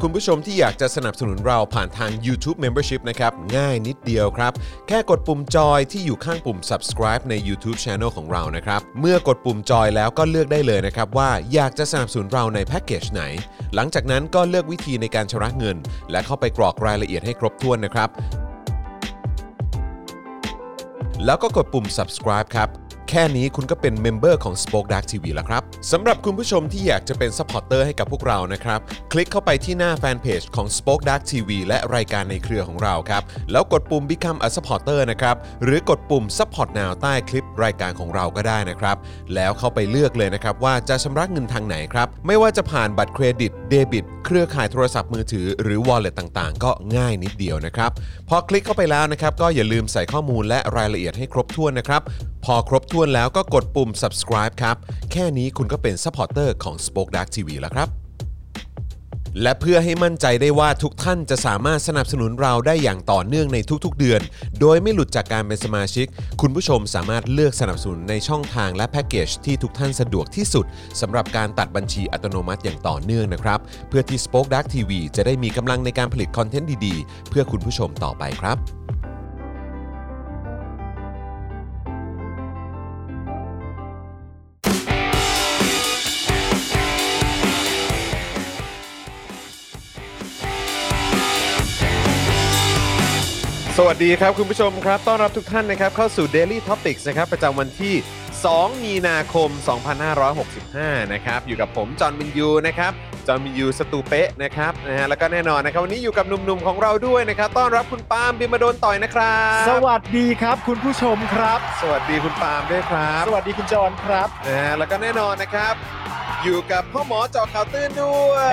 คุณผู้ชมที่อยากจะสนับสนุนเราผ่านทาง YouTube Membership นะครับง่ายนิดเดียวครับแค่กดปุ่มจอยที่อยู่ข้างปุ่ม subscribe ใน YouTube Channel ของเรานะครับเมื่อกดปุ่มจอยแล้วก็เลือกได้เลยนะครับว่าอยากจะสนับสนุนเราในแพ็กเกจไหนหลังจากนั้นก็เลือกวิธีในการชำระเงินและเข้าไปกรอกรายละเอียดให้ครบถ้วนนะครับแล้วก็กดปุ่ม subscribe ครับแค่นี้คุณก็เป็นเมมเบอร์ของ Spoke Dark TV แล้วครับสำหรับคุณผู้ชมที่อยากจะเป็นซัพพอร์ตเตอร์ให้กับพวกเรานะครับคลิกเข้าไปที่หน้าแฟนเพจของ Spoke Dark TV และรายการในเครือของเราครับแล้วกดปุ่ม Become a supporter นะครับหรือกดปุ่ม Support Now ใต้คลิปรายการของเราก็ได้นะครับแล้วเข้าไปเลือกเลยนะครับว่าจะชำระเงินทางไหนครับไม่ว่าจะผ่านบัตรเครดิตเดบิตเครือข่ายโทรศัพท์มือถือหรือ Wallet ต่างๆก็ง่ายนิดเดียวนะครับพอคลิกเข้าไปแล้วนะครับก็อย่าลืมใส่ข้อมูลและรายละเอียดให้ครบถ้วนนะครับพอครบถ้วนแล้วก็กดปุ่ม subscribe ครับแค่นี้คุณก็เป็นซัพพอร์ตเตอร์ของ Spoke Dark TV แล้วครับและเพื่อให้มั่นใจได้ว่าทุกท่านจะสามารถสนับสนุนเราได้อย่างต่อเนื่องในทุกๆเดือนโดยไม่หลุดจากการเป็นสมาชิกคุณผู้ชมสามารถเลือกสนับสนุนในช่องทางและแพ็กเกจที่ทุกท่านสะดวกที่สุดสำหรับการตัดบัญชีอัตโนมัติอย่างต่อเนื่องนะครับเพื่อที่ Spoke Dark TV จะได้มีกำลังในการผลิตคอนเทนต์ดีๆเพื่อคุณผู้ชมต่อไปครับสวัสดีครับคุณผู้ชมครับต้อนรับทุกท่านนะครับเข้าสู่ Daily Topics นะครับประจำวันที่2มีนาคม2565นะครับอยู่กับผมจอห์นวินยูนะครับจอห์นวินยูสตูเป๊ะนะครับแล้วก็แน่นอนนะครับวันนี้อยู่กับหนุ่มๆของเราด้วยนะครับต้อนรับคุณปาล์มบิมาโดนต่อยนะครับสวัสดีครับคุณผู้ชมครับสวัสดีคุณปาล์มด้วยครับสวัสดีคุณจอห์นครับแล้วก็แน่นอนนะครับอยู่กับพ่อหมอเจาะข่าวตื้นด้วย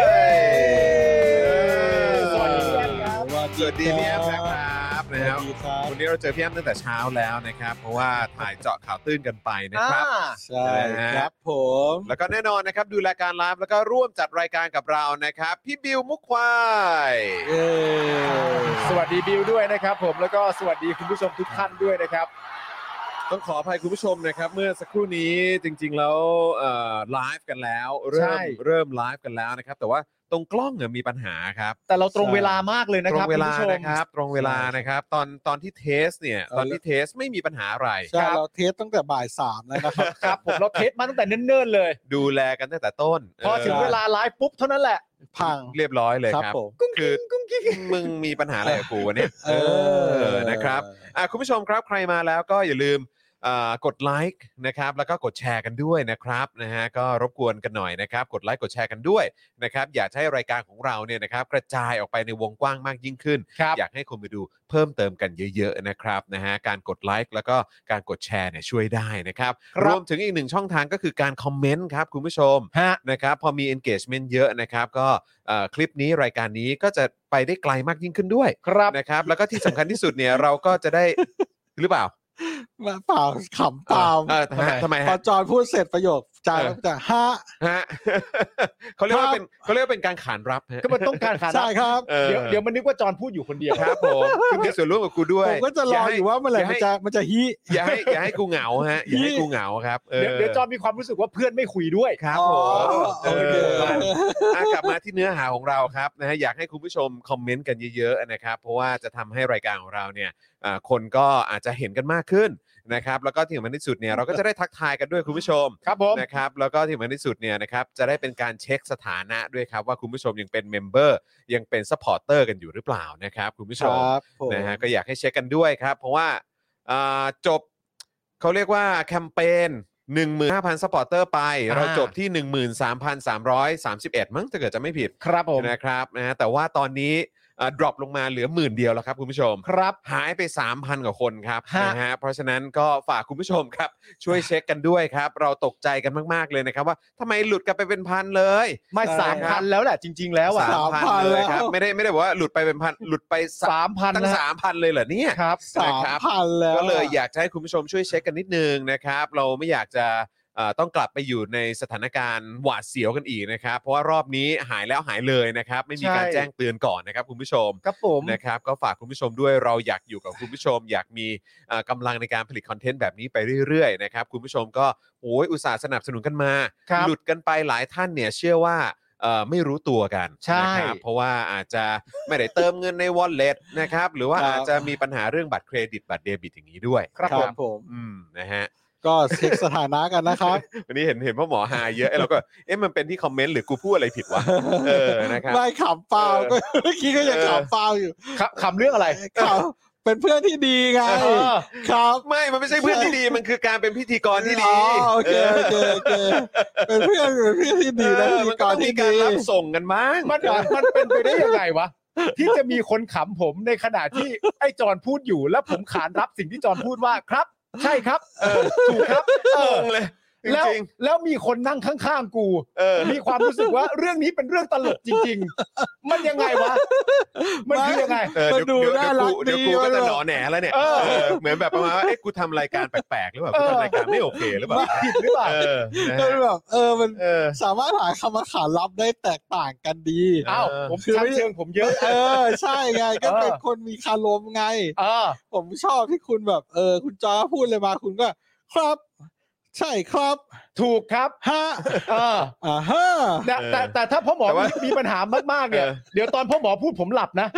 สวัสดีครับสวัสดีพี่แอมนะครับวันนี้เราเจอพี่แอมตั้งแต่เช้าแล้วนะครับเพราะว่าถ่ายเจาะข่าวตื้นกันไปนะครับใช่ครับผมแล้วก็แน่นอนนะครับดูรายการไลฟ์แล้วก็ร่วมจัดรายการกับเรานะครับพี่บิวมุกควายสวัสดีบิวด้วยนะครับผมแล้วก็สวัสดีคุณผู้ชมทุกท่านด้วยนะครับต้องขออภัยคุณผู้ชมนะครับเมื่อสักครู่นี้จริงๆแล้วไลฟ์กันแล้วเริ่มไลฟ์กันแล้วนะครับแต่ว่าตรงกล้องเนี่ยมีปัญหาครับแต่เราตรงเวลามากเลยนะครับตรงเวลานะครับตรงเวลานะครับตอนที่เทสเนี่ยตอนที่เทสไม่มีปัญหาอะไรใช่เราเทสตั้งแต่บ่าย3แล้วนะครับครับผมเราเทสมาตั้งแต่เนิ่นๆเลยดูแลกันตั้งแต่ต้นพอถึงเวลาไลฟ์ปุ๊บเท่านั้นแหละพังเรียบร้อยเลยครับคือมึงมีปัญหาอะไรกับกูวะเนี่ยนะครับคุณผู้ชมครับใครมาแล้วก็อย่าลืมกดไลค์นะครับแล้วก็กดแชร์กันด้วยนะครับก็รบกวนกันหน่อยนะครับกดไลค์กดแชร์กันด้วยนะครับอยากให้รายการของเราเนี่ยนะครับกระจายออกไปในวงกว้างมากยิ่งขึ้นอยากให้คนไปดูเพิ่มเติมกันเยอะๆนะครับการกดไลค์แล้วก็การกดแชร์เนี่ยช่วยได้นะครับรวมถึงอีกหนึ่งช่องทางก็คือการคอมเมนต์ครับคุณผู้ชมนะครับพอมี engagement เยอะนะครับก็คลิปนี้รายการนี้ก็จะไปได้ไกลมากยิ่งขึ้นด้วยนะครับแล้วก็ที่สำคัญที่สุดเนี่ยเราก็จะได้หรือเปล่าเปล่าขำเปล่าทำไมพอจอนพูดเสร็จประโยคจานจะฮะเขาเรียกว่าเป็นการขานรับก็มันต้องการขานรับใช่ครับเดี๋ยวมันนึกว่าจอนพูดอยู่คนเดียวครับผมคือมีส่วนร่วมกับกูด้วยผมก็จะรออยู่ว่าเมื่อไหร่มันจะฮิอย่าให้กูเหงาฮะอย่าให้กูเหงาครับเดี๋ยวจอนมีความรู้สึกว่าเพื่อนไม่คุยด้วยครับผมกลับมาที่เนื้อหาของเราครับอยากให้คุณผู้ชมคอมเมนต์กันเยอะๆนะครับเพราะว่าจะทำให้รายการของเราเนี่ยคนก็อาจจะเห็นกันมากขึ้นนะครับแล้วก็ที่สำคัญที่สุดเนี่ยเราก็จะได้ทักทายกันด้วยคุณผู้ชมครับผมนะครับแล้วก็ที่สำคัญที่สุดเนี่ยนะครับจะได้เป็นการเช็คสถานะด้วยครับว่าคุณผู้ชมยังเป็นเมมเบอร์ยังเป็นซัพพอร์เตอร์กันอยู่หรือเปล่านะครับคุณผู้ชมก็อยากให้เช็คกันด้วยครับเพราะว่าจบเขาเรียกว่าแคมเปญ15,000 ซัพพอร์เตอร์ไปเราจบที่ 13,331 มั้งถ้าเกิดจะไม่ผิดครับผมนะครับแต่ว่าตอนนี้ดรอปลงมาเหลือ10,000 เดียวแล้วครับคุณผู้ชมครับหายไป 3,000 กว่าคนครับเพราะฉะนั้นก็ฝากคุณผู้ชมครับช่วยเช็คกันด้วยครับเราตกใจกันมากๆเลยนะครับว่าทำไมหลุดกันไปเป็นพันเลยไม่ 3,000 แล้วแหละจริงๆแล้ว 3,000 เลยครับไม่ได้บอกว่าหลุดไปเป็นพันหลุดไป 3,000 ตั้ง 3,000 เลยเหรอเนี่ยครับ 3,000 แล้วก็เลยอยากให้คุณผู้ชมช่วยเช็คกันนิดนึงนะครับเราไม่อยากจะต้องกลับไปอยู่ในสถานการณ์หวาดเสียวกันอีกนะครับเพราะว่ารอบนี้หายแล้วหายเลยนะครับไม่มีการแจ้งเตือนก่อนนะครับคุณผู้ชมครับผมนะครับก็ฝากคุณผู้ชมด้วยเราอยากอยู่กับคุณผู้ชมอยากมีกำลังในการผลิตคอนเทนต์แบบนี้ไปเรื่อยๆนะครับคุณผู้ชมก็อุตส่าห์สนับสนุนกันมาหลุดกันไปหลายท่านเนี่ยเชื่อว่าไม่รู้ตัวกันใช่นะครับเพราะว่าอาจจะไม่ได้เติมเงินใน wallet นะครับหรือว่าครับอาจจะมีปัญหาเรื่องบัตรเครดิตบัตรเดบิตอย่างนี้ด้วยครับนะผมนะฮะก็เช็คสถานะกันนะครับวันนี้เห็นพ่อหมอหาเยอะเราก็มันเป็นที่คอมเมนต์หรือกูพูดอะไรผิดวะนะครับไม่ขำเปล่าเออก็เมื่อกี้ก็ยังขำเปล่าอยู่ขำเรื่องอะไรขำเป็นเพื่อนที่ดีไงเออครับมันไม่ใช่เพื่อนที่ดีมันคือการเป็นพิธีกรที่ดีอ๋อโอเคเป็นเพื่อนที่ดีนะพิธีมันกก็รต้องมีที่การดีรับส่งกันบ้างมันเป็นไปได้ยังไงวะที่จะมีคนขำผมในขณะที่ไอ้จอนพูดอยู่แล้วผมขานรับสิ่งที่จอนพูดว่าครับ ใช่ครับถูกครับงงเลยจแล้วริงแล้วมีคนนั่งข้างๆกูมีความรู้สึกว่าเรื่องนี้เป็นเรื่องตลกจริง ๆ มันยังไงวะมันคือยังไงมันดูน่ารักเดี๋ยวดีกูก็จะมันหนอแหนแล้วเนี่ยเหมือนแบบประมาณว่ากูทำรายการแปลกๆหรือเปล่ากูทำรายการไม่โอเคหรือเปล่าผิดหรือเปล่านะมันฮะแบบมันสามารถหาคำขานรับได้แตกต่างกันดีอ้าวผมคือชั้นเชิงผมเยอะใช่ไงก็เป็นคนมีคารมไง ผมชอบที่คุณแบบคุณจอพูดเลยมาคุณก็ครับใช่ครับถูกครับฮะฮะแต่ถ้าพ่อหมอมีปัญหามากๆเนี่ยเดี๋ยวตอนพ่อหมอพูดผมหลับนะ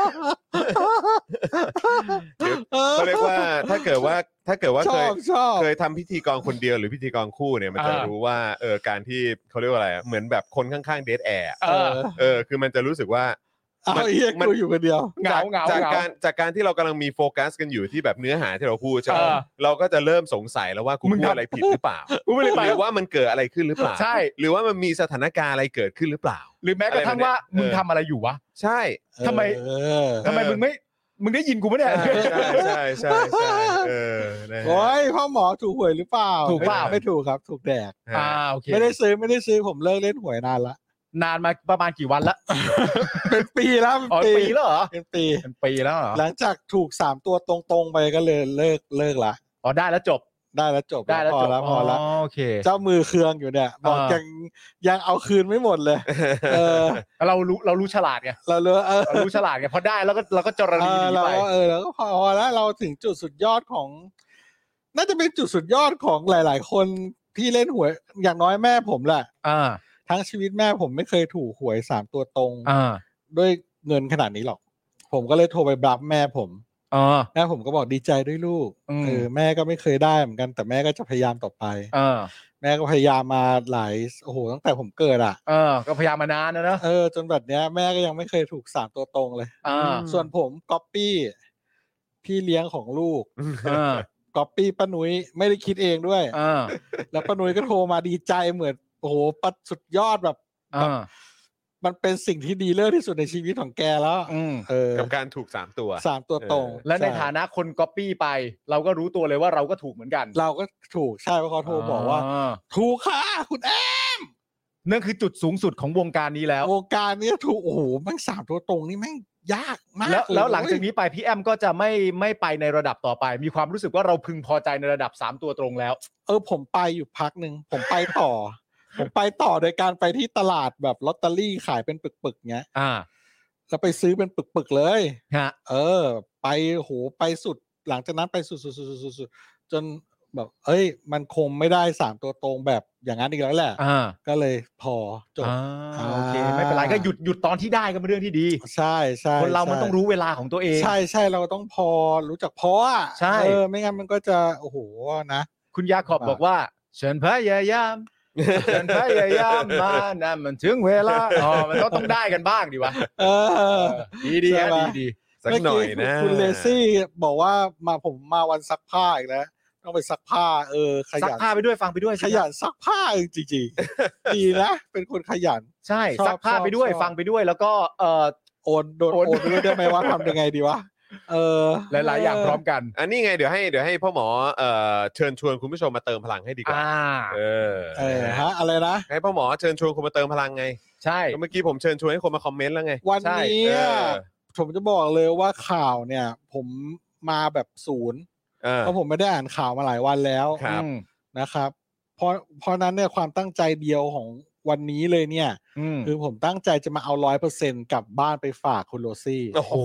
เขาเรียกว่าถ้าเกิดว่าชอบเคยทำพิธีกรคนเดียวหรือพิธีกรคู่เนี่ยมันจะรู้ว่าการที่เขาเรียกว่าอะไรเหมือนแบบคนข้างๆเดทแอร์คือมันจะรู้สึกว่าเอาเฮียกูอยู่คนเดียวจากการที่เรากำลังมีโฟกัสกันอยู่ที่แบบเนื้อหาที่เราพูดใช่ไหมเราก็จะเริ่มสงสัยแล้วว่ากูพูดอะไรผิดหรือเปล่าหรือว่ามันเกิดอะไรขึ้นหรือเปล่าใช่หรือว่ามันมีสถานการณ์อะไรเกิดขึ้นหรือเปล่าหรือแม้กระทั่งว่ามึงทำอะไรอยู่วะใช่ทำไมมึงได้ยินกูไหมเนี่ยใช่นะฮะโอ้ยพ่อหมอถูกหวยหรือเปล่าถูกเปล่าไม่ถูกครับถูกแดกโอเคไม่ได้ซื้อผมเลิกเล่นหวยนานละนานมาประมาณกี่วันละเป็นปีแล้วปีแล้วเหรอเป็นปีเป็นปีแล้วเหรอหลังจากถูก3ตัวตรงๆไปก็เลยเลิกละได้แล้วจบได้แล้วจบพอแล้ว โอเคเจ้ามือเคืองอยู่เนี่ยบอกยังเอาคืนไม่หมดเลยเรารู้ฉลาดไงเรารู้ฉลาดไงพอได้แล้วก็เราก็จรณีหนีไปแล้วก็พอแล้วเราถึงจุดสุดยอดของ น่าจะเป็นจุดสุดยอดของหลายๆคนที่เล่นหวยอย่างน้อยแม่ผมแหละทั้งชีวิตแม่ผมไม่เคยถูกหวย3ตัวตรงด้วยเงินขนาดนี้หรอกผมก็เลยโทรไปบลับแม่ผมแม่ผมก็บอกดีใจด้วยลูกแม่ก็ไม่เคยได้เหมือนกันแต่แม่ก็จะพยายามต่อไปแม่ก็พยายามมาหลายตั้งแต่ผมเกิดก็พยายามมานานนะจนแบบเนี้ยแม่ก็ยังไม่เคยถูก3ตัวตรงเลยส่วนผมก๊อปปี้พี่เลี้ยงของลูกก๊อปปี้ป้านุ้ยไม่ได้คิดเองด้วยแล้วป้านุ้ยก็โทรมาดีใจเหมือนปัดสุดยอดแบบมันเป็นสิ่งที่ดีเลิศที่สุดในชีวิตของแกแล้วกับการถูก3ตัวตรงและในฐานะคนก๊อปปี้ไปเราก็รู้ตัวเลยว่าเราก็ถูกเหมือนกันเราก็ถูกใช่เพราะเขาโทรบอกว่าถูกค่ะคุณแอมนั่นคือจุดสูงสุดของวงการนี้แล้ววงการนี้ถูกแม่ง3ตัวตรงนี่แม่งยากมากแล้วหลังจากนี้ไปพี่แอมก็จะไม่ไปในระดับต่อไปมีความรู้สึกว่าเราพึงพอใจในระดับ3ตัวตรงแล้วผมไปอยู่พักนึงผมไปต่อ ผมไปต่อโดยการไปที่ตลาดแบบลอตเตอรี่ขายเป็นปึกๆเงี้ยแล้วไปซื้อเป็นปึกๆเลยไปไปสุดหลังจากนั้นไปสุดจนแบบมันคงไม่ได้3ตัวตรงแบบอย่างนั้นอีกแล้วแหละก็เลยพอจบโอเคไม่เป็นไรก็หยุดตอนที่ได้ก็เป็นเรื่องที่ดีใช่คนเรามันต้องรู้เวลาของตัวเองใช่เราต้องพอรู้จักพอใช่ไม่งั้นมันก็จะนะคุณยาขอบบอกว่าฉันพยายามฉันพยายามมานะมันถึงเวลามันต้องได้กันบ้างดีวะดีสักหน่อยนะคุณเลซี่บอกว่าผมมาวันซักผ้าอีกแล้วต้องไปซักผ้าขยันซักผ้าไปด้วยฟังไปด้วยขยันซักผ้าจริงๆดีนะเป็นคนขยันใช่ซักผ้าไปด้วยฟังไปด้วยแล้วก็โอนไปด้วยได้ไหมว่าทำยังไงดีวะหลายๆอย่างพร้อมกันอันนี้ไงเดี๋ยวให้พ่อหมอเชิญชวนคุณผู้ชมมาเติมพลังให้ดีกว่าอะไรนะให้พ่อหมอเชิญชวนคนมาเติมพลังไงใช่เมื่อกี้ผมเชิญชวนให้คนมาคอมเมนต์แล้วไงวันนี้ผมจะบอกเลยว่าข่าวเนี่ยผมมาแบบศูนย์เพราะผมไม่ได้อ่านข่าวมาหลายวันแล้วนะครับเพราะนั้นเนี่ยความตั้งใจเดียวของวันนี้เลยเนี่ยคือผมตั้งใจจะมาเอา 100% กลับบ้านไปฝากคุณโรซี่โอ้โห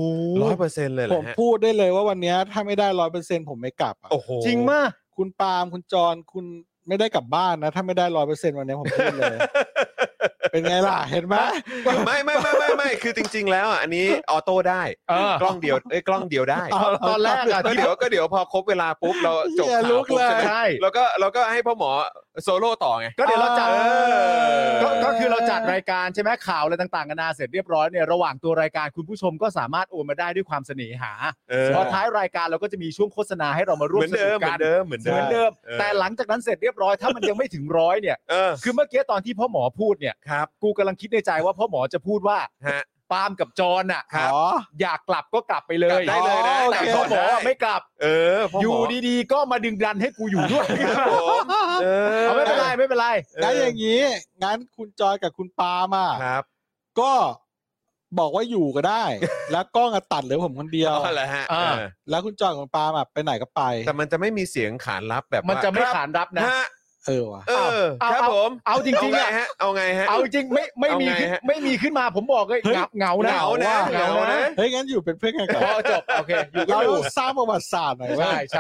100% เลยเหรอผมพูดได้เลยว่าวันนี้ถ้าไม่ได้ 100% ผมไม่กลับโอ้โหจริงมากคุณปาล์มคุณจรคุณไม่ได้กลับบ้านนะถ้าไม่ได้ 100% วันนี้ผมพูดเลยเป็นไงล่ะเห็นไหมไม่คือจริงๆแล้วอันนี้ออโต้ได้กล้องเดียวกล้องเดียวได้ตอนแรกอะก็เดี๋ยวพอครบเวลาปุ๊บเราจบข่าวปุ๊บใช่แล้วก็ให้พ่อหมอโซโล่ต่อไงก็เดี๋ยวเราจัดก็คือเราจัดรายการใช่ไหมข่าวอะไรต่างๆกันานาเสร็จเรียบร้อยเนี่ยระหว่างตัวรายการคุณผู้ชมก็สามารถโอนมาได้ด้วยความเสน่หาพอท้ายรายการเราก็จะมีช่วงโฆษณาให้เรามาร่วมสนุกกันเหมือนเดิมแต่หลังจากนั้นเสร็จเรียบร้อยถ้ามันยังไม่ถึง100เนี่ยคือเมื่อกี้ตอนที่พ่อหมอพูดเนี่ยกูกำลังคิดในใจว่าพ่อหมอจะพูดว่าปาล์มกับจอนอ่ะอยากกลับก็กลับไปเลยได้เลยนะแต่พ่อหมอไม่กลับอยู่ดีๆก็มาดึงดันให้กูอยู่ด้วยไม่เป็นไรงั้นอย่างนี้งั้นคุณจอยกับคุณปาล์มอ่ะก็บอกว่าอยู่ก็ได้แล้วกล้องตัดเหลือผมคนเดียวแล้วคุณจอยกับปาล์มไปไหนก็ไปแต่มันจะไม่มีเสียงขานรับแบบมันจะไม่ขานรับนะว่ะครับผมเอาจริงๆอ่ะเอาไงฮะเอาจริงไม่มีขึ้นมาผมบอกเลยเหงานะเฮ้ยงั้นอยู่เป็นเพื่อนกันก่อนจบโอเคอยู่เราสร้างประวัติศาสตร์หน่อยว่าใช่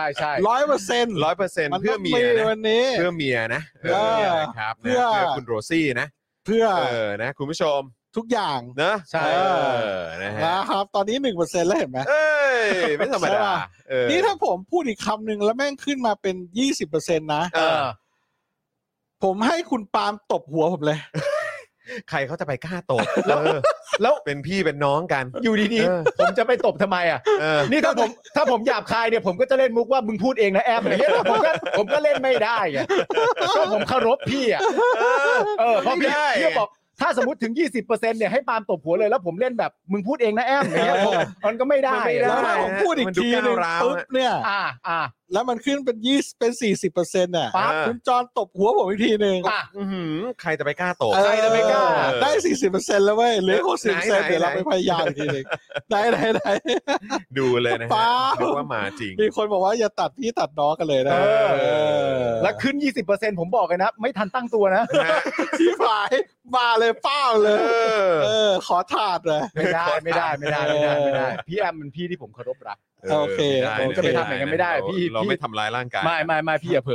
100% เพื่อเมียนะเพื่อเมียนะครับเพื่อคุณโรซี่นะเพื่อนะคุณผู้ชมทุกอย่างนะใช่นะครับตอนนี้ 1% แล้วเห็นไหมไม่ธรรมดานี่ถ้าผมพูดอีกคำหนึ่งแล้วแม่งขึ้นมาเป็น 20% นะผมให้คุณปาล์มตบหัวผมเลยใครเขาจะไปกล้าตบแล้วเป็นพี่เป็นน้องกันอยู่ดีๆผมจะไปตบทำไมอ่ะนี่ถ้าผมหยาบคายเนี่ยผมก็จะเล่นมุกว่ามึงพูดเองนะแอมอย่างเงี้ยผมก็เล่นไม่ได้ไงก็ผมเคารพพี่อ่ะเพราะพี่บอกถ้าสมมติถึง 20% เนี่ยให้ปาล์มตบหัวเลยแล้วผมเล่นแบบมึงพูดเองนะแอมอย่างเงี้ยมันก็ไม่ได้แล้วถ้าผมพูดอีกทีนึงปึ๊บเนี่ยแล้วมันขึ้นเป็น40%น่ะคุณจอนตบหัวผมอีกทีนึงใครจะไปกล้าตบใครจะไปกล้าได้ 40% แล้วเว้ยเหลือ 60% เดี๋ยวเราไปพยายามอีกทีนึงไหนดูเลยนะฮะดูว่ามาจริงมีคนบอกว่าอย่าตัดพี่ตัดน้องกันเลยนะแล้วขึ้น 20% ผมบอกเลยนะไม่ทันตั้งตัวนะที่ฝ่ายมาเลยเป้าเลยขอถาดเลยไม่ได้พี่แอมเป็นพี่ที่ผมเคารพรักโอเคผมจะไปทำอย่างนั้นไม่ได้พี่เราไม่ทำร้ายร่างกายไม่พี่อย่าเผลอ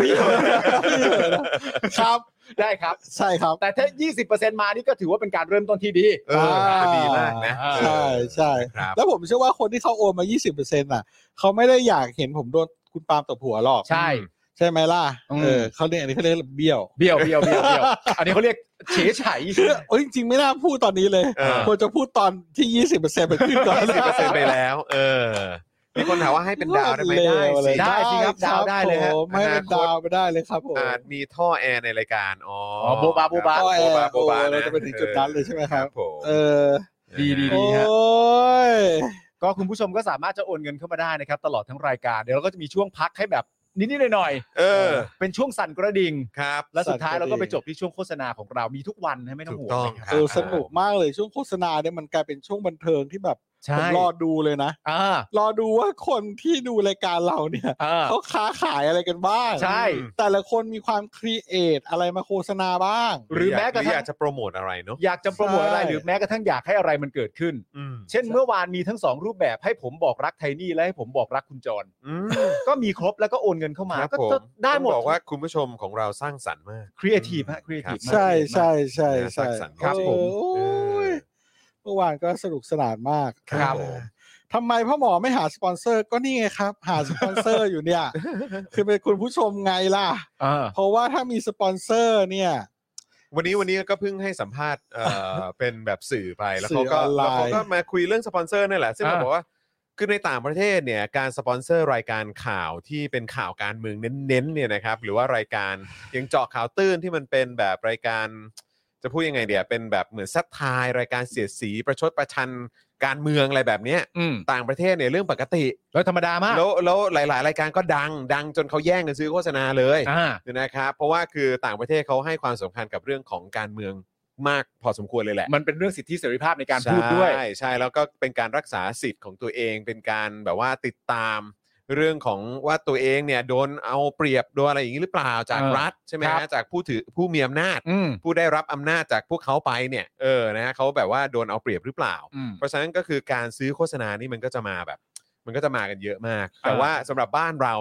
นะครับได้ครับใช่ครับแต่ถ้า 20% มานี่ก็ถือว่าเป็นการเริ่มต้นที่ดีดีมากนะใช่แล้วผมเชื่อว่าคนที่เขาโอนมา 20% น่ะเขาไม่ได้อยากเห็นผมโดนคุณปาล์มตบหัวหรอกใช่ไหมล่ะเขาเรียกอันนี้เขาเรียกเบี้ยวอันนี้เขาเรียกเฉยไฉจริงๆไม่น่าพูดตอนนี้เลยควรจะพูดตอนที่ 20% ไปขึ้นก่อน 20% ไปแล้วมีคนถามว่าให้เป็นดาวได้ไหมได้สิครับดาวได้เลยฮะไม่เป็นดาวไปได้เลยครับผมอาจมีท่อแอร์ในรายการโบบาท่อแอร์เราจะไปถึงจุดนั้นเลยใช่ไหมครับดีฮะก็คุณผู้ชมก็สามารถจะโอนเงินเข้ามาได้นะครับตลอดทั้งรายการเดี๋ยวเราก็จะมีช่วงพักให้แบบนิดๆหน่อยๆเป็นช่วงสั่นกระดิ่งครับแล้วสุดท้ายเราก็ไปจบที่ช่วงโฆษณาของเรามีทุกวันไม่ต้องห่วงสนุกมากเลยช่วงโฆษณาเนี่ยมันกลายเป็นช่วงบันเทิงที่แบบผมรอดูเลยนะรอดูว่าคนที่ดูรายการเราเนี่ยเขาค้าขายอะไรกันบ้างใช่แต่ละคนมีความครีเอทอะไรมาโฆษณาบ้างหรือแม้กระทั่งอยากจะโปรโมทอะไรเนาะอยากจะโปรโมทอะไรหรือแม้กระทั่งอยากให้อะไรมันเกิดขึ้นเช่นเมื่อวานมีทั้ง2รูปแบบให้ผมบอกรักไทนี่และให้ผมบอกรักคุณจรก็มีครบแล้วก็โอนเงินเข้ามาก็ได้หมดบอกว่าคุณผู้ชมของเราสร้างสรรค์มากครีเอทีฟฮะครีเอทีฟใช่สร้างสรรค์ครับผมเมื่อวานก็สนุกสนานมากครับทำไมพ่อหมอไม่หาสปอนเซอร์ก็นี่ไงครับหาสปอนเซอร์อยู่เนี่ยคือเป็นคุณผู้ชมไงล่ะเพราะว่าถ้ามีสปอนเซอร์เนี่ยวันนี้ก็เพิ่งให้สัมภาษณ์เป็นแบบสื่อไปแล้วเขาก็มาคุยเรื่องสปอนเซอร์นี่แหละซึ่งเขาบอกว่าคือในต่างประเทศเนี่ยการสปอนเซอร์รายการข่าวที่เป็นข่าวการเมืองเน้นๆเนี่ยนะครับหรือว่ารายการอย่างเจาะข่าวตื้นที่มันเป็นแบบรายการจะพูดยังไงเดี๋ยวเป็นแบบเหมือนซัดทายรายการเสียดสีประชดประชันการเมืองอะไรแบบนี้ต่างประเทศเนี่ยเรื่องปกติแล้วธรรมดามากแล้วหลายๆรายการก็ดังจนเขาแย่งกันซื้อโฆษณาเลยนะครับเพราะว่าคือต่างประเทศเขาให้ความสำคัญกับเรื่องของการเมืองมากพอสมควรเลยแหละมันเป็นเรื่องสิทธิเสรีภาพในการพูดด้วยใช่แล้วก็เป็นการรักษาสิทธิ์ของตัวเองเป็นการแบบว่าติดตามเรื่องของว่าตัวเองเนี่ยโดนเอาเปรียบโดนอะไรอย่างนี้หรือเปล่าจากรัฐใช่ไหมฮะจากผู้มีอำนาจผู้ได้รับอำนาจจากพวกเขาไปเนี่ยนะฮะเขาแบบว่าโดนเอาเปรียบหรือเปล่าเพราะฉะนั้นก็คือการซื้อโฆษณานี่มันก็จะมาแบบมันก็จะมากันเยอะมากแต่ว่าสำหรับบ้านเราเนี่ย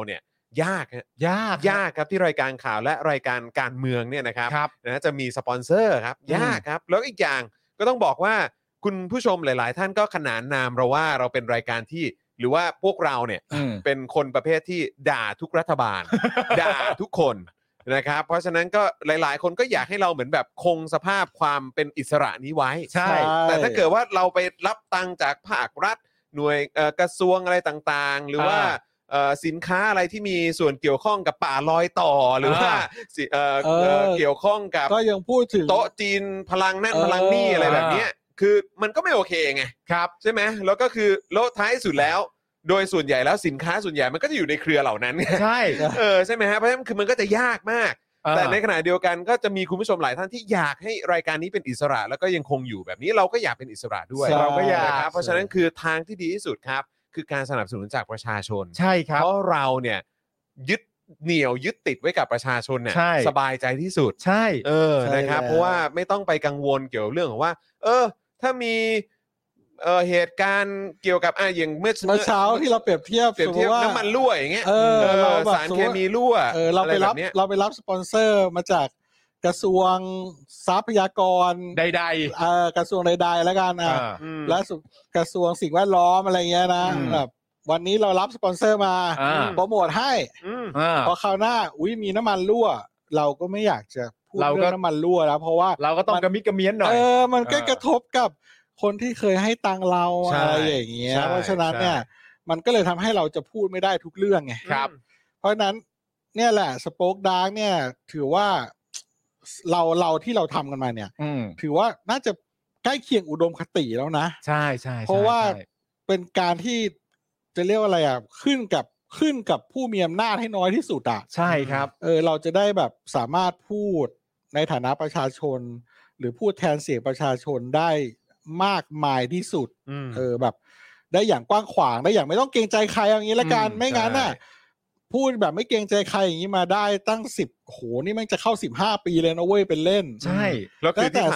ยากครับที่รายการข่าวและรายการการเมืองเนี่ยนะครับนะจะมีสปอนเซอร์ครับยากครับแล้วอีกอย่างก็ต้องบอกว่าคุณผู้ชมหลายๆท่านก็ขนานนามเราว่าเราเป็นรายการที่หรือว่าพวกเราเนี่ยเป็นคนประเภทที่ด่าทุกรัฐบาล ด่าทุกคนนะครับเพราะฉะนั้นก็หลายๆคนก็อยากให้เราเหมือนแบบคงสภาพความเป็นอิสระนี้ไว้ใช่แต่ถ้าเกิดว่าเราไปรับตังค์จากภาครัฐหน่วยกระทรวงอะไรต่างๆหรือว่าสินค้าอะไรที่มีส่วนเกี่ยวข้องกับป่าลอยต่อหรือว่าเกี่ยวข้องกับก็ยังพูดถึงโต๊ะจีนพลังนั่นพลังนี่อะไรแบบนี้คือมันก็ไม่โอเคไงครับใช่ไหมแล้วก็คือแล้วท้ายสุดแล้วโดยส่วนใหญ่แล้วสินค้าส่วนใหญ่มันก็จะอยู่ในเครือเหล่านั้นใช่ใช่ไหมฮะเพราะฉะนั้นคือมันก็จะยากมากแต่ในขณะเดียวกันก็จะมีคุณผู้ชมหลายท่านที่อยากให้รายการนี้เป็นอิสระแล้วก็ยังคงอยู่แบบนี้เราก็อยากเป็นอิสระด้วยเราก็อยากครับเพราะฉะนั้นคือทางที่ดีที่สุดครับคือการสนับสนุนจากประชาชนใช่ครับเพราะเราเนี่ยยึดเหนี่ยวยึดติดไว้กับประชาชนเนี่ยสบายใจที่สุดใช่นะครับเพราะว่าไม่ต้องไปกังวลเกี่ยวกับเรื่องของว่าถ้ามีเหตุการณ์เกี่ยวกับอย่างเมื่อเช้าที่เราเปรียบเทียบน้ำมันรั่วอย่างเงี้ยสารเคมีรั่วเราไปรับสปอนเซอร์มาจากกระทรวงทรัพยากรใดๆกระทรวงใดๆแล้วกันและกระทรวงสิ่งแวดล้อมอะไรเงี้ยนะแบบวันนี้เรารับสปอนเซอร์มาโปรโมทให้พอคราวหน้ามีน้ำมันรั่วเราก็ไม่อยากจะพูดเรื่องน้ำมันรั่วแล้วเพราะว่าเราก็ต้องกระมิดกระเมี้ยนหน่อยมันก็กระทบกับคนที่เคยให้ตังเราอะไรอย่างเงี้ยเพราะฉะนั้นเนี่ยมันก็เลยทำให้เราจะพูดไม่ได้ทุกเรื่องไงครับเพราะฉะนั้นเนี่ยแหละสโป๊กดาร์กเนี่ยถือว่าเราที่เราทำกันมาเนี่ยถือว่าน่าจะใกล้เคียงอุดมคติแล้วนะใช่ใช่เพราะว่าเป็นการที่จะเรียกว่าอะไรขึ้นกับผู้มีอำนาจให้น้อยที่สุดใช่ครับเราจะได้แบบสามารถพูดในฐานะประชาชนหรือพูดแทนเสียงประชาชนได้มากมายที่สุดแบบได้อย่างกว้างขวางได้อย่างไม่ต้องเกรงใจใครอย่างนี้ละกันไม่งั้นน่ะพูดแบบไม่เกรงใจใครอย่างนี้มาได้ตั้ง10โหนี่มันจะเข้า15ปีเลยนะเว้ยเป็นเล่นใช่แล้วคือแต่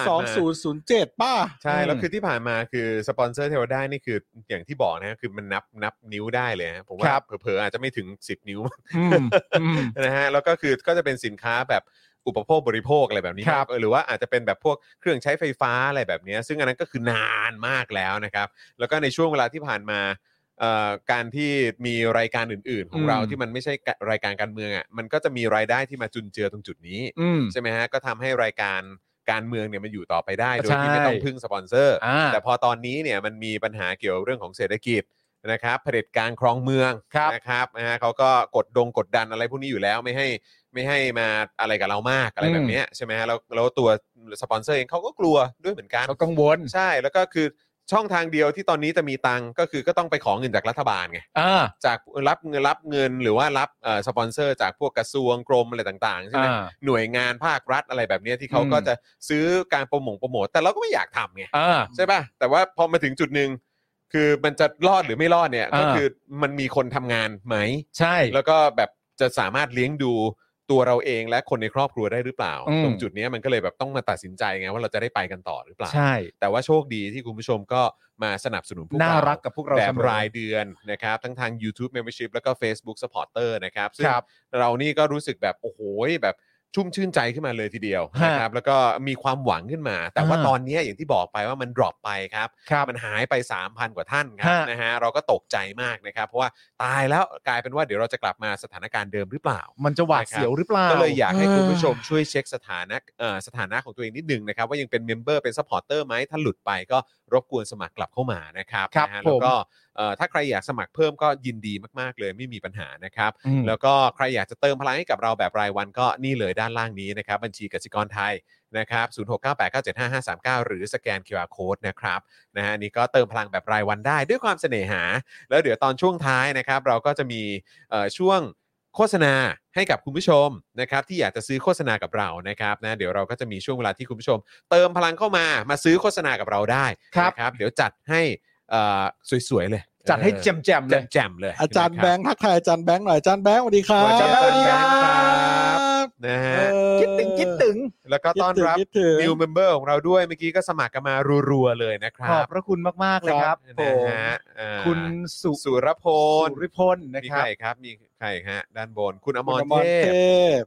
2007ป่ะใช่แล้วคือที่ผ่านมาคือสปอนเซอร์ที่เราได้นี่คืออย่างที่บอกนะคือมันนับนิ้วได้เลยนะผมว่าเผลอๆอาจจะไม่ถึง10นิ้วนะฮะแล้วก็คือก็จะเป็นสินค้าแบบอุปโภคบริโภคอะไรแบบนี้หรือว่าอาจจะเป็นแบบพวกเครื่องใช้ไฟฟ้าอะไรแบบนี้ซึ่งอันนั้นก็คือนานมากแล้วนะครับแล้วก็ในช่วงเวลาที่ผ่านมาการที่มีรายการอื่นๆของเราที่มันไม่ใช่รายการการเมืองมันก็จะมีรายได้ที่มาจุนเจือตรงจุดนี้ใช่ไหมฮะก็ทำให้รายการการเมืองเนี่ยมันอยู่ต่อไปได้โดยที่ไม่ต้องพึ่งสปอนเซอร์แต่พอตอนนี้เนี่ยมันมีปัญหาเกี่ยวเรื่องของเศรษฐกิจนะครับเผด็จการครองเมืองนะครับเขาก็กดดันอะไรพวกนี้อยู่แล้วไม่ให้มาอะไรกับเรามากอะไรแบบนี้ใช่ไหมฮะแล้วตัวสปอนเซอร์เองเขาก็กลัวด้วยเหมือนกันเขากังวลใช่แล้วก็คือช่องทางเดียวที่ตอนนี้จะมีตังค์ก็คือก็ต้องไปขอเงินจากรัฐบาลไงจากรับเงินหรือว่ารับสปอนเซอร์จากพวกกระทรวงกรมอะไรต่างๆใช่ไหมหน่วยงานภาครัฐอะไรแบบนี้ที่เขาก็จะซื้อการโปรโมทแต่เราก็ไม่อยากทำไงใช่ป่ะแต่ว่าพอมาถึงจุดนึงคือมันจะรอดหรือไม่รอดเนี่ยก็คือมันมีคนทำงานไหมใช่แล้วก็แบบจะสามารถเลี้ยงดูตัวเราเองและคนในครอบครัวได้หรือเปล่าตรงจุดนี้มันก็เลยแบบต้องมาตัดสินใจไงว่าเราจะได้ไปกันต่อหรือเปล่าใช่แต่ว่าโชคดีที่คุณผู้ชมก็มาสนับสนุนพวกเราน่ารักกับพวกเราแบบรายเดือนนะครับทั้งทาง YouTube Membership แล้วก็ Facebook Supporter นะครับซึ่งเรานี่ก็รู้สึกแบบโอ้โหแบบชุ่มชื่นใจขึ้นมาเลยทีเดียวนะครับแล้วก็มีความหวังขึ้นมาแต่ว่าตอนนี้อย่างที่บอกไปว่ามันดรอปไปครับมันหายไป 3,000 กว่าท่านครับนะฮะเราก็ตกใจมากนะครับเพราะว่าตายแล้วกลายเป็นว่าเดี๋ยวเราจะกลับมาสถานการณ์เดิมหรือเปล่ามันจะหวาดเสียวหรือเปล่าก็เลยอยากให้คุณผู้ชมช่วยเช็คสถานะของตัวเองนิดนึงนะครับว่ายังเป็นเมมเบอร์เป็นซัพพอร์เตอร์ไหมถ้าหลุดไปก็รบกวนสมัครกลับเข้ามานะครับนะฮะแล้วก็ถ้าใครอยากสมัครเพิ่มก็ยินดีมากๆเลยไม่มีปัญหานะครับแล้วก็ใครอยากจะเติมพลังให้กับเราแบบรายวันก็นี่เลยด้านล่างนี้นะครับบัญชีกสิกรไทยนะครับ0698975539หรือสแกน QR Code นะครับนะฮะนี่ก็เติมพลังแบบรายวันได้ด้วยความเสน่หาแล้วเดี๋ยวตอนช่วงท้ายนะครับเราก็จะมีช่วงโฆษณาให้กับคุณผู้ชมนะครับที่อยากจะซื้อโฆษณากับเรานะครับนะเดี๋ยวเราก็จะมีช่วงเวลาที่คุณผู้ชมเติมพลังเข้ามาซื้อโฆษณากับเราได้นะครับเดี๋ยวจัดให้สวยๆเลยจัดให้แจ่มๆเลยแจ่มเลยอาจารย์แบงค์ทักทายอาจารย์แบงค์หน่อยอาจารย์แบงค์สวัสดีครับอาจารย์สวัสดีครับนะฮะคิดถึงแล้วก็ต้อนรับ new member ของเราด้วยเมื่อกี้ก็สมัครกันมารัวๆเลยนะครัขอบบ พระคุณมากๆเลยครับผนะมฮะคุณสุรพลสุริพลนะมีคใครัรบครับมีใครฮะด้านบนคุณอมคุณรอมรเทเทพพ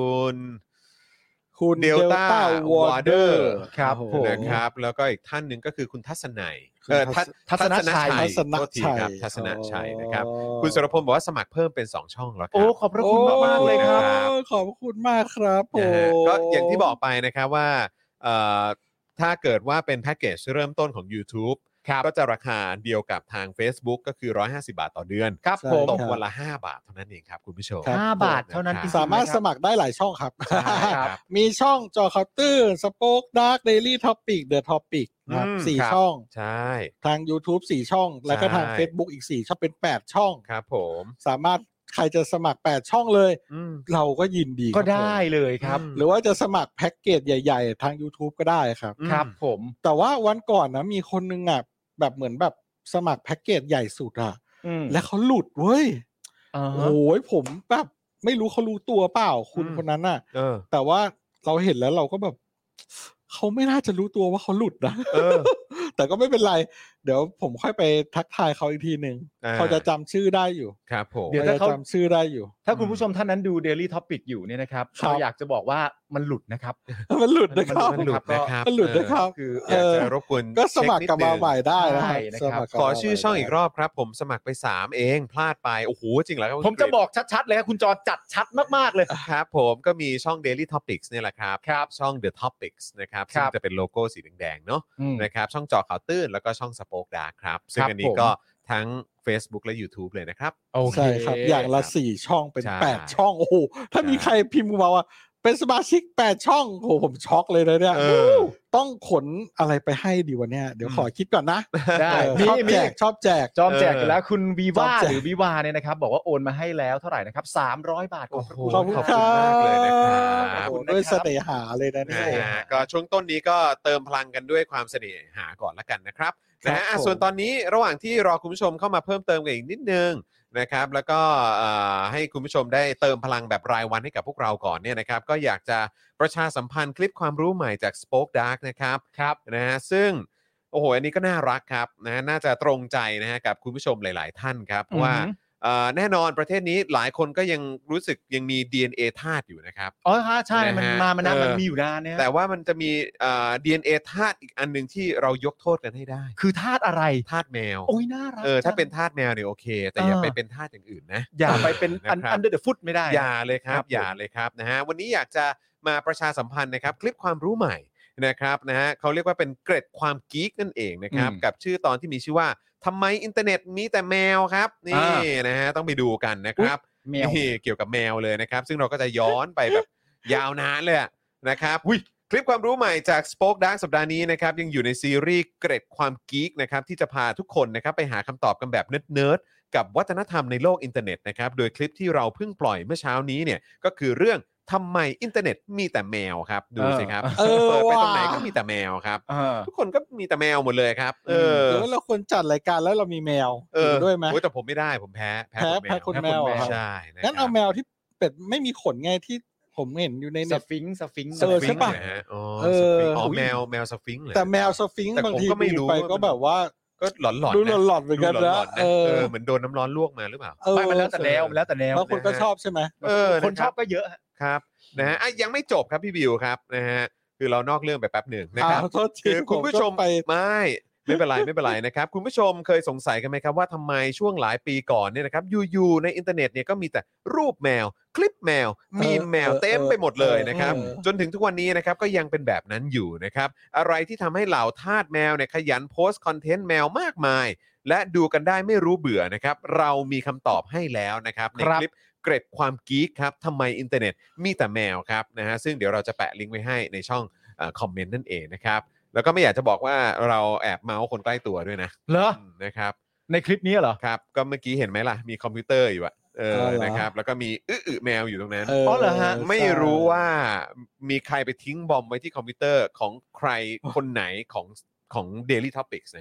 คุณเดลต้าวอร์เดอร์ครับผมนะครับแล้วก็อีกท่านหนึ่งก็คือคุณทัศนัยคุณทัศทัศนชัยโทษทีครับทัศนชัยนะครับคุณสุรพลบอกว่าสมัครเพิ่มเป็น2ช่องแล้วคโอ้รับขอบพระคุณมากๆเลยครับขอบคุณมากครับผนะฮะมก็อย่างที่บอกไปนะครับว่าเอ่อถ้าเกิดว่าเป็นแพ็กเกจเริ่มต้นของ YouTube ก็จะราคาเดียวกับทาง Facebook ก็คือ150 บาทต่อเดือนครับผมตกวันละ5 บาทเท่านั้นเองครับคุณผู้ชม 5 บาทเท่านั้นครับสามารถสมัครได้หลายช่องครับใช่ครับมีช่องจอเคาน์เตอร์สป็อคดาร์กเดลี่ท็อปิกเดอะท็อปิกครับอืมสี่ครับช่องใช่ทาง YouTube 4 ช่อง แล้วก็ทางใช่ Facebook อีก 4 ช่องเป็น 8 ช่องครับผมสามารถใครจะสมัคร 8 ช่องเลยอืมเราก็ยินดีก็ครับได้ผมเลยครับหรือว่าจะสมัครแพ็กเกจใหญ่ๆ ทาง YouTube ก็ได้ครับครับผมแต่ว่าวันก่อนนะมีคนนึงอ่ะแบบเหมือนแบบสมัครแพ็กเกจใหญ่สุดอ่ะ แล้วเขาหลุดเว้ยอ่าโอ้ยผมแบบไม่รู้เขารู้ตัวเปล่าคุณคนนั้นน่ะ แต่ว่าเราเห็นแล้วเราก็แบบเขาไม่น่าจะรู้ตัวว่าเขาหลุดนะ แต่ก็ไม่เป็นไร เดี๋ยวผมค่อยไปทักทายเขาอีกทีหนึ่งเขาจะจำชื่อได้อยู่ครับผมเดี๋ยวถ้าเขาจำชื่อได้อยู่ถ้าคุณผู้ชมท่านนั้นดู Daily Topic อยู่เนี่ยนะครับครับเราอยากจะบอกว่ามันหลุดนะครับมันหลุดนะครับมันหลุดนะครับมันหลุดนะครับคืออยากจะรบกวนก็สมัครกลับมาเช็คนิดนึงใหม่ได้นะใช่ครับนะครับสมัครกลับขอมาชื่อใหม่ช่องอีกได้รอบครับ ผมสมัครไป3เองพลาดไปโอ้โหจริงแล้วครับผมจะบอกชัดๆเลยครับคุณจอจัดชัดมากๆเลยครับผมก็มีช่อง Daily Topics เนี่ยแหละครับครับช่อง The Topics นะครับครัซึ่งบจะเป็นโลโก้สีแดงๆเนาะ นะครับช่องเจอข่าวตื้นแล้วก็ช่องสป็อคดาร์กครับซึ่งครับอันนี้ผมก็ทั้ง Facebook และ YouTube เลยนะครับโอเคใช่ครับ อย่างละครับ 4 ช่องเป็นใช่ 8 ช่อง โอ้โห ถ้ามีใช่ใครพิมพ์มาว่า เป็นสมาชิก 8 ช่อง โอ้โห ผมช็อกเลยนะเนี่ยเออต้องขนอะไรไปให้ดีวันเนี้ยเดี๋ยวขอคิดก่อนนะได้ชอบแจกชอบแจกจอมแจกอยู่แล้วคุณวีว่าจอมแจกหรือวีวาเนี่ยนะครับ บอกว่าโอนมาให้แล้วเท่าไหร่นะครับ300 บาทขอบพระคุณขอบคุณขอบคคุณรับมากเลยนะครับโอ้โหด้วยเสน่หาเลยนะนะเนี่ยฮะก็ช่วงต้นนี้ก็เติมพลังกันด้วยความเสน่หาก่อนละกันนะครับนะฮะครับผมส่วนตอนนี้ระหว่างที่รอคุณผู้ชมเข้ามาเพิ่มเติมกันอีกนิดนึงนะครับแล้วก็ให้คุณผู้ชมได้เติมพลังแบบรายวันให้กับพวกเราก่อนเนี่ยนะครับก็อยากจะประชาสัมพันธ์คลิปความรู้ใหม่จาก Spoke Dark นะครับนะฮะซึ่งโอ้โหอันนี้ก็น่ารักครับนะน่าจะตรงใจนะฮะกับคุณผู้ชมหลาย ๆ ท่านครับเพราะว่าแน่นอนประเทศนี้หลายคนก็ยังรู้สึกยังมี DNA ทาสอยู่นะครับอ๋อฮะใช่นะฮะมันนานมันมีอยู่นานเนี่ยแต่ว่ามันจะมีDNA ธาตุอีกอันหนึ่งที่เรายกโทษกันให้ได้คือธาตุอะไรธาตุแมวโอ้ยน่ารักถ้าจังเป็นธาตุแมวเนี่ยโอเค แต่อย่าไปเป็นธาตุอย่างอื่นนะอย่าไปเป็นนะครับ under the foot ไม่ได้อย่าเลยครัครับ บอย่าเลยครับนะฮะวันนี้อยากจะมาประชาสัมพันธ์นะครับคลิปความรู้ใหม่นะครับนะฮะเขาเรียกว่าเป็นเกร็ดความกิ๊กนั่นเองนะครับกับชื่อตอนที่มีชื่อว่าทำไมอินเทอร์เน็ตมีแต่แมวครับนี่นะฮะต้องไปดูกันนะครับแมวนี่เกี่ยวกับแมวเลยนะครับ ซึ่งเราก็จะย้อนไปแบบ ยาวนานเลยอะนะครับคลิปความรู้ใหม่จาก Spoke Dark สัปดาห์นี้นะครับยังอยู่ในซีรีส์เกร็ดความกิ๊กนะครับที่จะพาทุกคนนะครับไปหาคำตอบกันแบบเนิร์ดๆกับวัฒนธรรมในโลกอินเทอร์เน็ตนะครับโดยคลิปที่เราเพิ่งปล่อยเมื่อเช้านี้เนี่ยก็คือเรื่องทำไมอินเทอร์เน็ตมีแต่แมวครับดูสิครับเปิดไปตรงไหนก็มีแต่แมวครับทุกคนก็มีแต่แมวหมดเลยครับหรือว่าเราควรจัดรายการแล้วเรามีแมวด้วยไหมโอ้ยแต่ผมไม่ได้ผมแพ้แพ้คนแมวอะครับใช่ะงั้นเอาแมวที่เป็ดไม่มีขนไงที่ผมเห็นอยู่ในสเน็ตฟิงค์สฟิงค์ใช่ปะนะฮะอ๋อสฟิงค์อ๋อแมวสฟิงค์เหรอแต่แมวสฟิงค์แต่ผมบางทีก็ไม่รู้ดูไปก็แบบว่าก็หลอนๆดูนะหลอนๆเหมือนกันดูหลนะอนๆนะเหมือนโดนน้ำร้อนลวกมาหรือเปล่าไม่มันแล้วแต่แนวมันแล้วแต่แนวบางคนก็ชอบใช่ไหมคนชอบก็เยอะครับนะฮะยังไม่จบครับพี่บิวครับนะฮะคือเรานอกเรื่องไปแป๊บหนึ่งนะครับโทษทีคือคุณผู้ชมไปไม่เป็นไรนะครับคุณผู้ชมเคยสงสัยกันไหมครับว่าทำไมช่วงหลายปีก่อนเนี่ยนะครับอยู่ๆในอินเทอร์เน็ตเนี่ยก็มีแต่รูปแมวคลิปแมวมีมแมวเต็มไปหมดเลยนะครับจนถึงทุกวันนี้นะครับก็ยังเป็นแบบนั้นอยู่นะครับอะไรที่ทำให้เหล่าทาสแมวเนี่ยขยันโพสต์คอนเทนต์แมวมากมายและดูกันได้ไม่รู้เบื่อนะครับเรามีคำตอบให้แล้วนะครับในคลิปเกร็ดความกิ๊กครับทำไมอินเทอร์เน็ตมีแต่แมวครับนะฮะซึ่งเดี๋ยวเราจะแปะลิงก์ไว้ให้ในช่องคอมเมนต์นั่นเองนะครับแล้วก็ไม่อยากจะบอกว่าเราแอบเมาส์คนใกล้ตัวด้วยนะเหรอนะครับในคลิปนี้เหรอครับก็เมื่อกี้เห็นไหมล่ะมีคอมพิวเตอร์อยู่อะนะครับแล้วก็มีแมวอยู่ตรงนั้นอ๋อเหรอฮะไม่รู้ว่ามีใครไปทิ้งบอมไว้ที่คอมพิวเตอร์ของใครคนไหนของ Daily Topics นะฮะ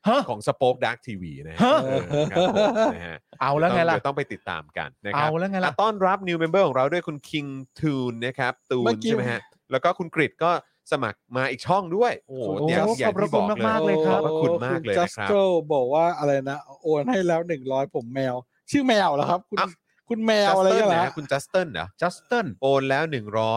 ของ Spoke Dark TV นะฮะครับผมนะฮะเอาแล้วไงล่ะต้องไปติดตามกันนะครับเอาแล้วไงล่ะต้อนรับ new member ของเราด้วยคุณ King Tune นะครับตูนใช่ไหมฮะแล้วก็คุณกริดก็สมัครมาอีกช่องด้วยโอ้โหอย่างที่บอกเลยมากเลยครับขอบคุณมากเลยนะครับจัสโกบอกว่าอะไรนะโอนให้แล้ว100ผมแมวชื่อแมวเหรอครับคุณแมวอะไรกันนะคุณจัสตินเหรอจัสตินโอนแล้ว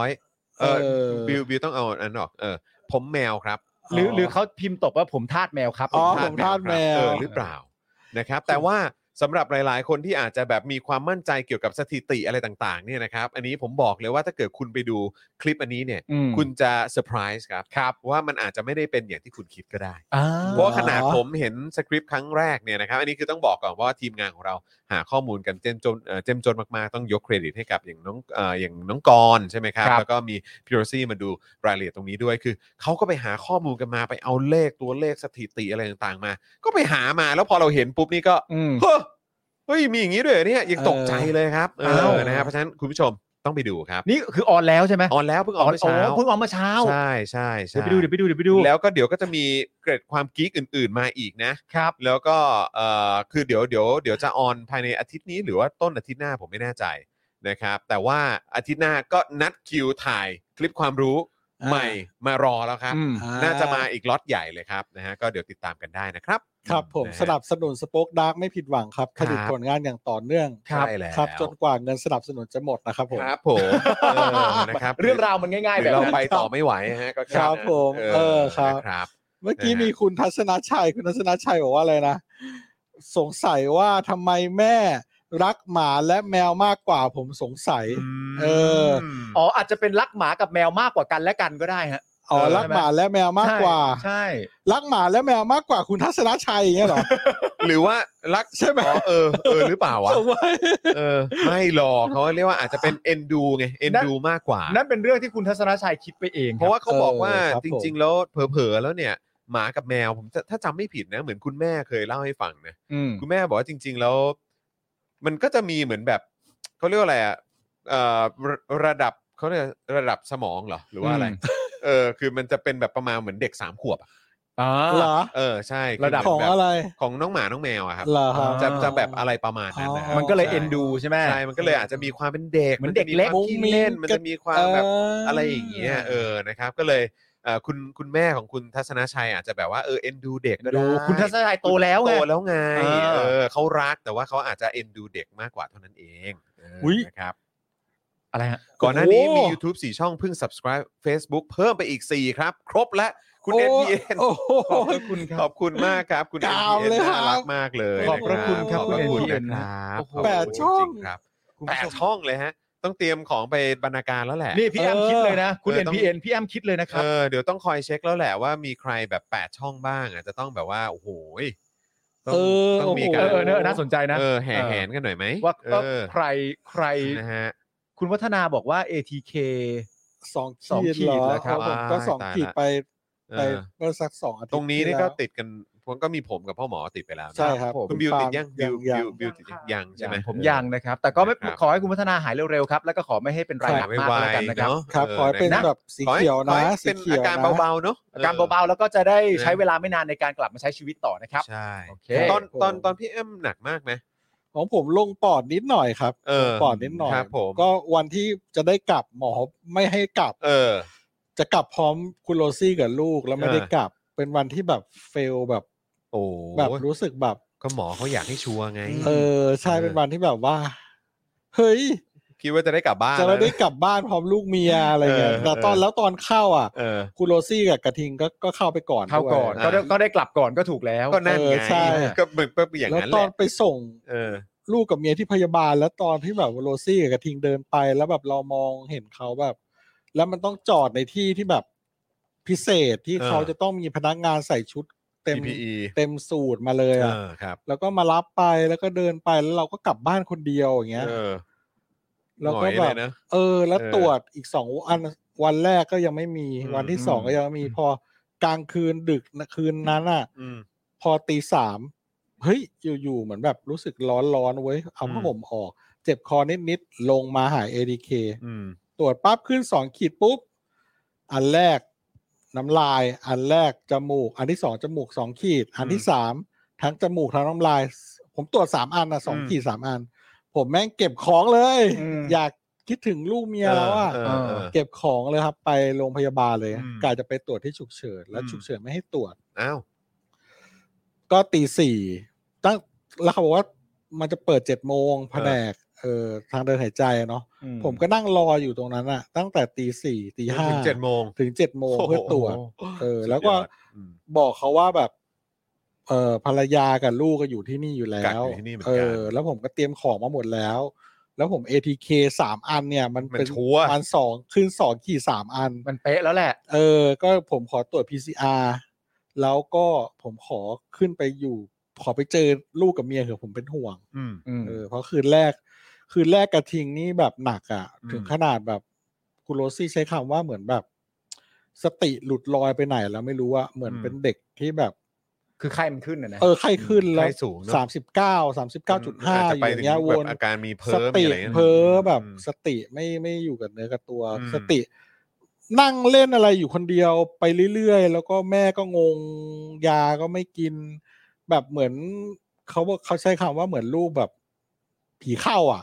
100บิวต้องเอาอันออกผมแมวครับหรือเขาพิมพ์ตกว่าผมทาสแมวครับผมทาสแมวหรือเปล่านะครับแต่ว่าสำหรับหลายๆคนที่อาจจะแบบมีความมั่นใจเกี่ยวกับสถิติอะไรต่างๆเนี่ยนะครับอันนี้ผมบอกเลยว่าถ้าเกิดคุณไปดูคลิปอันนี้เนี่ยคุณจะเซอร์ไพรส์ครับว่ามันอาจจะไม่ได้เป็นอย่างที่คุณคิดก็ได้เพราะขนาดผมเห็นสคริปต์ครั้งแรกเนี่ยนะครับอันนี้คือต้องบอกก่อนว่าทีมงานของเราหาข้อมูลกันเจ้มจนมากๆต้องยกเครดิตให้กับอย่างน้องกรใช่ไหมครับแล้วก็มีพี่โรซี่มาดูรายละเอียดตรงนี้ด้วยคือเขาก็ไปหาข้อมูลกันมาไปเอาตัวเลขสถิติอะไรต่างๆมาก็ไปหามาแล้วพอเราเห็นปุ๊บนี่ก็เฮ้ยมีอย่างนี้ด้วยเนี่ยยังตกใจเลยครับนะฮะเพราะฉะนั้นคุณผู้ชมต้องไปดูครับนี่คือออนแล้วใช่ไหมออนแล้วเพิ่งออนเมื่อเช้าใช่ไปดูแล้วก็เดี๋ยวก็จะมีเกร็ดความกิ๊กอื่นๆมาอีกนะครับแล้วก็คือเดี๋ยวจะออนภายในอาทิตย์นี้หรือว่าต้นอาทิตย์หน้าผมไม่แน่ใจนะครับแต่ว่าอาทิตย์หน้าก็นัดคิวถ่ายคลิปความรู้ใหม่มารอแล้วครับน่าจะมาอีกล็อตใหญ่เลยครับนะฮะก็เดี๋ยวติดตามกันได้นะครับครับผมสนับสนุนสป็อคดาร์กไม่ผิดหวังครับผลิตผลงานอย่างต่อเนื่องครับจนกว่าเงินสนับสนุนจะหมดนะครับผมครับผมนะครับเรื่องราวมันง่ายๆแบบเราไปต่อไม่ไหวฮะก็ครับผมครับเมื่อกี้มีคุณทัศนชัยบอกว่าอะไรนะสงสัยว่าทำไมแม่รักหมาและแมวมากกว่าผมสงสัยอาจจะเป็นรักหมากับแมวมากกว่ากันและกันก็ได้ฮะรักหมาและแมวมากกว่าใช่รักหมาและแมวมากกว่าคุณทัศนชัยอย่างเงี้ยหรอหรือว่ารักใช่ไหมหรือเปล่าวะไม่หรอกเขาเรียกว่าอาจจะเป็นเอ็นดูไงเอ็นดูมากกว่านั่นเป็นเรื่องที่คุณทัศนชัยคิดไปเองเพราะว่าเขาบอกว่าจริงๆแล้วเผลอๆแล้วเนี่ยหมากับแมวผมถ้าจำไม่ผิดนะเหมือนคุณแม่เคยเล่าให้ฟังนะคุณแม่บอกว่าจริงๆแล้วมันก็จะมีเหมือนแบบเขาเรียกว่าอะไรระดับเขาเรียกระดับสมองเหรอหรือว่าอะไรคือมันจะเป็นแบบประมาณเหมือนเด็ก3 ขวบเหรอใช่ระดับของอะไรของน้องหมาน้องแมวอะครับจะแบบอะไรประมาณนั้นนะมันก็เลยเอ็นดูใช่ไหมใช่มันก็เลยอาจจะมีความเป็นเด็กเหมือนเด็กเล็กเล่นมันจะมีความแบบอะไรอย่างเงี้ยนะครับก็เลยคุณแม่ของคุณทัศนชัยอาจจะแบบว่าเอ็นดูเด็กก็ได้คุณทัศนชัยโตแล้วไงเขารักแต่ว่าเขาอาจจะเอ็นดูเด็กมากกว่าเท่านั้นเองนะครับอะไรฮะก่อนหน้านี้มี YouTube 4 ช่องเพิ่ง subscribe Facebook เพิ่มไปอีก4ครับครบแล้วคุณ NPN ขอบคุณมากครับคุณ NPN น่ารักมากเลยขอบพระคุณครับคุณ NPN ครับ 8 ช่องครับ8 ช่องเลยฮะต้องเตรียมของไปบรรณาการแล้วแหละนี่พี่แอมคิดเลยนะคุณ NPN พี่แอมคิดเลยนะครับเดี๋ยวต้องคอยเช็คแล้วแหละว่ามีใครแบบ8 ช่องบ้างจะต้องแบบว่าโอ้โหต้องมีการน่าสนใจนะแห่แหนกันหน่อยไหมว่าใครนะฮะคุณวัฒนาบอกว่า ATK 2 ขีดแล้วครับผมก็2 ขีดไปเมื่อสัก2 อาทิตย์ตรงนี้นี่ก็ติดกันผมก็มีผมกับพ่อหมอติดไปแล้วใช่ครับคุณบิวติดยังบิวติดยังใช่ไหมผมยังนะครับแต่ก็ไม่ขอให้คุณวัฒนาหายเร็วๆครับแล้วก็ขอไม่ให้เป็นรายหนักมากแล้วกันนะครับครับขอเป็นแบบสีเขียวนะเป็นอาการเบาๆเนาะอาการเบาๆแล้วก็จะได้ใช้เวลาไม่นานในการกลับมาใช้ชีวิตต่อนะครับใช่ตอนพี่แอมหนักมากไหมของผมลงปอดนิดหน่อยครับปอดนิดหน่อยก็วันที่จะได้กลับหมอไม่ให้กลับจะกลับพร้อมคุณโรซี่กับลูกแล้วไม่ได้กลับเป็นวันที่แบบเฟลแบบแบบรู้สึกแบบก็หมอเขาอยากให้ชัวร์ไงใช่เป็นวันที่แบบว่าเฮ้ยคิดว่าจะได้กลับบ้านจะได้กลับบ้านพร้อมลูกเมียอะไรเงี้ยแต่ตอนเข้าอ่ะคุณโรซี่กับกระทิงก็เข้าไปก่อนก็ได้กลับก่อนก็ถูกแล้วก็นั่นไงก็เหมือนอย่างนั้นแหละแล้วตอนไปส่งลูกกับเมียที่พยาบาลแล้วตอนที่แบบโรซี่กับกระทิงเดินไปแล้วแบบเรามองเห็นเขาแบบแล้วมันต้องจอดในที่ที่แบบพิเศษที่เขาจะต้องมีพนักงานใส่ชุดเต็มสูตรมาเลยอ่ะแล้วก็มารับไปแล้วก็เดินไปแล้วเราก็กลับบ้านคนเดียวอย่างเงี้ยแล้วก็แบบแล้วตรวจอีก2 วันแรกก็ยังไม่มีวันที่2ก็ยังไม่มีพอกลางคืนดึกคืนนั้นอ่ะพอตี 3เฮ้ยอยู่ๆเหมือนแบบรู้สึกร้อนเว้ยเอาผ้าห่มออกเจ็บคอนิดๆลงมาหา ADK ตรวจปั๊บขึ้น2 ขีดปุ๊บอันแรกน้ำลายอันแรกจมูกอันที่2จมูก2ขีดอันที่3ทั้งจมูกทั้งน้ำลายผมตรวจ3อันนะ2ขีด3อันผมแม่งเก็บของเลยอยากคิดถึงลูกเมียแล้วอ่ะเก็บของเลยครับไปโรงพยาบาลเลยกะจะไปตรวจที่ฉุกเฉินแล้วฉุกเฉินไม่ให้ตรวจอ้าวก็ตี 4ตั้งแล้วเขาบอกว่ามันจะเปิด 7 โมงแผนกทางเดินหายใจเนาะผมก็นั่งรออยู่ตรงนั้นอะตั้งแต่ตี 4 ตี 5ถึง 7 โมงเพื่อตรวจแล้วก็บอกเขาว่าแบบภรรยากับลูกก็อยู่ที่นี่อยู่แล้วแล้วผมก็เตรียมของมาหมดแล้วผม ATK 3 อันเนี่ยมันเป็นมัน2ขึ้น2ขีด3อันมันเป๊ะแล้วแหละก็ผมขอตรวจ PCR แล้วก็ผมขอขึ้นไปอยู่ขอไปเจอลูกกับเมียเถอะผมเป็นห่วงเพราะคืนแรกกระทิงนี่แบบหนักอ่ะถึงขนาดแบบคุณโรซี่ใช้คำว่าเหมือนแบบสติหลุดลอยไปไหนแล้วไม่รู้ว่าเหมือนเป็นเด็กที่แบบคือไข้มันขึ้นนะไข้ขึ้นแล้ว39.5อย่างเงี้ยวนอาการมีเพ้อมีอะไรเพ้อแบบสติไม่อยู่กับเนื้อกับตัวสตินั่งเล่นอะไรอยู่คนเดียวไปเรื่อยๆแล้วก็แม่ก็งงยาก็ไม่กินแบบเหมือนเขาใช้คำว่าเหมือนลูกแบบผีเข้าอ่ะ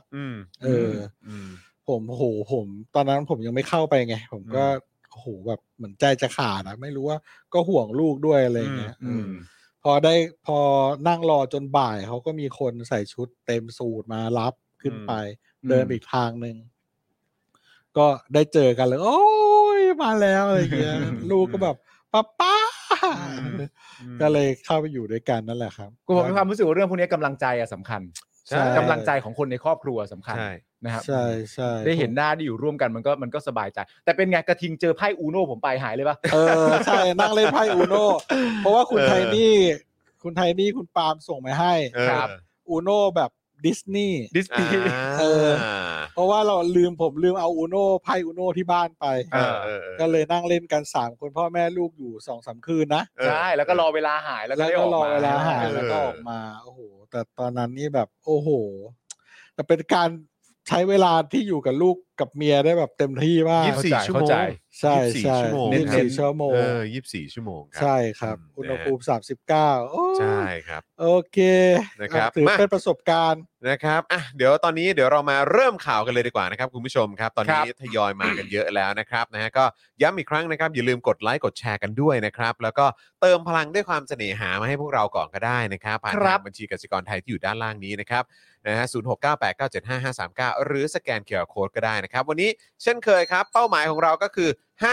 ผมตอนนั้นผมยังไม่เข้าไปไงผมก็โอ้โหแบบเหมือนใจจะขาดนะไม่รู้ว่าก็ห่วงลูกด้วยอะไรเงี้ยพอนั่งรอจนบ่ายเขาก็มีคนใส่ชุดเต็มสูทมารับขึ้นไปเดินอีกทางนึงก็ได้เจอกันเลยโอ้ยมาแล้วอะไรเงี้ยลูกก็แบบป้าก็เลยเข้าไปอยู่ด้วยกันนั่นแหละครับกูมีความรู้สึกว่าเรื่องพวกนี้กำลังใจสำคัญกำลังใจของคนในครอบครัวสำคัญนะครับใช่ได้เห็นหน้าได้อยู่ร่วมกันมันก็สบายใจแต่เป็นไงกระทิงเจอไพ่อูโน่ผมไปหายเลยป่ะใช่นั่งเล่นไพ่อูโน่เพราะว่าคุณไทนี่คุณปาล์มส่งมาให้ครับอูโน่แบบดิสนีย์เพราะว่าผมลืมเอาอูโน่ไพ่อูโน่ที่บ้านไปก็เลยนั่งเล่นกัน3คนพ่อแม่ลูกอยู่ 2-3 คืนนะใช่แล้วก็รอเวลาหายแล้วก็รอเวลาหายแล้วก็ออกมาโอ้โหแต่ตอนนั้นนี่แบบโอ้โหแต่เป็นการใช้เวลาที่อยู่กับลูกกับเมียได้แบบเต็มที่มาก 24 ชั่วโมงใช่24 ชั่วโมง 24 ชั่วโมงใช่ครับอุณหภูมิ39 ใช่ครับโอเคนะครับถือเป็นประสบการณ์นะครับเดี๋ยวตอนนี้เรามาเริ่มข่าวกันเลยดีกว่านะครับคุณผู้ชมครับตอนนี้ทยอยมากันเยอะแล้วนะครับนะฮะก็ย้ำอีกครั้งนะครับอย่าลืมกดไลค์กดแชร์กันด้วยนะครับแล้วก็เติมพลังด้วยความเสน่หามาให้พวกเราก่อนก็ได้นะครับผ่านทางบัญชีกสิกรไทยที่อยู่ด้านล่างนี้นะครับนะฮะ0698975539หรือสแกน QR Code ก็ได้นะครับวันนี้เช่นเคยครับเป้าหมายของเราก็คือ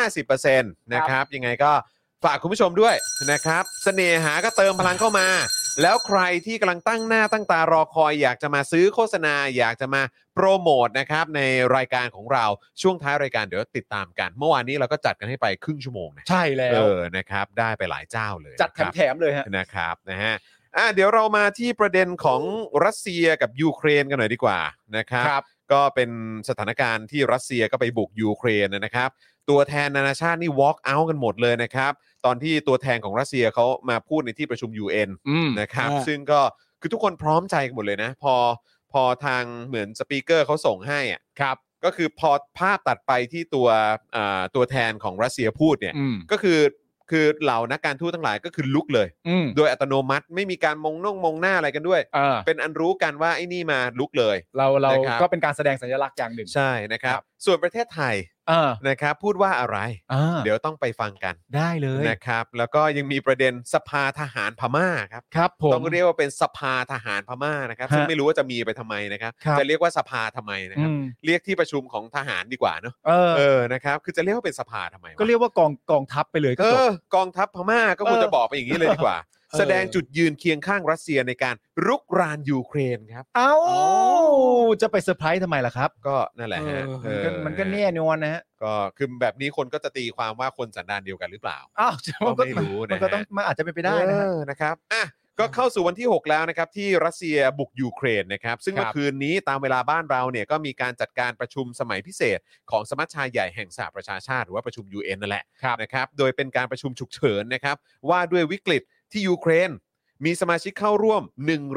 50% นะครับยังไงก็ฝากคุณผู้ชมด้วยนะครับเสน่หาก็เติมพลังเข้ามาแล้วใครที่กำลังตั้งหน้าตั้งตารอคอยอยากจะมาซื้อโฆษณาอยากจะมาโปรโมทนะครับในรายการของเราช่วงท้ายรายการเดี๋ยวติดตามกันเมื่อวานนี้เราก็จัดกันให้ไปครึ่งชั่วโมงนะใช่แล้วนะครับได้ไปหลายเจ้าเลยจัดแถมเลยฮะนะครับนะฮะเดี๋ยวเรามาที่ประเด็นของรัสเซียกับยูเครนกันหน่อยดีกว่านะครับก็เป็นสถานการณ์ที่รัสเซียก็ไปบุกยูเครนนะครับตัวแทนนานาชาตินี่ walk out กันหมดเลยนะครับตอนที่ตัวแทนของรัสเซียเขามาพูดในที่ประชุม UN นะครับซึ่งก็คือทุกคนพร้อมใจกันหมดเลยนะพอทางเหมือนสปีกเกอร์เขาส่งให้ครับก็คือพอภาพตัดไปที่ตัวแทนของรัสเซียพูดเนี่ยก็คือเหล่านักการทูตทั้งหลายก็คือลุกเลยโดยอัตโนมัติไม่มีการมองหน้าอะไรกันด้วยเป็นอันรู้กันว่าไอ้นี่มาลุกเลยเราก็เป็นการแสดงสัญลักษณ์อย่างหนึ่งใช่นะครับส่วนประเทศไทยนะครับพูดว่าอะไรเดี๋ยวต้องไปฟังกันได้เลยนะครับแล้วก็ยังมีประเด็นสภาทหารพม่าครับผมต้องเรียกว่าเป็นสภาทหารพม่านะครับซึ่งไม่รู้ว่าจะมีไปทำไมนะครับจะเรียกว่าสภาทำไมนะครับเรียกที่ประชุมของทหารดีกว่าเนอะนะครับคือจะเรียกว่าเป็นสภาทำไมก็เรียกว่ากองทัพไปเลยก็กองทัพพม่าก็ควรจะบอกไปอย่างนี้เลยดีกว่าแสดงจุดยืนเคียงข้างรัสเซียในการรุกรานยูเครนครับจะไปเซอร์ไพรส์ทำไมล่ะครับก็นั่นแหละฮะมันก็แน่นอนนะฮะก็คือแบบนี้คนก็จะตีความว่าคนสันดานเดียวกันหรือเปล่าก็ไม่รู้นะมันอาจจะเป็นไปได้นะครับก็เข้าสู่วันที่ 6 แล้วนะครับที่รัสเซียบุกยูเครนนะครับซึ่งเมื่อคืนนี้ตามเวลาบ้านเราเนี่ยก็มีการจัดการประชุมสมัยพิเศษของสมัชชาใหญ่แห่งสหประชาชาติหรือว่าประชุม UN นั่นแหละนะครับโดยเป็นการประชุมฉุกเฉินนะครับว่าด้วยวิกฤตที่ยูเครนมีสมาชิกเข้าร่วม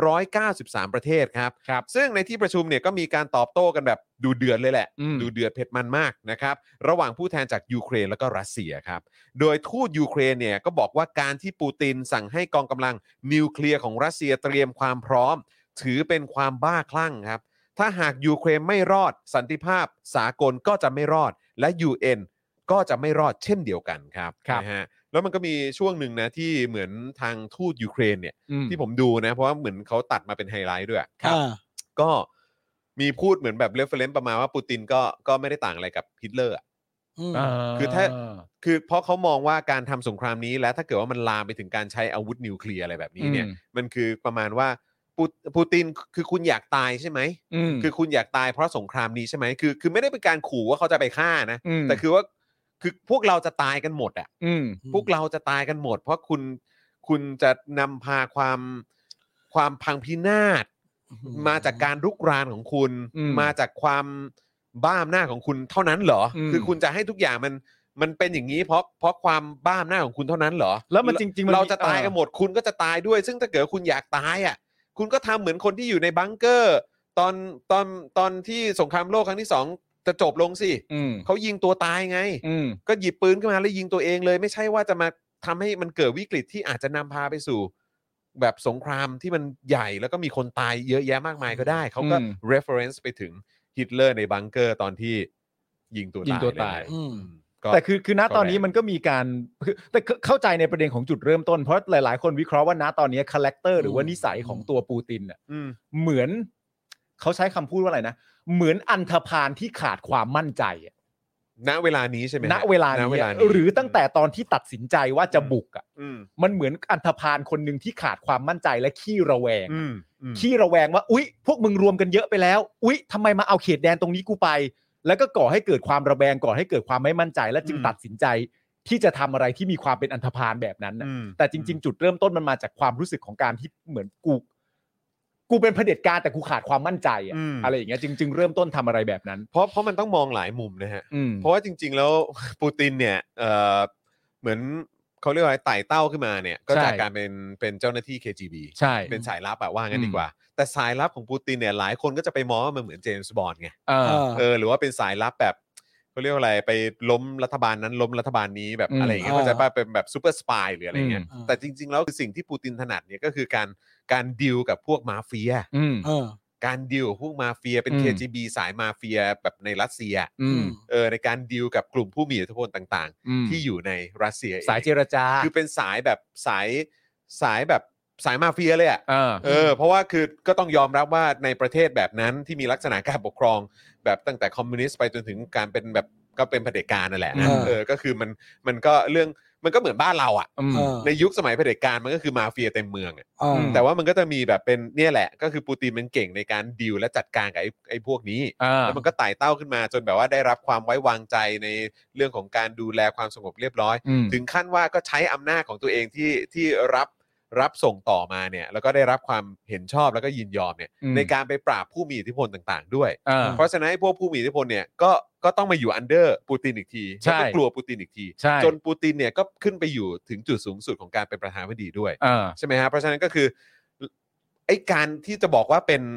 193ประเทศครับซึ่งในที่ประชุมเนี่ยก็มีการตอบโต้กันแบบดูเดือดเลยแหละดูเดือดเผ็ดมันมากนะครับระหว่างผู้แทนจากยูเครนแล้วก็รัสเซียครับโดยทูตยูเครนเนี่ยก็บอกว่าการที่ปูตินสั่งให้กองกำลังนิวเคลียร์ของรัสเซียเตรียมความพร้อมถือเป็นความบ้าคลั่งครับถ้าหากยูเครนไม่รอดสันติภาพสากลก็จะไม่รอดและ UN ก็จะไม่รอดเช่นเดียวกันครับนะฮะแล้วมันก็มีช่วงหนึ่งนะที่เหมือนทางทูตยูเครนเนี่ยที่ผมดูนะเพราะว่าเหมือนเขาตัดมาเป็นไฮไลท์ด้วยครับก็มีพูดเหมือนแบบเรฟเฟอเรนซ์ประมาณว่าปูตินก็ไม่ได้ต่างอะไรกับฮิตเลอร์คือถ้าคือเพราะเขามองว่าการทำสงครามนี้แล้วถ้าเกิดว่ามันลามไปถึงการใช้อาวุธนิวเคลียร์อะไรแบบนี้เนี่ยมันคือประมาณว่าปูตินคือคุณอยากตายใช่ไหมคือคุณอยากตายเพราะสงครามนี้ใช่ไหมคือไม่ได้เป็นการขู่ว่าเขาจะไปฆ่านะแต่คือว่าคือพวกเราจะตายกันหมดอ่ะพวกเราจะตายกันหมดเพราะคุณจะนำพาความพังพินาศมาจากการรุกรานของคุณมาจากความบ้าอำนาจของคุณเท่านั้นเหรอคือคุณจะให้ทุกอย่างมันเป็นอย่างนี้เพราะความบ้าอำนาจของคุณเท่านั้นเหรอแล้วมันจริงๆเราจะตายกันหมดคุณก็จะตายด้วยซึ่งถ้าเกิดคุณอยากตายอ่ะคุณก็ทำเหมือนคนที่อยู่ในบังเกอร์ตอนที่สงครามโลกครั้งที่2จะจบลงสิเขายิงตัวตายไงก็หยิบปืนขึ้นมาแล้วยิงตัวเองเลยไม่ใช่ว่าจะมาทำให้มันเกิดวิกฤตที่อาจจะนำพาไปสู่แบบสงครามที่มันใหญ่แล้วก็มีคนตายเยอะแยะมากมายก็ได้เขาก็ reference ไปถึงฮิตเลอร์ในบังเกอร์ตอนที่ยิงตัวตายแต่คือณตอนนี้มันก็มีการแต่เข้าใจในประเด็นของจุดเริ่มต้นเพราะหลายๆคนวิเคราะห์ว่าณตอนนี้คาแรคเตอร์หรือว่านิสัยของตัวปูตินอ่ะเหมือนเขาใช้คำพูดว่าอะไรนะเหมือนอันธพาลที่ขาดความมั่นใจณเวลานี้ใช่ไหมณเวลานี้หรือตั้งแต่ตอนที่ตัดสินใจว่าจะบุกอ่ะมันเหมือนอันธพาลคนหนึ่งที่ขาดความมั่นใจและขี้ระแวงว่าอุ๊ยพวกมึงรวมกันเยอะไปแล้วอุ๊ยทำไมมาเอาเขตแดนตรงนี้กูไปแล้วก็ก่อให้เกิดความระแวงก่อให้เกิดความไม่มั่นใจและจึงตัดสินใจที่จะทำอะไรที่มีความเป็นอันธพาลแบบนั้นนะแต่จริงๆจุดเริ่มต้นมันมาจากความรู้สึกของการที่เหมือนกูเป็นเผด็จการแต่กูขาดความมั่นใจอะไรอย่างเงี้ยจึงเริ่มต้นทำอะไรแบบนั้นเพราะมันต้องมองหลายมุมนะฮะเพราะว่าจริงๆแล้วปูตินเนี่ยเหมือนเขาเรียกว่าไต่เต้าขึ้นมาเนี่ยก็จากการเป็นเจ้าหน้าที่ KGB ใช่เป็นสายลับว่างั้นดีกว่าแต่สายลับของปูตินเนี่ยหลายคนก็จะไปมองว่ามันเหมือนเจมส์บอนด์ไงหรือว่าเป็นสายลับแบบเขาเรียกว่าอะไรไปล้มรัฐบาลนั้นล้มรัฐบาลนี้แบบอะไรอย่างเงี้ยก็จะเป็นแบบซูเปอร์สปายหรืออะไรเงี้ยแต่จริงๆแล้วคือสิ่งที่ปูตินถนัดเนี่ยก็คือการดีลกับพวกมาเฟียการดีลพวกมาเฟียเป็น KGB สายมาเฟียแบบในรัสเซียในการดีลกับกลุ่มผู้มีอิทธิพลต่างๆที่อยู่ในรัสเซียสายเจรจาคือเป็นสายแบบสายแบบสายมาเฟียเลยอ่ะเพราะว่าคือก็ต้องยอมรับว่าในประเทศแบบนั้นที่มีลักษณะการปกครองแบบตั้งแต่คอมมิวนิสต์ไปจนถึงการเป็นแบบก็เป็นเผด็จการนั่นแหละนะก็คือมันก็เรื่องมันก็เหมือนบ้านเราอ่ะในยุคสมัยเผด็จการมันก็คือมาเฟียเต็มเมืองแต่ว่ามันก็จะมีแบบเป็นเนี่ยแหละก็คือปูตินมันเก่งในการดีลและจัดการกับไอ้พวกนี้แล้วมันก็ไต่เต้าขึ้นมาจนแบบว่าได้รับความไว้วางใจในเรื่องของการดูแลความสงบเรียบร้อยถึงขั้นว่าก็ใช้อำนาจของตัวเองที่รับส่งต่อมาเนี่ยแล้วก็ได้รับความเห็นชอบแล้วก็ยินยอมเนี่ยในการไปปราบผู้มีอิทธิพลต่างๆด้วยเพราะฉะนั้นพวกผู้มีอิทธิพลเนี่ยก็ต้องมาอยู่อันเดอร์ปูตินอีกทีแล้วก็กลัวปูตินอีกทีจนปูตินเนี่ยก็ขึ้นไปอยู่ถึงจุดสูงสุดของการเป็นประธานาธิบดีด้วยใช่ไหมฮะเพราะฉะนั้นก็คือไอ้การที่จะบอกว่า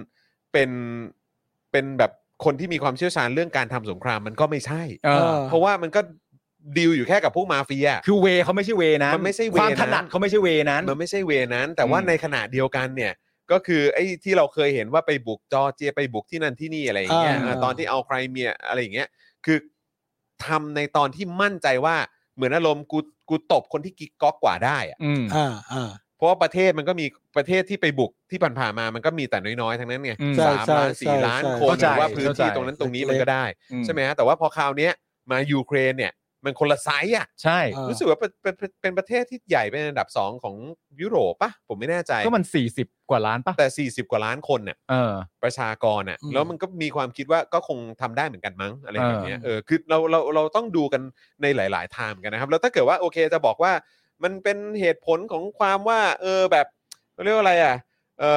เป็นแบบคนที่มีความเชี่ยวชาญเรื่องการทำสงครามมันก็ไม่ใช่เพราะว่ามันก็ดีลอยู่แค่กับพวกมาเฟียคือเวเขาไม่ใช่เวนั้นมันไม่ใช่เวความถนัดเขาไม่ใช่เวนั้นมันไม่ใช่เวนั้นแต่ว่าในขณะเดียวกันเนี่ยก็คือไอ้ที่เราเคยเห็นว่าไปบุกจอร์เจียไปบุกที่นั่นที่นี่อะไรอย่างเงี้ยตอนที่เอาไครเมียอะไรอย่างเงี้ยคือทำในตอนที่มั่นใจว่าเหมือนอารมณ์กูตบคนที่กิ๊กก๊อกกว่าได้อะเพราะว่าประเทศมันก็มีประเทศที่ไปบุกที่ผ่านๆมามันก็มีแต่น้อยๆทั้งนั้นไง3 ล้าน 4 ล้านคนหรือว่าพื้นที่ตรงนั้นตรงนี้มันก็ได้ใช่ไหมฮะแต่ว่าพอคราวนี้มายูเครนเนี่ยมันคนละไซส์อ่ะใช่รู้สึกว่าเป็นประเทศที่ใหญ่เป็นอันดับ2ของยุโรปป่ะผมไม่แน่ใจก็มัน40กว่าล้านป่ะแต่40กว่าล้านคนเนี่ยประชากรน่ะแล้วมันก็มีความคิดว่าก็คงทำได้เหมือนกันมั้งอะไรแบบนี้คือเราต้องดูกันในหลายๆทางกันนะครับแล้วถ้าเกิดว่าโอเคจะบอกว่ามันเป็นเหตุผลของความว่าแบบเรียกว่าอะไรอ่ะ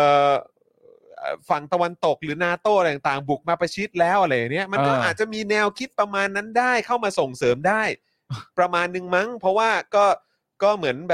ฝั่งตะวันตกหรือนาโต้อะไรต่างๆบุกมาประชิดแล้วอะไรเนี้ยมันก็อาจจะมีแนวคิดประมาณนั้นได้เข้ามาส่งเสริมได้ประมาณนึงมั้งเพราะว่าก็เหมือนแบบ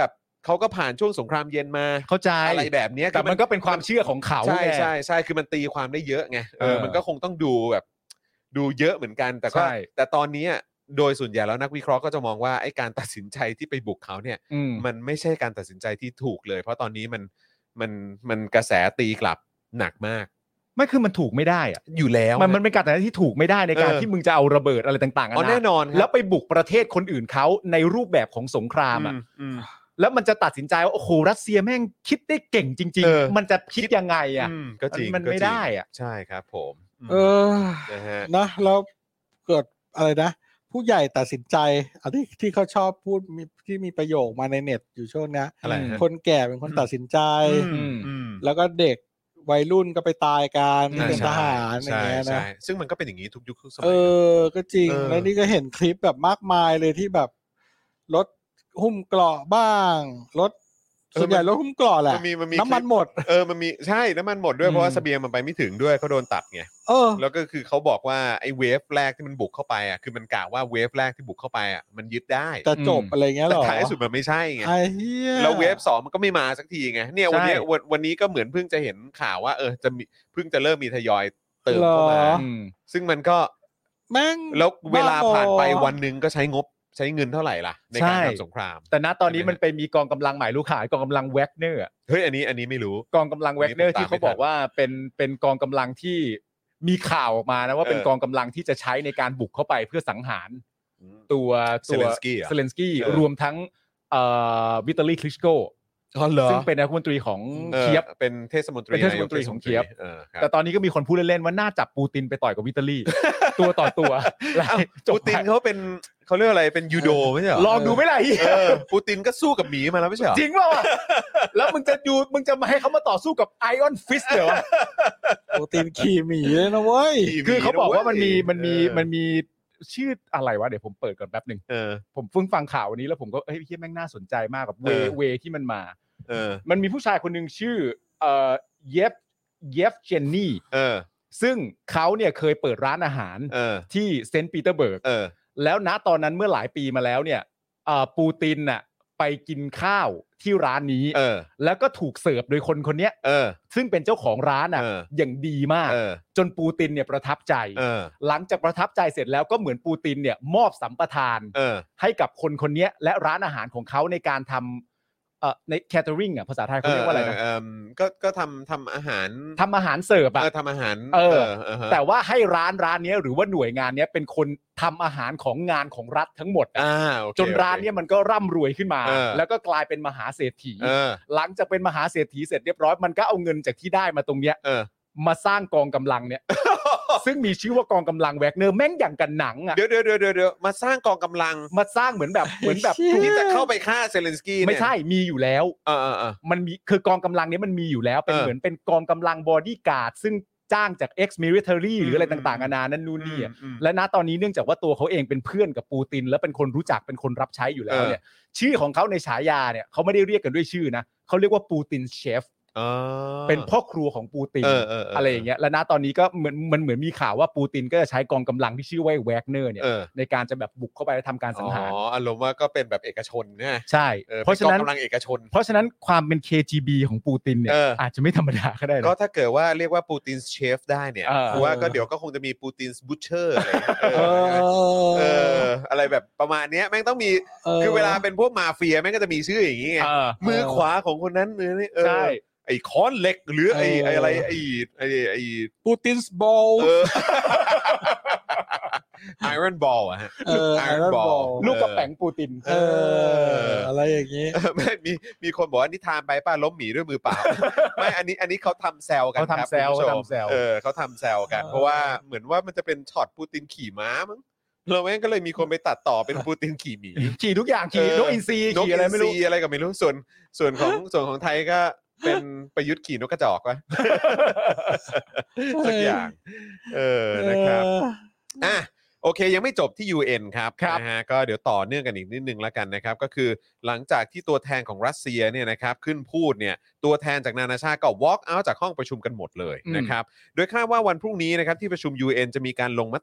เขาก็ผ่านช่วงสงครามเย็นมาเข้าใจอะไรแบบนี้แต่มันก็เป็นความเชื่อของเขาใช่ใช่ใช่คือมันตีความได้เยอะไงมันก็คงต้องดูแบบดูเยอะเหมือนกันแต่ตอนนี้โดยส่วนใหญ่แล้วนักวิเคราะห์ก็จะมองว่าไอ้การตัดสินใจที่ไปบุกเขาเนี่ยมันไม่ใช่การตัดสินใจที่ถูกเลยเพราะตอนนี้มันกระแสตีกลับหนักมากไม่คือมันถูกไม่ได้อะอยู่แล้วมันเป็นการตัดสินใจที่ถูกไม่ได้ในการที่มึงจะเอาระเบิดอะไรต่างๆแน่นอนแล้วไปบุกประเทศคนอื่นเขาในรูปแบบของสงครามอ่ะแล้วมันจะตัดสินใจว่าโอ้โหรัสเซียแม่งคิดได้เก่งจริงๆมันจะคิดยังไงอ่ะก็จริงมันไม่ได้อ่ะใช่ครับผมนะแล้วเกิดอะไรนะผู้ใหญ่ตัดสินใจอันที่เขาชอบพูดที่มีประโยคมาในเน็ตอยู่ช่วงนี้คนแก่เป็นคนตัดสินใจแล้วก็เด็กวัยรุ่นก็ไปตายกันเป็นทหารอย่างเงี้ยนะซึ่งมันก็เป็นอย่างนี้ทุกยุคทุกสมัยก็จริงแล้วนี่ก็เห็นคลิปแบบมากมายเลยที่แบบรถหุ้มเกราะบ้างรถส่วนใหญ่รถหุ้มเกราะแหละน้ำมันหมดมันมีใช่น้ำมันหมดด้วยเพราะว่าเสบียงมันไปไม่ถึงด้วยเขาโดนตัดไงแล้วก็คือเขาบอกว่าไอ้เวฟแรกที่มันบุกเข้าไปอ่ะคือมันกะว่าเวฟแรกที่บุกเข้าไปอ่ะมันยึดได้จะจบอะไรเงี้ยหรอแต่ท้ายสุดมันไม่ใช่ไงแล้วเวฟ2มันก็ไม่มาสักทีไงเนี่ยวันนี้ก็เหมือนเพิ่งจะเห็นข่าวว่าจะมีเพิ่งจะเริ่มมีทยอยเติมเข้ามาซึ่งมันก็แม่งแล้วเวลาผ่านไปวันนึงก็ใช้เงินเท่าไหร่ล่ะในการทำสงครามแต่ณตอนนี้มันไปมีกองกำลังใหม่ลูกขายกองกำลังแวกเนอร์เฮ้ยอันนี้ไม่รู้กองกำลังแวกเนอร์ที่เขาบอกว่าเป็นกองกำลังที่มีข่าวออกมานะว่าเป็นกองกำลังที่จะใช้ในการบุกเข้าไปเพื่อสังหารตัวเซเลนสกี้รวมทั้งวิตาลีคลิชโกซึ่งเป็นนายกรัฐมนตรีของเคียฟเป็นเทศมนตรีของเคียฟแต่ตอนนี้ก็มีคนพูดเล่นๆว่าน่าจับปูตินไปต่อยกับวิตาลีตัวต่อตัวปูตินเขาเป็นเขาเรียกอะไรเป็นยูโดไม่ใช่หรอลองดูไม่ได้ปูตินก็สู้กับหมีมาแล้วไม่ใช่หรอจริงป่ะแล้วมึงจะมาให้เขามาต่อสู้กับไอออนฟิสเหรอปูตินขี่หมีเลยนะเว้ยคือเขาบอกว่ามันมีชื่ออะไรวะเดี๋ยวผมเปิดก่อนแป๊บนึงผมเพิ่งฟังข่าววันนี้แล้วผมก็เฮ้ยแม่งน่าสนใจมากกับเวที่มันมามันมีผู้ชายคนหนึ่งชื่อเยฟเจนนี่ซึ่งเขาเนี่ยเคยเปิดร้านอาหารที่เซนต์ปีเตอร์เบิร์กแล้วณตอนนั้นเมื่อหลายปีมาแล้วเนี่ยปูตินน่ะไปกินข้าวที่ร้านนี้แล้วก็ถูกเสิร์ฟโดยคนนี้ซึ่งเป็นเจ้าของร้านอ่ะอย่างดีมากจนปูตินเนี่ยประทับใจหลังจากประทับใจเสร็จแล้วก็เหมือนปูตินเนี่ยมอบสัมปทานให้กับคนนี้และร้านอาหารของเขาในการทำในแคเทอริงอ่ะภาษาไทยเขาเรียกว่าอะไรนะก็ทำอาหารเสิร์ฟอ่ะทำอาหารแต่ว่าให้ร้านนี้หรือว่าหน่วยงานนี้เป็นคนทำอาหารของงานของรัฐทั้งหมดจนร้านนี้มันก็ร่ำรวยขึ้นมาแล้วก็กลายเป็นมหาเศรษฐีหลังจากเป็นมหาเศรษฐีเสร็จเรียบร้อยมันก็เอาเงินจากที่ได้มาตรงเนี้ยมาสร้างกองกำลังเนี่ย ซึ่งมีชื่อว่ากองกำลังแวกเนอร์แม่งอย่างกันหนังอ่ะเดี๋ยวมาสร้างกองกำลังมาสร้างเหมือนแบบที่จะเข้าไปฆ่าเซเลนสกี้ไม่ใช่มีอยู่แล้วมันมีคือกองกำลังนี้มันมีอยู่แล้วเป็นเหมือนเป็นกองกำลังบอดี้การ์ดซึ่งจ้างจาก ex military หรืออะไรต่างๆนานานั่นนู่นนี่และณตอนนี้เนื่องจากว่าตัวเขาเองเป็นเพื่อนกับปูตินและเป็นคนรู้จักเป็นคนรับใช้อยู่แล้วเนี่ยชื่อของเขาในฉายาเนี่ยเขาไม่ได้เรียกกันด้วยชื่อนะเขาเรียกว่าปูตินเชฟเป็นพ่อครัวของปูตินอะไรอย่างเงี้ยและณตอนนี้ก็เหมือนมีข่าวว่าปูตินก็จะใช้กองกำลังที่ชื่อว่าแวกเนอร์เนี่ยในการจะแบบบุกเข้าไปทำการสังหารอารมณ์ว่าก็เป็นแบบเอกชนเนี่ยใช่เพราะฉะนั้นกองกำลังเอกชนเพราะฉะนั้นความเป็น KGB ของปูตินเนี่ยอาจจะไม่ธรรมดาก็ได้ก็ถ้าเกิดว่าเรียกว่าปูตินเชฟได้เนี่ยว่าก็เดี๋ยวก็คงจะมีปูตินบูชเชอร์อะไรแบบประมาณนี้แม่งต้องมีคือเวลาเป็นพวกมาเฟียแม่งก็จะมีชื่ออย่างงี้มือขวาของคนนั้นมือนี่ใช่ไอ้ค้อนเหล็กหรือไอ้อะไรไอ้ปูตินส์บอลไอรอนบอลอะฮะไอรอนบอลลูกกระแป๋งปูตินอะไรอย่างงี้ไม่มีคนบอกว่านิทานไปป้าล้มหมีด้วยมือเปล่าไม่อันนี้เขาทำแซวกันครับเขาทำแซวเขาทำแซวกันเพราะว่าเหมือนว่ามันจะเป็นช็อตปูตินขี่ม้ามั้งเราแม่งก็เลยมีคนไปตัดต่อเป็นปูตินขี่หมีขี่ทุกอย่างขี่นกอินทรีขี่อะไรไม่รู้อะไรก็ไม่รู้ส่วนของไทยก็เป็นประยุทธ์ขี่นกกระจอกวะสักอย่างนะครับโอเคยังไม่จบที่ UN ครับนะฮะก็เดี๋ยวต่อเนื่องกันอีกนิดนึงแล้วกันนะครับก็คือหลังจากที่ตัวแทนของรัสเซียเนี่ยนะครับขึ้นพูดเนี่ยตัวแทนจากนานาชาติก็ walk out จากห้องประชุมกันหมดเลยนะครับโดยคาดว่าวันพรุ่งนี้นะครับที่ประชุม UN จะมีการลงมติ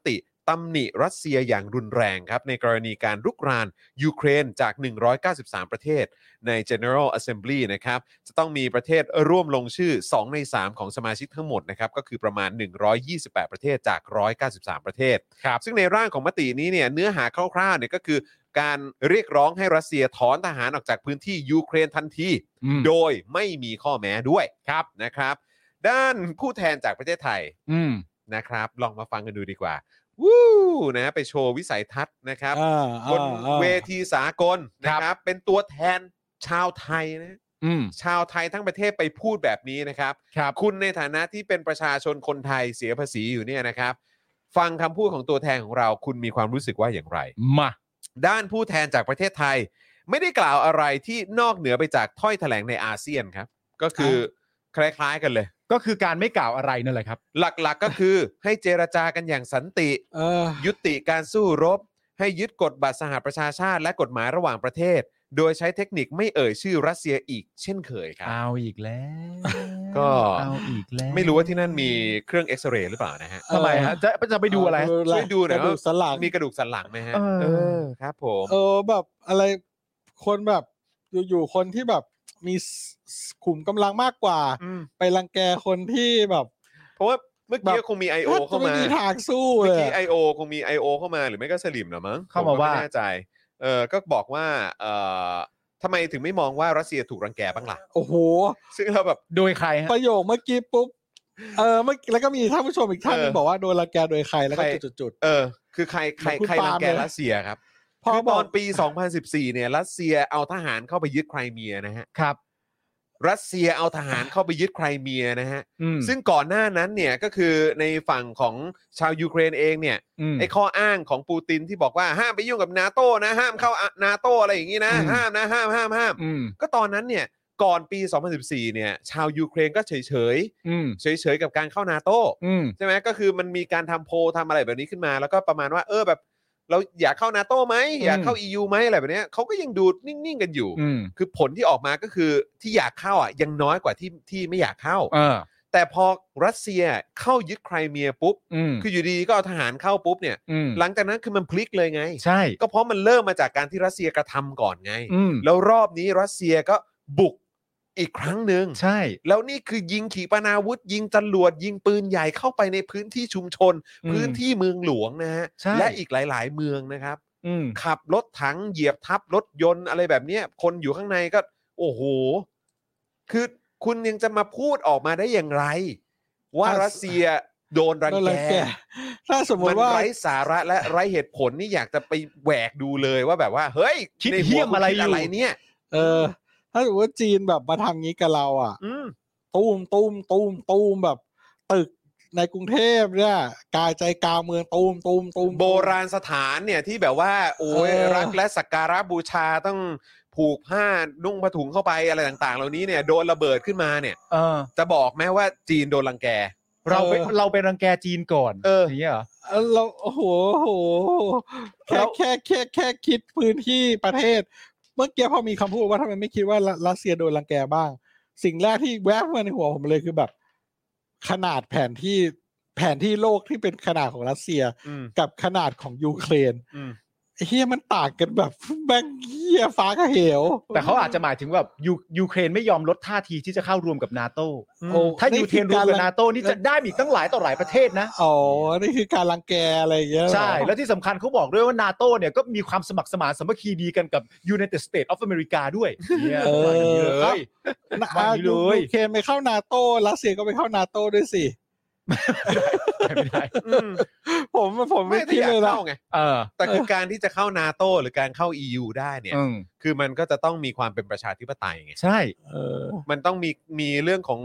ตำหนิรัสเซียอย่างรุนแรงครับในกรณีการรุกรานยูเครนจาก193ประเทศใน General Assembly นะครับจะต้องมีประเทศร่วมลงชื่อ2ใน3ของสมาชิกทั้งหมดนะครับก็คือประมาณ128ประเทศจาก193ประเทศซึ่งในร่างของมตินี้เนี่ยเนื้อหาคร่าวๆเนี่ยก็คือการเรียกร้องให้รัสเซียถอนทหารออกจากพื้นที่ยูเครนทันทีโดยไม่มีข้อแม้ด้วยนะครับด้านผู้แทนจากประเทศไทยนะครับลองมาฟังกันดูดีกว่าวู้นะไปโชว์วิสัยทัศน์นะครับบนเวทีสากลนะครับเป็นตัวแทนชาวไทยนะชาวไทยทั้งประเทศไปพูดแบบนี้นะครับคุณในฐานะที่เป็นประชาชนคนไทยเสียภาษีอยู่เนี่ยนะครับฟังคำพูดของตัวแทนของเราคุณมีความรู้สึกว่าอย่างไรมาด้านผู้แทนจากประเทศไทยไม่ได้กล่าวอะไรที่นอกเหนือไปจากถ้อยแถลงในอาเซียนครับก็คือคล้ายๆกันเลยก็คือการไม่กล่าวอะไรนั่นแหละครับหลักๆก็คือให้เจรจากันอย่างสันติยุติการสู้รบให้ยึดกฎบัตรสหประชาชาติและกฎหมายระหว่างประเทศโดยใช้เทคนิคไม่เอ่ยชื่อรัสเซียอีกเช่นเคยครับเอาอีกแล้วก็เอาอีกแล้วไม่รู้ว่าที่นั่นมีเครื่องเอ็กซเรย์หรือเปล่านะฮะทำไมฮะจะไปดูอะไรช่วยดูหน่อยกระดูกสันหลังมีกระดูกสันหลังไหมฮะครับผมแบบอะไรคนแบบอยู่ๆคนที่แบบมีขุมกำลังมากกว่าไปรังแกคนที่แบบเพราะว่าเมื่อกี้คงมี IO เข้ามาไม่มีทางสู้เมื่อกี้ IO คงมี IO เข้ามาหรือไม่ก็สลิมเหรอมั้งเข้ามาว่าไม่แน่ใจก็บอกว่าทำไมถึงไม่มองว่ารัสเซียถูกรังแกบ้างล่ะโอ้โหซึ่งเราแบบโดยใครฮะประโยคเมื่อกี้ปุ๊บเมื่อแล้วก็มีท่านผู้ชมอีกท่านนึงบอกว่าโดนรังแกโดยใครแล้วก็จุดคือใครรังแกรัสเซียครับคือตอนปี2014เนี่ยรัสเซียเอาทหารเข้าไปยึดไครเมียนะฮะครับรัสเซียเอาทหารเข้าไปยึดไครเมียนะฮะซึ่งก่อนหน้านั้นเนี่ยก็คือในฝั่งของชาวยูเครนเองเนี่ยไอ้ข้ออ้างของปูตินที่บอกว่าห้ามไปยุ่งกับนาโต้นะห้ามเข้านาโต้อะไรอย่างงี้นะห้ามนะห้ามก็ตอนนั้นเนี่ยก่อนปี2014เนี่ยชาวยูเครนก็เฉยกับการเข้านาโต้ใช่ไหมก็คือมันมีการทำโพลทำอะไรแบบนี้ขึ้นมาแล้วก็ประมาณว่าแบบเราอยากเข้านาโต้ไหมอยากเข้า EU ไหมอะไรแบบนี้เขาก็ยังดูนิ่งๆกันอยู่คือผลที่ออกมาก็คือที่อยากเข้ายังน้อยกว่าที่ไม่อยากเข้าแต่พอรัสเซียเข้ายึดไครเมียปุ๊บคืออยู่ดีก็เอาทหารเข้าปุ๊บเนี่ยหลังจากนั้นคือมันพลิกเลยไงใช่ก็เพราะมันเริ่มมาจากการที่รัสเซียกระทำก่อนไงแล้วรอบนี้รัสเซียก็บุกอีกครั้งหนึ่งใช่แล้วนี่คือยิงขีปนาวุธยิงจรวดยิงปืนใหญ่เข้าไปในพื้นที่ชุมชนพื้นที่เมืองหลวงนะฮะและอีกหลายๆเมืองนะครับขับรถถังเหยียบทับรถยนต์อะไรแบบนี้คนอยู่ข้างในก็โอ้โหคือคุณยังจะมาพูดออกมาได้อย่างไรว่ารัสเซียโดนรังแกถ้าสมมติว่าไร้สาระและไร้เหตุผลนี่อยากจะไปแหวกดูเลยว่าแบบว่าเฮ้ยคิดเหี้ยมอะไรเนี่ยถ้าสมมติว่าจีนแบบมาทำงี้กับเราตูมแบบตึกในกรุงเทพเนี่ยกายใจกลางเมืองตูมโบราณสถานเนี่ยที่แบบว่าโอ้ยรักและสักการะบูชาต้องผูกผ้านุ่งผ้าถุงเข้าไปอะไรต่างๆเหล่านี้เนี่ยโดนระเบิดขึ้นมาเนี่ยจะบอกไหมว่าจีนโดนรังแกเราไปรังแกจีนก่อนอย่างเงี้ยเหรอเราโอ้โหแค่คิดพื้นที่ประเทศเมื่อกี้พอมีคำพูดว่าทำไมไม่คิดว่ารัสเซียโดนรังแกบ้างสิ่งแรกที่แวบมาในหัวผมเลยคือแบบขนาดแผนที่โลกที่เป็นขนาดของรัสเซียกับขนาดของยูเครนเฮียมันต่างกันแบบแบงเฮียฟ้ากับเหวแต่เขาอาจจะหมายถึงแบบยูเครนไม่ยอมลดท่าทีที่จะเข้ารวมกับนาโต้ถ้ายูเครนรวมกับนาโต้นี่จะได้อีกตั้งหลายต่อหลายประเทศนะนี่คือการรังแกอะไรอย่างเงี้ยใช่แล้วที่สำคัญเขาบอกด้วยว่านาโต้เนี่ยก็มีความสมัครสมานสามัคคีดีกันกับ United States of America ด้วยเลยยูเครนไปเข้านาโต้รัสเซียก็ไปเข้านาโต้ด้วยสิไม่ได้ผมไม่คิดเลยนะแต่คือการที่จะเข้านาโต้หรือการเข้า EU ได้เนี่ยคือมันก็จะต้องมีความเป็นประชาธิปไตยไงใช่มันต้องมีเรื่องของ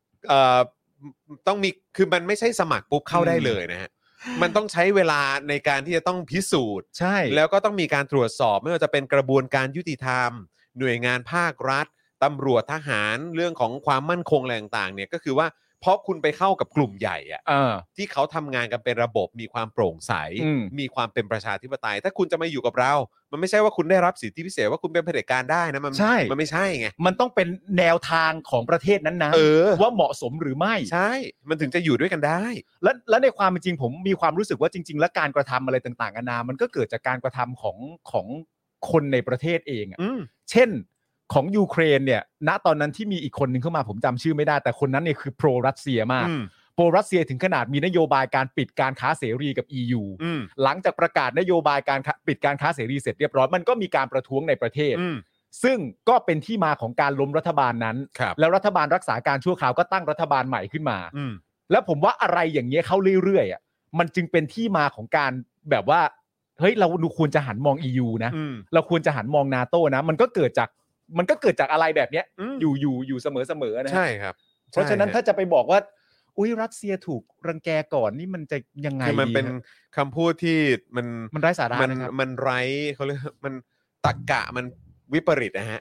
ต้องมีคือมันไม่ใช่สมัครปุ๊บเข้าได้เลยนะฮะมันต้องใช้เวลาในการที่จะต้องพิสูจน์ใช่แล้วก็ต้องมีการตรวจสอบไม่ว่าจะเป็นกระบวนการยุติธรรมหน่วยงานภาครัฐตำรวจทหารเรื่องของความมั่นคงอะไรต่างๆเนี่ยก็คือว่าเพราะคุณไปเข้ากับกลุ่มใหญ่อะที่เขาทำงานกันเป็นระบบมีความโปร่งใสมีความเป็นประชาธิปไตยถ้าคุณจะมาอยู่กับเรามันไม่ใช่ว่าคุณได้รับสิทธิพิเศษว่าคุณเป็นเผด็จการได้นะมันไม่ใช่ไงมันต้องเป็นแนวทางของประเทศนั้นๆว่าเหมาะสมหรือไม่ใช่มันถึงจะอยู่ด้วยกันได้และในความเป็นจริงผมมีความรู้สึกว่าจริงๆแล้วการกระทำอะไรต่างๆนานามันก็เกิดจากการกระทำของคนในประเทศเองเช่นของยูเครนเนี่ยณตอนนั้นที่มีอีกคนนึงเข้ามาผมจำชื่อไม่ได้แต่คนนั้นเนี่ยคือโปรรัสเซียมากโปรรัสเซียถึงขนาดมีนโยบายการปิดการค้าเสรีกับ EU หลังจากประกาศนโยบายการปิดการค้าเสรีเสร็จเรียบร้อยมันก็มีการประท้วงในประเทศซึ่งก็เป็นที่มาของการล้มรัฐบาลนั้นแล้วรัฐบาลรักษาการชั่วคราวก็ตั้งรัฐบาลใหม่ขึ้นมาแล้วผมว่าอะไรอย่างเงี้ยเข้าเรื่อยๆมันจึงเป็นที่มาของการแบบว่าเฮ้ยเราควรจะหันมอง EU นะเราควรจะหันมอง NATO นะมันก็เกิดจากอะไรแบบเนี้ยอยู่เสมอๆนะใช่ครับเพราะฉะนั้นถ้าจะไปบอกว่าอุ้ยรัสเซียถูกรังแกก่อนนี่มันจะยังไงคือมันเป็นคำพูดที่มันไร้สาระนะครับมันไร้เขาเรียกมันตรรกะมันวิปริตนะฮะ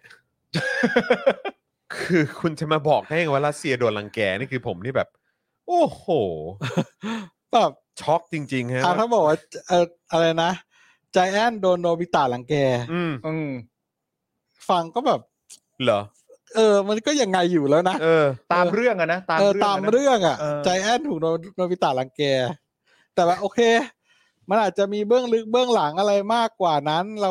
คือคุณจะมาบอกให้ว่ารัสเซียโดนรังแกนี่คือผมนี่แบบโอ้โหแบบช็อกจริงๆฮะถ้าบอกว่าอะไรนะใจแอนโดนโนบิตะรังแกฟังก็แบบเหรอมันก็ยังไงอยู่แล้วนะตามเรื่องอะนะตามเรื่องอะใจแอนถูกโนบิตะรังแกแต่ว่าโอเคมันอาจจะมีเบื้องลึกเบื้องหลังอะไรมากกว่านั้นเรา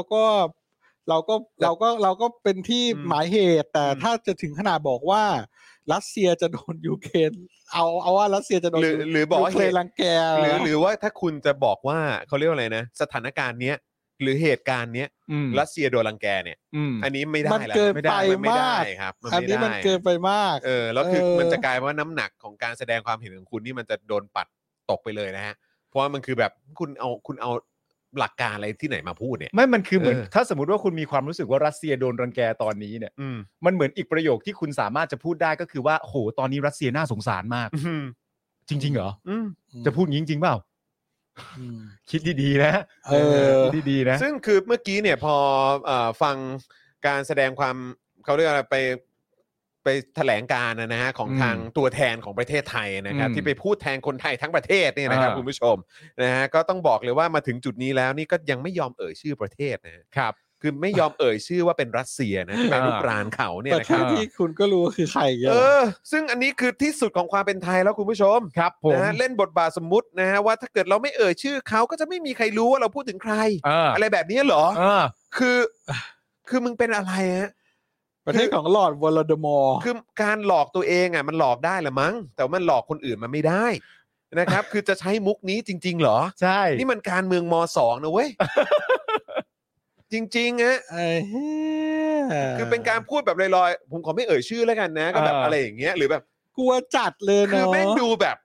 ก็เป็นที่หมายเหตุแต่ถ้าจะถึงขนาดบอกว่ารัสเซียจะโดนยูเครนเอาว่ารัสเซียจะโดนหรือบอกว่ายูเครนรังแกหรือว่าถ้าคุณจะบอกว่าเขาเรียกว่าอะไรนะสถานการณ์เนี้ยหรือเหตุการณ์เนี้ยรัสเซียโดนรังแกเนี่ยอันนี้ไม่ได้แล้วมันเกินไปมากครับอันนี้มันเกินไปมากแล้วคือมันจะกลายว่าน้ำหนักของการแสดงความเห็นของคุณนี่มันจะโดนปัดตกไปเลยนะฮะเพราะว่ามันคือแบบคุณเอาหลักการอะไรที่ไหนมาพูดเนี่ยไม่มันคือเหมือนถ้าสมมติว่าคุณมีความรู้สึกว่ารัสเซียโดนรังแกตอนนี้เนี่ยมันเหมือนอีกประโยคที่คุณสามารถจะพูดได้ก็คือว่าโหตอนนี้รัสเซียน่าสงสารมากจริงๆเหรอจะพูดจริงๆเปล่าคิดดีๆนะคิดดีๆนะซึ่งคือเมื่อกี้เนี่ยพอฟังการแสดงความเขาเรียกอะไรไปแถลงการนะฮะของทางตัวแทนของประเทศไทยนะครับที่ไปพูดแทนคนไทยทั้งประเทศเนี่ยนะครับคุณผู้ชมนะฮะก็ต้องบอกเลยว่ามาถึงจุดนี้แล้วนี่ก็ยังไม่ยอมเอ่ยชื่อประเทศนะครับคือไม่ยอมเอ่ยชื่อว่าเป็นรัสเซียนะที่ไปลุกรานเขาเนี่ยนะครับที่คุณก็รู้คือใครซึ่งอันนี้คือที่สุดของความเป็นไทยแล้วคุณผู้ชมครับผมนะเล่นบทบาทสมมุตินะฮะว่าถ้าเกิดเราไม่เอ่ยชื่อเขาก็จะไม่มีใครรู้ว่าเราพูดถึงใครอะไรแบบนี้เหรอคือมึงเป็นอะไรฮะประเทศของลอร์ดวอลเดมอร์คือการหลอกตัวเองมันหลอกได้แหละมั้งแต่มันหลอกคนอื่นมันไม่ได้นะครับ คือจะใช้มุกนี้จริงๆเหรอใช่นี่มันการเมืองม.2 นะเว้ย จริงๆฮะคือเป็นการพูดแบบลอยๆผมขอไม่เอ่ยชื่อแล้วกันนะก็แบบอะไรอย่างเงี้ยหรือแบบกลัวจัดเลยเนาะคือแม่งดูแบบ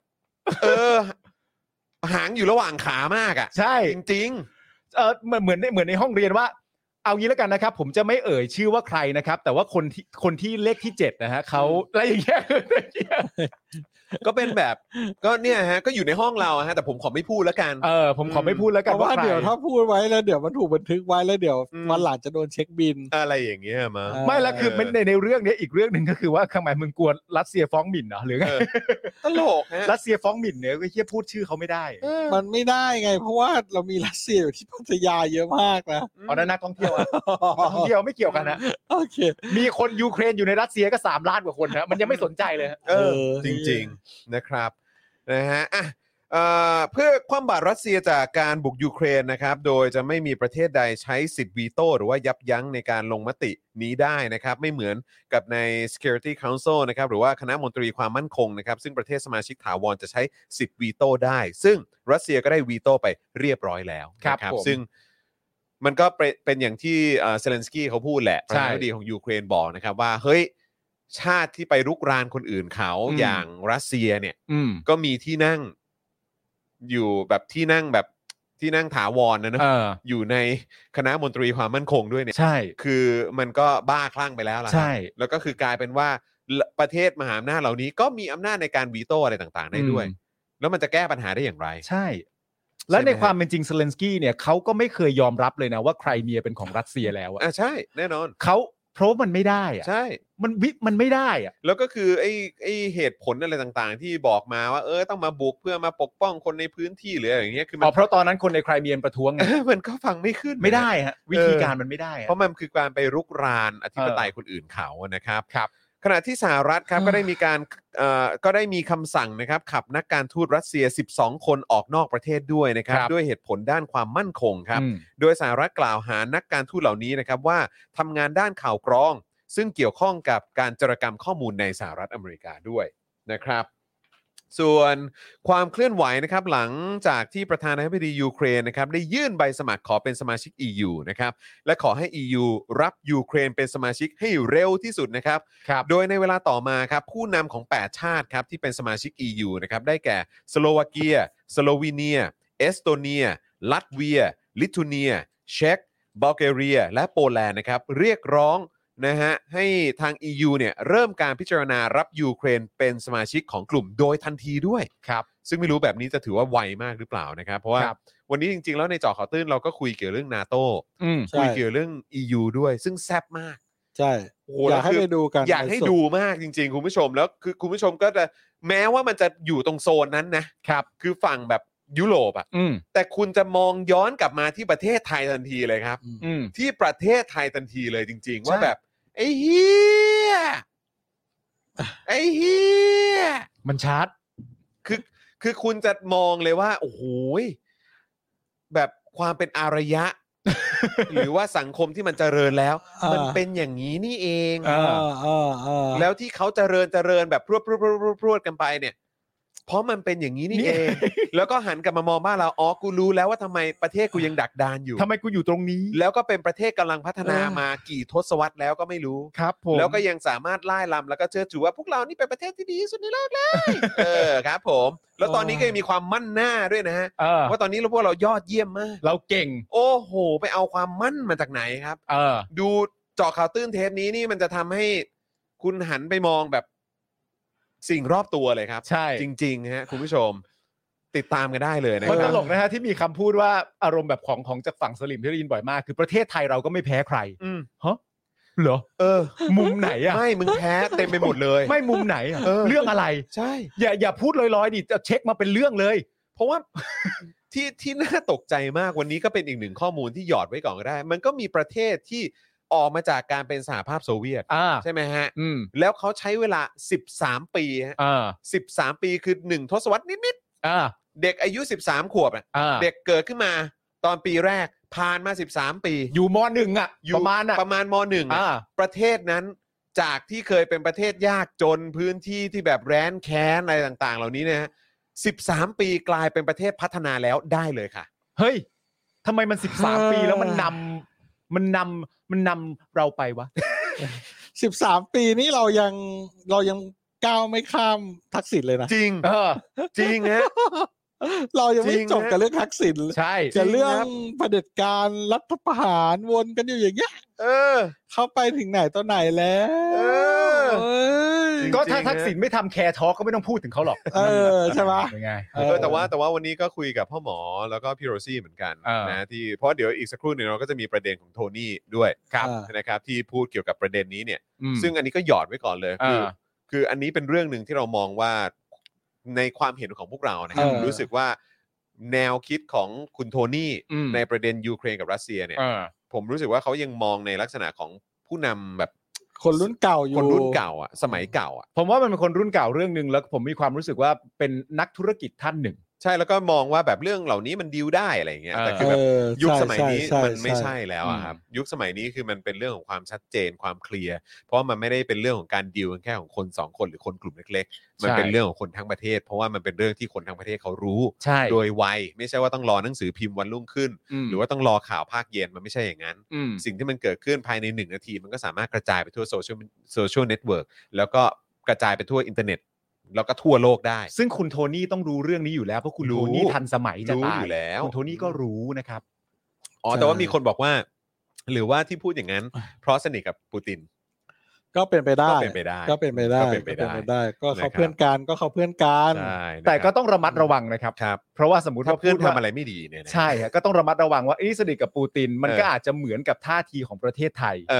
หางอยู่ระหว่างขามากอ่ะใช่จริงๆเหมือนในห้องเรียนว่าเอางี้แล้วกันนะครับผมจะไม่เอ่ยชื่อว่าใครนะครับแต่ว่าคนที่เลขที่7นะฮะเขาอะไรอย่างเงี้ยก็เป็นแบบก็เนี่ยฮะก็อยู่ในห้องเราฮะแต่ผมขอไม่พูดแล้วกันผมขอไม่พูดแล้วกันว่าเดี๋ยวถ้าพูดไว้แล้วเดี๋ยวมันถูกบันทึกไว้แล้วเดี๋ยววันหลังจะโดนเช็คบินอะไรอย่างเงี้ยมาไม่ละคือในเรื่องนี้อีกเรื่องนึงก็คือว่าทำไมมึงกลัวรัสเซียฟ้องหมิ่นเหรอหรือไงตลกฮะรัสเซียฟ้องหมิ่นเนี่ยก็เหี้ยพูดชื่อเขาไม่ได้มันไม่ได้ไงเพราะว่าเรามีรัสเซียอยู่ที่พัทยาเยอะมากนะนั่นนักท่องเที่ยวท่องเที่ยวไม่เกี่ยวกันนะโอเคมีคนยูเครนอยู่ในรัสเซียก็3 ล้านกว่าคนนะมันยังไม่สนใจเลยจริงๆนะครับนะฮะเพื่อคว่ำบาตรรัสเซียจากการบุกยูเครนนะครับโดยจะไม่มีประเทศใดใช้สิทธิ์วีโต้หรือว่ายับยั้งในการลงมตินี้ได้นะครับไม่เหมือนกับใน Security Council นะครับหรือว่าคณะมนตรีความมั่นคงนะครับซึ่งประเทศสมาชิกถาวรจะใช้สิทธิ์วีโต้ได้ซึ่งรัสเซียก็ได้วีโต้ไปเรียบร้อยแล้วนะครับซึ่งมันก็เป็นอย่างที่เซเลนสกี้เขาพูดแหละประธานาธิบดีของยูเครนบอกนะครับว่าเฮ้ยชาติที่ไปรุกรานคนอื่นเขาอย่างรัสเซียเนี่ยก็มีที่นั่งอยู่แบบที่นั่งถาวรนะอยู่ในคณะมนตรีความมั่นคงด้วยเนี่ยใช่คือมันก็บ้าคลั่งไปแล้วล่ะครับแล้วก็คือกลายเป็นว่าประเทศมหาอำนาจเหล่านี้ก็มีอำนาจในการวีโต้อะไรต่างๆได้ด้วยแล้วมันจะแก้ปัญหาได้อย่างไรใช่และในความเป็นจริงเซเลนสกี้เนี่ยเขาก็ไม่เคยยอมรับเลยนะว่าไครเมียเป็นของรัสเซียแล้วใช่แน่นอนเพราะมันไม่ได้อะใช่มันไม่ได้อะแล้วก็คือไอ้เหตุผลอะไรต่างๆ ที่บอกมาว่าต้องมาบุกเพื่อมาปกป้องคนในพื้นที่หรืออะไรอย่างเงี้ยคือมันเพราะตอนนั้นคนในไครเมียนประท้วงไงมันก็ฟังไม่ขึ้นไม่ได้ฮะวิธีการมันไม่ได้เพราะมันคือการไปรุกรานอธิปไตยคนอื่นเขานะครับครับขณะที่สหรัฐครับก็ได้มีคำสั่งนะครับขับนักการทูตรัสเซีย12คนออกนอกประเทศด้วยนะครับด้วยเหตุผลด้านความมั่นคงครับโดยสหรัฐกล่าวหานักการทูตเหล่านี้นะครับว่าทำงานด้านข่าวกรองซึ่งเกี่ยวข้องกับการจารกรรมข้อมูลในสหรัฐอเมริกาด้วยนะครับส่วนความเคลื่อนไหวนะครับหลังจากที่ประธานาธิบดียูเครนนะครับได้ยื่นใบสมัครขอเป็นสมาชิก EU นะครับและขอให้ EU รับยูเครนเป็นสมาชิกให้เร็วที่สุดนะครับโดยในเวลาต่อมาครับผู้นำของ8ชาติครับที่เป็นสมาชิก EU นะครับได้แก่สโลวาเกียสโลวีเนียเอสโตเนียลัตเวียลิทัวเนียเช็กบัลแกเรียและโปแลนด์นะครับเรียกร้องนะฮะให้ทาง EU เนี่ยเริ่มการพิจารณารับยูเครนเป็นสมาชิกของกลุ่มโดยทันทีด้วยครับซึ่งไม่รู้แบบนี้จะถือว่าไวมากหรือเปล่านะครับเพราะว่าวันนี้จริงๆแล้วในเจาะข่าวตื้นเราก็คุยเกี่ยวเรื่อง NATO คุยเกี่ยวเรื่อง EU ด้วยซึ่งแซ่บมากใช่อยากให้ไปดูกันอยากให้ดูมากจริงๆคุณผู้ชมแล้วคือคุณผู้ชมก็จะแม้ว่ามันจะอยู่ตรงโซนนั้นนะครับคือฝั่งแบบยุโรปอ่ะแต่คุณจะมองย้อนกลับมาที่ประเทศไทยทันทีเลยครับที่ประเทศไทยทันทีเลยจริงๆว่าแบบไอ้เหี้ยมันชัดคือคุณจะมองเลยว่าโอ้โหแบบความเป็นอารยะ หรือว่าสังคมที่มันเจริญแล้วมันเป็นอย่างนี้นี่เองแล้วที่เขาเจริญแบบพรวดกันไปเนี่ยเพราะมันเป็นอย่างนี้นี่เอง แล้วก็หันกลับมามองบ้านเราอ๋อกูรู้แล้วว่าทำไมประเทศกูยังดักดานอยู่ทำไมกูอยู่ตรงนี้แล้วก็เป็นประเทศกำลังพัฒนามากี่ทศวรรษแล้วก็ไม่รู้ครับผมแล้วก็ยังสามารถไล่ลำแล้วก็เชื่อถือว่าพวกเรานี่เป็นประเทศที่ดีที่สุดในโลกเลยครับผมแล้วตอนนี้ก็ยังมีความมั่นหน้าด้วยนะฮะว่าตอนนี้พวกเรายอดเยี่ยมมากเราเก่งโอ้โหไปเอาความมั่นมาจากไหนครับดูเจาะข่าวตื้นเทปนี้นี่มันจะทำให้คุณหันไปมองแบบสิ่งรอบตัวเลยครับใช่จริงๆฮะคุณผู้ชมติดตามกันได้เลยนะครับมันตลกนะฮะที่มีคำพูดว่าอารมณ์แบบของจากฝั่งสลิมที่ได้ยินบ่อยมากคือประเทศไทยเราก็ไม่แพ้ใครฮะเหรอมุมไหนอ่ะไม่มึงแพ้เต็มไปหมดเลยไม่มุมไหนเรื่องอะไรใช่อย่าพูดลอยๆดิจะเช็คมาเป็นเรื่องเลยเพราะว่า ที่น่าตกใจมากวันนี้ก็เป็นอีกหนึ่งข้อมูลที่หยอดไว้ก่อนก็ได้มันก็มีประเทศที่ออกมาจากการเป็นสหภาพโซเวียตใช่ไหมฮะแล้วเขาใช้เวลา13ปีฮะ13 ปีคือ1ทศวรรษนิดๆเด็กอายุ13 ขวบเด็กเกิดขึ้นมาตอนปีแรกผ่านมา13 ปีอยู่ม.1 อ่ะประมาณม.1 ประเทศนั้นจากที่เคยเป็นประเทศยากจนพื้นที่ที่แบบแร้นแค้นอะไรต่างๆเหล่านี้นะฮะ13 ปีกลายเป็นประเทศพัฒนาแล้วได้เลยค่ะเฮ้ยทำไมมัน13 ปีแล้วมันนำเราไปวะ 13 ปีนี้เรายังก้าวไม่ข้ามทักษิณเลยนะจริงจริงฮะเรายังไม่จบกับเรื่องทักษิณใช่จะเรื่องเผด็จการรัฐประหารวนกันอยู่อย่างเงี้ยเข้าไปถึงไหนตอนไหนแล้วก็ถ้าทักษิณไม่ทำแคร์ทอล์กก็ไม่ต้องพูดถึงเขาหรอกใช่ปะยังไงแต่ว่าวันนี้ก็คุยกับพ่อหมอแล้วก็พี่โรซี่เหมือนกันนะที่เพราะเดี๋ยวอีกสักครู่นึงเราก็จะมีประเด็นของโทนี่ด้วยนะครับที่พูดเกี่ยวกับประเด็นนี้เนี่ยซึ่งอันนี้ก็หยอดไว้ก่อนเลยคืออันนี้เป็นเรื่องนึงที่เรามองว่าในความเห็นของพวกเรานะครับรู้สึกว่าแนวคิดของคุณโทนี่ในประเด็นยูเครนกับรัสเซียเนี่ยผมรู้สึกว่าเขายังมองในลักษณะของผู้นำแบบคนรุ่นเก่าอยู่คนรุ่นเก่าอ่ะสมัยเก่าอ่ะผมว่ามันเป็นคนรุ่นเก่าเรื่องนึงแล้วผมมีความรู้สึกว่าเป็นนักธุรกิจท่านหนึ่งใช่แล้วก็มองว่าแบบเรื่องเหล่านี้มันดีลได้อะไรอย่างเงี้ยแต่คือแบบยุคสมัยนี้มันไม่ใช่แล้วอะครับยุคสมัยนี้คือมันเป็นเรื่องของความชัดเจนความเคลียร์เพราะมันไม่ได้เป็นเรื่องของการดีลกันแค่ของคน2คนหรือคนกลุ่มเล็กๆมันเป็นเรื่องของคนทั้งประเทศเพราะว่ามันเป็นเรื่องที่คนทั้งประเทศเขารู้โดยไวไม่ใช่ว่าต้องรอหนังสือพิมพ์วันรุ่งขึ้นหรือว่าต้องรอข่าวภาคเย็นมันไม่ใช่อย่างนั้นสิ่งที่มันเกิดขึ้นภายใน1 นาทีมันก็สามารถกระจายไปทั่วโซเชียลเน็ตเวิร์กแล้วก็กระจายไปทั่วอินเทอร์เน็ตแล้วก็ทั่วโลกได้ซึ่งคุณโทนี่ต้องรู้เรื่องนี้อยู่แล้วเพราะคุณโทนี่ทันสมัยจะตายอยู่แล้วคุณโทนี่ก็รู้นะครับแต่ว่ามีคนบอกว่าหรือว่าที่พูดอย่างนั้นเพราะสนิทกับปูตินก็เป็นไปได้ก็เป็นไปได้ก็เขาเพื่อนกันแต่ก็ต้องระมัดระวังนะครับเพราะว่าสมมติว่าเพื่อนทำอะไรไม่ดีเนี่ยใช่ก็ต้องระมัดระวังว่าสนิทกับปูตินมันก็อาจจะเหมือนกับท่าทีของประเทศไทย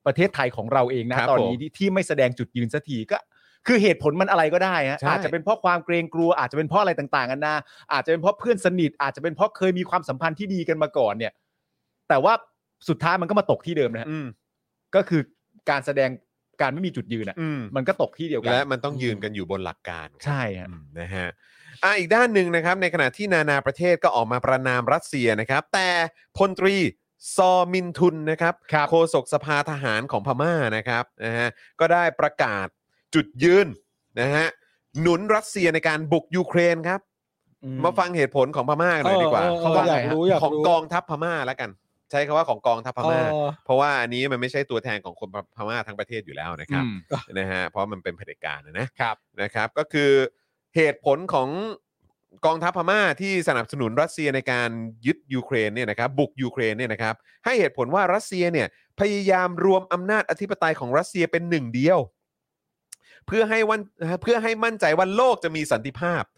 ประเทศไทยของเราเองนะครับ ตอนนี้ที่ไม่แสดงจุดยืนสักทีก็คือเหตุผลมันอะไรก็ได้ฮะใช่อาจจะเป็นเพราะความเกรงกลัวอาจจะเป็นเพราะอะไรต่างๆกันาอาจจะเป็นเพราะเพื่อนสนิทอาจจะเป็นเพราะเคยมีความสัมพันธ์ที่ดีกันมาก่อนเนี่ยแต่ว่าสุดท้ายมันก็มาตกที่เดิมนะฮะก็คือการแสดงการไม่มีจุดยืนอ่ะมันก็ตกที่เดียวกันและมันต้องยืนกันอยู่บนหลักการใช่ฮะนะฮะอีกด้านหนึ่งนะครับในขณะที่นานาประเทศก็ออกมาประณามรัสเซียนะครับแต่พลตรีซอมินทุนนะครับโฆษกสภาทหารของพม่านะครับนะฮะก็ได้ประกาศจุดยืนนะฮะหนุนรัสเซียในการบุกยูเครนครับมาฟังเหตุผลของพม่าหน่อยดีกว่าเขาอยากรู้ของกองทัพพม่าแล้วกันใช้คำว่าของกองทัพพม่าเพราะว่าอันนี้มันไม่ใช่ตัวแทนของคนพม่าทั้งประเทศอยู่แล้วนะครับนะฮะเพราะมันเป็นเผด็จการนะครับก็คือเหตุผลของกองทัพพม่าที่สนับสนุนรัสเซียในการยึดยูเครนเนี่ยนะครับบุกยูเครนเนี่ยนะครับให้เหตุผลว่ารัสเซียเนี่ยพยายามรวมอำนาจอธิปไตยของรัสเซียเป็นหนึ่งเดียวเพื่อให้มั่นใจว่าโลกจะมีสันติภาพ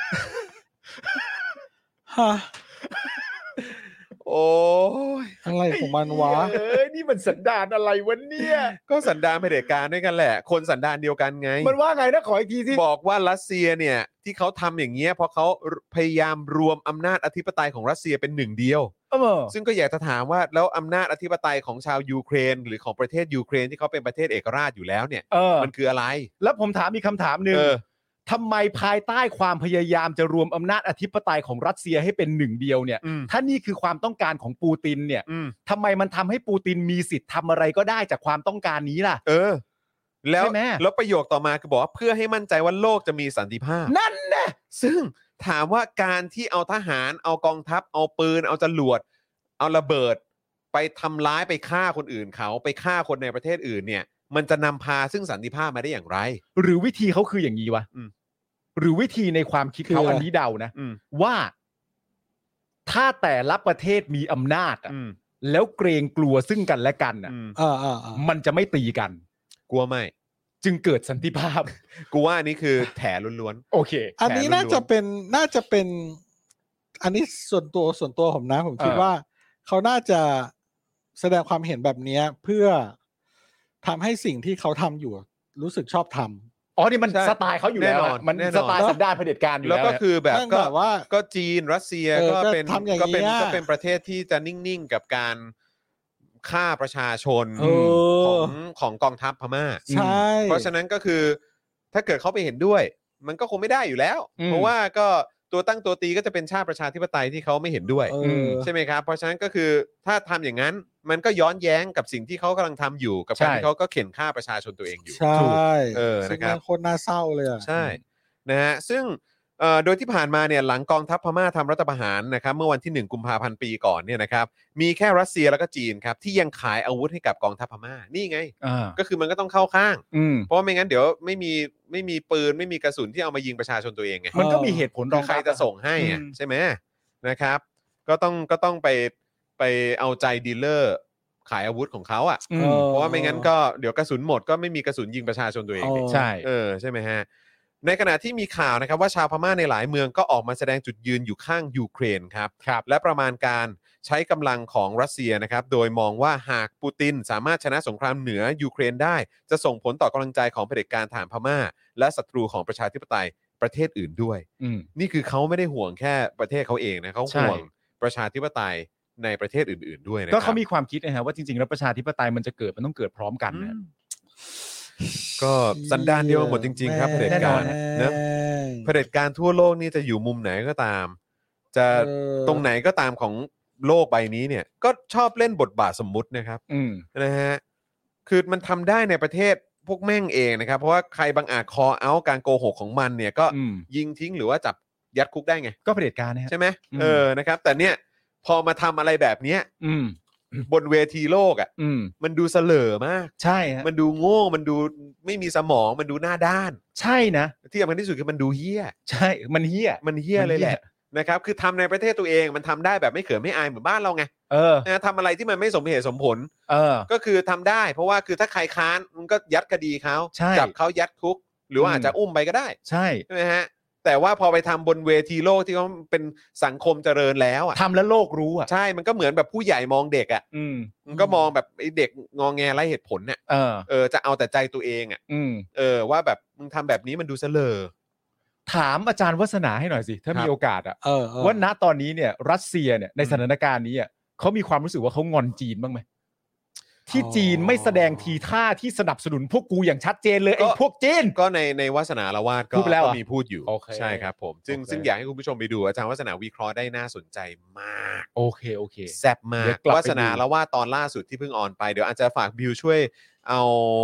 โอ้ยอะไรของมันวะนี่มันสันดานอะไรวะเนี่ยก็สันดานเผด็จการด้วยกันแหละคนสันดานเดียวกันไงมันว่าไงนะขออีกทีสิบอกว่ารัสเซียเนี่ยที่เขาทำอย่างเงี้ยเพราะเขาพยายามรวมอำนาจอธิปไตยของรัสเซียเป็นหนึ่งเดียวซึ่งก็อยากจะถามว่าแล้วอำนาจอธิปไตยของชาวยูเครนหรือของประเทศยูเครนที่เขาเป็นประเทศเอกราชอยู่แล้วเนี่ยมันคืออะไรแล้วผมถามมีคำถามหนึ่งทำไมภายใต้ความพยายามจะรวมอำนาจอธิปไตยของรัสเซียให้เป็นหนึ่งเดียวเนี่ยถ้านี่คือความต้องการของปูตินเนี่ยทำไมมันทำให้ปูตินมีสิทธิ์ทำอะไรก็ได้จากความต้องการนี้ล่ะแล้วประโยคต่อมาคือบอกว่าเพื่อให้มั่นใจว่าโลกจะมีสันติภาพนั่นแน่ซึ่งถามว่าการที่เอาทหารเอากองทัพเอาปืนเอาจรวดเอาระเบิดไปทำร้ายไปฆ่าคนอื่นเขาไปฆ่าคนในประเทศอื่นเนี่ยมันจะนำพาซึ่งสันติภาพมาได้อย่างไรหรือวิธีเขาคืออย่างนี้วะหรือวิธีในความคิดเขาอันนี้เดานะว่าถ้าแต่ละประเทศมีอำนาจแล้วเกรงกลัวซึ่งกันและกันมันจะไม่ตีกันกลัวไม่จึงเกิดสันติภาพกูว่าอันนี้คือแถล้วนๆโอเคอันนี้น่าจะเป็นอันนี้ส่วนตัวผมนะผมคิดว่าเขาน่าจะแสดงความเห็นแบบนี้เพื่อทำให้สิ่งที่เขาทำอยู่รู้สึกชอบทำนี่มันสไตล์เขาอยู่แล้วมันสไตล์สันดานเผด็จการอยู่แล้วแล้วก็คือแบบก็จีนรัสเซียก็เป็นประเทศที่จะนิ่งๆกับการฆ่าประชาชนของกองทัพพม่าใช่เพราะฉะนั้นก็คือถ้าเกิดเขาไปเห็นด้วยมันก็คงไม่ได้อยู่แล้วเพราะว่าก็ตัวตั้งตัวตีก็จะเป็นชาติประชาธิปไตยที่เขาไม่เห็นด้วยใช่ไหมครับเพราะฉะนั้นก็คือถ้าทำอย่างนั้นมันก็ย้อนแย้งกับสิ่งที่เขากำลังทำอยู่กับการที่เขาก็เข็นฆ่าประชาชนตัวเองอยู่ใช่นะครับคนน่าเศร้าเลยใช่นะฮะซึ่งโดยที่ผ่านมาเนี่ยหลังกองทัพพม่าทำรัฐประหารนะครับเมื่อวันที่1กุมภาพันธ์ปีก่อนเนี่ยนะครับมีแค่รัสเซียแล้วก็จีนครับที่ยังขายอาวุธให้กับกองทัพพม่านี่ไงก็คือมันก็ต้องเข้าข้างเพราะไม่งั้นเดี๋ยวไม่มีปืนไม่มีกระสุนที่เอามายิงประชาชนตัวเองไงมันก็มีเหตุผลรองใครจะส่งให้ใช่ไหมนะครับก็ต้องไปเอาใจดีลเลอร์ขายอาวุธของเขาอ่ะเพราะว่าไม่งั้นก็เดี๋ยวกระสุนหมดก็ไม่มีกระสุนยิงประชาชนตัวเองใช่ใช่ไหมฮะในขณะที่มีข่าวนะครับว่าชาวพม่าในหลายเมืองก็ออกมาแสดงจุดยืนอยู่ข้างยูเครนครับและประมาณการใช้กำลังของรัสเซียนะครับโดยมองว่าหากปูตินสามารถชนะสงครามเหนือยูเครนได้จะส่งผลต่อกำลังใจของเผด็จการทหารพม่าและศัตรูของประชาธิปไตยประเทศอื่นด้วยนี่คือเขาไม่ได้ห่วงแค่ประเทศเขาเองนะเขาห่วงประชาธิปไตยในประเทศอื่นๆด้วยนะครับก็เขามีความคิดนะฮะว่าจริงๆแล้วประชาธิปไตยมันจะเกิดมันต้องเกิดพร้อมกันนะก็สันดานเดียวกันหมดจริงๆครับเผด็จการนะเผด็จการทั่วโลกนี่จะอยู่มุมไหนก็ตามจะตรงไหนก็ตามของโลกใบนี้เนี่ยก็ชอบเล่นบทบาทสมมุตินะครับนะฮะคือมันทำได้ในประเทศพวกแม่งเองนะครับเพราะว่าใครบางอาจคอเอาการโกหกของมันเนี่ยก็ยิงทิ้งหรือว่าจับยัดคุกได้ไงก็เผด็จการใช่ไหมนะครับแต่เนี่ยพอมาทำอะไรแบบเนี้ยบนเวทีโลกอ่ะมันดูเสลอมากใช่ฮะมันดูโง่มันดูไม่มีสมองมันดูหน้าด้านใช่นะที่สำคัญที่สุดคือมันดูเหี้ยใช่มันเหี้ยเลยแหละนะครับคือทำในประเทศตัวเองมันทำได้แบบไม่เขินไม่อายเหมือนบ้านเราไงนะทำอะไรที่มันไม่สมเหตุสมผลก็คือทำได้เพราะว่าคือถ้าใครค้านมันก็ยัดคดีเขาจับเขายัดคุกหรือว่าอาจจะอุ้มไปก็ได้ใช่ไหมฮะแต่ว่าพอไปทำบนเวทีโลกที่เขาเป็นสังคมเจริญแล้วอ่ะทำแล้วโลกรู้อ่ะใช่มันก็เหมือนแบบผู้ใหญ่มองเด็กอ่ะมันก็มองแบบไอ้เด็กงอแงไร้เหตุผลเนี่ยจะเอาแต่ใจตัวเองอ่ะว่าแบบมึงทำแบบนี้มันดูเสลอถามอาจารย์วัฒนาให้หน่อยสิถ้ามีโอกาสอ่ะว่าณตอนนี้เนี่ยรัสเซียเนี่ยในสถานการณ์นี้อ่ะเขามีความรู้สึกว่าเขางอนจีนบ้างไหมที่จีนไม่แสดงทีท่าที่สนับสนุนพวกกูอย่างชัดเจนเลยไอ้พวกจีนก็ในวาสนาละวาดก็มีพูดอยู่ใช่ครับผมซึ่งอยากให้คุณผู้ชมไปดูอาจารย์วาสนาวิเคราะห์ได้น่าสนใจมากโอเคแซ่บมากวาสนาละวาดตอนล่าสุดที่เพิ่งออนไปเดี๋ยวอาจจะฝากบิวช่วยเอา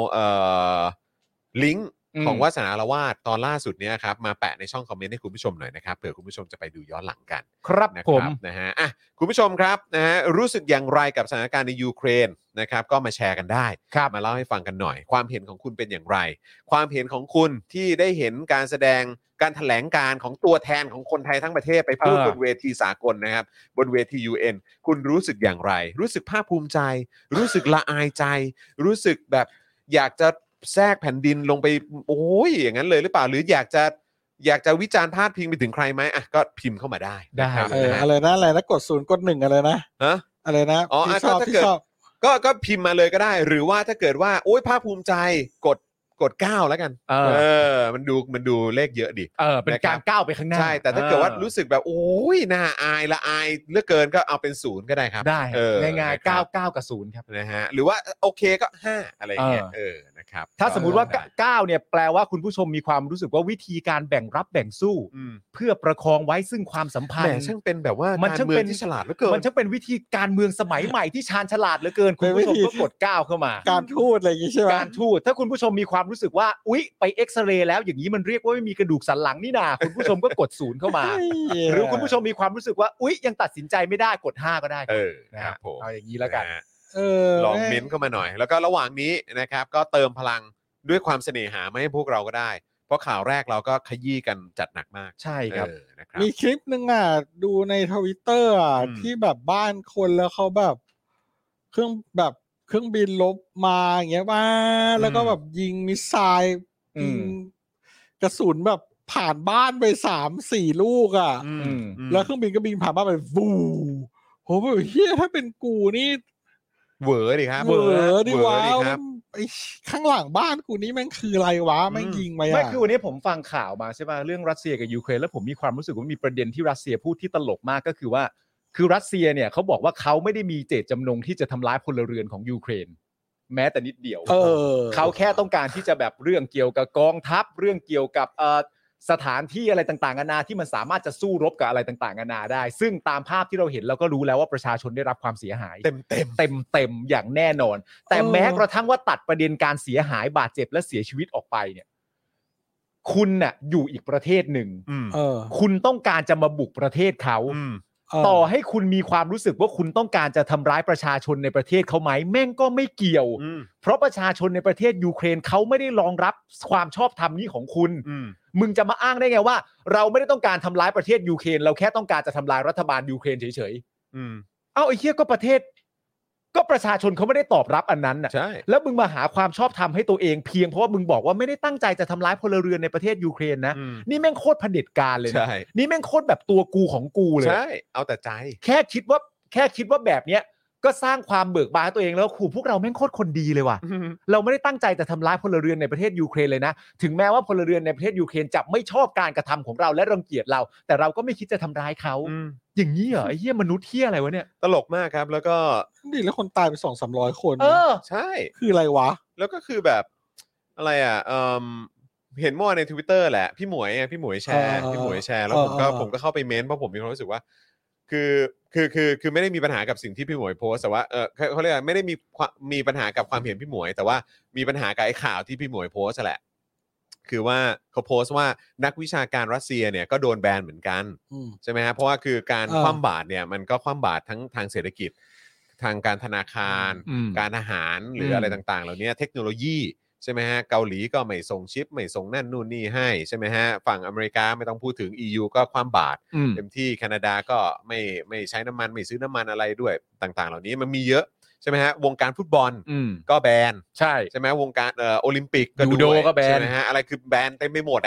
ลิงก์ของวาสนาละวาดตอนล่าสุดเนี้ยครับมาแปะในช่องคอมเมนต์ให้คุณผู้ชมหน่อยนะครับเผื่อคุณผู้ชมจะไปดูย้อนหลังกันครับผมนะฮะคุณผู้ชมครับนะฮะรู้สึกอย่างไรกับสถานการณ์ในยูเครนนะครับก็มาแชร์กันได้มาเล่าให้ฟังกันหน่อยความเห็นของคุณเป็นอย่างไรความเห็นของคุณที่ได้เห็นการแสดงการแถลงการของตัวแทนของคนไทยทั้งประเทศไปพูดบนเวทีสากลนะครับบนเวที UN คุณรู้สึกอย่างไรรู้สึกภาคภูมิใจรู้สึกละอายใจรู้สึกแบบอยากจะแทรกแผ่นดินลงไปโอ้ยอย่างนั้นเลยหรือเปล่าหรืออยากจะวิจารณ์พาดพิงไปถึงใครไหมก็พิมพ์เข้ามาได้อะไรนะกด0กด1อะไรนะอะไรนะที่ชอบก็พิมพ์มาเลยก็ได้หรือว่าถ้าเกิดว่าโอ๊ยภาคภูมิใจกด9แล้วกันมันดูเลขเยอะดิเป็นการก้าวไปข้างหน้าใช่แต่ถ้าเกิดว่ารู้สึกแบบโอ้ยน่าอายละอายเหลือเกินก็เอาเป็น0ก็ได้ครับได้ง่ายๆ99กับ0ครับนะฮะหรือว่าโอเคก็5อะไรอย่างเงี้ยนะครับถ้าสมมุติว่า9เนี่ยแปลว่าคุณผู้ชมมีความรู้สึกว่าวิธีการแบ่งรับแบ่งสู้เพื่อประคองไว้ซึ่งความสัมพันธ์ช่างเป็นแบบว่าการเมืองที่ฉลาดเหลือเกินมันช่างเป็นวิธีการเมืองสมัยใหม่ที่ชาญฉลาดเหลือเกินคุณผู้ชมก็กด9เข้ามาการทูตอะไรอย่างงี้ใช่ไหมการทูตถ้าคุณผู้ชมมีความรู้สึกว่าอุ๊ยไปเอ็กซเรย์แล้วอย่างนี้มันเรียกว่าไม่มีกระดูกสันหลังนี่นาคุณผู้ชมก็กด0เข้ามาหรือคุณผู้ชมมีความรู้สึกว่าอุ๊ยยังตัดสินใจไม่ได้กด5ก็ได้นะครับผมเอาอย่างนี้แล้วกันลองเม้นเข้ามาหน่อยแล้วก็ระหว่างนี้นะครับก็เติมพลังด้วยความเสน่หามาให้พวกเราก็ได้เพราะข่าวแรกเราก็ขยี้กันจัดหนักมากใช่ครับมีคลิปนึงดูใน Twitter ที่แบบบ้านคนแล้วเขาแบบเครื่องบินลบมาอย่างเงี้ยว่าแล้วก็แบบยิงมิสไซล์ยิงกระสุนแบบผ่านบ้านไป 3-4 ลูกแล้วเครื่องบินก็บินผ่านบ้านไปวูโหแบบเฮียถ้าเป็นกูนี่เหวอดิครับเหวอดิว้าวไอ้ข้างหลังบ้านกูนี่แม่งคืออะไรวะแม่งยิงไปไม่คือวันนี้ผมฟังข่าวมาใช่ป่ะเรื่องรัสเซียกับยูเครนแล้วผมมีความรู้สึกว่ามีประเด็นที่รัสเซียพูดที่ตลกมากก็คือว่าคือรัสเซียเนี่ยเขาบอกว่าเขาไม่ได้มีเจตจำนงที่จะทำร้ายพลเรือนของยูเครนแม้แต่นิดเดียวเขาแค่ต้องการที่จะแบบเรื่องเกี่ยวกับกองทัพเรื่องเกี่ยวกับสถานที่อะไรต่างๆนานาที่มันสามารถจะสู้รบกับอะไรต่างๆนานาได้ซึ่งตามภาพที่เราเห็นเราก็รู้แล้วว่าประชาชนได้รับความเสียหายเต็มอย่างแน่นอนแต่แม้กระทั่งว่าตัดประเด็นการเสียหายบาดเจ็บและเสียชีวิตออกไปเนี่ยคุณน่ะอยู่อีกประเทศหนึ่งคุณต้องการจะมาบุกประเทศเขาต่อให้คุณมีความรู้สึกว่าคุณต้องการจะทำร้ายประชาชนในประเทศเขาไหมแม่งก็ไม่เกี่ยวเพราะประชาชนในประเทศยูเครนเขาไม่ได้รองรับความชอบธรรมนี้ของคุณมึงจะมาอ้างได้ไงว่าเราไม่ได้ต้องการทำร้ายประเทศยูเครนเราแค่ต้องการจะทำลายรัฐบาลยูเครนเฉยๆไอ้เหี้ยก็ประเทศก็ประชาชนเขาไม่ได้ตอบรับอันนั้นน่ะแล้วมึงมาหาความชอบธรรมให้ตัวเองเพียงเพราะว่ามึงบอกว่าไม่ได้ตั้งใจจะทำร้ายพลเรือนในประเทศยูเครนนะนี่แม่งโคตรเผด็จการเลยนะนี่แม่งโคตรแบบตัวกูของกูเลยใช่เอาแต่ใจแค่คิดว่าแบบเนี้ยก็สร้างความเบิกบานให้ตัวเองแล้วขู่พวกเราแม่งโคตรคนดีเลยว่ะเราไม่ได้ตั้งใจจะทำร้ายพลเรือนในประเทศยูเครนเลยนะถึงแม้ว่าพลเรือนในประเทศยูเครนจะไม่ชอบการกระทำของเราและรังเกียจเราแต่เราก็ไม่คิดจะทำร้ายเขาอย่างนี้เหรอไอ้เหี้ยมนุษย์เหี้ยอะไรวะเนี่ยตลกมากครับแล้วก็ดิแล้วคนตายไป 200-300 คนใช่คืออะไรวะแล้วก็คือแบบอะไรเห็นเมื่อวานใน Twitter แหละพี่หมวยแชร์แล้วผมก็เข้าไปเม้นเพราะผมมีความรู้สึกว่าคือไม่ได้มีปัญหากับสิ่งที่พี่หมวยโพสแต่ว่าเขาเรียกไม่ได้มีปัญหากับความเห็นพี่หมวยแต่ว่ามีปัญหากับไอ้ข่าวที่พี่หมวยโพสแหละคือว่าเขาโพสต์ว่านักวิชาการรัสเซียเนี่ยก็โดนแบนเหมือนกันใช่ไหมฮะเพราะว่าคือการคว่ำบาตรเนี่ยมันก็คว่ำบาตรทั้งทางเศรษฐกิจทางการธนาคารการทหารหรืออะไรต่างๆเหล่านี้เทคโนโลยีใช่ไหมฮะเกาหลีก็ไม่ส่งชิปไม่ส่งนั่นนู่นนี่ให้ใช่ไหมฮะฝั่งอเมริกาไม่ต้องพูดถึง EU ก็คว่ำบาตรเต็มที่แคนาดาก็ไม่ใช้น้ำมันไม่ซื้อน้ำมันอะไรด้วยต่างๆเหล่านี้มันมีเยอะใช่ไหมฮะวงการฟุตบอลก็แบนใช่ไหมวงการโอลิมปิกก็ดูก็แบนใช่ไหมฮะอะไรคือแบนเต็มไปหมดอ่ะ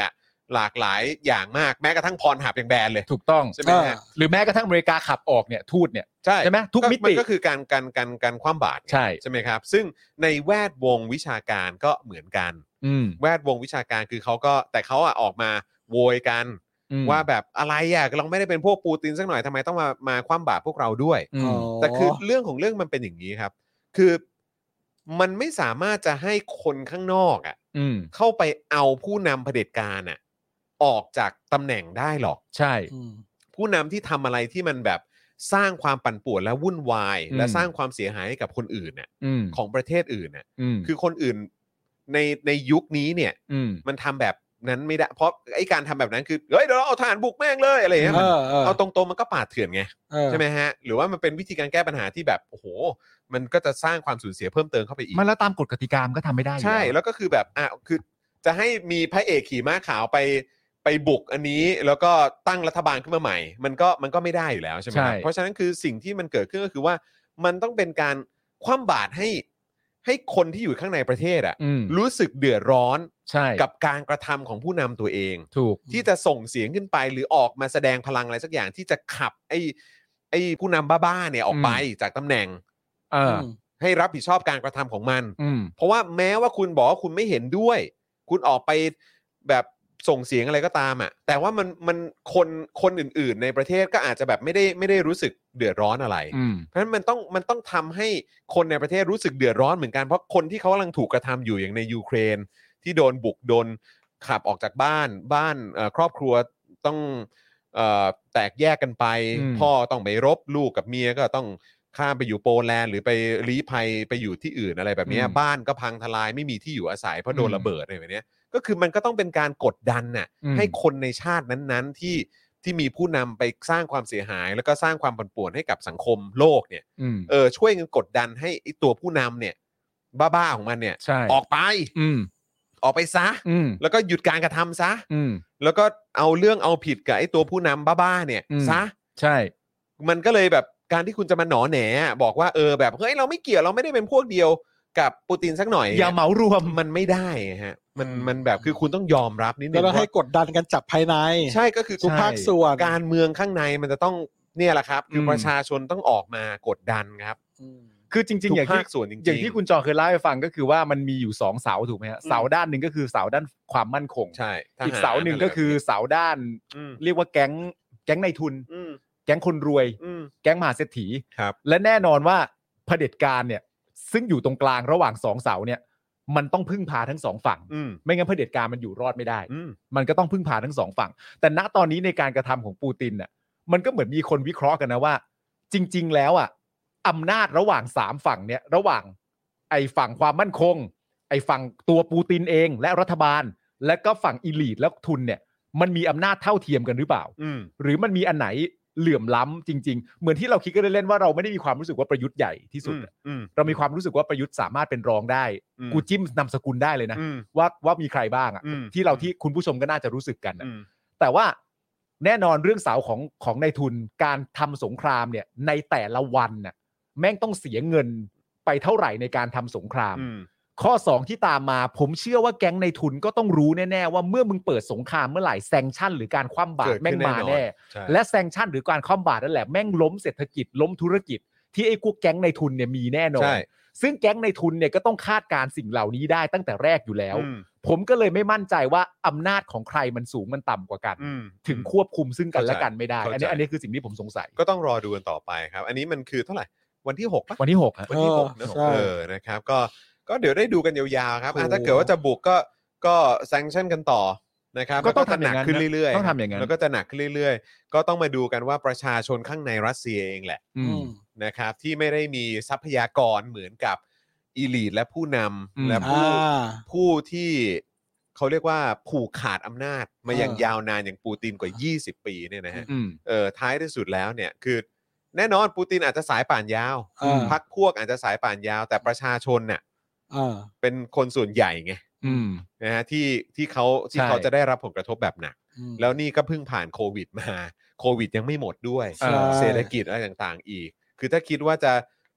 หลากหลายอย่างมากแม้กระทั่งพรหับยังแบนเลยถูกต้องใช่ไหมฮะหรือแม้กระทั่งอเมริกาขับออกเนี่ยทูตเนี่ยใช่ไหมทุกมิติมันก็คือการคว่ำบาตรใช่ไหมครับซึ่งในแวดวงวิชาการก็เหมือนกันแวดวงวิชาการคือเขาก็แต่เขาออกมาโวยกันว่าแบบอะไรเราไม่ได้เป็นพวกปูตินสักหน่อยทำไมต้องมาคว่ำบาตรพวกเราด้วยแต่คือเรื่องของเรื่องมันเป็นอย่างนี้ครับคือมันไม่สามารถจะให้คนข้างนอกเข้าไปเอาผู้นำเผด็จการออกจากตำแหน่งได้หรอกใช่ผู้นำที่ทำอะไรที่มันแบบสร้างความปั่นป่วนและวุ่นวายและสร้างความเสียหายให้กับคนอื่นของประเทศอื่นคือคนอื่นในยุคนี้เนี่ยมันทำแบบนั้นไม่ได้เพราะไอ้การทำแบบนั้นคือเฮ้ยเดี๋ยวเราเอาทหารบุกแม่งเลยอะไรอย่างเงี้ยเอาตรงๆมันก็ปาดเถื่อนไงใช่ไหมฮะหรือว่ามันเป็นวิธีการแก้ปัญหาที่แบบโอ้โหมันก็จะสร้างความสูญเสียเพิ่มเติมเข้าไปอีกมันแล้วตามกฎกติกามันก็ทำไม่ได้ใช่แล้วก็คือแบบคือจะให้มีพระเอกขี่ม้าขาวไปบุกอันนี้แล้วก็ตั้งรัฐบาลขึ้นมาใหม่มันก็ไม่ได้อยู่แล้วใช่ไหมครับเพราะฉะนั้นคือสิ่งที่มันเกิดขึ้นก็คือว่ามันต้องเป็นการคว่ำบาตรให้คนที่อยู่ข้างในประเทศรู้สึกเดือดร้อนกับการกระทำของผู้นำตัวเองถูกที่จะส่งเสียงขึ้นไปหรือออกมาแสดงพลังอะไรสักอย่างที่จะขับไอ้ผู้นำบ้าๆเนี่ยออกไปจากตำแหน่งให้รับผิดชอบการกระทำของมันเพราะว่าแม้ว่าคุณบอกว่าคุณไม่เห็นด้วยคุณออกไปแบบส่งเสียงอะไรก็ตามแต่ว่ามันคนอื่นๆในประเทศก็อาจจะแบบไม่ได้รู้สึกเดือดร้อนอะไรเพราะฉะนั้นมันต้องทำให้คนในประเทศรู้สึกเดือดร้อนเหมือนกันเพราะคนที่เขากำลังถูกกระทำอยู่อย่างในยูเครนที่โดนบุกโดนขับออกจากบ้านครอบครัวต้องแตกแยกกันไปพ่อต้องไปรบลูกกับเมียก็ต้องข้ามไปอยู่โปแลนด์หรือไปลี้ภัยไปอยู่ที่อื่นอะไรแบบนี้บ้านก็พังทลายไม่มีที่อยู่อาศัยเพราะโดนระเบิดอะไรแบบนี้ก็คือมันก็ต้องเป็นการกดดันให้คนในชาตินั้นๆที่มีผู้นำไปสร้างความเสียหายแล้วก็สร้างความปั่นป่วนให้กับสังคมโลกเนี่ยช่วยกันกดดันให้ตัวผู้นำเนี่ยบ้าๆของมันเนี่ยออกไปออกไปซะแล้วก็หยุดการกระทำซะแล้วก็เอาเรื่องเอาผิดกับไอ้ตัวผู้นำบ้าๆเนี่ยซะใช่มันก็เลยแบบการที่คุณจะมาหนอแหนบอกว่าแบบเฮ้ยเราไม่เกี่ยวเราไม่ได้เป็นพวกเดียวกับปูตินสักหน่อยอย่าเหมารวมมันไม่ได้ฮะมันแบบคือคุณต้องยอมรับนิดนึงแล้วให้กดดันกันจากภายในใช่ก็คือทุกภาคส่วนการเมืองข้างในมันจะต้องเนี่ยแหละครับคือประชาชนต้องออกมากดดันครับคือจริงๆอย่างที่คุณจอเคยเล่าให้ฟังก็คือว่ามันมีอยู่2เสาถูกไหมฮะเสาด้านหนึ่งก็คือเสาด้านความมั่นคงใช่อีกเสาหนึ่งก็คือเสาด้านเรียกว่าแก๊งนายทุนแก๊งคนรวยแก๊งมหาเศรษฐีและแน่นอนว่าเผด็จการเนี่ยซึ่งอยู่ตรงกลางระหว่าง2เสาเนี่ยมันต้องพึ่งพาทั้ง2ฝั่งไม่งั้นเผด็จการมันอยู่รอดไม่ได้มันก็ต้องพึ่งพาทั้ง2ฝั่งแต่ณตอนนี้ในการกระทำของปูตินน่ะมันก็เหมือนมีคนวิเคราะห์กันนะว่าจริงๆแล้วอำนาจระหว่าง3ฝั่งเนี่ยระหว่างไอ้ฝั่งความมั่นคงไอ้ฝั่งตัวปูตินเองและรัฐบาลและก็ฝั่งอีลีทและทุนเนี่ยมันมีอำนาจเท่าเทียมกันหรือเปล่าหรือมันมีอันไหนเหลื่อมล้ำจริงๆเหมือนที่เราคิดกันเล่นๆว่าเราไม่ได้มีความรู้สึกว่าประยุทธ์ใหญ่ที่สุดเรามีความรู้สึกว่าประยุทธ์สามารถเป็นรองได้กูจิ้มนามสกุลได้เลยนะว่ามีใครบ้างที่คุณผู้ชมก็น่าจะรู้สึกกันแต่ว่าแน่นอนเรื่องเสาของนายทุนการทำสงครามเนี่ยในแต่ละวันน่ะแม่งต้องเสียเงินไปเท่าไหร่ในการทำสงครามข้อ2ที่ตามมาผมเชื่อว่าแก๊งในทุนก็ต้องรู้แน่ๆว่าเมื่อมึงเปิดสงครามเมื่อไหร่แซงชั่นหรือการคว่ำบาตรแม่งมาแน่และแซงชั่นหรือการคว่ำบาตรนั่นแหละแม่งล้มเศรษฐกิจล้มธุรกิจที่ไอ้พวกแก๊งในทุนเนี่ยมีแน่นอนซึ่งแก๊งในทุนเนี่ยก็ต้องคาดการสิ่งเหล่านี้ได้ตั้งแต่แรกอยู่แล้วผมก็เลยไม่มั่นใจว่าอำนาจของใครมันสูงมันต่ำกว่ากันถึงควบคุมซึ่งกันและกันไม่ได้อันนี้คือสิ่งที่ผมสงสัยก็ต้องรอดูกันต่อไปครับอันนี้มันคือเท่าไหร่วันที่6ป่ะวันที่6 วันที่6นะนะครับก็เดี๋ยวได้ดูกันยาวๆครับถ้าเกิดว่าจะบุกก็แซงชั่นกันต่อนะครับก็ต้องหนักขึ้นเรื่อยๆต้องทำอย่างนั้นแล้วก็จะหนักขึ้นเรื่อยๆก็ต้องมาดูกันว่าประชาชนข้างในรัสเซียเองแหละนะครับที่ไม่ได้มีทรัพยากรเหมือนกับอีลีทและผู้นำและผู้ที่เขาเรียกว่าผูกขาดอำนาจมาอย่างยาวนานอย่างปูตินกว่า20ปีเนี่ยนะฮะท้ายที่สุดแล้วเนี่ยคือแน่นอนปูตินอาจจะสายป่านยาวพรรคพวกอาจจะสายป่านยาวแต่ประชาชนเนี่ยเป็นคนส่วนใหญ่ไงนะฮะที่เขาจะได้รับผลกระทบแบบหนักแล้วนี่ก็เพิ่งผ่านโควิดมาโควิดยังไม่หมดด้วยเศรษฐกิจอะไรต่างๆอีกคือถ้าคิดว่าจะ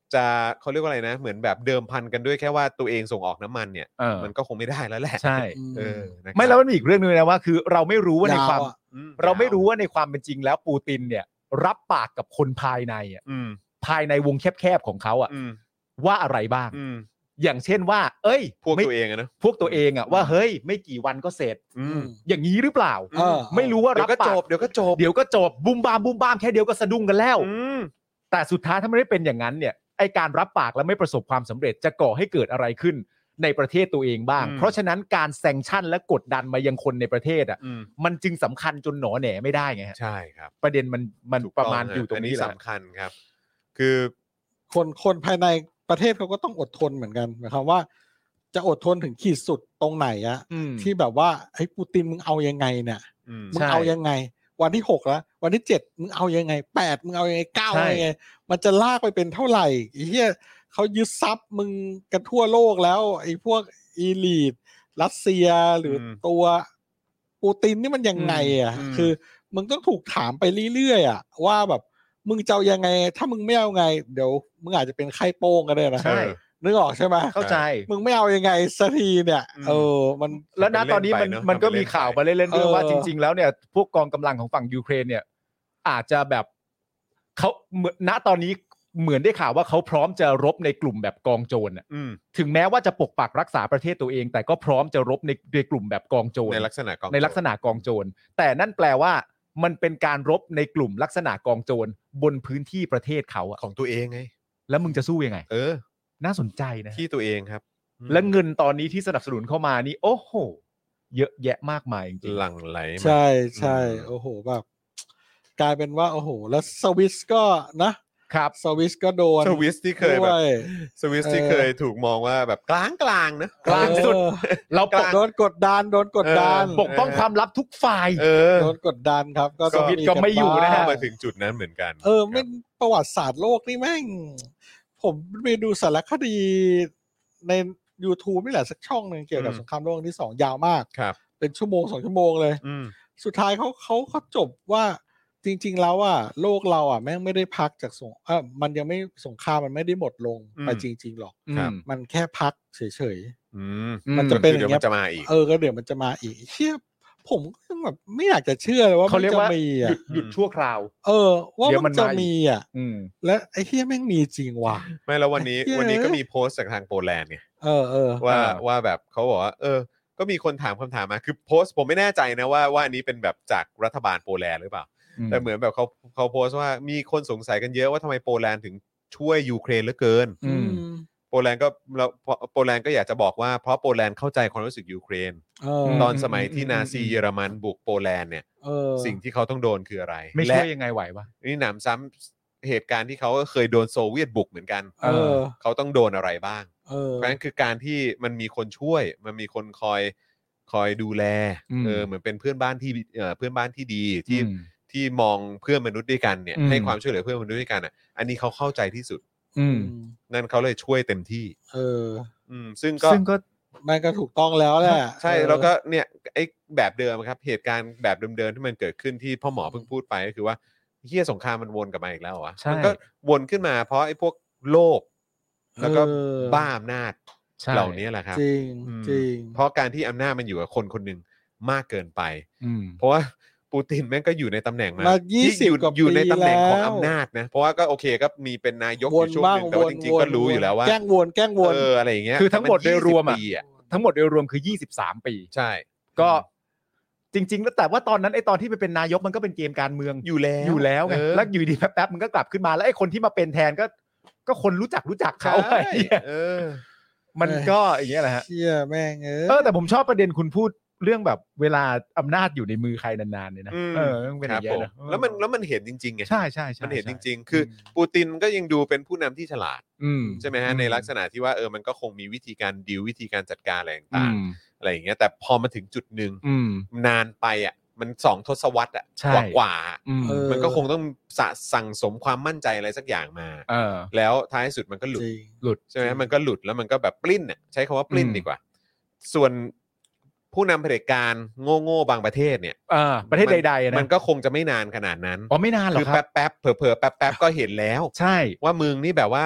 จะเขาเรียกว่าอะไรนะเหมือนแบบเดิมพันกันด้วยแค่ว่าตัวเองส่งออกน้ำมันเนี่ยมันก็คงไม่ได้แล้วแหละใช่นะครับไม่แล้วมันมีอีกเรื่องนึงนะว่าคือเราไม่รู้ว่าในความ เราไม่รู้ว่าในความเป็นจริงแล้วปูตินเนี่ยรับปากกับคนภายในอ่ะภายในวงแคบๆของเขาอ่ะว่าอะไรบ้างอย่างเช่นว่าเอ้ยพวกตัวเองอะนะพวกตัวเองอ่ะว่าเฮ้ยไม่กี่วันก็เสร็จอย่างนี้หรือเปล่าไม่รู้ว่ารับปากเดี๋ยวก็จบบุมบามแค่เดียวก็สะดุ้งกันแล้วแต่สุดท้ายถ้าไม่ได้เป็นอย่างนั้นเนี่ยไอการรับปากแล้วไม่ประสบความสำเร็จจะก่อให้เกิดอะไรขึ้นในประเทศตัวเองบ้างเพราะฉะนั้นการแซงชั่นและกดดันมายังคนในประเทศอ่ะมันจึงสำคัญจนหนอแหนไม่ได้ไงใช่ครับประเด็นมันประมาณอยู่ตรงนี้แหละสำคัญครับคือคนภายในประเทศเขาก็ต้องอดทนเหมือนกันหมายความว่าจะอดทนถึงขีดสุดตรงไหนอะที่แบบว่าไอ้ปูตินมึงเอายังไงเนี่ยมึงเอายังไงวันที่6แล้ววันที่7มึงเอายังไง8มึงเอายังไง9ยังไงมันจะลากไปเป็นเท่าไหร่ไอ้เหี้ยเขายึดทรัพย์มึงกันทั่วโลกแล้วไอ้พวกอีลีทรัสเซียหรือตัวปูตินนี่มันยังไงอ่ะคือมึงต้องถูกถามไปเรื่อยๆอ่ะว่าแบบมึงจะเอายังไงถ้ามึงไม่เอาไงเดี๋ยวมึงอาจจะเป็นไข้โป้งก็ได้นะนึกออกใช่ไหมเข้าใจมึงไม่เอายังไงสักทีเนี่ยมันแล้วณตอนนี้มันก็มีข่าวมาเล่นๆด้วยว่าจริงๆแล้วเนี่ยพวกกองกำลังของฝั่งยูเครนเนี่ยอาจจะแบบเขาณตอนนี้เหมือนได้ข่าวว่าเขาพร้อมจะรบในกลุ่มแบบกองโจรอ่ะถึงแม้ว่าจะปกปักรักษาประเทศตัวเองแต่ก็พร้อมจะรบในกลุ่มแบบกองโจรในลักษณะกองโจรแต่นั่นแปลว่ามันเป็นการรบในกลุ่มลักษณะกองโจรบนพื้นที่ประเทศเขาอะของตัวเองไงแล้วมึงจะสู้ยังไงน่าสนใจนะที่ตัวเองครับและเงินตอนนี้ที่สนับสนุนเข้ามานี่โอ้โหเยอะแยะมากมายจริงหลั่งไหลใช่ใช่โอ้โหแบบกลายเป็นว่าโอ้โหแล้วสวิสก็นะครับสวิสก็โดนสวิสที่เคยแบบสวิสที่เคยถูกมองว่าแบบกลางนะกลางสุดเราโดนกดดันปกป้องความลับทุกฝ่ายโดนกดดันครับก็สวิสก็ไม่อยู่นะฮะมาถึงจุดนั้นเหมือนกันไม่ประวัติศาสตร์โลกนี่แม่งผมไปดูสารคดีใน YouTube นี่แหละสักช่องนึงเกี่ยวกับสงครามโลกที่2ยาวมากเป็นชั่วโมง2ชั่วโมงเลยสุดท้ายเขาจบว่าจริงๆแล้วอ่ะโลกเราอ่ะแม่งไม่ได้พักจากมันยังไม่สงครามมันไม่ได้หมดลงไปจริงๆหรอกมันแค่พักเฉยๆมันจะเป็นอย่างเงี้ยจะมาอีกก็เดี๋ยวมันจะมาอีกเชี่ยผมก็แบบไม่อยากจะเชื่อเลยว่ามันจะมีหยุดชั่วคราวว่ามันจะมีอ่ะและไอ้เหี้ยแม่งมีจริงว่ะไม่แล้ววันนี้ก็มีโพสต์จากทางโปแลนด์ไงว่าแบบเขาบอกว่าก็มีคนถามคำถามมาคือโพสต์ผมไม่แน่ใจนะว่าอันนี้เป็นแบบจากรัฐบาลโปแลนด์หรือเปล่าแต่เหมือนแบบเขาโพสต์ว่ามีคนสงสัยกันเยอะว่าทำไมโปแลนด์ถึงช่วยยูเครนเหลือเกินโปแลนด์ก็อยากจะบอกว่าเพราะโปแลนด์เข้าใจความรู้สึกยูเครนตอนสมัยที่นาซีเยอรมันบุกโปแลนด์เนี่ยสิ่งที่เขาต้องโดนคืออะไรไม่ช่วยยังไงไหววะนี่หนำซ้ำเหตุการณ์ที่เขาเคยโดนโซเวียตบุกเหมือนกันเขาต้องโดนอะไรบ้างเพราะฉะนั้นคือการที่มันมีคนช่วยมันมีคนคอยดูแลเหมือนเป็นเพื่อนบ้านที่ดีที่มองเพื่อนมนุษย์ด้วยกันเนี่ยให้ความช่วยเหลือเพื่อนมนุษย์ด้วยกันอ่ะอันนี้เขาเข้าใจที่สุดนั่นเขาเลยช่วยเต็มที่ซึ่งก็มันก็ถูกต้องแล้วแหละใช่แล้วก็เนี่ยไอ้แบบเดิมครับเหตุการณ์แบบเดิมๆที่มันเกิดขึ้นที่พ่อหมอเพิ่งพูดไปก็คือว่าเหี้ยสงครามมันวนกลับมาอีกแล้ววะมันก็วนขึ้นมาเพราะไอ้พวกโลภแล้วก็บ้าอำนาจเหล่านี้แหละครับจริงเพราะการที่อำนาจมันอยู่กับคนคนหนึ่งมากเกินไปเพราะว่าปูตินแม่งก็อยู่ในตำแหน่งมา 20 กว่าปีอยู่ในตำแหน่งของอำนาจนะเพราะว่าก็โอเคก็มีเป็นนายกอยู่ช่วงนึงแต่ว่าจริงๆก็รู้อยู่แล้วว่าแกล้งวนอะไรอย่างเงี้ยคือทั้งหมดโดยรวมคือ23 ปีใช่ก็จริงๆแล้วแต่ว่าตอนนั้นไอ้ตอนที่ไปเป็นนายกมันก็เป็นเกมการเมืองอยู่แล้วไงแล้วอยู่ดีแป๊บๆมันก็กลับขึ้นมาแล้วไอ้คนที่มาเป็นแทนก็คนรู้จักเขาไอ้มันก็อย่างเงี้ยแหละฮะเชี่ยแม่งแต่ผมชอบประเด็นคุณพูดเรื่องแบบเวลาอำนาจอยู่ในมือใครนานๆเนี่ยนะเป็นอย่างเงี้ยนะแล้วมันเห็นจริงๆไงใช่มันเห็นจริงๆคือปูตินก็ยังดูเป็นผู้นำที่ฉลาดใช่ไหมฮะในลักษณะที่ว่ามันก็คงมีวิธีการดีลวิธีการจัดการอะไรต่างๆอะไรอย่างเงี้ยแต่พอมาถึงจุดหนึ่งนานไปอ่ะมัน2 ทศวรรษอ่ะกว่ามันก็คงต้องสั่งสมความมั่นใจอะไรสักอย่างมาแล้วท้ายสุดมันก็หลุดใช่ไหมมันก็หลุดแล้วมันก็แบบปลิ้นอ่ะใช้คำว่าปลิ้นดีกว่าส่วนผู้นำเผด็จการโง่ๆบางประเทศเนี่ยประเทศใดๆนะมันก็คงจะไม่นานขนาดนั้นไม่นานหรอกครับคือแป๊บๆเผลอๆแป๊บๆก็เห็นแล้วใช่ว่ามึงนี่แบบว่า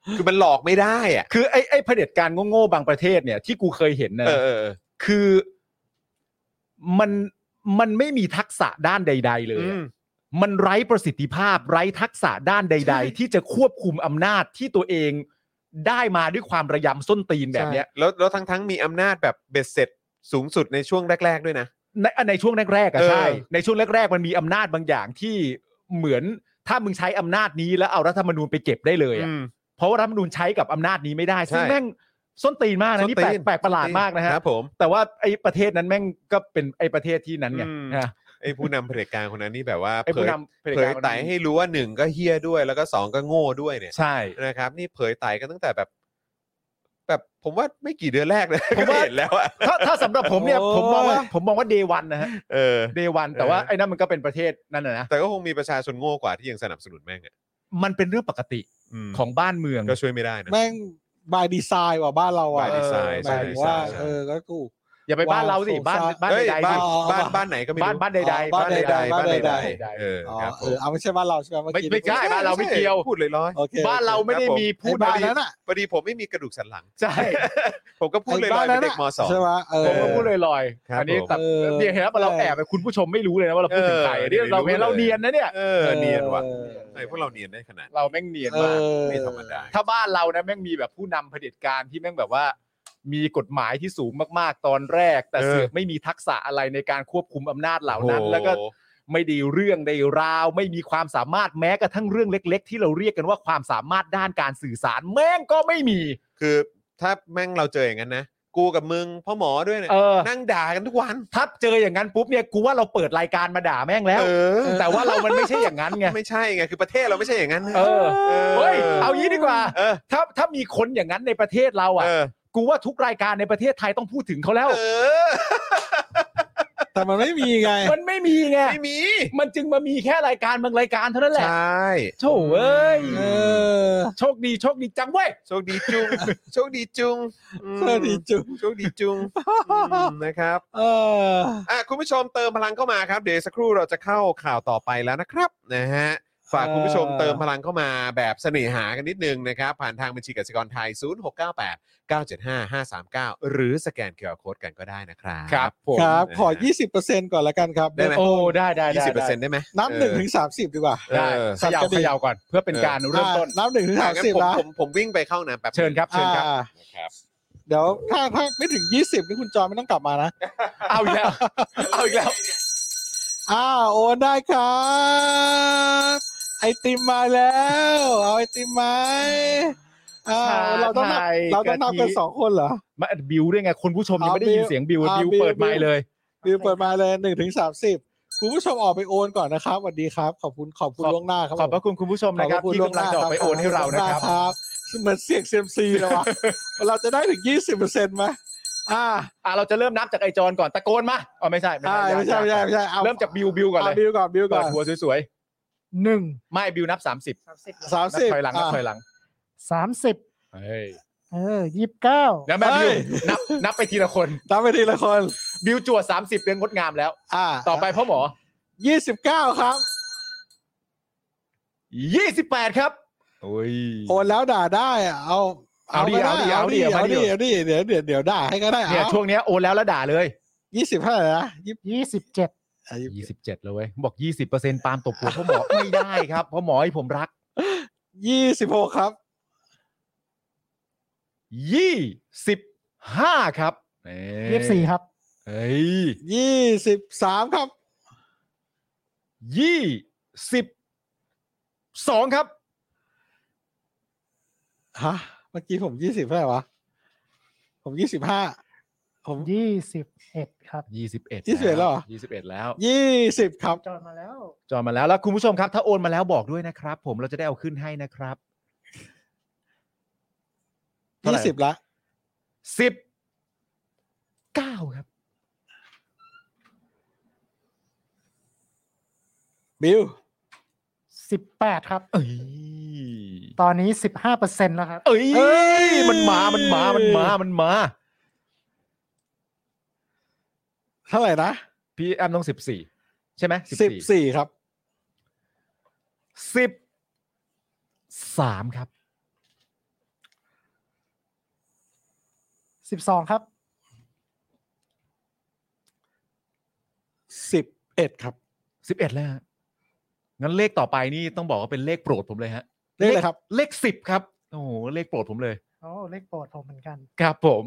คือมันหลอกไม่ได้อ่ะคือไอ้เผด็จการโง่ๆบางประเทศเนี่ยที่กูเคยเห็นนะคือมันไม่มีทักษะด้านใดๆเลยมันไร้ประสิทธิภาพไร้ทักษะด้านใดๆที่จะควบคุมอำนาจที่ตัวเองได้มาด้วยความระยำส้นตีนแบบเนี้ยแล้วทั้งมีอำนาจแบบเบ็ดเสร็จสูงสุดในช่วงแรกๆด้วยนะในช่วงแรกๆใช่ในช่วงแรกๆมันมีอำนาจบางอย่างที่เหมือนถ้ามึงใช้อำนาจนี้แล้วเอารัฐธรรมนูญไปเก็บได้เลยเพราะว่ารัฐธรรมนูญใช้กับอำนาจนี้ไม่ได้ซึ่งแม่งส้นตีนมากนะนี่แปลกประหลาดมากนะฮะแต่ว่าไอ้ประเทศนั้นแม่งก็เป็นไอ้ประเทศที่นั้นไงไอ้ผู้นำเผด็จการคนนั้นนี่แบบว่าเผยไต่ให้รู้ว่า1ก็เฮี้ยด้วยแล้วก็2ก็โง่ด้วยเนี่ยใช่นะครับนี่เผยไต่กันตั้งแต่แบบผมว่าไม่กี่เดือนแรกเลยผมว่าเห็นแล้วอะถ้าสำหรับผมเนี่ยผมมองว่า day 1นะฮะday 1แต่ว่าไอ้นั่นมันก็เป็นประเทศนั่นนะแต่ก็คงมีประชาชนโง่กว่าที่ยังสนับสนุนแม่งอ่ะมันเป็นเรื่องปกติของบ้านเมืองก็ช่วยไม่ได้นะแม่งบายดีไซน์ว่ะบ้านเราอ่ะบายดีไซน์หมายถึงว่าก็ถูกอย่าไปบ้านเราสิบ้านใดๆบ้านไหนก็ไม่รู้บ้านใดๆบ้านใดครับเอาไม่ใช่บ้านเราใช่ไหมไม่ใช่บ้านเราไม่เกี่ยวพูดเลยบ้านเราไม่ได้มีพูดบ้านนั้นอ่ะพอดีผมไม่มีกระดูกสันหลังใช่ผมก็พูดเลยเป็นเด็กม.2 ใช่ไหมผมก็พูดเลยอันนี้แต่เนี่ยเห็นไหมเราแอบไปคุณผู้ชมไม่รู้เลยนะว่าเราพูดถึงใครนี่เราเห็นเราเนียนนะเนี่ยเนียนว่ะพวกเราเนียนได้ขนาดเราแม่งเนียนมากไม่ธรรมดาถ้าบ้านเรานะแม่งมีแบบผู้นำเผด็จการที่แม่งแบบว่ามีกฎหมายที่สูงมากๆตอนแรกแต่เสือกไม่มีทักษะอะไรในการควบคุมอำนาจเหล่านั้นแล้วก็ไม่ได้เรื่องได้ราวไม่มีความสามารถแม้กระทั่งเรื่องเล็กๆที่เราเรียกกันว่าความสามารถด้านการสื่อสารแม่งก็ไม่มีคือถ้าแม่งเราเจออย่างนั้นนะกูกับมึงพ่อหมอด้วยเนี่ยนั่งด่ากันทุกวันถ้าเจออย่างนั้นปุ๊บเนี่ยกูว่าเราเปิดรายการมาด่าแม่งแล้วแต่ว่าเรามันไม่ใช่อย่างนั้นไงไม่ใช่ไงคือประเทศเราไม่ใช่อย่างนั้นเฮ้ยเอางี้ดีกว่าถ้ามีคนอย่างนั้นในประเทศเราอ่ะกูว่าทุกรายการในประเทศไทยต้องพูดถึงเขาแล้วแต่มันไม่มีไงมันไม่มีไงไม่มีมันจึงมามีแค่รายการบางรายการเท่านั้นแหละใช่โถ่เอ้ยโชคดีจังเว้ยโชคดีจุงโชคดีจุงนะครับคุณผู้ชมเติมพลังเข้ามาครับเดี๋ยวสักครู่เราจะเข้าข่าวต่อไปแล้วนะครับนะฮะฝากคุณผู้ชมเติมพลังเข้ามาแบบเสน่หากันนิดนึงนะครับผ่านทางบัญชีกสิกรไทย0698975539หรือสแกน QR Code กันก็ได้นะครับครับผมครับขอ 20% ก่อนละกันครับได้ไหมโอ้ได้ 20% ได้ไหมนับ1ถึง30ดีกว่าได้เขย่าก่อนเพื่อเป็นการเริ่มต้นนับ1ถึง30นะผมวิ่งไปเข้าน้ำแป๊บเชิญครับเดี๋ยวถ้าไม่ถึง20นี่คุณจอไม่ต้องกลับมานะเอาอีกแล้วโอนได้ครับไอติมมาแล้วเอาไอติมไหมเราต้องนับกัน2คนเหรอมาบิวด้วยไงคุณผู้ชมยังไม่ได้ยินเสียงบิวเปิดไมค์เลยบิวเปิดมาเลย1ถึง30คุณผู้ชมออกไปโอนก่อนนะครับสวัสดีครับขอบคุณล่วงหน้าครับขอบพระคุณคุณผู้ชมนะครับที่กำลังจะออกไปโอนให้เรานะครับเหมือนเสี่ยงเซียมซีเลยวะเราจะได้ถึง 20% มั้ยเราจะเริ่มนับจากไอจอนก่อนตะโกนมาไม่ใช่ไม่ใช่เริ่มจากบิวก่อนเลยบิวก่อนเปิดหัวสวยๆ1 ไม่บิวนับ30ถอยหลัง 30 เฮ้ย 29 แล้วแม่บิวนับไปทีละคนบิวจั่ว30เรื่องงดงามแล้วต่อไปพ่อหมอ 29ครับ 28ครับโอนแล้วด่าได้เอาดิเดี๋ยวด่าให้ก็ได้เนี่ยช่วงนี้โอนแล้วด่าเลย 20เท่าไหร่นะ 27แล้วเว้ยบอก 20% ปาล์มตบหัวพ่อหมอไม่ได้ครับพ่อหมอให้ผมรัก 26ครับ 25ครับ 24ครับเฮ้ย 23ครับ 22ครับเมื่อกี้ผม20เท่าไหร่วะผม25ผม21ครับ21แล้วเหรอ 21แล้ว 20ครับจอดมาแล้วแล้วคุณผู้ชมครับถ้าโอนมาแล้วบอกด้วยนะครับผมเราจะได้เอาขึ้นให้นะครับ 20ละ 19ครับบิว 18ครับตอนนี้ 15% แล้วครับมันมาเท่าไหร่นะพี่แอมต้อง14ใช่ไหม 14ครับ 13ครับ 12ครับ 11ครับ 11แล้วงั้นเลขต่อไปนี่ต้องบอกว่าเป็นเลขโปรดผมเลยฮะเลขอะไรครับเลข10ครับโอ้โหเลขโปรดผมเลยโอ้เลขโปรดผมเหมือนกันครับผม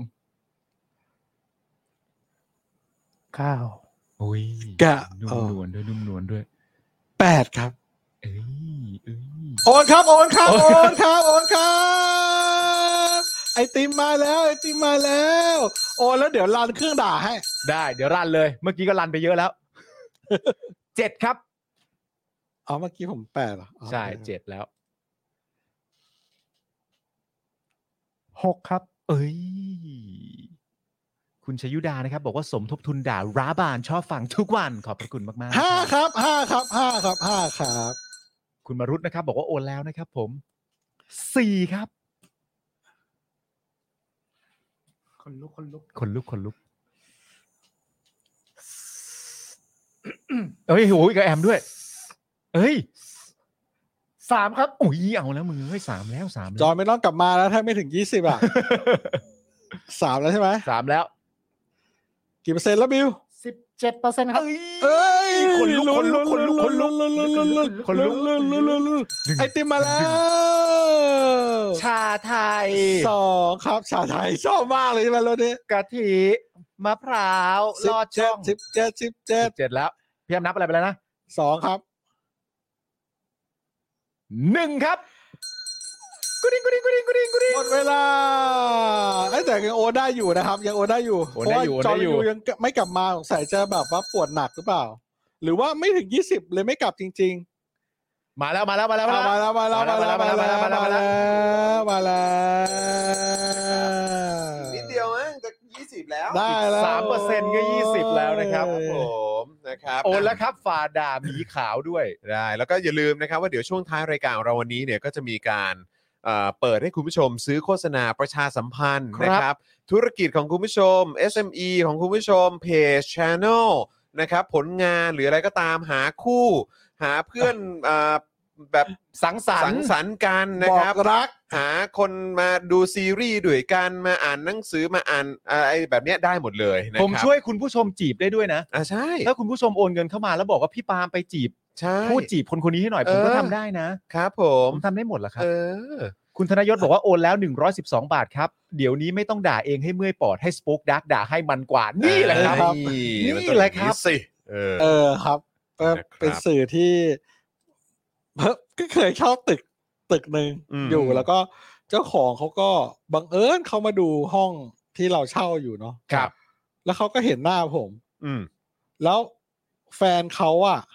9 อุ้ยนุ่มนวลด้วย 8ครับเอ้ยโอนครับไอติมมาแล้วโอนแล้วเดี๋ยวรันเครื่องด่าให้ได้เดี๋ยวรันเลยเมื่อกี้ก็รันไปเยอะแล้ว7ครับเมื่อกี้ผม8เหรอใช่7แล้ว 6ครับเอ้ยคุณชยุดานะครับบอกว่าสมทบทุนด่าร้าบานชอบฟังทุกวันขอบพระคุณมากๆ5ครับคุณมารุตนะครับบอกว่าโอนแล้วนะครับผม4ครับคนลุกเอ้ยโหอีกกับแอมด้วยเอ้ย 3ครับอุ้ยเอาแล้วมึงเฮ้ย3แล้วจอยไม่ต้องกลับมาแล้วถ้าไม่ถึง20อ่ะ3แล้วใช่ไหม 3แล้วกี่เปอร์เซ็นต์แล้วบิว 17%ครับเอ้ยคนลุกไอติมมาแล้วชาไทย 2ครับชาไทยชอบมากเลยใช่ไหมรถนี้กะทิมะพร้าวลอดช่อง17แล้วพี่แอมนับอะไรไปแล้วนะ 2ครับ 1ครับกุดิ้งหมดเวลาแต่ยังโอได้อยู่นะครับยังโอได้อยู่เพราะว่าจอยูยังไม่กลับมาสงสัยจะแบบว่าปวดหนักหรือเปล่าหรือว่าไม่ถึง20เลยไม่กลับจริงๆมาแล้วนิดเดียวมั้งจะ20แล้วได้แล้ว 3% ก็20แล้วนะครับผมนะครับโอนแล้วครับฝ่าด่าหมีขาวด้วยได้แล้วก็อย่าลืมนะครับว่าเดี๋ยวช่วงท้ายรายการของเราวันนี้เนี่ยก็จะมีการเปิดให้คุณผู้ชมซื้อโฆษณาประชาสัมพันธ์นะครับธุรกิจของคุณผู้ชม SME ของคุณผู้ชมเพจ Channel นะครับผลงานหรืออะไรก็ตามหาคู่หาเพื่อนแบบสังสรรค์กันนะครับรักหาคนมาดูซีรีส์ด้วยกันมาอ่านหนังสือมาอ่านอะไรแบบนี้ได้หมดเลยนะครับผมช่วยคุณผู้ชมจีบได้ด้วยนะใช่ถ้าคุณผู้ชมโอนเงินเข้ามาแล้วบอกว่าพี่ปาล์มไปจีบพูดจีบคนนี้ให้หน่อยผมก็ทำได้นะครับผมทำได้หมดแหละครับคุณธนยศบอกว่าโอนแล้ว112 บาทครับเดี๋ยวนี้ไม่ต้องด่าเองให้เมื่อยปอดให้ Spoke Dark ด่าให้มันกว่านี่แหละครับนี่แหละครับสิครับเป็นสื่อที่ก็เคยเช่าตึกนึงอยู่แล้วก็เจ้าของเขาก็บังเอิญเขามาดูห้องที่เราเช่าอยู่เนาะครับแล้วเขาก็เห็นหน้าผมแล้วแฟนเขา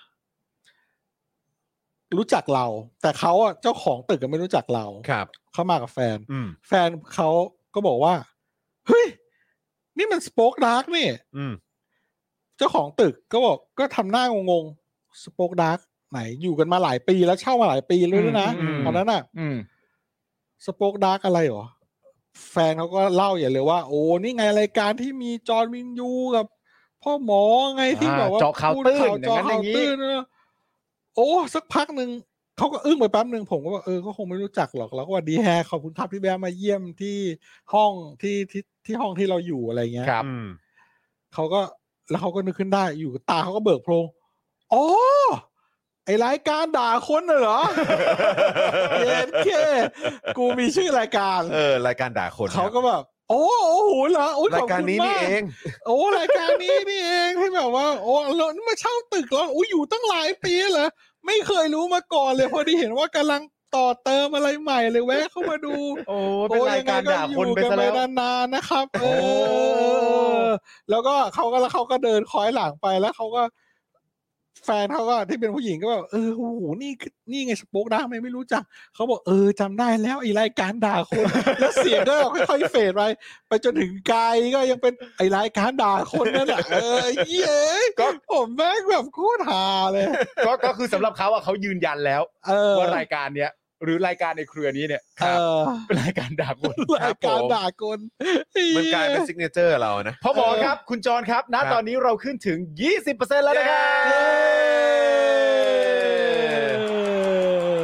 รู้จักเราแต่เขาเจ้าของตึกก็ไม่รู้จักเราครับเขามากับแฟนเขาก็บอกว่าเฮ้ยนี่มัน Spoke Dark นี่เจ้าของตึกก็บอกก็ทำหน้างงๆ Spoke Dark ไหนอยู่กันมาหลายปีแล้วเช่ามาหลายปีเลยนะตอนนั้นSpoke Dark อะไรหรอแฟนเขาก็เล่าอย่างเลยว่าโอ้นี่ไงรายการที่มีจอห์นวินยูกับพ่อหมอไงที่แบบว่าเจาะข่าวตื้นอย่างนี้โอ้สักพักหนึ่งเขาก็อึ้งไปแป๊บนึงผมก็ว่าก็คงไม่รู้จักหรอกแล้วก็ว่าดีแฮขอบคุณครับที่แวะมาเยี่ยมที่ห้องที่ห้องที่เราอยู่อะไรเงี้ยครับเขาก็แล้วเขาก็นึกขึ้นได้อยู่ตาเขาก็เบิกโพรงอ๋อไอรายการด่าคนเหรอเย็นเคกูมีชื่อรายการรายการด่าคนเขาก็แบบโอ้โหเหรอรายการนี้นี่เองโอ้รายการนี้นี่เองที่แบบว่าโอ้เรานี่มาเช่าตึกแล้วอยู่ตั้งหลายปีเหรอไม่เคยรู้มาก่อนเลยพอดีเห็นว่ากำลังต่อเติมอะไรใหม่เลยแวะเข้ามาดูโอ้เป็นรายการด่าคนไปซะแล้วนานๆนะครับแล้วก็เขาก็เดินคอยหลังไปแล้วเขาก็แฟนเขาก็ที่เป็นผู้หญิงก็แบบโอ้โหนี่ไงSpoke Darkไม่รู้จักเขาบอกจำได้แล้วไอรายการด่าคนแล้วเสียงก็ค่อยๆเฟดไปจนถึงไกลก็ยังเป็นไอรายการด่าคนนั่นแหละก็ผมแม่งแบบโคตรฮาเลยก็คือสำหรับเขาเขายืนยันแล้วว่ารายการเนี้ยหรือรายการในเครือนี้เนี่ยเป็นรายการด่าคนรายการด่าคนมันกลายเป็นซิกเนเจอร์เรานะพ่อหมอครับคุณจรครับณตอนนี้เราขึ้นถึง 20% แล้วนะครับสุดย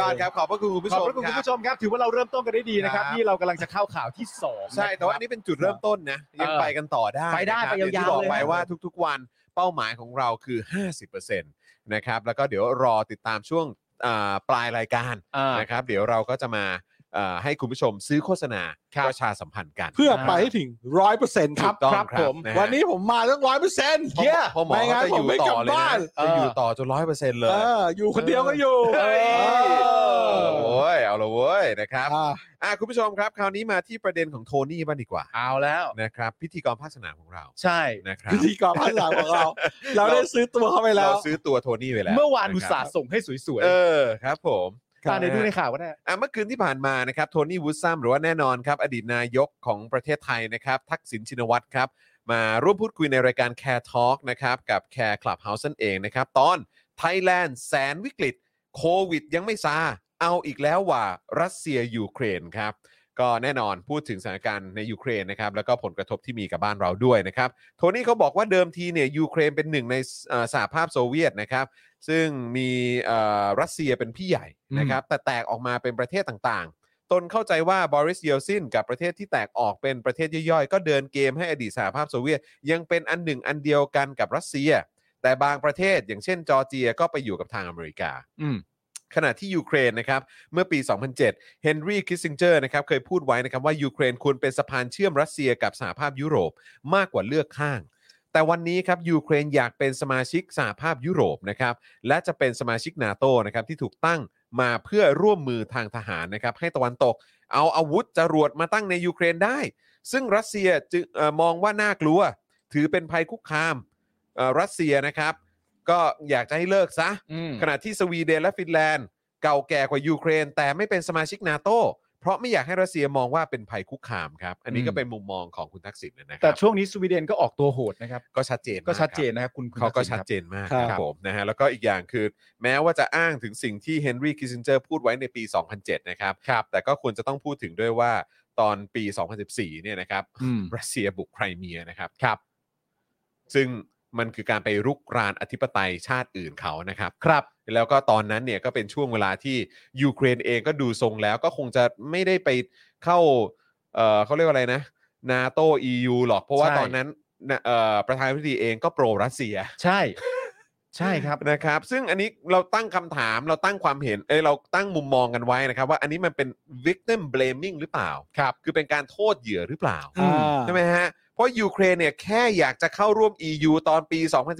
อดครับขอบพระคุณคุณผู้ขชอบมพระคุณคคุณรับผู้ชมครับถือว่าเราเริ่มต้นกันได้ดีนะครับครับนี่เรากำลังจะเข้าข่าวที่2 ใช่แต่ว่าอันนี้เป็นจุดเริ่มต้นนะยังไปกันต่อได้ไปได้นะครับไปยาวๆองที่บอกเลยไปครับว่าทุกๆวันเป้าหมายของเราคือ 50%นะครับแล้วก็เดี๋ยวรอติดตามช่วงปลายรายการนะครับเดี๋ยวเราก็จะมาให้คุณผู้ชมซื้อโฆษณาประชาสัมพันธ์กันเพื่อไปให้ถึง 100% คถูรับกต้องครับครับผมนะฮะวันนี้ผมมาเรื่อง 100% เย้พอหมอไม่งั้นจะอยู่ผมไม่ต่อกลับเลยบ้านะนจะอยู่ต่อจน 100%เลยอยู่คนเดียวก็อยู่เฮ้ย โอ้ยเอาละเว้ยนะครับอ่าคุณผู้ชมครับคราวนี้มาที่ประเด็นของโทนี่บ้างดีกว่าเอาแล้วนะครับพิธีกรภาคสนามของเราใช่นะครับพิธีกรภาคหลังของเรา เราได้ซื้อตัวเข้าไปแล้วเราซื้อตัวโทนี่ไปแล้วเมื่อวานอุตะคส่ารับห์ส่งให้สวยครับผมๆตาในดูในข่าวก็ได้เมื่อคืนที่ผ่านมานะครับโทนี่วูดซัมหรือว่าแน่นอนครับอดีตนายกของประเทศไทยนะครับทักษิณชินวัตรครับมาร่วมพูดคุยในรายการ Care Talk นะครับกับ Care Clubhouse นั่นเองนะครับตอนไทยแลนด์แสนวิกฤตโควิดยังไม่ซาเอาอีกแล้วว่ารัสเซียยูเครนครับก็แน่นอนพูดถึงสถานการณ์ในยูเครนนะครับแล้วก็ผลกระทบที่มีกับบ้านเราด้วยนะครับโทนี่เขาบอกว่าเดิมทีเนี่ยยูเครนเป็นหนึ่งในสหภาพโซเวียตนะครับซึ่งมีรัสเซียเป็นพี่ใหญ่นะครับแต่แตกออกมาเป็นประเทศต่างๆตนเข้าใจว่าบอริสเยลซินกับประเทศที่แตกออกเป็นประเทศย่อยๆก็เดินเกมให้อดีตสหภาพโซเวียตยังเป็นอันหนึ่งอันเดียวกันกับรัสเซียแต่บางประเทศอย่างเช่นจอร์เจียก็ไปอยู่กับทางอเมริกาขณะที่ยูเครนนะครับเมื่อปี 2007 เฮนรี่ คิสซิงเจอร์นะครับเคยพูดไว้นะครับว่ายูเครนควรเป็นสะพานเชื่อมรัสเซียกับสหภาพยุโรปมากกว่าเลือกข้างแต่วันนี้ครับยูเครนอยากเป็นสมาชิกสหภาพยุโรปนะครับและจะเป็นสมาชิกนาโตนะครับที่ถูกตั้งมาเพื่อร่วมมือทางทหารนะครับให้ตะวันตกเอาอาวุธจรวดมาตั้งในยูเครนได้ซึ่งรัสเซียจึงมองว่าน่ากลัวถือเป็นภัยคุกคามรัสเซียนะครับก็อยากจะให้เลิกซะขณะที่สวีเดนและฟินแลนด์เก่าแก่กว่ายูเครนแต่ไม่เป็นสมาชิกนาโตเพราะไม่อยากให้รัสเซียมองว่าเป็นภัยคุกคามครับอันนี้ก็เป็นมุมมองของคุณทักษิณนะครัแต่ช่วงนี้สวีเดนก็ออกตัวโหดนะครับก็ชัดเจนก็ชัดเจนมากนะครับคุณเขาก็ทัษิณชัดครับเจนมากครับครับผมนะฮะแล้วก็อีกอย่างคือแม้ว่าจะอ้างถึงสิ่งที่เฮนรี่ คิสซินเจอร์พูดไว้ในปี 2007 นะครับแต่ก็ควรจะต้องพูดถึงด้วยว่าตอนปี 2014 เนี่ยนะครับรัสเซียบุกไครเมียนะครับซึ่งมันคือการไปรุกรานอธิปไตยชาติอื่นเขานะครับแล้วก็ตอนนั้นเนี่ยก็เป็นช่วงเวลาที่ยูเครนเองก็ดูทรงแล้วก็คงจะไม่ได้ไปเข้าเขาเรียกว่าอะไรนะนาโต EU หรอกเพราะว่าตอนนั้นประธานาธิบดีเองก็โปรรัสเซียใช่ใช่ครับนะครับซึ่งอันนี้เราตั้งคำถามเราตั้งความเห็นเราตั้งมุมมองกันไว้นะครับว่าอันนี้มันเป็น victim blaming หรือเปล่าคือเป็นการโทษเหยื่อหรือเปล่าใช่ไหมฮะเพราะยูเครนเนี่ยแค่อยากจะเข้าร่วม EU ตอนปี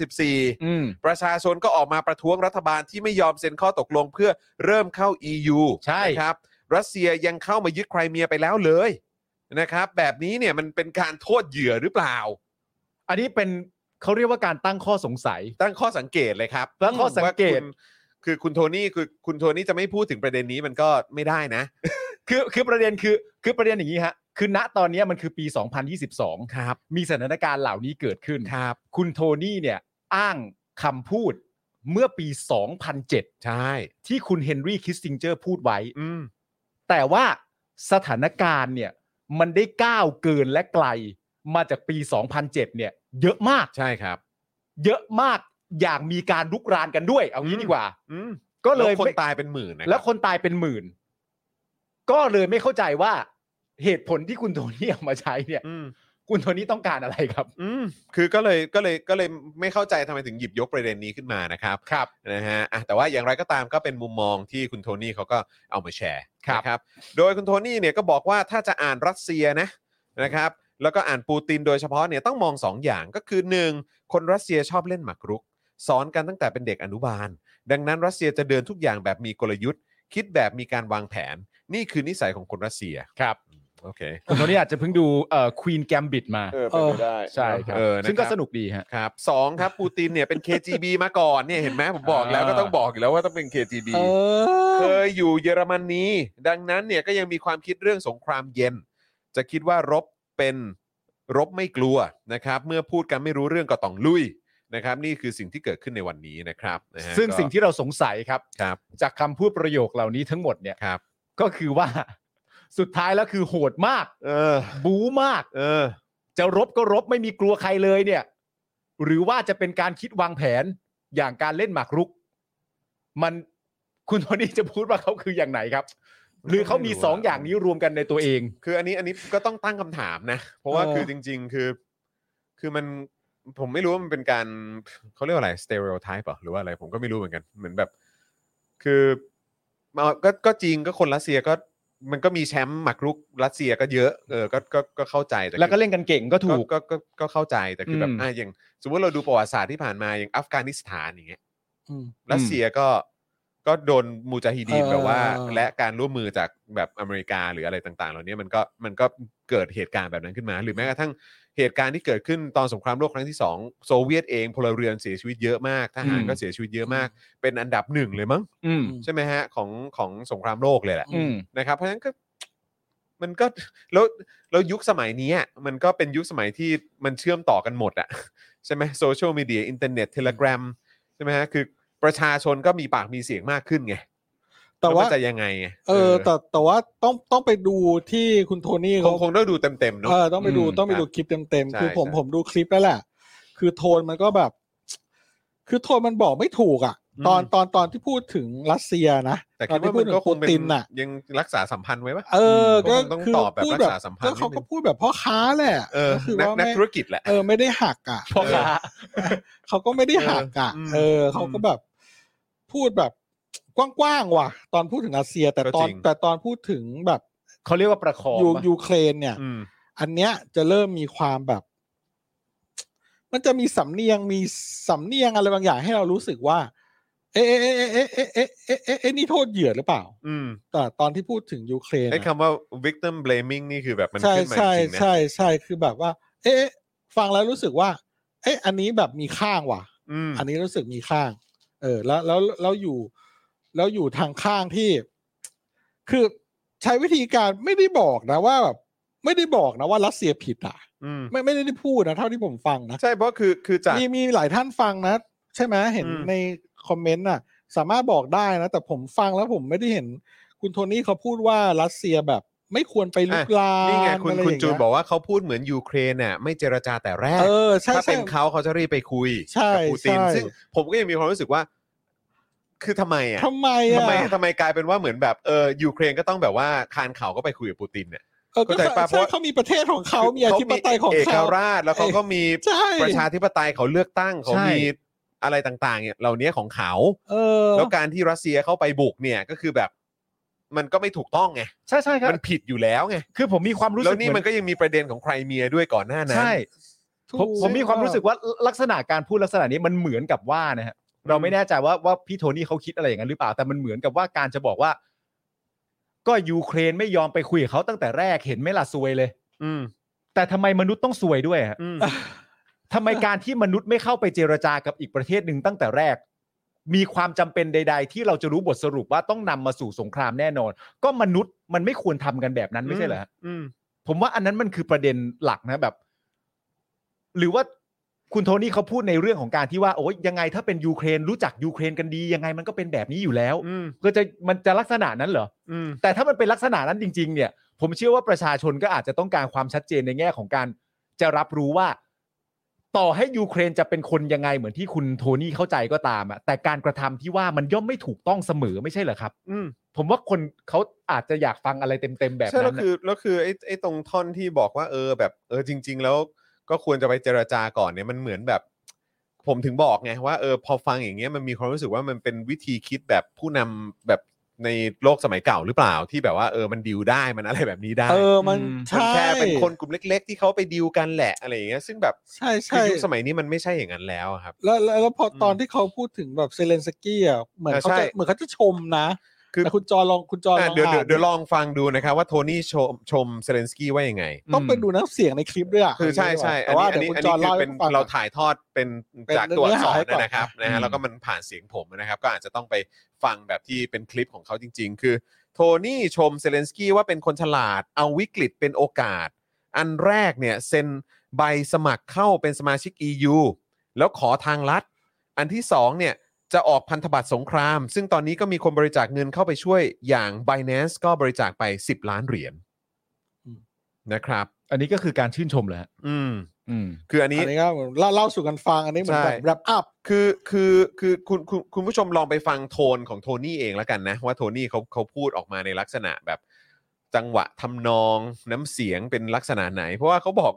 2014ประชาชนก็ออกมาประท้วงรัฐบาลที่ไม่ยอมเซ็นข้อตกลงเพื่อเริ่มเข้า EU ใช่นะครับรัสเซียยังเข้ามายึดไครเมียไปแล้วเลยนะครับแบบนี้เนี่ยมันเป็นการโทษเหยื่อหรือเปล่าอันนี้เป็นเขาเรียกว่าการตั้งข้อสงสัยตั้งข้อสังเกตเลยครับตั้งข้อสังเกตคือคุณโทนี่จะไม่พูดถึงประเด็นนี้มันก็ไม่ได้นะคือประเด็นคือประเด็นอย่างนี้ฮะคือณตอนนี้มันคือปี 2022 ครับมีสถานการณ์เหล่านี้เกิดขึ้นครับคุณโทนี่เนี่ยอ้างคำพูดเมื่อปี 2007 ใช่ที่คุณเฮนรี่ คิสซิงเจอร์พูดไว้แต่ว่าสถานการณ์เนี่ยมันได้ก้าวเกินและไกลมาจากปี 2007 เนี่ยเยอะมากใช่ครับเยอะมากอย่างมีการลุกรานกันด้วยเอางี้ดีกว่าก็เลยคนตายเป็นหมื่นแล้วคนตายเป็นหมื่นก็เลยไม่เข้าใจว่าเหตุผลที่คุณโทนี่เอามาใช้เนี่ยคุณโทนี่ต้องการอะไรครับคือก็เลยไม่เข้าใจทำไมถึงหยิบยกประเด็นนี้ขึ้นมานะครับนะฮะแต่ว่าอย่างไรก็ตามก็เป็นมุมมองที่คุณโทนี่เขาก็เอามาแชร์นะครับโดยคุณโทนี่เนี่ยก็บอกว่าถ้าจะอ่านรัสเซียนะครับแล้วก็อ่านปูตินโดยเฉพาะเนี่ยต้องมอง2 อย่างก็คือ1คนรัสเซียชอบเล่นหมากรุกสอนกันตั้งแต่เป็นเด็กอนุบาลดังนั้นรัสเซียจะเดินทุกอย่างแบบมีกลยุทธ์คิดแบบมีการวางแผนนี่คือนิสัยของคนรัสเซียครับโอเคคุณโทนี่อาจจะเพิ่งดูควีนแกมบิทมาเป็นไปได้ใช่ครับซึ่งก็สนุกดีครับ2ครับปูตินเนี่ยเป็น KGB มาก่อนเนี่ยเห็นไหมผมบอกแล้วก็ต้องบอกอยู่แล้วว่าต้องเป็น KGB เคยอยู่เยอรมนีดังนั้นเนี่ยก็ยังมีความคิดเรื่องสงครามเย็นจะคิดว่ารบไม่กลัวนะครับเมื่อพูดกันไม่รู้เรื่องก็ต้องลุยนะครับนี่คือสิ่งที่เกิดขึ้นในวันนี้นะครับซึ่งสิ่งที่เราสงสัยครับจากคำพูดประโยคเหล่านี้ทั้งหมดเนี่ยก็คือว่าสุดท้ายแล้วคือโหดมากบู๊มากจะรบก็รบไม่มีกลัวใครเลยเนี่ยหรือว่าจะเป็นการคิดวางแผนอย่างการเล่นหมากรุกมันคุณโทนี่จะพูดว่าเขาคืออย่างไหนครับหรือเขามี2อย่างนี้รวมกันในตัวเองคืออันนี้ก็ต้องตั้งคำถามนะเพราะว่าคือจริงๆคือมันผมไม่รู้ว่ามันเป็นการเขาเรียกว่าอะไร stereotype หรือว่าอะไรผมก็ไม่รู้เหมือนกันเหมือนแบบคือก็จริงก็คนรัสเซียก็มันก็มีแชมป์หมากรุกรัสเซียก็เยอะก็เข้าใจแต่แล้วก็เล่นกันเก่งก็ถูกก็เข้าใจแต่คือแบบอย่างสมมติเราดูประวัติศาสตร์ที่ผ่านมาอย่างอัฟกานิสถานอย่างเงี้ยรัสเซียก็โดนมูจาฮิดีนแบบว่าและการร่วมมือจากแบบอเมริกาหรืออะไรต่างๆเหล่านี้มันก็เกิดเหตุการณ์แบบนั้นขึ้นมาหรือแม้กระทั่งเหตุการณ์ที่เกิดขึ้นตอนสงครามโลกครั้งที่2โซเวียตเองพลเรือนเสียชีวิตเยอะมากทหารก็เสียชีวิตเยอะมากเป็นอันดับ1เลยมั้งใช่ไหมฮะของสงครามโลกเลยแหละนะครับเพราะฉะนั้นก็มันก็แล้วยุคสมัยนี้มันก็เป็นยุคสมัยที่มันเชื่อมต่อกันหมดอะใช่ไหมโซเชียลมีเดียอินเทอร์เน็ตเทเลกราฟใช่ไหมฮะคือประชาชนก็มีปากมีเสียงมากขึ้นไงแต่ว่าจะยังไงแต่ว่าต้องไปดูที่คุณโทนี่เขาคงต้องดูเต็มๆเนาะต้องไปดูคลิปเต็มๆคือผมดูคลิปแล้วแหละคือโทนมันก็แบบคือโทนมันบอกไม่ถูกอ่ะตอนที่พูดถึงรัสเซียนะแต่คิดว่ามันก็คงเป็นยังรักษาสัมพันธ์ไว้ป่ะก็ต้องตอบแบบรักษาสัมพันธ์เขาก็พูดแบบพ่อค้าแหละคือว่านักธุรกิจแหละไม่ได้หักอ่ะพ่อค้าเขาก็ไม่ได้หักอ่ะเขาก็แบบพูดแบบกว้างๆว่ะตอนพูดถึงรัสเซียแต่ตอนพูดถึงแบบเขาเรียกว่าประคองยูเครนเนี่ยอันเนี้ยจะเริ่มมีความแบบมันจะมีสำเนียงอะไรบางอย่างให้เรารู้สึกว่านี่โทษเหยื่อหรือเปล่าแต่ตอนที่พูดถึงยูเครนไอ้คำว่า victim blaming นี่คือแบบมันขึ้นมาจริงนะใช่คือแบบว่าฟังแล้วรู้สึกว่าอันนี้แบบมีข้างว่ะอันนี้รู้สึกมีข้างแล้วอยู่ทางข้างที่คือใช้วิธีการไม่ได้บอกนะว่าแบบไม่ได้บอกนะว่ารัสเซียผิดอ่ะไม่ได้พูดนะเท่าที่ผมฟังนะใช่เพราะคือจากมีหลายท่านฟังนะใช่ไหมเห็นในคอมเมนต์น่ะสามารถบอกได้นะแต่ผมฟังแล้วผมไม่ได้เห็นคุณโทนี่เขาพูดว่ารัสเซียแบบไม่ควรไปลุกลามนี่ไงคุณจูนบอกว่าเขาพูดเหมือนยูเครนน่ะไม่เจรจาแต่แรกถ้าเป็นเขาจะรีบไปคุยกับปูตินซึ่งผมก็ยังมีความรู้สึกว่าคือทำไมกลายเป็นว่าเหมือนแบบยูเครนก็ต้องแบบว่าคานเขาก็ไปคุยกับปูตินเนี่ยก็ใช่เพราะเขามีประเทศของเขามีอธิปไตยของเขาเอกราชแล้วเขาก็มีประชาธิปไตยเขาเลือกตั้งเขามีอะไรต่างๆเนี่ยเหล่านี้ของเขาแล้วการที่รัสเซียเข้าไปบุกเนี่ยก็คือแบบมันก็ไม่ถูกต้องไงใช่ครับมันผิดอยู่แล้วไงคือผมมีความรู้สึกแล้วนี่มันก็ยังมีประเด็นของไครเมียด้วยก่อนหน้านั้นใช่ผมมีความรู้สึกว่าลักษณะการพูดลักษณะนี้มันเหมือนกับว่านะฮะเราไม่แน่ใจว่าพี่โทนี่เขาคิดอะไรอย่างนั้นหรือเปล่าแต่มันเหมือนกับว่าการจะบอกว่าก็ยูเครนไม่ยอมไปคุยกับเขาตั้งแต่แรกเห็นไหมล่ะซวยเลยแต่ทำไมมนุษย์ต้องซวยด้วยฮะทำไมการที่มนุษย์ไม่เข้าไปเจรจากับอีกประเทศหนึ่งตั้งแต่แรกมีความจำเป็นใดๆที่เราจะรู้บทสรุปว่าต้องนำมาสู่สงครามแน่นอนก็มนุษย์มันไม่ควรทำกันแบบนั้นไม่ใช่เหรอผมว่าอันนั้นมันคือประเด็นหลักนะแบบหรือว่าคุณโทนี่เขาพูดในเรื่องของการที่ว่าโอ้ยยังไงถ้าเป็นยูเครนรู้จักยูเครนกันดียังไงมันก็เป็นแบบนี้อยู่แล้วก็มันจะลักษณะนั้นเหรอแต่ถ้ามันเป็นลักษณะนั้นจริงๆเนี่ยผมเชื่อว่าประชาชนก็อาจจะต้องการความชัดเจนในแง่ของการจะรับรู้ว่าต่อให้ยูเครนจะเป็นคนยังไงเหมือนที่คุณโทนี่เข้าใจก็ตามอะแต่การกระทำที่ว่ามันย่อมไม่ถูกต้องเสมอไม่ใช่เหรอครับผมว่าคนเขาอาจจะอยากฟังอะไรเต็มๆแบบนั้นใช่แล้วคือไอ้ตรงท่อนที่บอกว่าแบบจริงๆแล้วก็ควรจะไปเจรจาก่อนเนี่ยมันเหมือนแบบผมถึงบอกไงว่าพอฟังอย่างเงี้ยมันมีความรู้สึกว่ามันเป็นวิธีคิดแบบผู้นำแบบในโลกสมัยเก่าหรือเปล่าที่แบบว่ามันดีลได้มันอะไรแบบนี้ได้มันแค่เป็นคนกลุ่มเล็กๆที่เขาไปดีลกันแหละอะไรอย่างเงี้ยซึ่งแบบใช่ยุคสมัยนี้มันไม่ใช่อย่างนั้นแล้วครับแล้วพอตอนที่เขาพูดถึงแบบเซเลนสกี้อ่ะเหมือนเขาจะชมนะคือคุณจอลองเดี๋ยวลองฟังดูนะครับว่าโทนี่ชมเซเลนสกี้ว่ายังไงต้องไปดูน้ำเสียงในคลิปด้วยคือใช่แต่ว่าเดี๋ยวคุณจอเล่าเป็นเราถ่ายทอดเป็นจากตัวอักษรนะครับนะฮะแล้วก็มันผ่านเสียงผมนะครับก็อาจจะต้องไปฟังแบบที่เป็นคลิปของเขาจริงๆคือโทนี่ชมเซเลนสกี้ว่าเป็นคนฉลาดเอาวิกฤตเป็นโอกาสอันแรกเนี่ยเซ็นใบสมัครเข้าเป็นสมาชิก EU แล้วขอทางลัดอันที่2เนี่ยจะออกพันธบัตรสงครามซึ่งตอนนี้ก็มีคนบริจาคเงินเข้าไปช่วยอย่าง Binance ก็บริจาคไป10 ล้านเหรียญนะครับอันนี้ก็คือการชื่นชมแหละคืออันนี้ก็เล่าสู่กันฟังอันนี้เหมือนแบบแรปอัพคือคุณผู้ชมลองไปฟังโทนของโทนี่เองแล้วกันนะว่าโทนี่เขาพูดออกมาในลักษณะแบบจังหวะทำนองน้ำเสียงเป็นลักษณะไหนเพราะว่าเขาบอก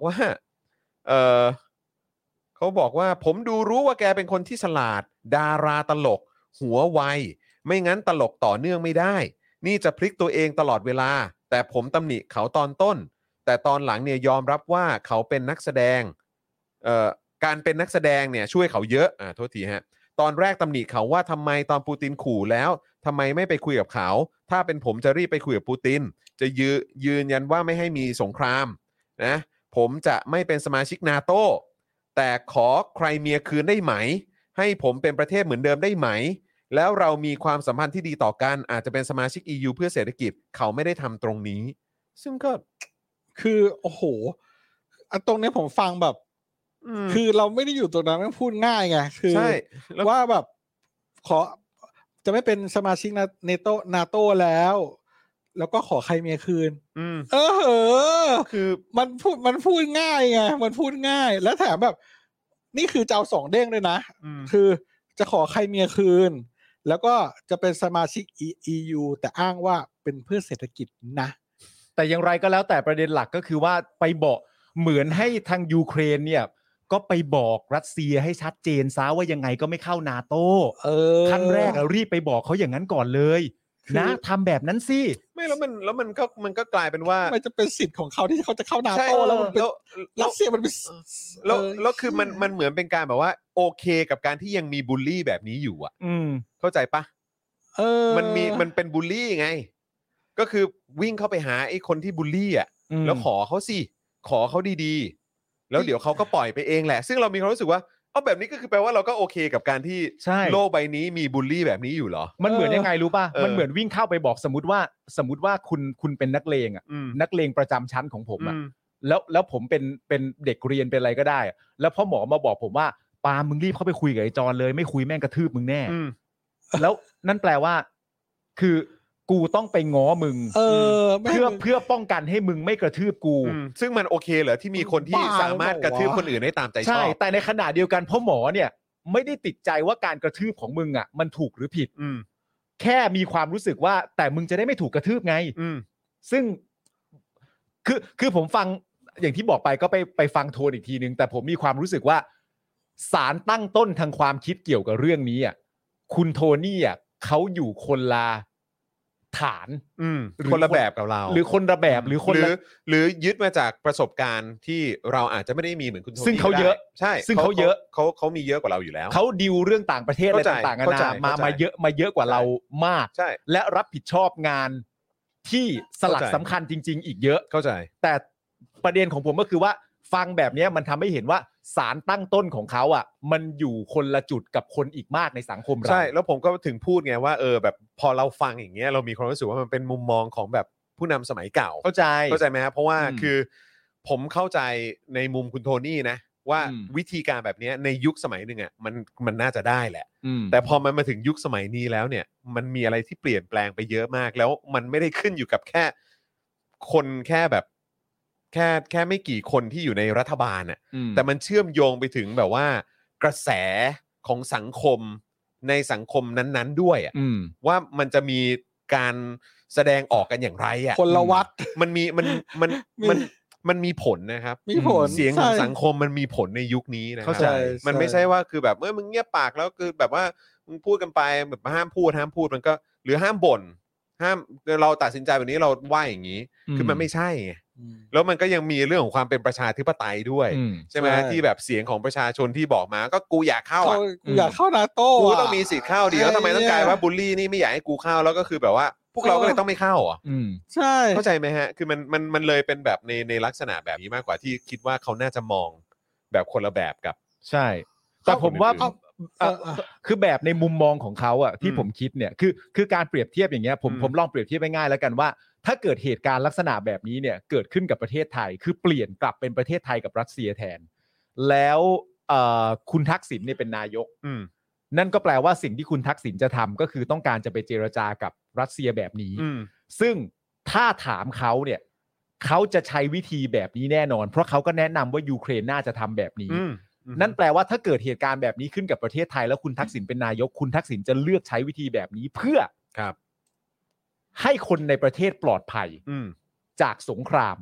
ว่าผมดูรู้ว่าแกเป็นคนที่ฉลาดดาราตลกหัวไวไม่งั้นตลกต่อเนื่องไม่ได้นี่จะพลิกตัวเองตลอดเวลาแต่ผมตำหนิเขาตอนต้นแต่ตอนหลังเนี่ยยอมรับว่าเขาเป็นนักแสดงการเป็นนักแสดงเนี่ยช่วยเขาเยอะโทษทีฮะตอนแรกตำหนิเขาว่าทำไมตอนปูตินขู่แล้วทำไมไม่ไปคุยกับเขาถ้าเป็นผมจะรีบไปคุยกับปูตินจะยืนยันว่าไม่ให้มีสงครามนะผมจะไม่เป็นสมาชิกนาโต้แต่ขอไครเมียคืนได้ไหมให้ผมเป็นประเทศเหมือนเดิมได้ไหมแล้วเรามีความสัมพันธ์ที่ดีต่อกันอาจจะเป็นสมาชิก EU เพื่อเศรษฐกิจเขาไม่ได้ทำตรงนี้ซึ่งก็คือโอ้โหตรงนี้ผมฟังแบบคือเราไม่ได้อยู่ตรงนั้นมันพูดง่ายไงคือว่าแบบขอจะไม่เป็นสมาชิกนาโต้แล้วก็ขอใครเมียคืนคือมันพูดง่ายไงมันพูดง่ายแล้วแถมแบบนี่คือเจ้า2เด้งด้วยนะคือจะขอใครเมียคืนแล้วก็จะเป็นสมาชิก EU แต่อ้างว่าเป็นเพื่อเศรษฐกิจนะแต่อย่างไรก็แล้วแต่ประเด็นหลักก็คือว่าไปบอกเหมือนให้ทางยูเครนเนี่ยก็ไปบอกรัสเซียให้ชัดเจนซะว่ายังไงก็ไม่เข้านาโต้ขั้นแรกรีบไปบอกเขาอย่างนั้นก่อนเลยนะทำแบบนั้นสิไม่แล้วมันก็กลายเป็นว่ามันจะเป็นสิทธิ์ของเขาที่เขาจะเข้านาโต้แล้วรัสเซียมันเป็นแล้วคือมันเหมือนเป็นการแบบว่าโอเคกับการที่ยังมีบูลลี่แบบนี้อยู่อ่ะเข้าใจปะมันเป็นบูลลี่ไงก็คือวิ่งเข้าไปหาไอ้คนที่บูลลี่อ่ะแล้วขอเขาสิขอเขาดีๆแล้วเดี๋ยวเขาก็ปล่อยไปเองแหละซึ่งเรามีความรู้สึกว่าแบบนี้ก็คือแปลว่าเราก็โอเคกับการที่โลกใบนี้มีบูลลี่แบบนี้อยู่เหรอมันเหมือนยังไงรู้ป่ะมันเหมือนวิ่งเข้าไปบอกสมมติว่าคุณเป็นนักเลงอ่ะนักเลงประจำชั้นของผมอ่ะแล้วผมเป็นเด็กเรียนเป็นอะไรก็ได้แล้วพ่อหมอมาบอกผมว่าปามึงรีบเข้าไปคุยกับไอ้จอนเลยไม่คุยแม่งกระทืบมึงแน่แล้วนั่นแปลว่าคือกูต้องไปง้อมึงเพื่อป้องกันให้มึงไม่กระทืบกูซึ่งมันโอเคเหรอที่มีคนที่สามารถกระทืบคนอื่นได้ตามใจชอบใช่แต่ในขณะเดียวกันพ่อหมอเนี่ยไม่ได้ติดใจว่าการกระทืบของมึงอ่ะมันถูกหรือผิดแค่มีความรู้สึกว่าแต่มึงจะได้ไม่ถูกกระทืบไงซึ่งคือผมฟังอย่างที่บอกไปก็ไปฟังโทนอีกทีนึงแต่ผมมีความรู้สึกว่าสารตั้งต้นทางความคิดเกี่ยวกับเรื่องนี้อ่ะคุณโทนี่อ่ะเขาอยู่คนละฐานคนละแบบกับเราหรือคนละแบบหรือยึดมาจากประสบการณ์ที่เราอาจจะไม่ได้มีเหมือนคุณโทนี่ซึ่งเขาเยอะใช่ซึ่งเขาเยอะเขามีเยอะกว่าเราอยู่แล้วเขาดิวเรื่องต่างประเทศอะไรต่างๆนานามาเยอะกว่าเรามากและรับผิดชอบงานที่สลักสำคัญจริงๆอีกเยอะเข้าใจแต่ประเด็นของผมก็คือว่าฟังแบบนี้มันทำให้เห็นว่าสารตั้งต้นของเขาอ่ะมันอยู่คนละจุดกับคนอีกมากในสังคมเราใช่แล้วผมก็ถึงพูดไงว่าแบบพอเราฟังอย่างเงี้ยเรามีความรู้สึกว่ามันเป็นมุมมองของแบบผู้นำสมัยเก่าเข้าใจไหมครับเพราะว่าคือผมเข้าใจในมุมคุณโทนี่นะว่าวิธีการแบบนี้ในยุคสมัยหนึ่งอ่ะมันน่าจะได้แหละแต่พอมันมาถึงยุคสมัยนี้แล้วเนี่ยมันมีอะไรที่เปลี่ยนแปลงไปเยอะมากแล้วมันไม่ได้ขึ้นอยู่กับแค่คนแค่แบบแค่ไม่กี่คนที่อยู่ในรัฐบาลน่ะแต่มันเชื่อมโยงไปถึงแบบว่ากระแสของสังคมในสังคมนั้นๆด้วยว่ามันจะมีการแสดงออกกันอย่างไรอ่ะคนละวัดมันมีผลนะครับมีผลเสียงของสังคมมันมีผลในยุคนี้นะครับมันไม่ใช่ว่าคือแบบมึงเงียบปากแล้วคือแบบว่ามึงพูดกันไปแบบห้ามพูดมันก็หรือห้ามบ่นห้ามเราตัดสินใจแบบนี้เราว่าอย่างนี้คือมันไม่ใช่ไงแล้วมันก็ยังมีเรื่องของความเป็นประชาธิปไตยด้วยใช่ไหมที่แบบเสียงของประชาชนที่บอกมาก็กูอยากเข้ากูอยากเข้านาโต้กูต้องมีสิทธิ์เข้าดีแล้วทำไมต้องกลายว่าบูลลี่นี่ไม่อยากให้กูเข้าแล้วก็คือแบบว่าพวกเราก็เลยต้องไม่เข้าอ่ะใช่เข้าใจไหมฮะคือมันเลยเป็นแบบในลักษณะแบบนี้มากกว่าที่คิดว่าเขาน่าจะมองแบบคนละแบบกับใช่แต่ผมว่าคือแบบในมุมมองของเขาอ่ะที่ผมคิดเนี่ยคือการเปรียบเทียบอย่างเงี้ยผมลองเปรียบเทียบง่ายๆแล้วกันว่าถ้าเกิดเหตุการณ์ลักษณะแบบนี้เนี่ยเกิดขึ้นกับประเทศไทยคือเปลี่ยนกลับเป็นประเทศไทยกับรัสเซียแทนแล้วคุณทักษิณเนี่ยเป็นนายกนั่นก็แปลว่าสิ่งที่คุณทักษิณจะทำก็คือต้องการจะไปเจรจากับรัสเซียแบบนี้ซึ่งถ้าถามเขาเนี่ยเขาจะใช้วิธีแบบนี้แน่นอนเพราะเขาก็แนะนำว่ายูเครนน่าจะทำแบบนี้นั่นแปลว่าถ้าเกิดเหตุการณ์แบบนี้ขึ้นกับประเทศไทยแล้วคุณทักษิณเป็นนายกคุณทักษิณจะเลือกใช้วิธีแบบนี้เพื่อให้คนในประเทศปลอดภัยจากสงคราม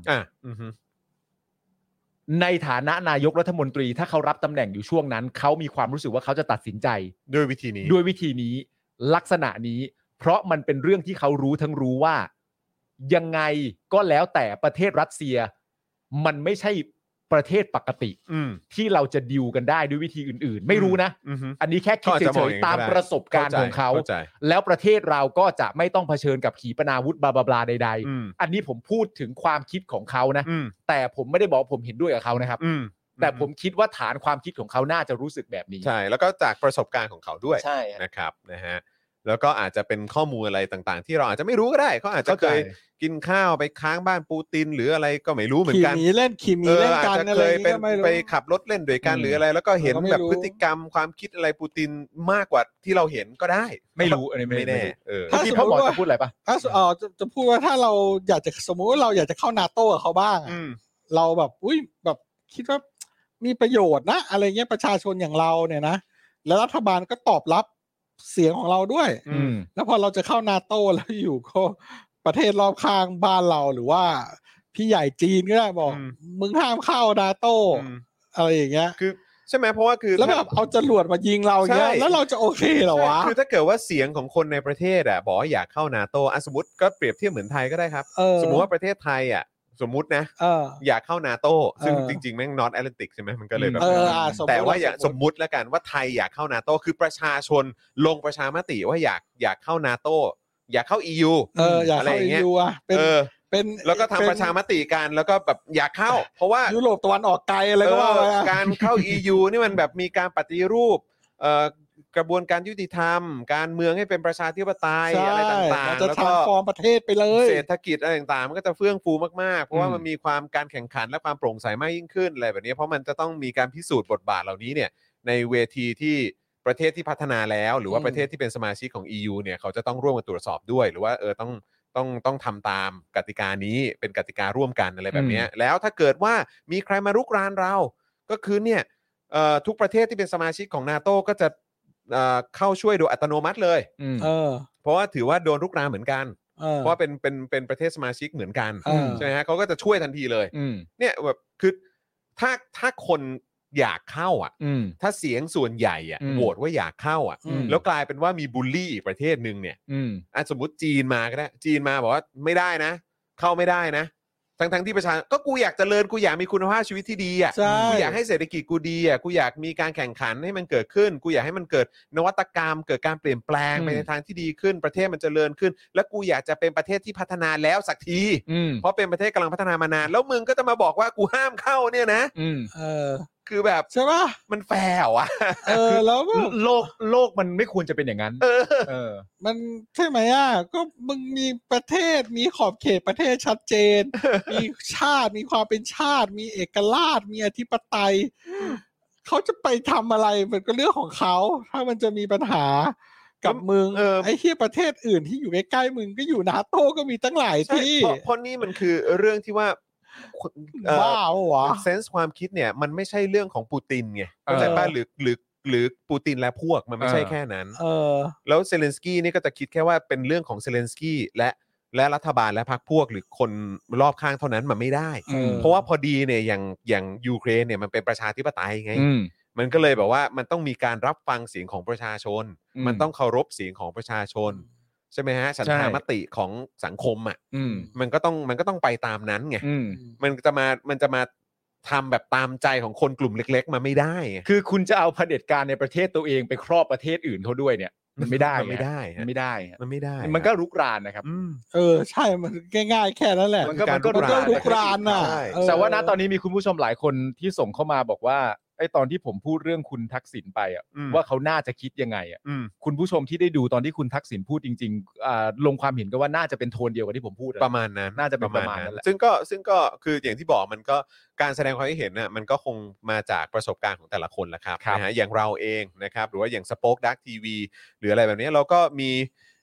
ในฐานะนายกรัฐมนตรีถ้าเขารับตำแหน่งอยู่ช่วงนั้นเขามีความรู้สึกว่าเขาจะตัดสินใจด้วยวิธีนี้ลักษณะนี้เพราะมันเป็นเรื่องที่เขารู้ทั้งรู้ว่ายังไงก็แล้วแต่ประเทศรัสเซียมันไม่ใช่ประเทศปกติที่เราจะดิวกันได้ด้วยวิธีอื่นๆไม่รู้นะอันนี้แค่คิดเฉยๆตามประสบการณ์ของเขาแล้วประเทศเราก็จะไม่ต้องเผชิญกับขีปนาวุธบลาบลาใดๆอันนี้ผมพูดถึงความคิดของเขานะแต่ผมไม่ได้บอกผมเห็นด้วยกับเขานะครับแต่ผมคิดว่าฐานความคิดของเขาน่าจะรู้สึกแบบนี้ใช่แล้วก็จากประสบการณ์ของเขาด้วยนะครับนะฮะแล้วก็อาจจะเป็นข้อมูลอะไรต่างๆที่เราอาจจะไม่รู้ก็ได้เขาอาจจะเคยกินข้าวไปค้างบ้านปูตินหรืออะไรก็ไม่รู้เหมือนกันขี่มีเล่นกันอะไรก็ไม่รู้ไปขับรถเล่นด้วยกันหรืออะไรแล้วก็เห็นแบบพฤติกรรมความคิดอะไรปูตินมากกว่าที่เราเห็นก็ได้ไม่รู้อันนี้ไม่แน่ถ้าพ่อหมอจะพูดอะไรปะจะพูดว่าถ้าเราอยากจะสมมุติว่าเราอยากจะเข้านาโต้กับเขาบ้างเราแบบแบบคิดว่ามีประโยชน์นะอะไรเงี้ยประชาชนอย่างเราเนี่ยนะแล้วรัฐบาลก็ตอบรับเสียงของเราด้วยแล้วพอเราจะเข้านาโต้แล้วอยู่ก็ประเทศรอบข้างบ้านเราหรือว่าพี่ใหญ่จีนก็ได้บอกมึงห้ามเข้านาโต้อะไรอย่างเงี้ยคือใช่ไหมเพราะว่าคือแล้วแบบเอาจรวดมายิงเราเงี้ยแล้วเราจะโอเคเหรอวะคือถ้าเกิดว่าเสียงของคนในประเทศอ่ะบอกว่าอยากเข้านาโต้สมมติก็เปรียบเทียบเหมือนไทยก็ได้ครับสมมติว่าประเทศไทยอ่ะสมมุตินะอยากเข้านาโต้ซึ่งจริงๆแม่งนอร์ทแอตแลนติกใช่ไหมมันก็เลยแบบแต่ว่าอยากสมมุติแล้วกันว่าไทยอยากเข้านาโต้คือประชาชนลงประชามติว่าอยากเข้านาโต้อยากเข้า EU อะไรอย่างเงี้ยเป็นแล้วก็ทำประชามติกันแล้วก็แบบอยากเข้าเพราะว่ายุโรปตะวันออกไกลอะไรก็ว่าการเข้า EU นี่มันแบบมีการปฏิรูปกระบวนการยุติธรรมการเมืองให้เป็นประชาธิปไตยอะไรต่างๆแล้วก็ฟอร์มประเทศไปเลยเศรษฐกิจอะไรต่างๆมันก็จะเฟื่องฟูมากๆเพราะว่ามันมีความการแข่งขันและความโปร่งใสมากยิ่งขึ้นอะไรแบบนี้เพราะมันจะต้องมีการพิสูจน์บทบาทเหล่านี้เนี่ยในเวทีที่ประเทศที่พัฒนาแล้วหรือว่าประเทศที่เป็นสมาชิกของ EU เนี่ยเขาจะต้องร่วมกันตรวจสอบด้วยหรือว่าต้องทำตามกติกานี้เป็นกติการ่วมกันอะไรแบบนี้แล้วถ้าเกิดว่ามีใครมารุกรานเราก็คือเนี่ยทุกประเทศที่เป็นสมาชิกของ NATO ก็จะเข้าช่วยโดยอัตโนมัติเลยเพราะว่าถือว่าโดนรุกรานเหมือนกันเพราะว่าเป็นประเทศสมาชิกเหมือนกันใช่ไหมฮะเขาก็จะช่วยทันทีเลยเนี่ยแบบคือถ้าคนอยากเข้าอ่ะถ้าเสียงส่วนใหญ่อ่ะโหวตว่าอยากเข้าอ่ะแล้วกลายเป็นว่ามีบูลลี่อีกประเทศนึงเนี่ยสมมติจีนมาก็ได้จีนมาบอกว่าไม่ได้นะเข้าไม่ได้นะทั้งที่ประชาก็กูอยากเจริญกูอยากมีคุณภาพชีวิตที่ดีอ่ะกูอยากให้เศรษฐกิจกูดีอ่ะกูอยากมีการแข่งขันให้มันเกิดขึ้นกูอยากให้มันเกิดนวัตกรรมเกิดการเปลี่ยนแปลงไปในทางที่ดีขึ้นประเทศมันเจริญขึ้นแล้วกูอยากจะเป็นประเทศที่พัฒนาแล้วสักทีเพราะเป็นประเทศกำลังพัฒนามานานแล้วมึงก็จะมาบอกว่ากูห้ามเข้าเนี่ยนะคือแบบใช่ป่ะมันแฟร์ว่ะแล้วโลกมันไม่ควรจะเป็นอย่างนั้นมันใช่ไหมอ่ะก็มึงมีประเทศมีขอบเขตประเทศชัดเจนมีชาติมีความเป็นชาติมีเอกราชมีอธิปไตยเขาจะไปทำอะไรมันก็เรื่องของเขาถ้ามันจะมีปัญหากับมึงไอ้ที่ประเทศอื่นที่อยู่ใกล้ๆมึงก็อยู่นาโต้ก็มีตั้งหลายที่เพราะนี่มันคือเรื่องที่ว่าว้าววะเซนส์ความคิดเนี่ยมันไม่ใช่เรื่องของปูตินไงเข้าใจป่ะหรือปูตินและพวกมันไม่ใช่แค่นั้นแล้วเซเลนสกี้นี่ก็จะคิดแค่ว่าเป็นเรื่องของเซเลนสกี้และรัฐบาลและพรรคพวกหรือคนรอบข้างเท่านั้นมันไม่ได้เพราะว่าพอดีเนี่ยอย่างยูเครนเนี่ยมันเป็นประชาธิปไตยไงมันก็เลยแบบว่ามันต้องมีการรับฟังเสียงของประชาชนมันต้องเคารพเสียงของประชาชนใช่ไหมฮะฉันทามติของสังคมอ่ะมันก็ต้องไปตามนั้นไงมันจะมาทำแบบตามใจของคนกลุ่มเล็กๆมาไม่ได้คือคุณจะเอาเผด็จการในประเทศตัวเองไปครอบประเทศอื่นเขาด้วยเนี่ยมันไม่ได้มันไม่ได้มันก็รุกรานนะครับใช่มันง่ายๆแค่นั้นแหละมันก็รุกรานน่ะแต่ว่าณตอนนี้มีคุณผู้ชมหลายคนที่ส่งเข้ามาบอกว่าไอ้ตอนที่ผมพูดเรื่องคุณทักษิณไปอ่ะว่าเขาน่าจะคิดยังไงอ่ะคุณผู้ชมที่ได้ดูตอนที่คุณทักษิณพูดจริงๆลงความเห็นก็ว่าน่าจะเป็นโทนเดียวกับที่ผมพูดประมาณนั้นน่าจะเป็นประมาณนั้นแหละซึ่งก็คืออย่างที่บอกมันก็การแสดงความคิดเห็นน่ะมันก็คงมาจากประสบการณ์ของแต่ละคนแหละครับนะฮะอย่างเราเองนะครับหรือว่าอย่าง Spoke Dark TV หรืออะไรแบบนี้เราก็มี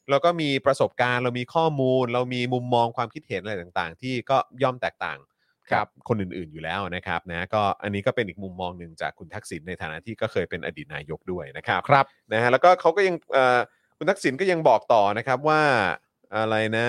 เราก็มีประสบการณ์เรามีข้อมูลเรามีมุมมองความคิดเห็นอะไรต่างๆที่ก็ย่อมแตกต่างกับคนอื่นๆอยู่แล้วนะครับนะก็อันนี้ก็เป็นอีกมุมมองหนึ่งจากคุณทักษิณในฐานะที่ก็เคยเป็นอดีตนายกด้วยนะครับครับนะฮะแล้วก็เขาก็ยังคุณทักษิณก็ยังบอกต่อนะครับว่าอะไรนะ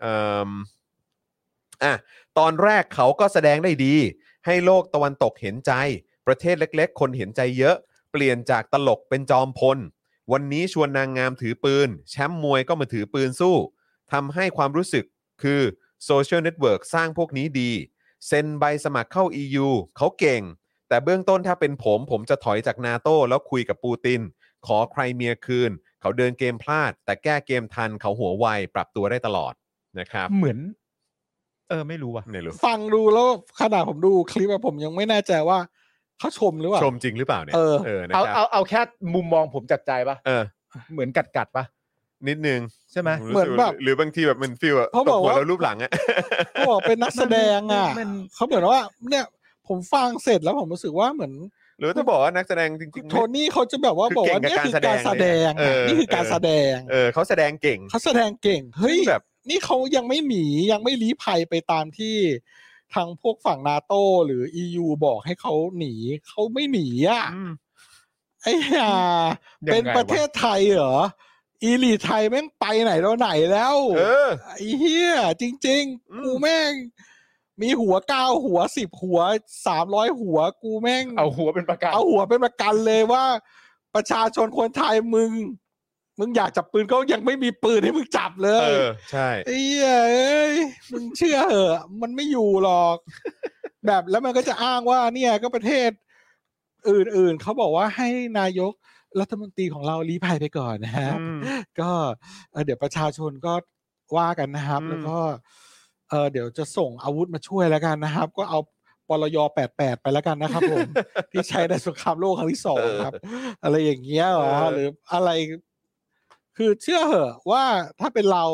ตอนแรกเขาก็แสดงได้ดีให้โลกตะวันตกเห็นใจประเทศเล็กๆคนเห็นใจเยอะเปลี่ยนจากตลกเป็นจอมพลวันนี้ชวนนางงามถือปืนแชมป์มวยก็มาถือปืนสู้ทำให้ความรู้สึกคือโซเชียลเน็ตเวิร์กสร้างพวกนี้ดีเซ็นใบสมัครเข้า EU เขาเก่งแต่เบื้องต้นถ้าเป็นผมจะถอยจากนาโต้แล้วคุยกับปูตินขอไครเมียคืนเขาเดินเกมพลาดแต่แก้เกมทันเขาหัวไวปรับตัวได้ตลอดนะครับเหมือนไม่รู้ว่ะฟังดูแล้วขนาดผมดูคลิปผมยังไม่แน่ใจว่าเขาชมหรือเปล่าชมจริงหรือเปล่าเนี่ยเอาแค่มุมมองผมจากใจป่ะเหมือนกัดป่ะนิดนึงใช่ไหมเหมือนแบบหรือบางทีแบบมันฟีลอะเขาบอกว่าเรารูปหลังอะเขาบอกเป็นนักแสดงอะเขาเหมือนว่าเนี่ยผมฟังเสร็จแล้วผมรู้สึกว่าเหมือนหรือจะบอกว่านักแสดงจริงๆโทนี่เขาจะแบบว่าบอกว่านี่คือการแสดงนี่คือการแสดงเขาแสดงเก่งเฮ้ยแบบนี่เขายังไม่หนียังไม่ลี้ภัยไปตามที่ทางพวกฝั่งนาโต้หรือ EU บอกให้เขาหนีเขาไม่หนีอ่ะไอ้ห่าเป็นประเทศไทยเหรออีลีไทยแม่งไปไหนแล้วไหนแล้วไอ้เหี้ยจริงๆกูแม่งมีหัว9หัว10หัว300หัวกูแม่งเอาหัวเป็นประกันเลยว่าประชาชนคนไทยมึงอยากจับปืนก็ยังไม่มีปืนให้มึงจับเลยใช่ไอ้เอ้ยมึงเชื่อเหอะมันไม่อยู่หรอกแบบแล้วมันก็จะอ้างว่าเนี่ยก็ประเทศอื่นๆเขาบอกว่าให้นายกรัฐมนตรีของเราลี้ภัยไปก่อนนะครับก็เดี๋ยวประชาชนก็ว่ากันนะครับแล้วก็เดี๋ยวจะส่งอาวุธมาช่วยแล้วกันนะครับก็เอาปลย88ไปแล้วกันนะครับผมที่ใช้ในสงครามโลกครั้งที่2ครับอะไรอย่างเงี้ยหรอหรืออะไรคือเชื่อเหอะว่าถ้าเป็นเรา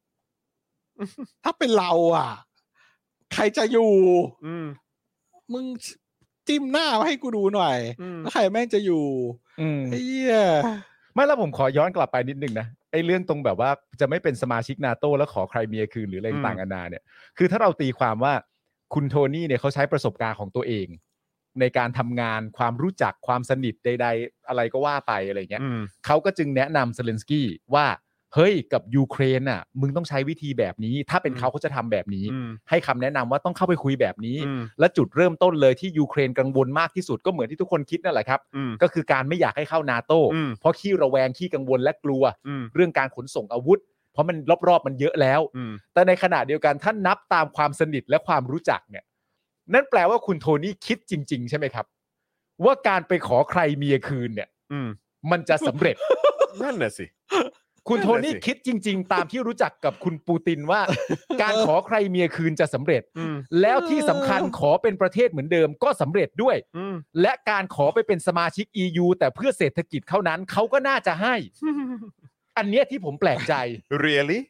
ใครจะอยู่มึงจิ้มหน้ามาให้กูดูหน่อยแล้วใครแม่งจะอยู่ไอ้เหี้ยไม่แล้วผมขอย้อนกลับไปนิดนึงนะไอ้เรื่องตรงแบบว่าจะไม่เป็นสมาชิกนาโต้แล้วขอไครเมียคืนหรืออะไรต่างกันานาเนี่ยคือถ้าเราตีความว่าคุณโทนี่เนี่ยเขาใช้ประสบการณ์ของตัวเองในการทำงานความรู้จักความสนิทใดๆอะไรก็ว่าไปอะไรเงี้ยเขาก็จึงแนะนำเซเลนสกี้ว่าเฮ้ยกับยูเครนน่ะมึงต้องใช้วิธีแบบนี้ถ้าเป็นเขาจะทำแบบนี้ให้คำแนะนำว่าต้องเข้าไปคุยแบบนี้และจุดเริ่มต้นเลยที่ยูเครนกังวลมากที่สุดก็เหมือนที่ทุกคนคิดนั่นแหละครับก็คือการไม่อยากให้เข้านาโต้เพราะขี้ระแวงขี้กังวลและกลัวเรื่องการขนส่งอาวุธเพราะมันรอบๆมันเยอะแล้วแต่ในขณะเดียวกันถ้านับตามความสนิทและความรู้จักเนี่ยนั่นแปลว่าคุณโทนี่คิดจริงๆใช่ไหมครับว่าการไปขอใครเมียคืนเนี่ยมันจะสำเร็จนั่นน่ะสิคุณโทนี่คิดจริงๆตามที่รู้จักกับคุณปูตินว่าการขอใครเมียคืนจะสำเร็จแล้วที่สำคัญขอเป็นประเทศเหมือนเดิมก็สำเร็จด้วยและการขอไปเป็นสมาชิก EU แต่เพื่อเศรษฐกิจเท่านั้นเขาก็น่าจะให้อันเนี้ยที่ผมแปลกใจ really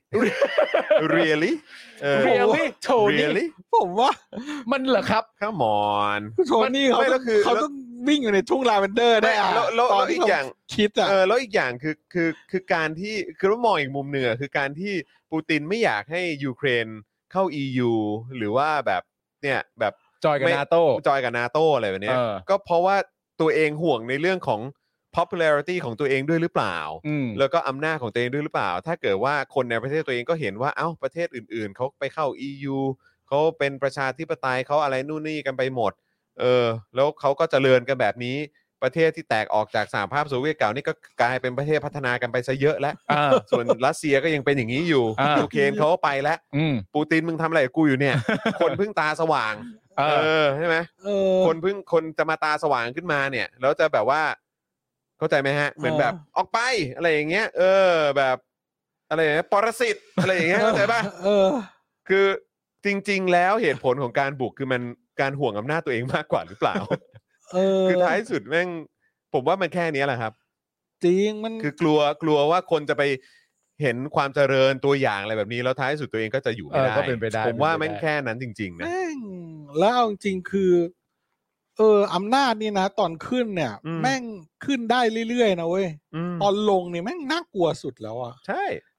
โทนี่ผมว่ามันเหรอครับ come on โทนี่เขาต้องวิ่งอยู่ในทุ่งลาเวนเดอร์ได้แล้วอีกอย่างคิดแล้วอีกอย่างคือการที่คือมองอีกมุมหนึ่งคือการที่ปูตินไม่อยากให้ยูเครนเข้า EU หรือว่าแบบเนี่ยแบบจอยกับนาโต้อะไรแบบนี้ก็เพราะว่าตัวเองห่วงในเรื่องของ popularity ของตัวเองด้วยหรือเปล่าแล้วก็อำนาจของตัวเองด้วยหรือเปล่าถ้าเกิดว่าคนในประเทศตัวเองก็เห็นว่าเอ้าประเทศอื่นๆเขาไปเข้า EU เขาเป็นประชาธิปไตยเขาอะไรนู่นนี่กันไปหมดแล้วเขาก็เจริญกันแบบนี้ประเทศที่แตกออกจากสหภาพโซเวียตเก่านี่ก็กลายเป็นประเทศพัฒนากันไปซะเยอะแล้วส่วนรัสเซียก็ยังเป็นอย่างนี้อยู่ยูเครนเขาก็ไปแล้วปูตินมึงทำอะไรกับกูอยู่เนี่ย คนเพิ่งตาสว่างใช่ไหมคนจะมาตาสว่างขึ้นมาเนี่ยแล้วจะแบบว่าเข้าใจไหมฮะเหมือนแบบออกไปอะไรอย่างเงี้ยแบบอะไรอย่างเงี้ยปรสิตอะไรอย่างเงี้ยเข้าใจป่ะคือจริงๆแล้วเหตุผลของการบุกคือมันการห่วงอำนาจตัวเองมากกว่าหรือเปล่าคือท้ายสุดแม่งผมว่ามันแค่นี้แหละครับจริงมันคือกลัวว่าคนจะไปเห็นความเจริญตัวอย่างอะไรแบบนี้แล้วท้ายสุดตัวเองก็จะอยู่ไม่ได้ผมว่าแม่งแค่นั้นจริงๆนะแล้วจริงคืออำนาจนี่นะตอนขึ้นเนี่ยแม่งขึ้นได้เรื่อยๆนะเว้ยตอนลงนี่แม่งน่ากลัวสุดแล้วอ่ะใช่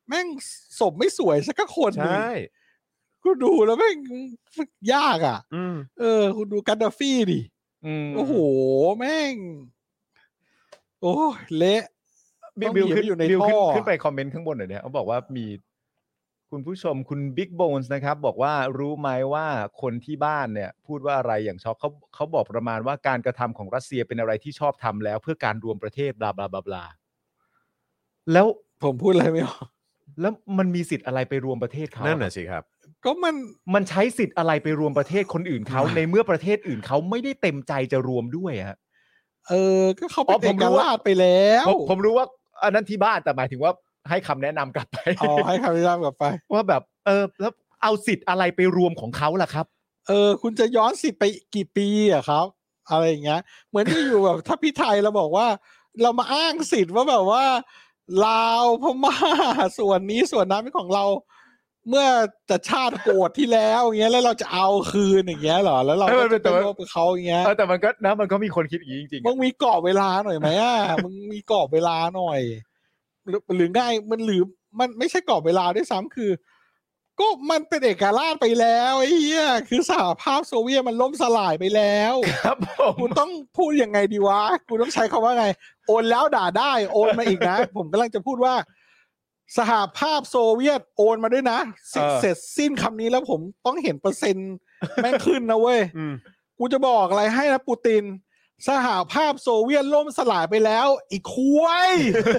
แม่งศพไม่สวยสักคนหนึ่งใช่กูดูแล้วแม่งยากอ่ะคุณดูกัดดาฟี่ดิโอ้โหแม่งโอ้เละบิลขึ้นอยู่ในท่อขึ้นไปคอมเมนต์ข้างบนหน่อยเนี่ยเขาบอกว่ามีคุณผู้ชมคุณบิ๊กโบนส์นะครับบอกว่ารู้ไหมว่าคนที่บ้านเนี่ยพูดว่าอะไรอย่างช็อกเขาบอกประมาณว่าการกระทำของรัสเซียเป็นอะไรที่ชอบทำแล้วเพื่อการรวมประเทศบลาบลาบลาบลาแล้วผมพูดอะไรไม่ออกแล้วมันมีสิทธิ์อะไรไปรวมประเทศเขานั่นน่ะสิครับก็มันใช้สิทธิ์อะไรไปรวมประเทศคนอื่นเขาในเมื่อประเทศอื่นเขาไม่ได้เต็มใจจะรวมด้วยฮะก็เขาเป็นเอกราชไปแล้วผมรู้ว่าอันนั้นที่บ้านแต่หมายถึงว่าให้คำแนะนำกลับไปให้คำแนะนำกลับไปว่าแบบแล้วเอาสิทธิ์อะไรไปรวมของเขาล่ะครับคุณจะย้อนสิทธิ์ไปกี่ปีอะครับอะไรอย่างเงี้ยเหมือนที่อยู่แบบถ้าพี่ไทยเราบอกว่าเรามาอ้างสิทธิ์ว่าแบบว่าลาวพม่าส่วนนี้ส่วนนั้นเป็นของเราเมื่อจะชาติโกรธที่แล้วอย่างเงี้ยแล้วเราจะเอาคืนอย่างเงี้ยเหรอแล้วเราก็จะไปรบกับเขาอย่างเงี้ยแต่มันก็มีคนคิดอย่างนี้จริงๆมึงมีกรอบเวลาหน่อยไหมมึงมีกรอบเวลาหน่อยหรือง่ายมันไม่ใช่กรอบเวลาด้วยซ้ำคือก็มันเป็นเอกราชไปแล้วไอ้เหี้ยคือสหภาพโซเวียตมันล่มสลายไปแล้วครับกูต้องพูดยังไงดีวะกูต้องใช้คำว่าไงโอนแล้วด่าได้โอนมาอีกนะ ผมกำลังจะพูดว่าสหภาพโซเวียตโอนมาด้วยนะเสร็จสิ้นคำนี้แล้วผมต้องเห็นเปอร์เซ็นต์แม่งขึ้นนะเว้ยกูจะบอกอะไรให้นะปูตินสหภาพโซเวียตล่มสลายไปแล้วอีกคุย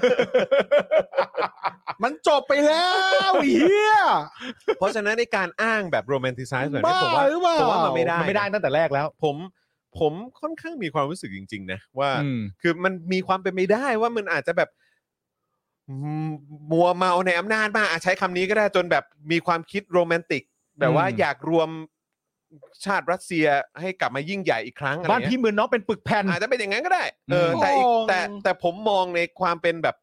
มันจบไปแล้วเฮียเพราะฉะนั้นในการอ้างแบบโรแมนติไซซ์แบบนี้ผมว่ามันไม่ได้ตั้งแต่แรกแล้วผมค่อนข้างมีความรู้สึกจริงๆนะว่าคือมันมีความเป็นไปได้ว่ามันอาจจะแบบมัวเมาในอำนาจมากใช้คำนี้ก็ได้จนแบบมีความคิดโรแมนติกแบบว่าอยากรวมชาติรัสเซียให้กลับมายิ่งใหญ่อีกครั้งบ้านพี่เมืองน้องเป็นปึกแผ่นอาจจะเป็นอย่างนั้นก็ได้แต่ผมมองในความเป็นแบบ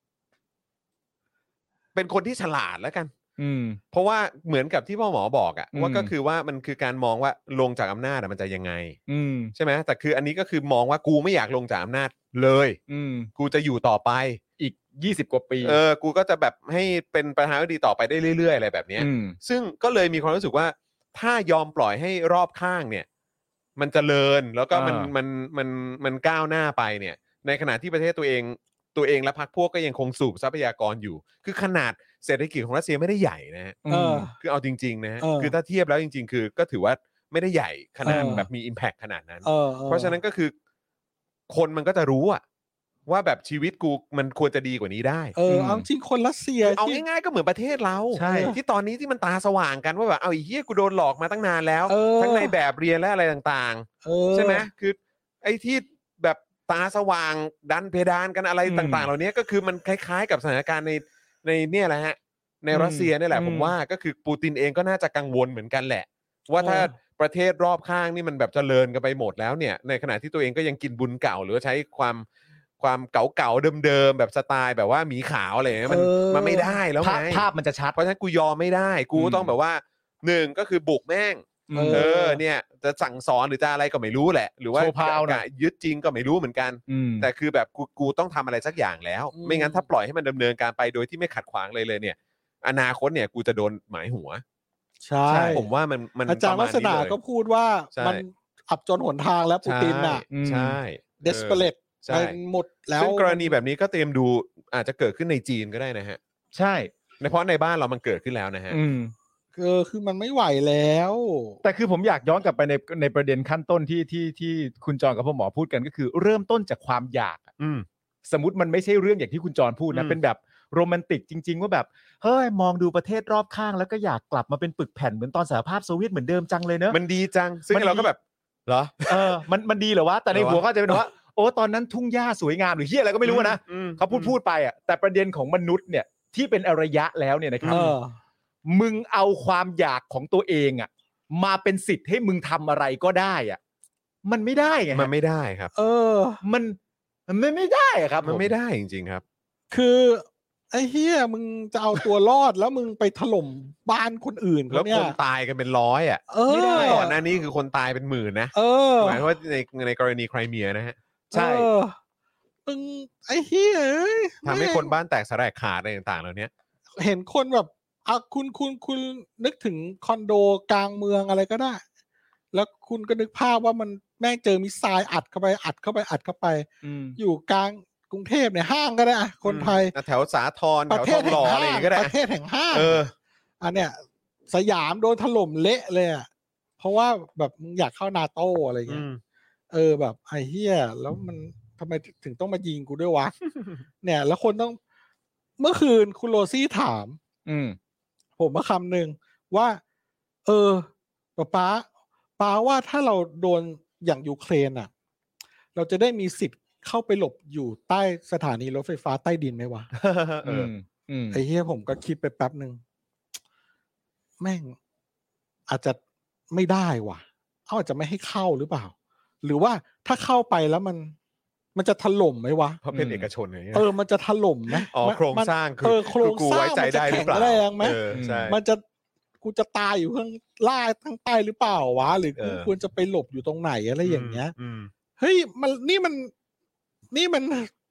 เป็นคนที่ฉลาดแล้วกันเพราะว่าเหมือนกับที่พ่อหมอบอกอะว่าก็คือว่ามันคือการมองว่าลงจากอำนาจมันจะยังไงใช่ไหมแต่คืออันนี้ก็คือมองว่ากูไม่อยากลงจากอำนาจเลยกูจะอยู่ต่อไปอีก20 กว่าปีกูก็จะแบบให้เป็นประธานาธิบดีต่อไปได้เรื่อยๆอะไรแบบนี้ซึ่งก็เลยมีความรู้สึกว่าถ้ายอมปล่อยให้รอบข้างเนี่ยมันเจริญแล้วก็มันก้าวหน้าไปเนี่ยในขณะที่ประเทศตัวเองและพรรคพวกก็ยังคงสูบทรัพยากรอยู่คือขนาดเศรษฐกิจของรัสเซียไม่ได้ใหญ่นะฮะคือเอาจริงๆนะฮะคือถ้าเทียบแล้วจริงๆคือก็ถือว่าไม่ได้ใหญ่ขนาดแบบมี impact ขนาดนั้นเพราะฉะนั้นก็คือคนมันก็จะรู้อะว่าแบบชีวิตกูมันควรจะดีกว่านี้ได้เอาจริงคนรัสเซียเอาง่ายๆก็เหมือนประเทศเราที่ตอนนี้ที่มันตาสว่างกันว่าแบบเอาไอ้เหี้ยกูโดนหลอกมาตั้งนานแล้วทั้งในแบบเรียนและอะไรต่างๆใช่ไหมคือไอ้ที่แบบตาสว่างดันเพดานกันอะไรต่างๆเหล่านี้ก็คือมันคล้ายๆกับสถานการณ์ในเนี่ยแหละฮะในรัสเซียนี่แหละผมว่าก็คือปูตินเองก็น่าจะกังวลเหมือนกันแหละว่าถ้าประเทศรอบข้างนี่มันแบบเจริญกันไปหมดแล้วเนี่ยในขณะที่ตัวเองก็ยังกินบุญเก่าหรือว่าใช้ความเก่าๆเดิมๆแบบสไตล์แบบว่าหมีขาวอะไรเนี่ยมันไม่ได้แล้วไงภาพมันจะชัดเพราะฉะนั้นกูยอมไม่ได้กูต้องแบบว่า1ก็คือบุกแม่งเนี่ยจะสั่งสอนหรือจะอะไรก็ไม่รู้แหละหรือว่าจะยึดจริงก็ไม่รู้เหมือนกันแต่คือแบบกูต้องทำอะไรสักอย่างแล้วไม่งั้นถ้าปล่อยให้มันดำเนินการไปโดยที่ไม่ขัดขวางเลยเนี่ยอนาคตเนี่ยกูจะโดนหมายหัวใช่ผมว่ามันอาจารย์วัฒนาก็พูดว่ามันอับจนหนทางแล้วปูตินอ่ะใช่ desperate หมดแล้วซึ่งกรณีแบบนี้ก็เตรียมดูอาจจะเกิดขึ้นในจีนก็ได้นะฮะใช่เพราะในบ้านเรามันเกิดขึ้นแล้วนะฮะคือมันไม่ไหวแล้วแต่คือผมอยากย้อนกลับไปในประเด็นขั้นต้นที่คุณจรกับพ่อหมอพูดกันก็คือเริ่มต้นจากความอยากสมมติมันไม่ใช่เรื่องอย่างที่คุณจรพูดนะเป็นแบบโรแมนติกจริงๆว่าแบบเฮ้ยมองดูประเทศรอบข้างแล้วก็อยากกลับมาเป็นปึกแผ่นเหมือนตอนสหภาพโซเวียตเหมือนเดิมจังเลยเนอะมันดีจังซึ่งเราก็แบบเหรอมันดีเหรอวะแต่ในหัวก็จะเป็นว่าโอ้ตอนนั้นทุ่งหญ้าสวยงามหรือเหี้ยอะไรก็ไม่รู้นะเขาพูดไปอ่ะแต่ประเด็นของมนุษย์เนี่ยที่เป็นอารยะแล้วเนี่ยนะครับมึงเอาความอยากของตัวเองอ่ะมาเป็นสิทธิ์ให้มึงทำอะไรก็ได้อ่ะมันไม่ได้ไงมันไม่ได้ครับมันไม่ได้อะครับมันไม่ได้จริงๆครับคือไอ้เหี้ยมึงจะเอาตัวรอดแล้วมึงไปถล่มบ้านคนอื่นแล้วคนตายกันเป็นร้อยอ่ะไม่ได้ก่อนหน้านี้คือคนตายเป็นหมื่นนะหมายว่าในกรณีไครเมียนะฮะใช่มึงไอ้เหี้ยทำให้คนบ้านแตกสลายขาดอะไรต่างๆเหล่านี้เห็นคนแบบคุณนึกถึงคอนโดกลางเมืองอะไรก็ได้แล้วคุณก็นึกภาพว่ามันแม่งเจอมิสไซล์อัดเข้าไปอยู่กลางกรุงเทพเนี่ยห้างก็ได้คนไทยแถวสาทรแถวทองหล่ออะไรก็ได้ประเทศแห่งห้างอันเนี้ยสยามโดนถล่มเละเลยอ่ะเพราะว่าแบบมึงอยากเข้านาโต้อะไรเงี้ยแบบไอ้เหี้ยแล้วมันทำไมถึงต้องมายิงกูด้วยวะ เนี่ยแล้วคนต้องเมื่อคืนคุณโรซี่ถามผมมาคำหนึ่งว่าป้าว่าถ้าเราโดนอย่างยูเครนอ่ะเราจะได้มีสิทธิ์เข้าไปหลบอยู่ใต้สถานีรถไฟฟ้าใต้ดินไหมวะไอ้เหี้ยผมก็คิดไปแป๊บนึงแม่งอาจจะไม่ได้ว่ะเขาอาจจะไม่ให้เข้าหรือเปล่าหรือว่าถ้าเข้าไปแล้วมันจะถล่มไหมวะเพราะเป็นเอกชนอย่างเงี้ยมันจะถล่มไหมโครงสร้างโครงสร้างมันจะแข็งแรงไหมมันจะกูจะตายอยู่ข้างล่างข้างใต้หรือเปล่าวะหรือกูควรจะไปหลบอยู่ตรงไหนอะไรอย่างเงี้ยเฮ้ยนี่มัน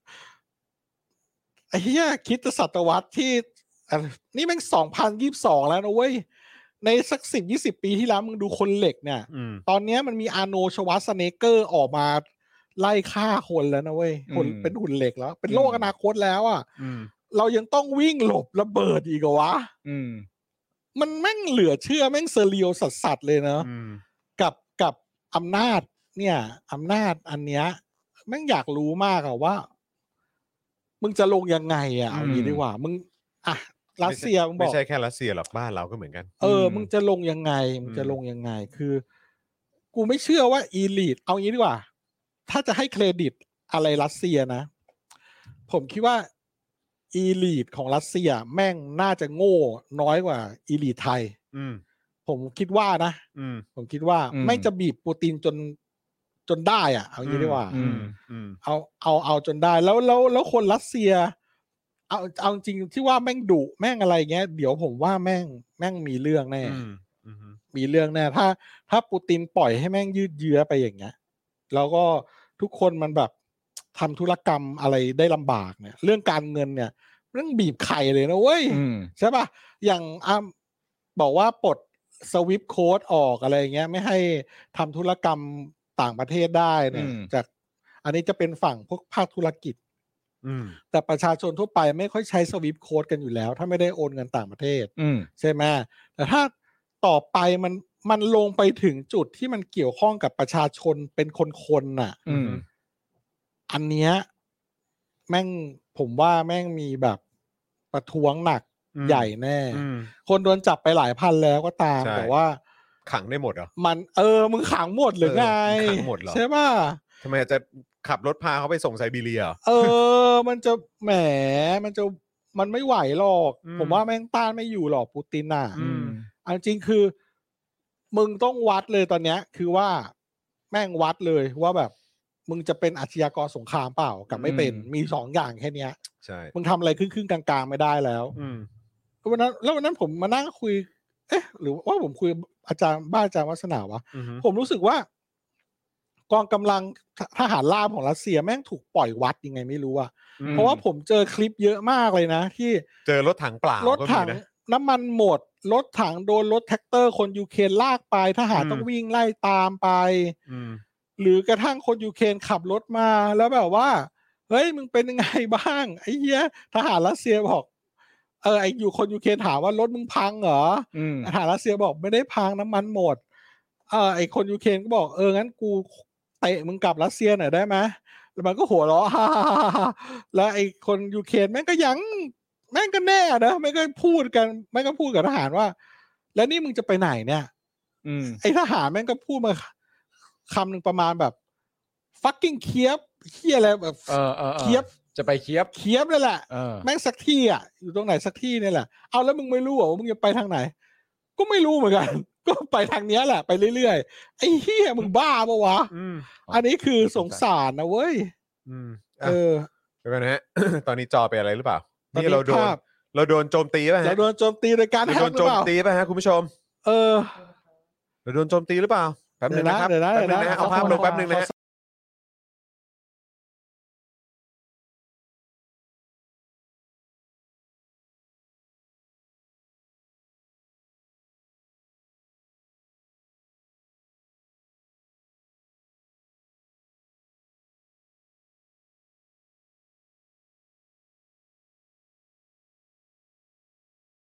ไอ้เหี้ยคิดศตวรรษที่นี่แม่ง2022แล้วนะเว้ยในสัก10-20 ปีที่แล้วมึงดูคนเหล็กเนี่ยตอนนี้มันมีอาร์โนลด์ ชวาร์ซเนเกอร์ออกมาไล่ฆ่าคนแล้วนะเว้ยคนเป็นหุ่นเหล็กแล้วเป็นโลกอนาคตแล้วอ่ะเรายังต้องวิ่งหลบระเบิดอีกเหรอวะมันแม่งเหลือเชื่อแม่งเซอร์เรียลสัสๆเลยเนาะกับอำนาจเนี่ยอำนาจอันเนี้ยแม่งอยากรู้มากอะว่ามึงจะลงยังไงอะเอางี้ดีกว่ามึงอ่ะรัสเซียมึงบอกไม่ใช่แค่รัสเซียหรอกบ้านเราก็เหมือนกันมึงจะลงยังไงคือกูไม่เชื่อว่าอีลีทเอางี้ดีกว่าถ้าจะให้เครดิตอะไรรัสเซียนะผมคิดว่าอีลีทของรัสเซียแม่งน่าจะโง่น้อยกว่าอีลีทไทยผมคิดว่านะผมคิดว่าไม่จะบีบปูตินจนได้อ่ะเอางี้ดีกว่าเอาจนได้แล้วคนรัสเซียเอาจริงที่ว่าแม่งดุแม่งอะไรเงี้ยเดี๋ยวผมว่าแม่งมีเรื่องแน่มีเรื่องแน่ถ้าปูตินปล่อยให้แม่งยืดเยื้อไปอย่างเงี้ยแล้วก็ทุกคนมันแบบทำธุรกรรมอะไรได้ลำบากเนี่ยเรื่องการเงินเนี่ยเรื่องบีบไข่เลยนะเว้ยใช่ป่ะอย่างบอกว่าปลดสวิฟต์โค้ดออกอะไรเงี้ยไม่ให้ทำธุรกรรมต่างประเทศได้เนี่ยจากอันนี้จะเป็นฝั่งพวกภาคธุรกิจแต่ประชาชนทั่วไปไม่ค่อยใช้สวิฟต์โค้ดกันอยู่แล้วถ้าไม่ได้โอนเงินต่างประเทศใช่ไหมแต่ถ้าต่อไปมันลงไปถึงจุดที่มันเกี่ยวข้องกับประชาชนเป็นคนๆน่ะอันเนี้ยแม่งผมว่าแม่งมีแบบประท้วงหนักใหญ่แน่คนโดนจับไปหลายพันแล้วก็ตามแต่ว่าขังได้หมดเหรอมันมึงขังหมดหรือไงขังหมดเหรอใช่ป่ะทำไมจะขับรถพาเขาไปส่งไซบีเรียมันจะแหมมันไม่ไหวหรอกผมว่าแม่งต้านไม่อยู่หรอกปูตินน่ะจริงคือมึงต้องวัดเลยตอนเนี้ยคือว่าแม่งวัดเลยว่าแบบมึงจะเป็นอาชญากรสงครามเปล่ากับไม่เป็นมี2อย่างแค่เนี้ยใช่มึงทำอะไรครึ่งๆกลางๆไม่ได้แล้ววันนั้นผมมานั่งคุยหรือว่าผมคุยอาจารย์วัฒนาวะผมรู้สึกว่ากองกำลังทหารราบของรัสเซียแม่งถูกปล่อยวัดยังไงไม่รู้อะเพราะว่าผมเจอคลิปเยอะมากเลยนะที่เจอรถถังเปล่ารถถังน้ำมันหมดรถถังโดนรถแท็กเตอร์คนยูเครนลากไปทหารต้องวิ่งไล่ตามไปหรือกระทั่งคนยูเครนขับรถมาแล้วแบบว่าเฮ้ยมึงเป็นยังไงบ้างไอ้เหี้ยทหารรัสเซียบอกไอ้อยู่คนยูเครนถามว่ารถมึงพังเหรอทหารรัสเซียบอกไม่ได้พังน้ำมันหมดไอ้คนยูเครนก็บอกงั้นกูเตะมึงกลับรัสเซียหน่อยได้ไหมแล้วมันก็หัวเราะแล้วไอ้คนยูเครนแม่งก็ยังแม่งก็แน่นะแม่งก็พูดกับทหารว่าแล้วนี่มึงจะไปไหนเนี่ยไอ้ทหารแม่งก็พูดมาคำหนึ่งประมาณแบบ fucking เคียบเฮียอะไรแบบเคียบจะไปเคียบเลยแหละแม่งสักที่อ่ะอยู่ตรงไหนสักที่นี่แหละเอาแล้วมึงไม่รู้เหรอว่ามึงจะไปทางไหนก็ไม่รู้เหมือนกันก็ไปทางเนี้ยแหละไปเรื่อยๆไอ้เฮียมึงบ้าปะวะอันนี้คือสงสารนะเว้ยเดี๋ยวกันนะฮะ ตอนนี้จอเป็นอะไรหรือเปล่านี่เราโดนโจมตีป่ะฮะเราโดนโจมตีโดยการโดนโจมตีป่ะฮะคุณผู้ชมเราโดนโจมตีหรือเปล่าแป๊บนึงนะครับเอาภาพลงแป๊บนึงนะฮะ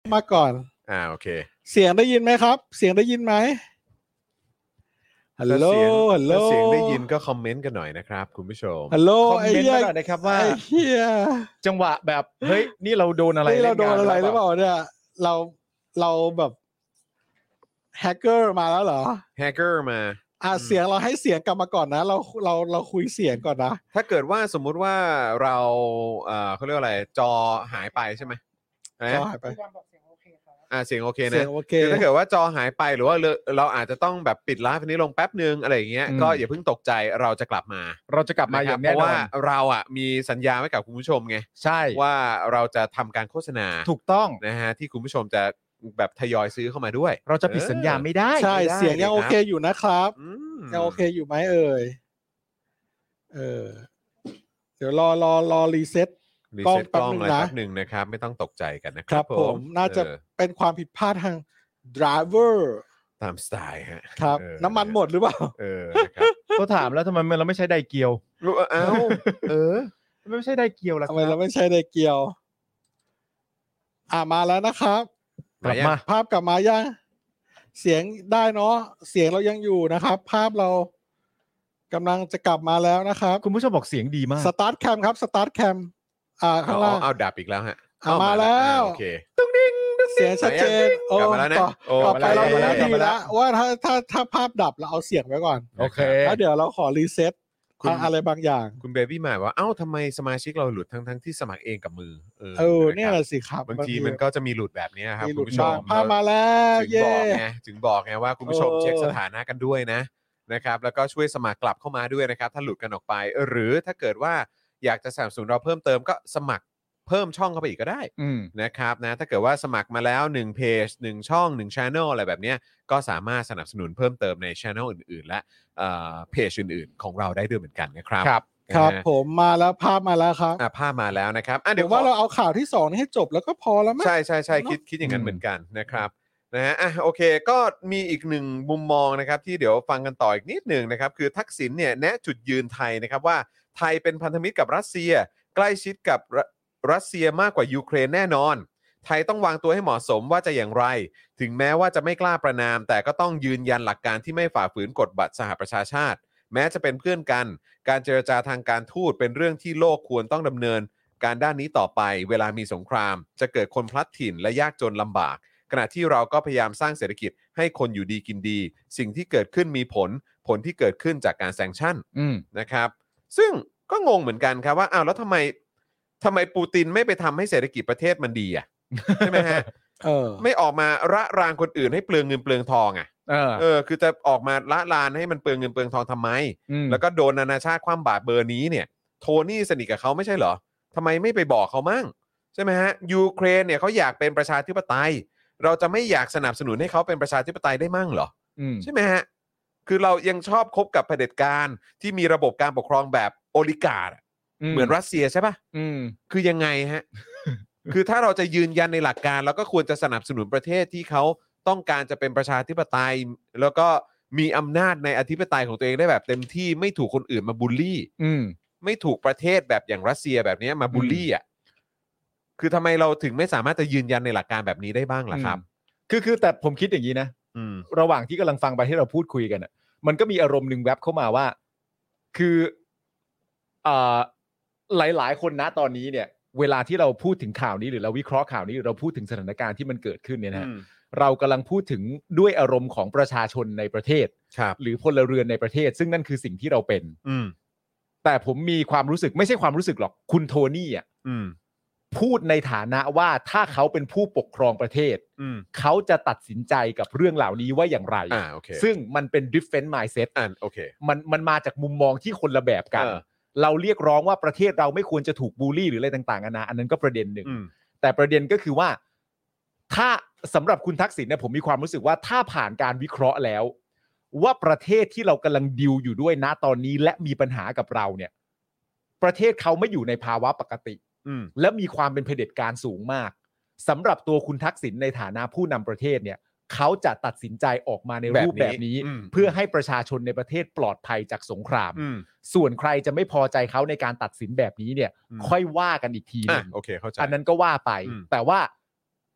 มาก่อนโอเคเสียงได้ยินไหมครับเสียงได้ยินไหมฮัลโหลฮัลโหลเสียงได้ยินก็คอมเมนต์กันหน่อยนะครับคุณผู้ชมฮัลโหลคอมเมนต์มาหน่อยนะครับว่าจังหวะแบบเฮ้ยนี่เราโดนอะไรเราโดนอะไรหรือเปล่าเนี่ยเราแบบแฮกเกอร์มาแล้วเหรอแฮกเกอร์มาเสียงเราให้เสียงกลับมาก่อนนะเราคุยเสียงก่อนนะถ้าเกิดว่าสมมุติว่าเราเขาเรียกว่าอะไรจอหายไปใช่ไหมจอหายไปเสียงโอเคนะคือถ้าเกิดว่าจอหายไปหรือว่าเราอาจจะต้องแบบปิดไลฟ์นี้ลงแป๊บนึงอะไรอย่างเงี้ยก็อย่าเพิ่งตกใจเราจะกลับมาอย่างแน่นอนเพราะว่าเรามีสัญญาไว้กับคุณผู้ชมไงใช่ว่าเราจะทำการโฆษณาถูกต้องนะฮะที่คุณผู้ชมจะแบบทยอยซื้อเข้ามาด้วยเราจะผิดสัญญาไม่ได้ใช่เสียงยังโอเคอยู่นะครับยังโอเคอยู่ไหมเดี๋ยวรอรีเซ็ตกล้องแป๊บนึงนะครับไม่ต้องตกใจกันนะครับผมน่าจะเป็นความผิดพลาดทาง driver ตามสไตล์ฮะครับน้ำมันหมดหรือเปล่านะครับก็ถามแล้วทำไมเราไม่ใช้ไดเกียวไม่ใช่ไดเกียวล่ะทำไมเราไม่ใช้ไดเกียวมาแล้วนะครับกลับมาภาพกลับมายังเสียงได้เนาะเสียงเรายังอยู่นะครับภาพเรากำลังจะกลับมาแล้วนะครับคุณผู้ชมบอกเสียงดีมากสตาร์ทแคมครับสตาร์ทแคมข้างล่างเอาดับอีกแล้วฮะมาแล้วโอเคตึ้งดิ้งเสียงชัดเจนกลับมาแล้วนะต่อไปเราดีแล้วว่าถ้าภาพดับเราเอาเสียงไว้ก่อนโอเคแล้วเดี๋ยวเราขอรีเซ็ตอะไรบางอย่างคุณเบบี้มาว่าทำไมสมาชิกเราหลุดทั้งที่สมัครเองกับมือเนี่ยแหละสิครับบางทีมันก็จะมีหลุดแบบนี้ครับคุณผู้ชมภาพมาแล้วถึงบอกไงว่าคุณผู้ชมเช็คสถานะกันด้วยนะครับแล้วก็ช่วยสมัครกลับเข้ามาด้วยนะครับถ้าหลุดกันออกไปหรือถ้าเกิดว่าอยากจะสนับสนุนเราเพิ่มเติมก็สมัครเพิ่มช่องเข้าไปอีกก็ได้นะครับนะถ้าเกิดว่าสมัครมาแล้ว1เพจ1ช่อง1 Channel อะไรแบบนี้ก็สามารถสนับสนุนเพิ่มเติมใน Channel อื่นๆและเพจอื่นๆของเราได้ด้วยเหมือนกันนะครับครับผมมาแล้วภาพมาแล้วครับภาพมาแล้วนะครับเดี๋ยวว่าเราเอาข่าวที่2นี้ให้จบแล้วก็พอแล้วมั้ยใช่ๆคิดอย่างนั้นเหมือนกันนะครับนะฮะโอเคก็มีอีกหนึ่งมุมมองนะครับที่เดี๋ยวฟังกันต่ออีกนิดนึงนะครับคือทักษิณเนี่ยแนะจุดยืนไทยนะครับว่าไทยเป็นพันธมิตรกับรัสเซียใกล้ชิดกับรัสเซียมากกว่ายูเครนแน่นอนไทยต้องวางตัวให้เหมาะสมว่าจะอย่างไรถึงแม้ว่าจะไม่กล้าประณามแต่ก็ต้องยืนยันหลักการที่ไม่ฝ่าฝืนกฎบัตรสหประชาชาติแม้จะเป็นเพื่อนกันการเจรจาทางการทูตเป็นเรื่องที่โลกควรต้องดำเนินการด้านนี้ต่อไปเวลามีสงครามจะเกิดคนพลัดถิ่นและยากจนลำบากขณะที่เราก็พยายามสร้างเศรษฐกิจให้คนอยู่ดีกินดีสิ่งที่เกิดขึ้นมีผลที่เกิดขึ้นจากการแซงชั่นนะครับซึ่งก็งงเหมือนกันครับว่าแล้วทำไมปูตินไม่ไปทำให้เศรษฐกิจประเทศมันดีใช่ไหมฮะไม่ออกมาระรานคนอื่นให้เปลืองเงินเปลืองทองคือจะออกมาละลานให้มันเปลืองเงินเปลืองทองทำไมแล้วก็โดนนานาชาติคว่ำบาตรเบอร์นี้เนี่ยโทนี่สนิทกับเขาไม่ใช่เหรอทำไมไม่ไปบอกเขามั่งใช่ไหมฮะยูเครนเนี่ยเขาอยากเป็นประชาธิปไตยเราจะไม่อยากสนับสนุนให้เขาเป็นประชาธิปไตยได้มั่งเหรอใช่ไหมฮะคือเรายังชอบคบกับเผด็จการที่มีระบบการปกครองแบบโอลิการ์เหมือนรัสเซียใช่ป่ะคือยังไงฮะ คือถ้าเราจะยืนยันในหลักการเราก็ควรจะสนับสนุนประเทศที่เขาต้องการจะเป็นประชาธิปไตยแล้วก็มีอำนาจในอธิปไตยของตัวเองได้แบบเต็มที่ไม่ถูกคนอื่นมาบูลลี่ไม่ถูกประเทศแบบอย่างรัสเซียแบบนี้มาบูลลี่คือทำไมเราถึงไม่สามารถจะยืนยันในหลักการแบบนี้ได้บ้างล่ะครับคือแต่ผมคิดอย่างนี้นะระหว่างที่กำลังฟังไปที่เราพูดคุยกันมันก็มีอารมณ์หนึ่งแวบเข้ามาว่าคือหลายๆคนนะตอนนี้เนี่ยเวลาที่เราพูดถึงข่าวนี้หรือเราวิเคราะห์ข่าวนี้หรือเราพูดถึงสถานการณ์ที่มันเกิดขึ้นเนี่ยนะเรากำลังพูดถึงด้วยอารมณ์ของประชาชนในประเทศหรือพลเรือนในประเทศซึ่งนั่นคือสิ่งที่เราเป็นแต่ผมมีความรู้สึกไม่ใช่ความรู้สึกหรอกคุณโทนี่พูดในฐานะว่าถ้าเขาเป็นผู้ปกครองประเทศเขาจะตัดสินใจกับเรื่องเหล่านี้ว่าอย่างไรซึ่งมันเป็น different mindset มันมาจากมุมมองที่คนละแบบกันเราเรียกร้องว่าประเทศเราไม่ควรจะถูกบูลลี่หรืออะไรต่างๆอันนั้นก็ประเด็นหนึ่งแต่ประเด็นก็คือว่าถ้าสำหรับคุณทักษิณเนี่ยผมมีความรู้สึกว่าถ้าผ่านการวิเคราะห์แล้วว่าประเทศที่เรากำลังดิวอยู่ด้วยณตอนนี้และมีปัญหากับเราเนี่ยประเทศเขาไม่อยู่ในภาวะปกติและมีความเป็นเผด็จการสูงมากสำหรับตัวคุณทักษิณในฐานะผู้นำประเทศเนี่ยเขาจะตัดสินใจออกมาในรูปแบบนี้เพื่อให้ประชาชนในประเทศปลอดภัยจากสงครามส่วนใครจะไม่พอใจเขาในการตัดสินแบบนี้เนี่ยค่อยว่ากันอีกทีนึงโอเคเข้าใจอันนั้นก็ว่าไปแต่ว่า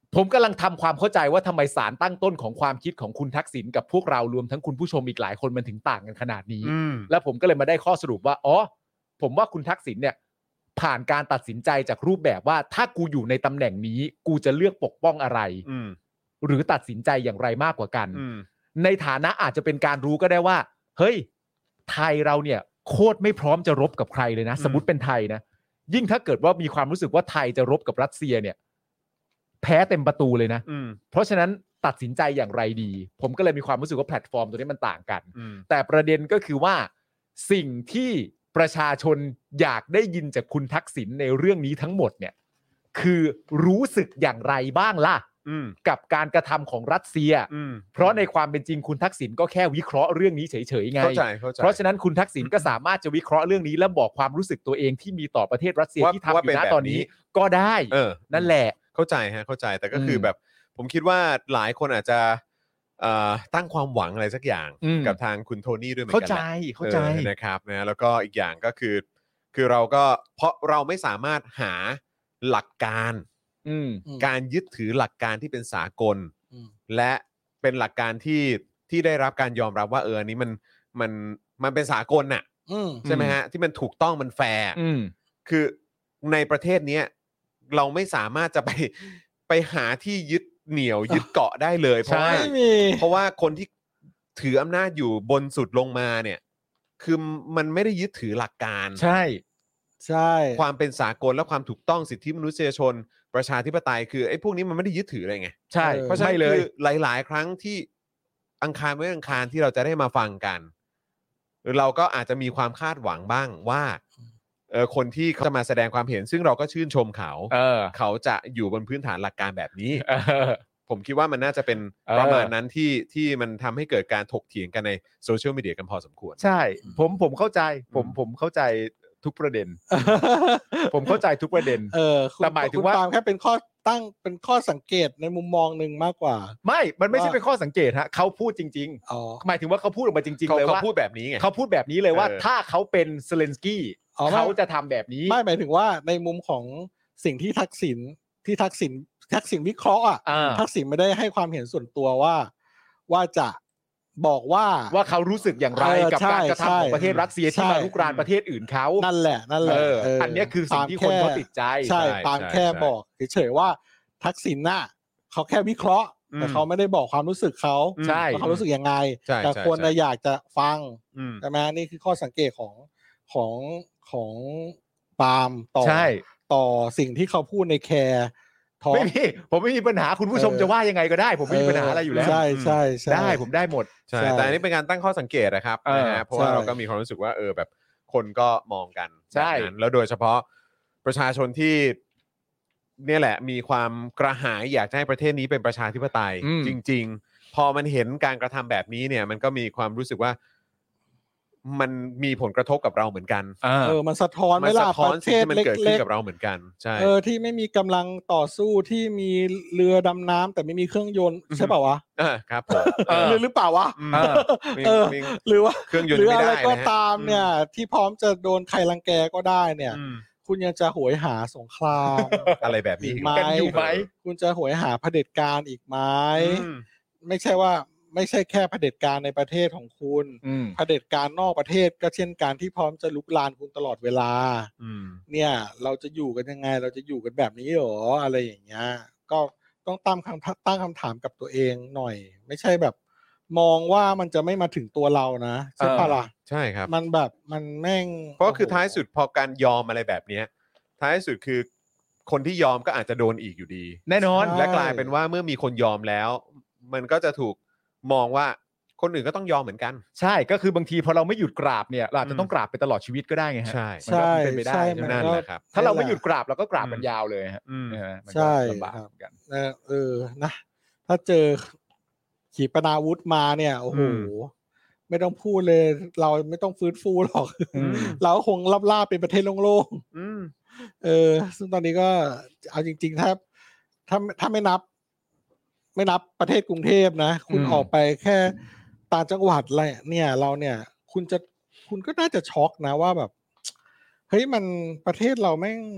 ผมกำลังทำความเข้าใจว่าทำไมสารตั้งต้นของความคิดของคุณทักษิณกับพวกเรารวมทั้งคุณผู้ชมอีกหลายคนมันถึงต่างกันขนาดนี้แล้วผมก็เลยมาได้ข้อสรุปว่าอ๋อผมว่าคุณทักษิณเนี่ยผ่านการตัดสินใจจากรูปแบบว่าถ้ากูอยู่ในตำแหน่งนี้กูจะเลือกปกป้องอะไรหรือตัดสินใจอย่างไรมากกว่ากันในฐานะอาจจะเป็นการรู้ก็ได้ว่าเฮ้ยไทยเราเนี่ยโคตรไม่พร้อมจะรบกับใครเลยนะสมมติเป็นไทยนะยิ่งถ้าเกิดว่ามีความรู้สึกว่าไทยจะรบกับรัสเซียเนี่ยแพ้เต็มประตูเลยนะเพราะฉะนั้นตัดสินใจอย่างไรดีผมก็เลยมีความรู้สึกว่าแพลตฟอร์มตัวนี้มันต่างกันแต่ประเด็นก็คือว่าสิ่งที่ประชาชนอยากได้ยินจากคุณทักษิณในเรื่องนี้ทั้งหมดเนี่ยคือรู้สึกอย่างไรบ้างล่ะกับการกระทำของรัสเซียเพราะในความเป็นจริงคุณทักษิณก็แค่วิเคราะห์เรื่องนี้เฉยๆไงเพราะฉะนั้นคุณทักษิณก็สามารถจะวิเคราะห์เรื่องนี้และบอกความรู้สึกตัวเองที่มีต่อประเทศรัสเซียที่ทำอยู่ณตอนนี้ก็ได้นั่นแหละเข้าใจฮะเข้าใจแต่ก็คือแบบผมคิดว่าหลายคนอาจจะตั้งความหวังอะไรสักอย่างกับทางคุณโทนี่ด้วยเหมือนกันเข้าใจนะครับนะแล้วก็อีกอย่างก็คือเราก็เพราะเราไม่สามารถหาหลักการการยึดถือหลักการที่เป็นสากลและเป็นหลักการที่ได้รับการยอมรับว่าอันนี้มันเป็นสากลน่ะใช่ไหมฮะที่มันถูกต้องมันแฟร์คือในประเทศนี้เราไม่สามารถจะไปหาที่ยึดเหนี่ยวยึดเกาะได้เลยเพราะว่าคนที่ถืออำนาจอยู่บนสุดลงมาเนี่ยคือมันไม่ได้ยึดถือหลักการใช่ความเป็นสากลและความถูกต้องสิทธิมนุษยชนประชาธิปไตยคือไอ้พวกนี้มันไม่ได้ยึดถืออะไรไงใช่เพราะฉะนั้นคือหลายๆครั้งที่อังคารที่เราจะได้มาฟังกันเราก็อาจจะมีความคาดหวังบ้างว่าคนที่เขาจะมาแสดงความเห็นซึ่งเราก็ชื่นชมเขาจะอยู่บนพื้นฐานหลักการแบบนี้ผมคิดว่ามันน่าจะเป็นประมาณนั้นที่มันทำให้เกิดการถกเถียงกันในโซเชียลมีเดียกันพอสมควรใช่ผมเข้าใจผมเข้าใจทุกประเด็นผมเข้าใจทุกประเด็นแต่หมายถึงว่าแค่เป็นข้อตั้งเป็นข้อสังเกตในมุมมองนึงมากกว่ามันไม่ใช่เป็นข้อสังเกตฮะเขาพูดจริงๆหมายถึงว่าเขาพูดออกมาจริงๆเลยว่าเขาพูดแบบนี้ไงเขาพูดแบบนี้เลยว่าถ้าเขาเป็นเซเลนสกี้เขาจะทำแบบนี้ไม่หมายถึงว่าในมุมของสิ่งที่ทักษิณวิเคราะห์ทักษิณไม่ได้ให้ความเห็นส่วนตัวว่าจะบอกว่าเขารู้สึกอย่างไรกับการกระทำของประเทศรัสเซียที่มารุกรานประเทศอื่นเขานั่นแหละอันนี้คือสิ่งที่คนเขาติดใจใช่ปางแค่บอกเฉยๆว่าทักษิณน่ะเขาแค่วิเคราะห์แต่เขาไม่ได้บอกความรู้สึกเขาว่าเขารู้สึกยังไงแต่คนอยากจะฟังใช่ไหมนี่คือข้อสังเกตของปาล์มต่อสิ่งที่เขาพูดในแคร์ผมไม่มีปัญหาคุณผู้ชมจะว่ายังไงก็ได้ผมไม่มีปัญหาอะไรอยู่แล้วใช่ได้ผมได้หมดใช่แต่อันนี้เป็นการตั้งข้อสังเกตนะครับนะฮะเพราะว่าเราก็มีความรู้สึกว่าแบบคนก็มองกันแบบนั้นแล้วโดยเฉพาะประชาชนที่เนี่ยแหละมีความกระหายอยากให้ประเทศนี้เป็นประชาธิปไตยจริงๆพอมันเห็นการกระทำแบบนี้เนี่ยมันก็มีความรู้สึกว่ามันมีผลกระทบกับเราเหมือนกันมันสะท้อนไม่ล่ะประเทศมันเกิดขึ้นกับเราเหมือนกันใช่ที่ไม่มีกำลังต่อสู้ที่มีเรือดำน้ำแต่ไม่มีเครื่องยนต์ใช่เปล่าวะครับผมหรือเปล่าวะหรือว่าเครื่องยนต์ไม่ได้อะไรก็ตามเนี่ยที่พร้อมจะโดนใครรังแกก็ได้เนี่ยคุณยังจะหวยหาสงครามอะไรแบบนี้กันอยู่ไหมคุณจะหวยหาเผด็จการอีกไหมไม่ใช่แค่เผด็จการในประเทศของคุณเผด็จการนอกประเทศก็เช่นการที่พร้อมจะลุกลานคุณตลอดเวลาเนี่ยเราจะอยู่กันยังไงเราจะอยู่กันแบบนี้หรออะไรอย่างเงี้ยก็ต้องตั้งคำถามกับตัวเองหน่อยไม่ใช่แบบมองว่ามันจะไม่มาถึงตัวเรานะใช่ปะล่ะใช่ครับมันแบบมันแม่งเพราะคือท้ายสุดพอการยอมอะไรแบบนี้ท้ายสุดคือคนที่ยอมก็อาจจะโดนอีกอยู่ดีแน่นอนและกลายเป็นว่าเมื่อมีคนยอมแล้วมันก็จะถูกมองว่าคนอื่นก็ต้องยอมเหมือนกันใช่ก็คือบางทีพอเราไม่หยุดกราบเนี่ยเราอาจจะต้องกราบไปตลอดชีวิตก็ได้ไงฮะใช่มันก็เป็นไปได้นั่นแหละครับถ้าเราไม่หยุดกราบเราก็กราบกันยาวเลยฮะใช่ลำบากกันนะถ้าเจอขีปนาวุธมาเนี่ยโอ้โหไม่ต้องพูดเลยเราไม่ต้องฟื้นฟูหรอกเราคงล่าเป็นประเทศโล่งๆซึ่งตอนนี้ก็เอาจริงๆถ้าไม่นับประเทศกรุงเทพนะคุณออกไปแค่ต่างจังหวัดอะไรเนี่ยเราเนี่ยคุณก็น่าจะช็อกนะว่าแบบเฮ้ยมันประเทศเราแม่ง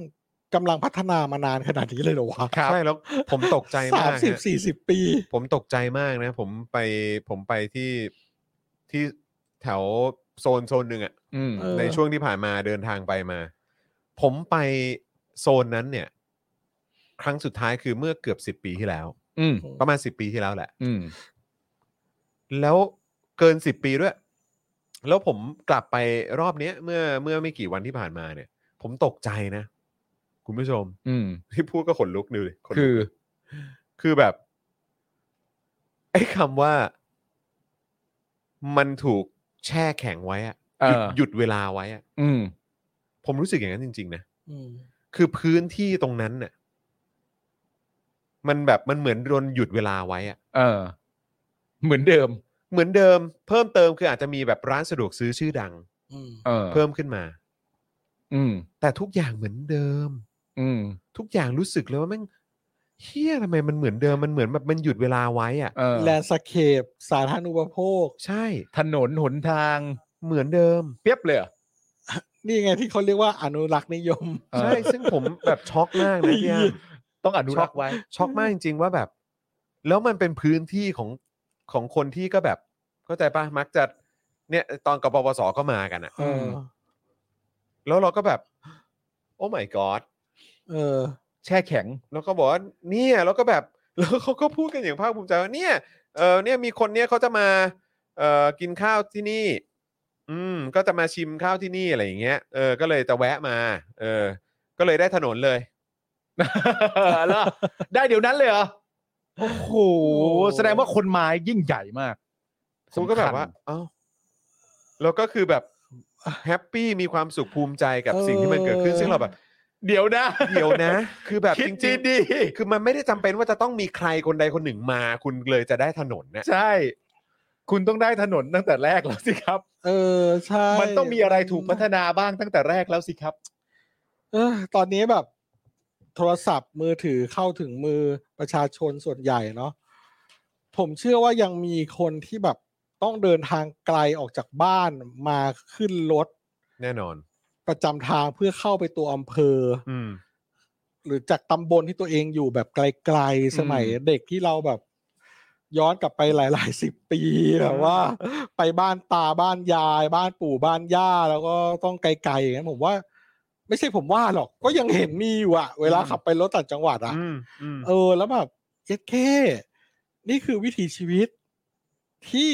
กำลังพัฒนามานานขนาดนี้เลยเหรอวะใช่แล้วผมตกใจมาก 30-40 ปีผมตกใจมากนะผมไปที่แถวโซนหนึ่งอ่ะในช่วงที่ผ่านมาเดินทางไปมาผมไปโซนนั้นเนี่ยครั้งสุดท้ายคือเมื่อเกือบ10 ปีที่แล้วประมาณ10 ปีที่แล้วแหละแล้วเกิน10 ปีด้วยแล้วผมกลับไปรอบนี้เมื่อไม่กี่วันที่ผ่านมาเนี่ยผมตกใจนะคุณผู้ชมที่พูดก็ขนลุกเลยคือแบบไอ้คำว่ามันถูกแช่แข็งไว้อะหยุดเวลาไว้อะผมรู้สึกอย่างนั้นจริงๆนะคือพื้นที่ตรงนั้นเนี่ยมันแบบมันเหมือนโดนหยุดเวลาไว้อะเหมือนเดิมเพิ่มเติมคืออาจจะมีแบบร้านสะดวกซื้อชื่อดังเพิ่มขึ้นมาแต่ทุกอย่างเหมือนเดิมทุกอย่างรู้สึกเลยว่าแม่งเฮียทำไมมันเหมือนเดิมมันเหมือนแบบมันหยุดเวลาไว้อะแลนด์สเคปสาธารณูปโภคใช่ถนนหนทางเหมือนเดิมเปียบเลยนี่ไงที่เขาเรียกว่าอนุรักษ์นิยมใช่ซึ่งผมแบบช็อกมากนะพี่ต้องอนุรักษ์ไว้ช็อกมากจริงๆว่าแบบแล้วมันเป็นพื้นที่ของคนที่ก็แบบเข้าใจป่ะมักจะเนี่ยตอนกปปสก็มากันอ่ะแล้วเราก็แบบโอ้ my god แช่แข็งแล้วก็บอกว่าเนี่ยแล้วก็แบบแล้วเขาก็พูดกันอย่างภาคภูมิใจว่าเนี่ยเนี่ยมีคนเนี่ยเขาจะมากินข้าวที่นี่ก็จะมาชิมข้าวที่นี่อะไรอย่างเงี้ยก็เลยจะแวะมาก็เลยได้ถนนเลยแล้วได้เดี๋ยวนั้นเลยเหรอโอ้โหแสดงว่าคนมายิ่งใหญ่มากผมก็แบบว่าเอ้าแล้วก็คือแบบแฮปปี้มีความสุขภูมิใจกับสิ่งที่มันเกิดขึ้นซึ่งเราแบบเดี๋ยวนะคือแบบจริงๆคือมันไม่ได้จำเป็นว่าจะต้องมีใครคนใดคนหนึ่งมาคุณเลยจะได้ถนนนะใช่คุณต้องได้ถนนตั้งแต่แรกแล้วสิครับใช่มันต้องมีอะไรถูกพัฒนาบ้างตั้งแต่แรกแล้วสิครับตอนนี้แบบโทรศัพท์มือถือเข้าถึงมือประชาชนส่วนใหญ่เนาะผมเชื่อว่ายังมีคนที่แบบต้องเดินทางไกลออกจากบ้านมาขึ้นรถแน่นอนประจำทางเพื่อเข้าไปตัวอำเภอหรือจากตำบลที่ตัวเองอยู่แบบไกลๆสมัยเด็กที่เราแบบย้อนกลับไปหลาย10 ปีแบบว่าไปบ้านตาบ้านยายบ้านปู่บ้านย่าแล้วก็ต้องไกลๆอย่างนั้นผมว่าไม่ใช่ผมว่าหรอกก็ยังเห็นมีอยู่อะเวลาขับไปรถต่างจังหวัดอะแล้วแบบเย็ดแค่นี่คือวิถีชีวิตที่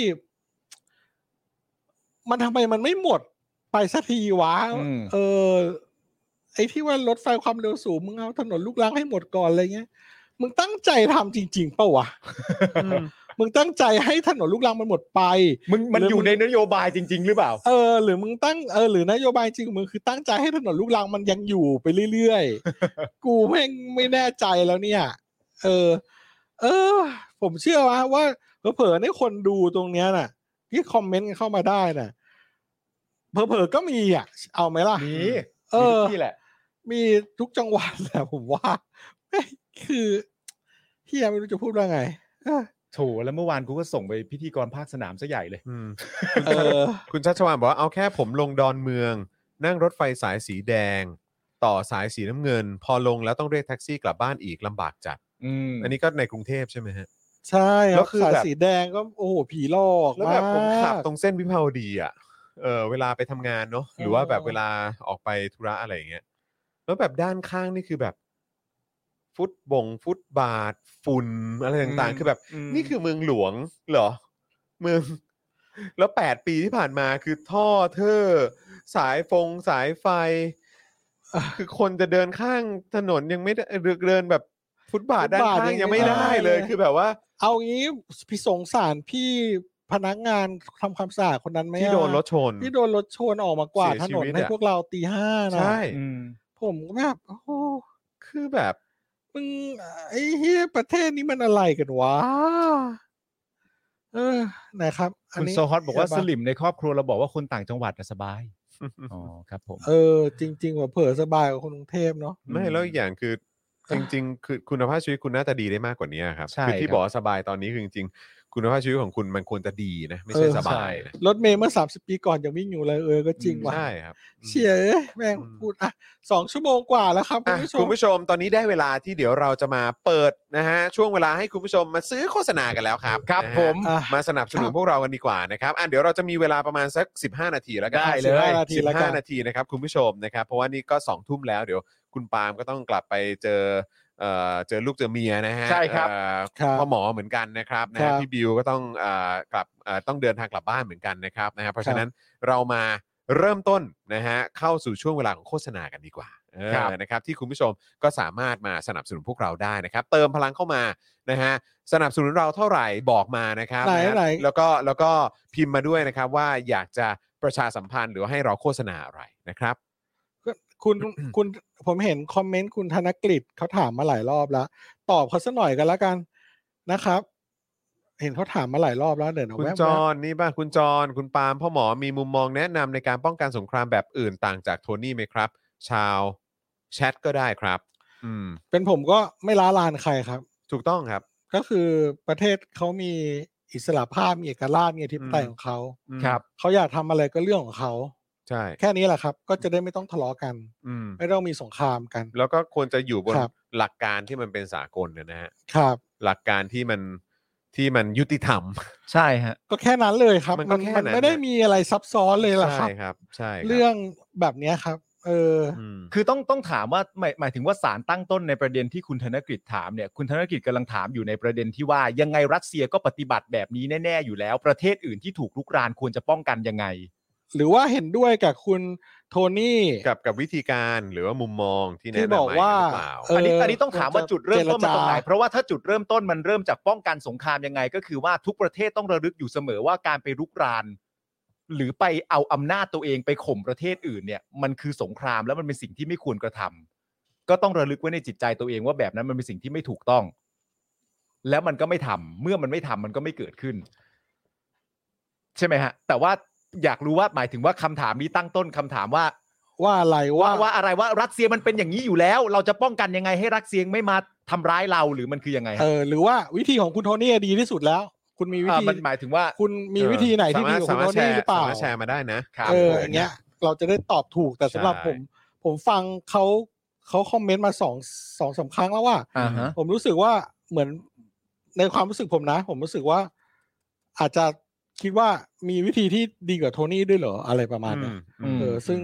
มันทำไมมันไม่หมดไปสักทีวะไอ้ที่ว่ารถไฟความเร็วสูงมึงเอาถนนลูกรังให้หมดก่อนอะไรเงี้ยมึงตั้งใจทำจริงๆเปล่าวะมึงตั้งใจให้ถนนลูกรังมันหมดไปมันอยู่ในนโยบายจริงๆหรือเปล่าหรือมึงหรือนโยบายจริงมึงคือตั้งใจให้ถนนลูกรังมันยังอยู่ไปเรื่อยๆกูไม่แน่ใจแล้วเนี่ยผมเชื่อว่าเผลอๆในคนดูตรงเนี้ยน่ะที่คอมเมนต์กันเข้ามาได้น่ะเผลอๆก็มีอ่ะเอาไหมล่ะมีที่แหละมีทุกจังหวัดแหละผมว่าคือที่ยังไม่รู้จะพูดว่าไงโถแล้วเมื่อวานกูก็ส่งไปพิธีกรภาคสนามซะใหญ่เลยคุณชัชวาลบอกว่าเอาแค่ผมลงดอนเมืองนั่งรถไฟสายสีแดงต่อสายสีน้ำเงินพอลงแล้วต้องเรียกแท็กซี่กลับบ้านอีกลำบากจัดอันนี้ก็ในกรุงเทพใช่ไหมฮะใช่แล้วคือสายสีแดงก็โอ้โหผีหลอกแล้วแบบผมขับตรงเส้นวิภาวดีอ่ะเวลาไปทำงานเนาะหรือว่าแบบเวลาออกไปธุระอะไรอย่างเงี้ยแล้วแบบด้านข้างนี่คือแบบฟุตบาทฝุ่นอะไรต่างๆคือแบบนี่คือเมืองหลวงเหรอเมืองแล้ว8 ปีที่ผ่านมาคือท่อเทอสายไฟคือคนจะเดินข้างถนนยังไม่ได้เดินแบบฟุตบาทด้านข้างยังไม่ได้เลยคือแบบว่าเอางี้พี่สงสารพี่พนักงานทำความสะอาดคนนั้นไหมที่โดนรถชนออกมากวาดถนนให้พวกเราตี 5นะใช่ผมก็แบบโอ้คือแบบมึงไอ้เหี้ยประเทศนี้มันอะไรกันวะนะครับคุณโซฮอตบอกว่าสลิมในครอบครัวเราบอกว่าคนต่างจังหวัดสบายอ๋อครับผมจริงๆว่าเผลอสบายกว่าคนกรุงเทพเนาะไม่แล้วอีกอย่างคือจริงๆคือคุณภาพชีวิตคุณน่าจะดีได้มากกว่านี้ครับคือที่บอกสบายตอนนี้คือจริงๆคุณภาพชีวิตของคุณมันควรจะดีนะไม่ใช่สบายนะรถเมล์เมื่อ30 ปีก่อนยังวิ่งอยู่เลยก็จริงว่ะใช่ครับเชี่ยแม่งพูด2 ชั่วโมงกว่าแล้วครับคุณผู้ชมคุณผู้ชมตอนนี้ได้เวลาที่เดี๋ยวเราจะมาเปิดนะฮะช่วงเวลาให้คุณผู้ชมมาซื้อโฆษณากันแล้วครับครับนะฮะผมมาสนับสนุนพวกเรากันดีกว่านะครับเดี๋ยวเราจะมีเวลาประมาณสัก15 นาทีแล้วกันได้เลย 15 นาทีแล้วกัน 15 นาทีนะครับคุณผู้ชมนะครับเพราะว่านี่ก็2 ทุ่มแล้วเดี๋ยวคุณปาล์มก็ต้องกลับไปเจอลูกเจอเมียนะฮะใช่ครับพ่อหมอเหมือนกันนะครับนะครัฮะบพี่บิวก็ต้องกลับต้องเดินทางกลับบ้านเหมือนกันนะครับนะฮะเพราะฉะนั้นเรามาเริ่มต้นนะฮะเข้าสู่ช่วงเวลาของโฆษณากันดีกว่านะครับที่คุณผู้ชมก็สามารถมาสนับสนุนพวกเราได้นะครับเติมพลังเข้ามานะฮะสนับสนุนเราเท่าไหร่บอกมานะครับไหนแล้วก็พิมพ์มาด้วยนะครับว่าอยากจะประชาสัมพันธ์หรือให้เราโฆษณาอะไรนะครับคุณผมเห็นคอมเมนต์คุณธนกฤษเขาถามมาหลายรอบแล้วตอบเขาสักหน่อยกันแล้วกันนะครับ เห็นเขาถามมาหลายรอบแล้วเดี๋ยวนะคุณแว๊บจรนี่ป่ะคุณจรคุณปาล์มพ่อหมอมีมุมมองแนะนำในการป้องกันสงครามแบบอื่นต่างจากโทนี่ไหมครับ ชาวแชทก็ได้ครับเป็นผมก็ไม่ล้าลานใครครับถูกต้องครับก็คือประเทศเขามีอิสระภาพมีเอกราชมีอธิปไตยของเขาครับเขาอยากทำอะไรก็เรื่องของเขาใช่แค่นี้แหละครับ ก็จะได้ไม่ต้องทะเลาะกัน ไม่ต้องมีสงครามกันแล้วก็ควรจะอยู่บนครับหลักการที่มันเป็นสากลนะฮะครับหลักการที่มันยุติธรรมใช่ฮะก็แค่นั้นเลยครับมันก็แค่นั้นไม่ได้มีอะไรซับซ้อนเลยล่ะคใช่รับครับใช่ครับเรื่องแบบเนี้ยครับคือต้องถามว่าหมายถึงว่าสารตั้งต้นในประเด็นที่คุณธนกฤษถามเนี่ยคุณธนกฤษกำลังถามอยู่ในประเด็นที่ว่ายังไงรัสเซียก็ปฏิบัติแบบนี้แน่ๆอยู่แล้วประเทศอื่นที่ถูกลุกรานควรจะป้องกันยังไงหรือว่าเห็นด้วยกับคุณโทนี่กับวิธีการหรือว่ามุมมองที่แนะที่นำบอกมาว่าหรือเปล่าอันนี้ต้องถามว่าจุดเริ่มต้นมันตรงไหนเจรจาเพราะว่าถ้าจุดเริ่มต้นมันเริ่มจากป้องกันสงครามยังไง ก็คือว่าทุกประเทศต้องระลึกอยู่เสมอว่าการไปรุกราน หรือไปเอาอำนาจตัวเองไปข่มประเทศอื่นเนี่ยมันคือสงครามแล้วมันเป็นสิ่งที่ไม่ควรกระทำก็ต้องระลึกไว้ในจิตใจตัวเองว่าแบบนั้นมันเป็นสิ่งที่ไม่ถูกต้อง แล้วมันก็ไม่ทำเมื่อมันไม่ทำมันก็ไม่เกิดขึ้น ใช่ไหมฮะแต่ว่าอยากรู้ว่าหมายถึงว่าคำถามนี้ตั้งต้นคำถามว่าอะไรว่าว่าอะไรว่ารัสเซียมันเป็นอย่างนี้อยู่แล้ว เราจะป้องกันยังไงให้รัสเซียไม่มาทำร้ายเราหรือมันคือยังไงฮะหรือว่าวิธีของคุณโทนี่ดีที่สุดแล้ว คุณมีวิธีมันหมายถึงว่าคุณมีวิธีไหนที่ดีกว่าคุณโทนี่หรือเปล่าสามารถแชร์มาได้นะอย่างเงี้ย เราจะได้ตอบถูกแต่สำหรับผมฟังเขาคอมเมนต์มาสองสามครั้งแล้วว่า ผมรู้สึกว่าเหมือนในความรู้สึกผมนะ ผมรู้สึกว่าอาจจะคิดว่ามีวิธีที่ดีกว่าโทนี่ด้วยเหรออะไรประมาณนี้ซึ่ง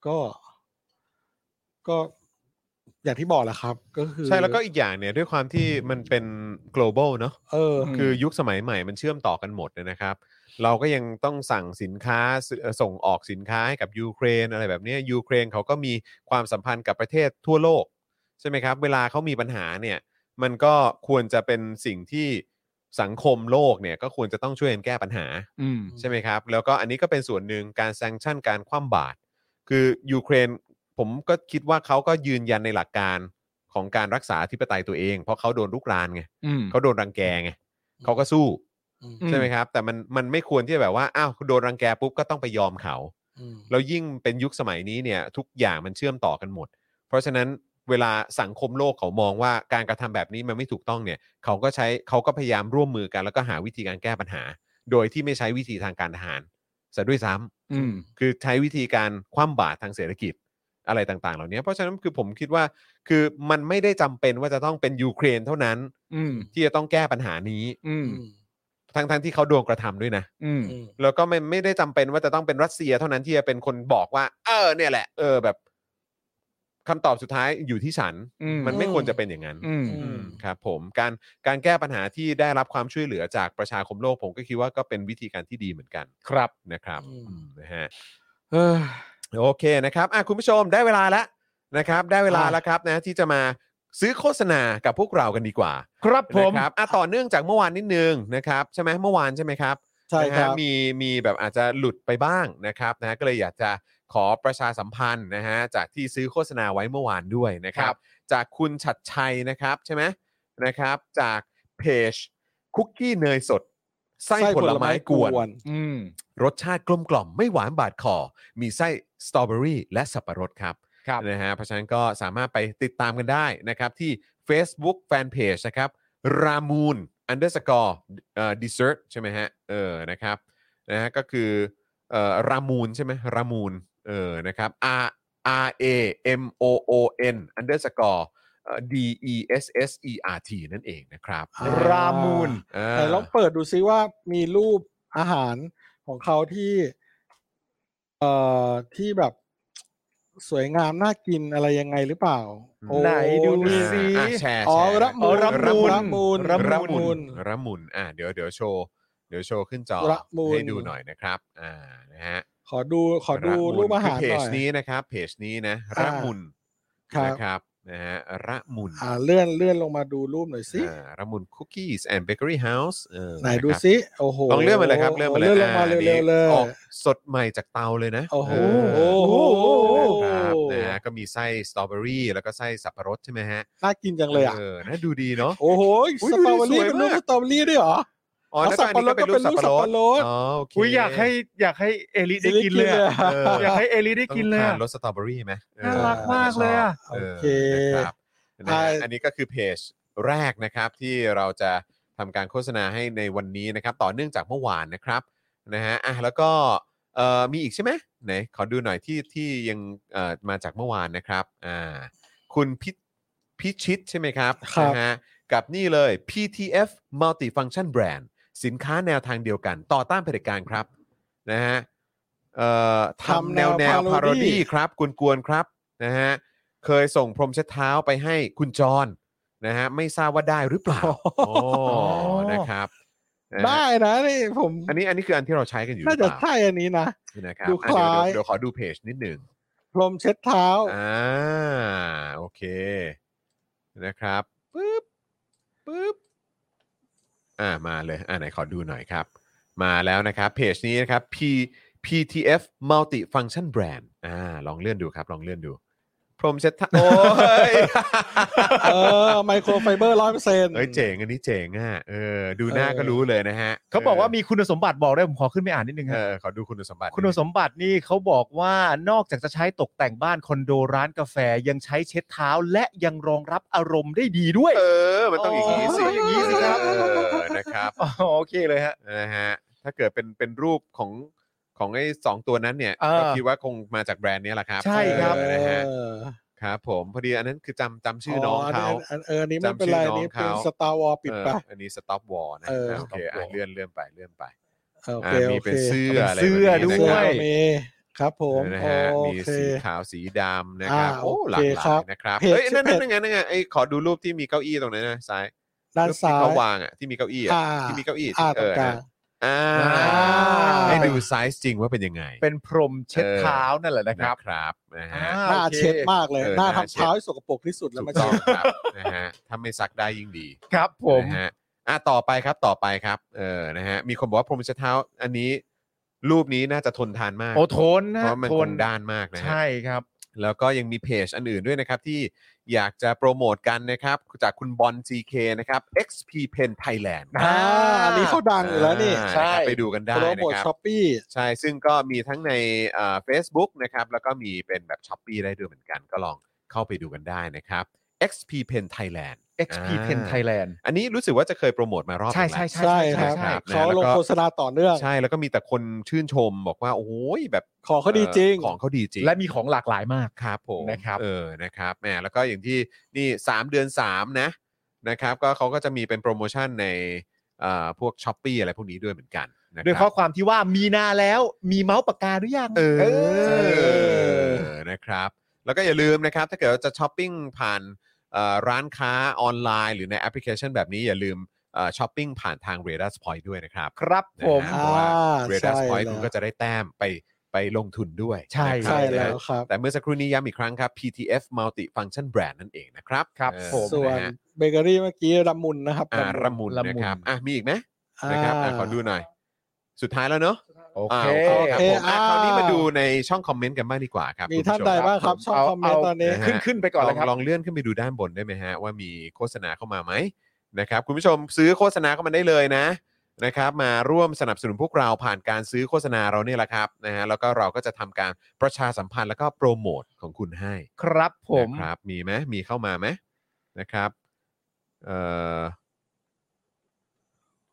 ก็อย่างที่บอกแหละครับ ก็คือใช่แล้วก็อีกอย่างเนี่ยด้วยความที่มันเป็น global เนอะคือยุคสมัยใหม่มันเชื่อมต่อกันหมดนะครับ เราก็ยังต้องสั่งสินค้าส่งออกสินค้าให้กับยูเครนอะไรแบบนี้ยูเครนเขาก็มีความสัมพันธ์กับประเทศทั่วโลกใช่ไหมครับเวลาเขามีปัญหาเนี่ยมันก็ควรจะเป็นสิ่งที่สังคมโลกเนี่ยก็ควรจะต้องช่วยกันแก้ปัญหาใช่ไหมครับแล้วก็อันนี้ก็เป็นส่วนหนึ่งการแซงชั่นการคว่ำบาตรคือยูเครนผมก็คิดว่าเขาก็ยืนยันในหลักการของการรักษาอธิปไตยตัวเองเพราะเขาโดนรุกรานไงเขาโดนรังแกไงเขาก็สู้ใช่ไหมครับแต่มันไม่ควรที่จะแบบว่าอ้าวโดนรังแกปุ๊บก็ต้องไปยอมเขาแล้วยิ่งเป็นยุคสมัยนี้เนี่ยทุกอย่างมันเชื่อมต่อกันหมดเพราะฉะนั้นเวลาสังคมโลกเขามองว่าการกระทำแบบนี้มันไม่ถูกต้องเนี่ยเขาก็พยายามร่วมมือกันแล้วก็หาวิธีการแก้ปัญหาโดยที่ไม่ใช้วิธีทางการทหารซะด้วยซ้ำคือใช้วิธีการคว่ำบาตรทางเศรษฐกิจอะไรต่างๆเหล่านี้เพราะฉะนั้นคือผมคิดว่าคือมันไม่ได้จำเป็นว่าจะต้องเป็นยูเครนเท่านั้นที่จะต้องแก้ปัญหานี้ทั้งที่เขาโดนกระทำด้วยนะแล้วก็ไม่ได้จำเป็นว่าจะต้องเป็นรัสเซียเท่านั้นที่จะเป็นคนบอกว่าเนี่ยแหละแบบคำตอบสุดท้ายอยู่ที่ฉันมันไม่ควรจะเป็นอย่างนั้นครับผมการแก้ปัญหาที่ได้รับความช่วยเหลือจากประชาคมโลกผมก็คิดว่าก็เป็นวิธีการที่ดีเหมือนกันครับนะครับนะฮะโอเคนะครับคุณผู้ชมได้เวลาแล้วนะครับได้เวลาแล้วครับนะที่จะมาซื้อโฆษณากับพวกเรากันดีกว่าครับผมนะครับต่อเนื่องจากเมื่อวานนิดนึงนะครับใช่ไหมเมื่อวานใช่ไหมครับใช่ครับมีแบบอาจจะหลุดไปบ้างนะครับนะก็เลยอยากจะขอประชาสัมพันธ์นะฮะจากที่ซื้อโฆษณาไว้เมื่อวานด้วยนะครับจากคุณชัดชัยนะครับใช่ไหมนะครับจากเพจคุกกี้เนยสดไส้ผลไม้กวนรสชาติกลมกล่อมไม่หวานบาดคอมีไส้สตรอเบอรี่และสับปะรดครับนะฮะเพราะฉะนั้นก็สามารถไปติดตามกันได้นะครับที่ Facebook Fanpage นะครับรามูน underscore dessert ใช่ไหมฮะนะครับนะฮะก็คือรามูนใช่ไหมรามูนนะครับ RAMOON underscore DESSERT นั่นเองนะครับรามูนแต่ลองเปิดดูซิว่ามีรูปอาหารของเขาที่แบบสวยงามน่ากินอะไรยังไงหรือเปล่าไหนดูสิแชร์ระมูลเดี๋ยวโชว์ขึ้นจอให้ดูหน่อยนะครับนะฮะขอดูรูปอาหารหน่อยเพจนี้นะครับเพจนี้นะระมุนนะครับนะฮะระมุนเลื่อนลงมาดูรูปหน่อยสิระมุน Cookies and Bakery House ไหนดูสิโอ้โหลองเลื่อนมาเลยครับเลื่อนมาเลยลงมาเร็วๆเลยออกสดใหม่จากเตาเลยนะโอ้โหครับนะฮะก็มีไส้สตรอเบอรี่แล้วก็ไส้สับปะรดใช่ไหมฮะน่ากินจังเลยน่าดูดีเนาะโอ้โหสตรอเบอรี่เป็นรูปสตรอเบอรี่ด้วยเหรอสับปะรดก็เป็นรูปสับปะรดโอเคอยากให้เอลิได้กินเลยอยากให้เอลิได้กินเลยรสสตรอเบอรี่ไหมน่ารักมากเลยโอเคครับอันนี้ก็คือเพจแรกนะครับที่เราจะทำการโฆษณาให้ในวันนี้นะครับต่อเนื่องจากเมื่อวานนะครับนะฮะแล้วก็มีอีกใช่ไหมไหนขอดูหน่อยที่ยังมาจากเมื่อวานนะครับคุณพิชิตใช่ไหมครับนะฮะกับนี่เลย PTF Multifunction Brand สินค้าแนวทางเดียวกันต่อต้านเผด็จการครับนะฮะทำแนวพาโรดี้ครับกวนๆครับนะฮะเคยส่งพรมเช็ดเท้าไปให้คุณจรนะฮะไม่ทราบว่าได้หรือเปล่านะครับได้นะนี่ผมอันนี้คืออันที่เราใช้กันอยู่น่าจะใช่อันนี้นะครับดูคล้ายเดี๋ยวขอดูเพจนิดหนึ่งพรมเช็ดเท้าโอเคนะครับปึ๊บมาเลยไหนขอดูหน่อยครับมาแล้วนะครับเพจนี้นะครับ PTF Multifunction Brand ลองเลื่อนดูครับลองเลื่อนดูพรมเช็ดเท้าโอ้ยไมโครไฟเบอร์ 100% เจ๋งอันนี้เจ๋งดูหน้าก็รู้เลยนะฮะเขาบอกว่ามีคุณสมบัติบอกได้ผมขอขึ้นไปอ่านนิดนึงขอดูคุณสมบัตินี่เขาบอกว่านอกจากจะใช้ตกแต่งบ้านคอนโดร้านกาแฟยังใช้เช็ดเท้าและยังรองรับอารมณ์ได้ดีด้วยมันต้องอย่างนี้สิครับนะครับโอเคเลยฮะนะฮะถ้าเกิดเป็นรูปของไอ้2ตัวนั้นเนี่ยก็คิดว่าคงมาจากแบรนด์นี้แหละครับใช่ครับนะฮะครับผมพอดีอันนั้นคือจำชื่อน้องเขาอันนี้ไม่เป็นไรนี่เป็น Star Wars ปิดไปอันนี้ Stop War นะโอเคเลื่อนไปโอเคมีเป็นเสื้ออะไรด้วยครับผมนะฮะมีสีขาวสีดำนะครับหลากหลายนะครับนั่นไงขอดูรูปที่มีเก้าอี้ตรงนั้นนะซ้ายด้านซ้ายเขาวางที่มีเก้าอี้ที่มีเก้าอี้ให้ดูไซส์จริงว่าเป็นยังไงเป็นพรมเช็ดเท้านั่นแหละนะครับนะฮะหน้าเช็ดมากเลยหน้าทำเท้าให้สกปรกที่สุดแล้วไม่ใช่ครับนะฮะถ้าไม่ซักได้ยิ่งดีครับผมนะฮะต่อไปครับนะฮะมีคนบอกว่าพรมเช็ดเท้าอันนี้รูปนี้น่าจะทนทานมากทนนะเพราะมันทนด้านมากนะใช่ครับแล้วก็ยังมีเพจอันอื่นด้วยนะครับที่อยากจะโปรโมทกันนะครับจากคุณบอล GK นะครับ XP Pen Thailand อันนี้เขาดังอยู่แล้วนี่ใช่ไปดูกันได้นะครับโปรโมท Shopee ใช่ซึ่งก็มีทั้งในFacebook นะครับแล้วก็มีเป็นแบบ Shopee ได้ด้วยเหมือนกันก็ลองเข้าไปดูกันได้นะครับ XP Pen Thailand XP Pen Thailand อันนี้รู้สึกว่าจะเคยโปรโมทมารอบนึงแล้วใช่ครับเขาลงโฆษณาต่อเนื่องใช่แล้วก็มีแต่คนชื่นชมบอกว่าโอ้ยแบบของเขาดีจริงและมีของหลากหลายมากครับผมนะครับนะครับแหมแล้วก็อย่างที่นี่3เดือน3นะครับก็เขาก็จะมีเป็นโปรโมชั่นในพวก Shopee อะไรพวกนี้ด้วยเหมือนกันด้วยข้อความที่ว่ามีนาแล้วมีเมาส์ปากกาหรือยังนะครับแล้วก็อย่าลืมนะครับถ้าเกิดจะช้อปปิ้งผ่านร้านค้าออนไลน์หรือในแอปพลิเคชันแบบนี้อย่าลืมช้อปปิ้งผ่านทาง Radars Point ด้วยนะครับครับผมเพราะว่า Radars Point คุณก็จะได้แต้มไปลงทุนด้วยใช่แล้วครับแต่เมื่อสักครู่นี้ย้ำอีกครั้งครับ PTF Multifunction Brand นั่นเองนะครับครับผมส่วนเบเกอรี่เมื่อกี้ระมุนนะครับระมุนนะครับมีอีกไหมนะครับขอดูหน่อยสุดท้ายแล้วเนอะโอเคครับผมคราวนี้มาดูในช่องคอมเมนต์กันบ้างดีกว่าครับมีท่านใดบ้างครับช่องคอมเมนต์ตอนนี้ขึ้นไปก่อนเลยครับลองเลื่อนขึ้นไปดูด้านบนได้ไหมฮะว่ามีโฆษณาเข้ามาไหมนะครับคุณผู้ชมซื้อโฆษณาเข้ามาได้เลยนะครับมาร่วมสนับสนุนพวกเราผ่านการซื้อโฆษณาเราเนี่ยแหละครับนะฮะแล้วก็เราก็จะทำการประชาสัมพันธ์แล้วก็โปรโมทของคุณให้ครับผมครับมีไหมมีเข้ามาไหมนะครับ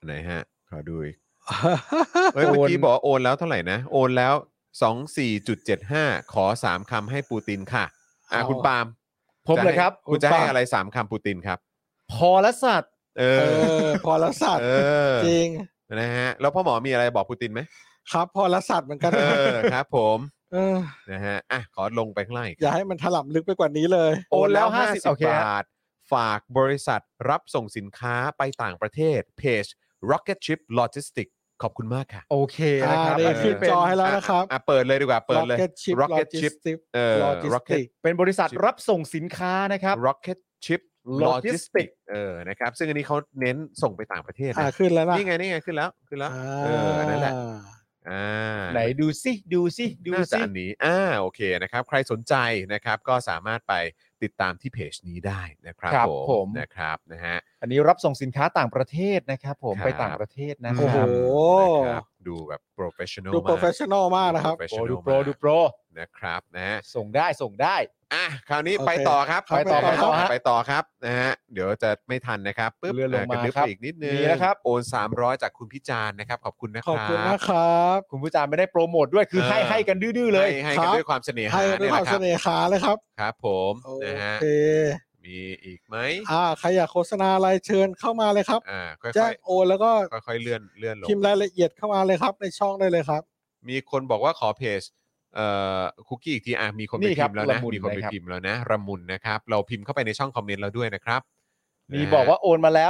ไหนฮะขอดูอีกเมื่อกี้บอกโอนแล้วเท่าไหร่นะโอนแล้ว 24.75 ขอ3คำให้ปูตินค่ะคุณปาล์มผมเลยครับคุณจะให้อะไร3คำปูตินครับพอละสัตว์พอละสัตว์จริงนะฮะแล้วพ่อหมอมีอะไรบอกปูตินไหมครับพอละสัตว์เหมือนกันครับผมนะฮะขอลงไปข้างล่างอย่าให้มันถล่ำลึกไปกว่านี้เลยโอนแล้ว50 บาทฝากบริษัทรับส่งสินค้าไปต่างประเทศเพจ Rocket Ship Logistics ขอบคุณมากค่ะโอเคนะครับขึ้นจอให้แล้วนะครับเปิดเลยดีกว่าเปิดเลย Rocket Ship Rocket เป็นบริษัทรับส่งสินค้านะครับ Rocket Ship Logistics นะครับซึ่งอันนี้เขาเน้นส่งไปต่างประเทศขึ้นแล้วนะนี่ไงขึ้นแล้วนั่นแหละไหนดูซิน่าจะอันนี้โอเคนะครับใครสนใจนะครับก็สามารถไปติดตามที่เพจนี้ได้นะครับผมนะครับนะฮะอันนี้รับส่งสินค้าต่างประเทศนะครับผมไปต่างประเทศนะโอ้โหดูแบบ professional ดู professional มากนะครับดูโปรนะครับนะส่งได้คราวนี้ไปต่อครับไปต่อครับนะฮะเดี๋ยวจะไม่ทันนะครับปึ๊บเลื่อนลงมาครับอีกนิดนึงนะครับโอน300จากคุณพิจารณ์นะครับขอบคุณนะครับขอบคุณนะครับคุณพิจารณ์ไม่ได้โปรโมทด้วยคือให้กันดื้อๆเลยให้กันด้วยความเสน่หาให้ด้วยความเสน่หาเลยครับครับผมนะฮะมีอีกไหมใครอยากโฆษณาอะไรเชิญเข้ามาเลยครับแจ้งโอนแล้วก็ค่อยๆเลื่อนลงพิมพ์รายละเอียดเข้ามาเลยครับในช่องได้เลยครับมีคนบอกว่าขอเพจคุกกี้อีกทีมีคนไปพิมพ์แล้วนะมีคนไปพิมพ์แล้วนะระมุนนะครับเราพิมพ์เข้าไปในช่องคอมเมนต์เราด้วยนะครับมีบอกว่าโอนมาแล้ว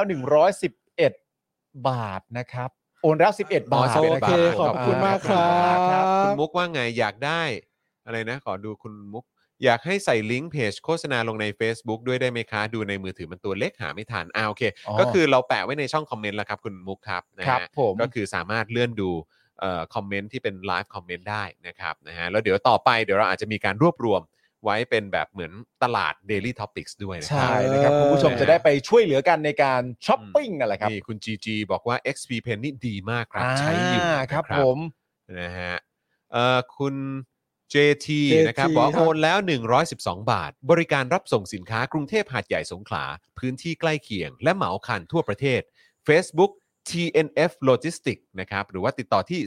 111 บาทนะครับโอนแล้ว11 บาทโอเคขอบคุณมากครับคุณมุกว่าไงอยากได้อะไรนะขอดูคุณมุกอยากให้ใส่ลิงก์เพจโฆษณาลงใน Facebook ด้วยได้ไหมคะดูในมือถือมันตัวเล็กหาไม่ทันโอเคก็คือเราแปะไว้ในช่องคอมเมนต์แล้วครับคุณมุกครับนะฮะก็คือสามารถเลื่อนดูคอมเมนต์ที่เป็นไลฟ์คอมเมนต์ได้นะครับนะฮะแล้วเดี๋ยวต่อไปเดี๋ยวเราอาจจะมีการรวบรวมไว้เป็นแบบเหมือนตลาด Daily Topics ด้วยนะใช่นะครับคุณผู้ชมจะได้ไปช่วยเหลือกันในการช้อปปิ้งกันแหละครับนี่คุณ GG บอกว่า XP Pen นี่ดีมากครับใช้อยู่ครับผมนะฮะคุณ JT นะครับบอกโอนแล้ว112 บาทบริการรับส่งสินค้ากรุงเทพหาดใหญ่สงขลาพื้นที่ใกล้เคียงและเหมาคันทั่วประเทศ Facebook TNF Logistics นะครับหรือว่าติดต่อที่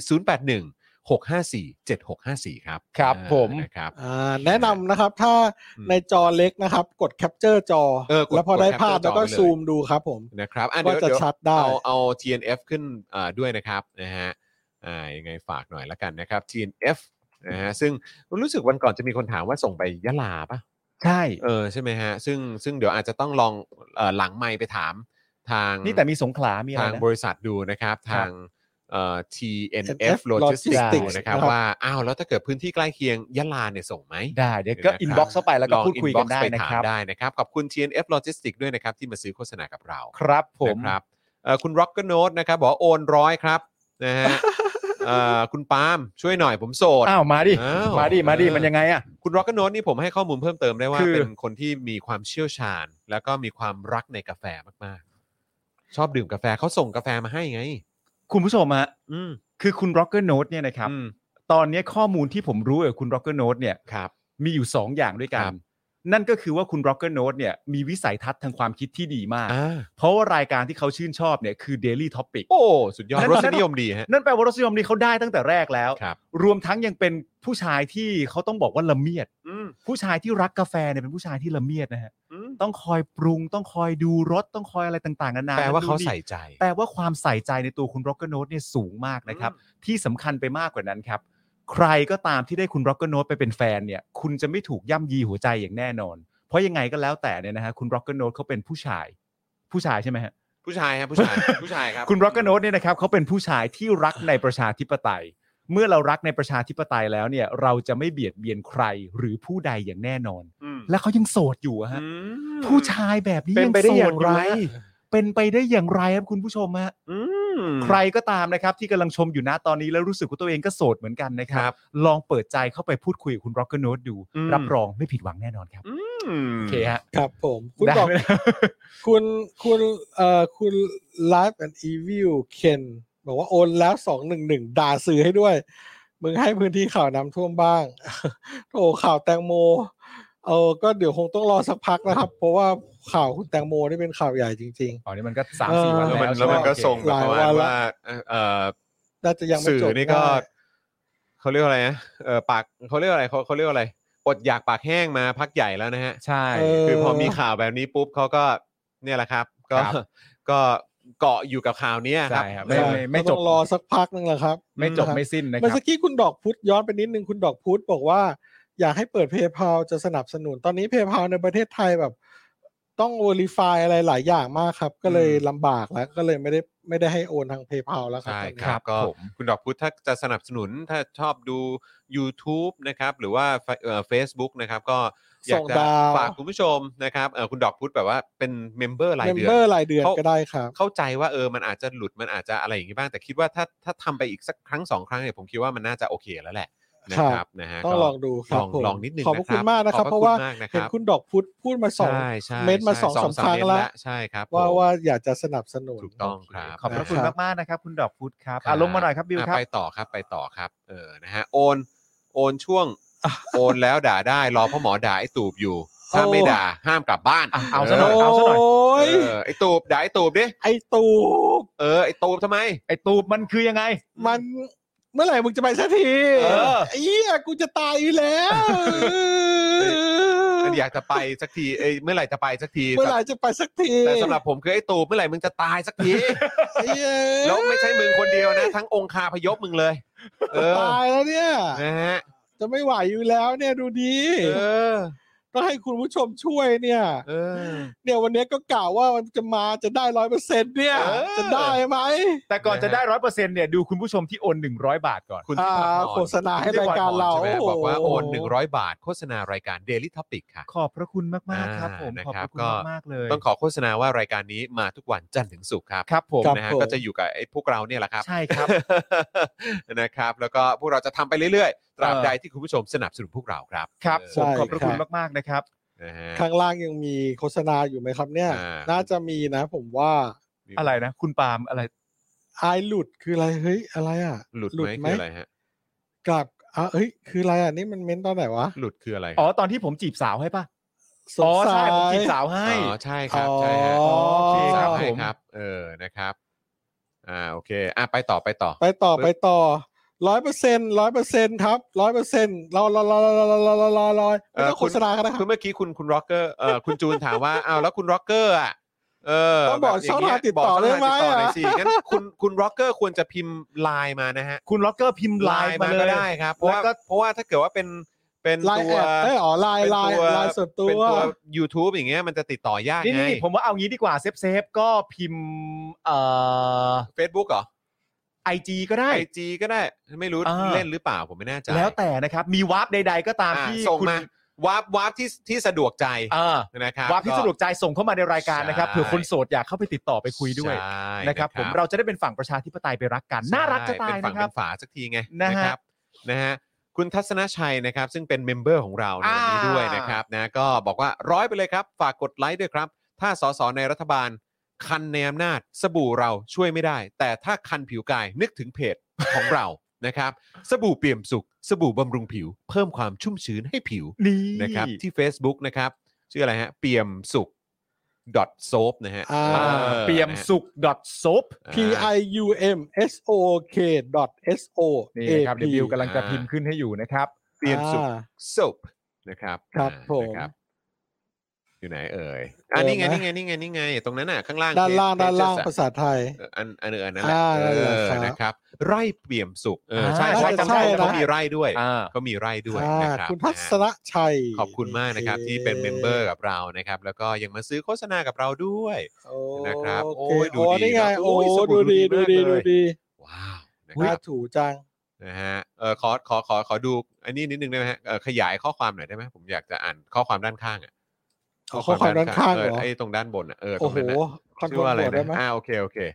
081-654-7654ครับครับผมนะครับแนะนำนะครับถ้าในจอเล็กนะครับกดแคปเจอร์จอแล้วพอได้ภาพแล้วก็ซูมดูครับผมนะครับก็จะชัดได้เอา TNF ขึ้นด้วยนะครับนะฮะยังไงฝากหน่อยละกันนะครับ TNF นะฮะซึ่งรู้สึกวันก่อนจะมีคนถามว่าส่งไปยะลาป่ะใช่ใช่ไหมฮะซึ่งเดี๋ยวอาจจะต้องลองหลังไมค์ไปถามทางนี่แต่มีสงขลามีอะไรนะทางบริษัทดูนะครับทางTNF Logistics นะครับว่าแล้วถ้าเกิดพื้นที่ใกล้เคียงยะลาเนี่ยส่งไหมได้เดี๋ยวก็อินบ็อกซ์เข้าไปแล้วก็พูดคุยกันได้นะครับได้นะครับขอบคุณ TNF Logistics ด้วยนะครับที่มาซื้อโฆษณากับเราครับผมครับคุณ Rocker Note นะครับบอกโอน100ครับนะฮะคุณปาล์มช่วยหน่อยผมโสดมาดิมันยังไงคุณ Rocker Note นี่ผมให้ข้อมูลเพิ่มเติมได้ว่าเป็นคนที่มีความเชี่ยวชาญแล้วก็มีความรักในกาแฟมากๆชอบดื่มกาแฟเขาส่งกาแฟมาให้ไงคุณผู้ชมคือคุณ Rocker Note เนี่ยนะครับตอนนี้ข้อมูลที่ผมรู้กับคุณ Rocker Note เนี่ยมีอยู่2อย่างด้วยกันนั่นก็คือว่าคุณ Rocker Note เนี่ยมีวิสัยทัศน์ทางความคิดที่ดีมากเพราะว่ารายการที่เขาชื่นชอบเนี่ยคือ Daily Topic สุดยอดรสนิยมดีฮะนั่นแปลว่ารสนิยมดีเขาได้ตั้งแต่แรกแล้วรวมทั้งยังเป็นผู้ชายที่เขาต้องบอกว่าละเมียดผู้ชายที่รักกาแฟเนี่ยเป็นผู้ชายที่ละเมียดนะฮะต้องคอยปรุงต้องคอยดูรสต้องคอยอะไรต่างๆนานาแปลว่าเขาใส่ใจแปลว่าความใส่ใจในตัวคุณ Rocker Note เนี่ยสูงมากนะครับที่สำคัญไปมากกว่านั้นครับใครก็ตามที่ได้คุณ Rocker Note ไปเป็นแฟนเนี่ยคุณจะไม่ถูกย่ำยีหัวใจอย่างแน่นอนเพราะยังไงก็แล้วแต่เนี่ยนะฮะคุณ Rocker Note เขาเป็นผู้ชายใช่ไหมฮะผู้ชายครับผู้ชายครับคุณ Rocker Note เนี่ยนะครับเขาเป็นผู้ชายที่รักในประชาธิปไตยเมื่อเรารักในประชาธิปไตยแล้วเนี่ยเราจะไม่เบียดเบียนใครหรือผู้ใดอย่างแน่นอนและเขายังโสดอยู่ฮะผู้ชายแบบนี้ยังโสดอยู่เป็นไปได้อย่างไรครับคุณผู้ชมฮะใครก็ตามนะครับที่กำลังชมอยู่ณตอนนี้แล้วรู้สึกว่าตัวเองก็โสดเหมือนกันนะครับลองเปิดใจเข้าไปพูดคุยกับคุณ Rocker Note ดูรับรองไม่ผิดหวังแน่นอนครับโอเคฮะครับผมคุณบอกคุณ Live and Evil Ken บอกว่าโอนแล้ว211ด่าสื่อให้ด้วยมึงให้พื้นที่ข่าวน้ำท่วมบ้างโอ้ข่าวแตงโมก็เดี๋ยวคงต้องรอสักพักนะครับเพราะว่าข่าวคุณแตงโมนี่เป็นข่าวใหญ่จริงๆนี่มันก็ 3-4 วันแล้วมันก็ส่งแบบประมาณว่าน่าจะยังไม่จบสื่อนี่ก็เขาเรียกอะไรนะปากเขาเรียกอะไรเขาเรียกอะไรอดอยากปากแห้งมาพักใหญ่แล้วนะฮะใช่คือพอมีข่าวแบบนี้ปุ๊บเขาก็เนี่ยแหละครับก็เกาะอยู่กับข่าวนี้ครับไม่จบรอสักพักนึงแหละครับไม่จบไม่สิ้นนะครับเมื่อกี้คุณดอกพุธย้อนไปนิดนึงคุณดอกพุธบอกว่าอยากให้เปิด PayPal จะสนับสนุนตอนนี้ PayPal ในประเทศไทยแบบต้อง verify อะไรหลายอย่างมากครับก็เลยลำบากแล้วก็เลยไม่ได้ให้โอนทาง PayPal แล้วครับใช่ครับก็คุณดอกพุธถ้าจะสนับสนุนถ้าชอบดู YouTube นะครับหรือว่าFacebook นะครับก็อยากจะฝากคุณผู้ชมนะครับคุณดอกพุธแบบว่าเป็นเมมเบอร์รายเดือนก็ได้ครับเข้าใจว่ามันอาจจะหลุดมันอาจจะอะไรอย่างงี้บ้างแต่คิดว่าถ้าทำไปอีกสักครั้ง2ครั้งเนี่ยผมคิดว่ามันน่าจะโอเคแล้วแหละนะครับนะฮะต้องลองดูครับลองนิดนึงขอบคุณมากนะครับเพราะว่าเห็นคุณดอกพุธพูดมา2เม็ดมา 2-3 ครั้งแล้วใช่ครับว่าอยากจะสนับสนุนถูกต้องครับขอบพระคุณมากๆนะครับคุณดอกพุธครับลงมาหน่อยครับบิวครับไปต่อครับนะฮะโอนช่วงโอนแล้วด่าได้รอพ่อหมอด่าไอ้ตูบอยู่ถ้าไม่ด่าห้ามกลับบ้านเอาซะหน่อยไอ้ตูบด่าไอ้ตูบดิไอ้ตูบไอ้ตูบทำไมไอ้ตูบมันคือยังไงมันเมื่อไหร่มึงจะไปสักทีไอ้เหี้ยกูจะตายอยู่แล้วอยากจะไปสักทีเมื่อไหร่จะไปสักทีเมื่อไหร่จะไปสักทีแต่สำหรับผมคือไอ้ตูบเมื่อไหร่มึงจะตายสักทีแล้วไม่ใช่มึงคนเดียวนะทั้งองคาพยพมึงเลยตายแล้วเนี่ยนะฮะจะไม่ไหวอยู่แล้วเนี่ยดูดีต้องให้คุณผู้ชมช่วยเนี่ยเนี่ยวันนี้ก็กล่าวว่ามันจะได้ 100% เนี่ยจะได้ไหมแต่ก่อนจะได้ 100% เนี่ยดูคุณผู้ชมที่โอน100 บาทก่อนคุณโฆษณาให้รายการเราบอกว่าโอน100 บาทโฆษณารายการ Daily Topic ค่ะขอบพระคุณมากๆครับผมขอบพระคุณมากๆเลยต้องขอโฆษณาว่ารายการนี้มาทุกวันจันทร์ถึงศุกร์ครับครับผมนะฮะก็จะอยู่กับไอ้พวกเราเนี่ยแหละครับใช่ครับนะครับแล้วก็พวกเราจะทำไปเรื่อยๆตราบใดที่คุณผู้ชมสนับสนุนพวกเราครับครับผมขอบพระคุณมากๆนะครับข้างล่างยังมีโฆษณาอยู่ไหมครับเนี่ยน่าจะมีนะผมว่าอะไรนะคุณปาล์มอะไรหลุดคืออะไรเฮ้ยอะไรหลุดไหมคืออะไรฮะกับเฮ้ยคืออะไรนี่มันเม้นตอนไหนวะหลุดคืออะไรตอนที่ผมจีบสาวให้ป่ะใช่ผมจีบสาวให้ใช่ครับใช่ฮะจีบสาวให้ครับนะครับโอเคไปต่อ 100%ครับ100%รอไม่ต้องโฆษณากันนะครับคือเมื่อกี้คุณร็อกเกอร์คุณจูนถามว่าอ้าวแล้วคุณร็อกเกอร์ต้องบอกช่องทางติดต่อได้ไหมสิงั้นคุณร็อกเกอร์ควรจะพิมพ์ไลน์มานะฮะคุณร็อกเกอร์พิมพ์ไลน์มาก็ได้ครับเพราะว่าถ้าเกิดว่าเป็นตัวไลน์ส่วนตัวเป็นตัว YouTube อย่างเงี้ยมันจะติดต่อยากไงนี่ผมว่าเอางี้ดีกว่าเซฟก็พิมพ์ Facebook เหรอ IG ก็ได้ IG ก็ได้ไม่รู้เล่นหรือเปล่าผมไม่แน่ใจแล้วแต่นะครับมีวาร์ปใดๆก็ตามที่ส่งมาวาร์ปที่สะดวกใจนะครับวาร์ปที่สะดวกใจส่งเข้ามาในรายการนะครับเผื่อคนโสดอยากเข้าไปติดต่อไปคุยด้วยนะครับผมเราจะได้เป็นฝั่งประชาธิปไตยไปรักกันน่ารักจะตายนะครับเป็นฝาสักทีไงนะครับนะฮะคุณทัศนชัยนะครับซึ่งเป็นเมมเบอร์ของเราในวันนี้ด้วยนะครับนะก็บอกว่า100ไปเลยครับฝากกดไลค์ด้วยครับถ้าสสในรัฐบาลคันในอำนาจสบู่เราช่วยไม่ได้แต่ถ้าคันผิวกายนึกถึงเพจของเรานะครับสบู่เปี่ยมสุขสบู่บำรุงผิวเพิ่มความชุ่มชื้นให้ผิวนะครับที่ Facebook นะครับชื่ออะไรฮะเปี่ยมสุข.soap นะฮะเปี่ยมสุข .soap PIUMSOK.SO นี่ครับเดี๋ยวบิวกำลังจะพิมพ์ขึ้นให้อยู่นะครับเปี่ยมสุข soap นะครับครับผมอยู่ไหนนี่ไงตรงนั้นน่ะข้างล่างด้านล่างภาษาไทยอันนั่นแหละนะครับไร่เปี่ยมสุขใช่จำได้เขามีไร่ด้วยเขามีไร่ด้วยนะครับคุณทัศนชัยขอบคุณมากนะครับที่เป็นเมมเบอร์กับเรานะครับแล้วก็ยังมาซื้อโฆษณากับเราด้วยนะครับโอ้ยดูดีดูดีว้าวน่าถูจังนะฮะขอดูอันนี้นิดนึงได้ไหมฮะขยายข้อความหน่อยได้ไหมผมอยากจะอ่านข้อความด้านข้างข้อความด้านข้างเหรอไอ้ตรงด้านบนตรงนั้นชื่อว่าอะไรนะโอเค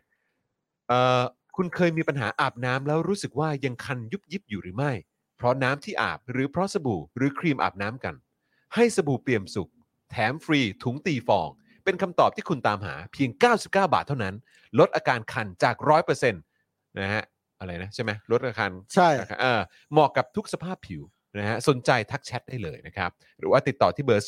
คุณเคยมีปัญหาอาบน้ำแล้วรู้สึกว่ายังคันยุบยิบอยู่หรือไม่เพราะน้ำที่อาบหรือเพราะสบู่หรือครีมอาบน้ำกันให้สบู่เปี่ยมสุขแถมฟรีถุงตีฟองเป็นคำตอบที่คุณตามหาเพียง99 บาทเท่านั้นลดอาการคันจาก 100% นะฮะอะไรนะใช่ไหมลดอาการใช่เหมาะกับทุกสภาพผิวนะฮะสนใจทักแชทได้เลยนะครับหรือว่าติดต่อที่เบอร์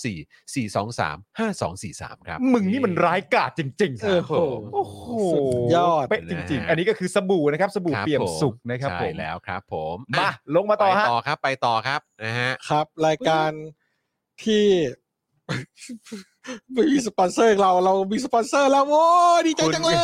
0944235243ครับมึงนี่มันร้ายกาจจริงๆครับผมโอ้โหสุดยอดเป๊ะจริงๆอันนี้ก็คือสบู่นะครับสบู่เปี่ยมสุขนะครับผใช่มแล้วครับผมมาลงมาต่อฮะไปต่อครับนะฮะครับรายการที่ ไม่มีสปอนเซอร์เรามีสปอนเซอร์แล้วโว้ยดีใจจังเลย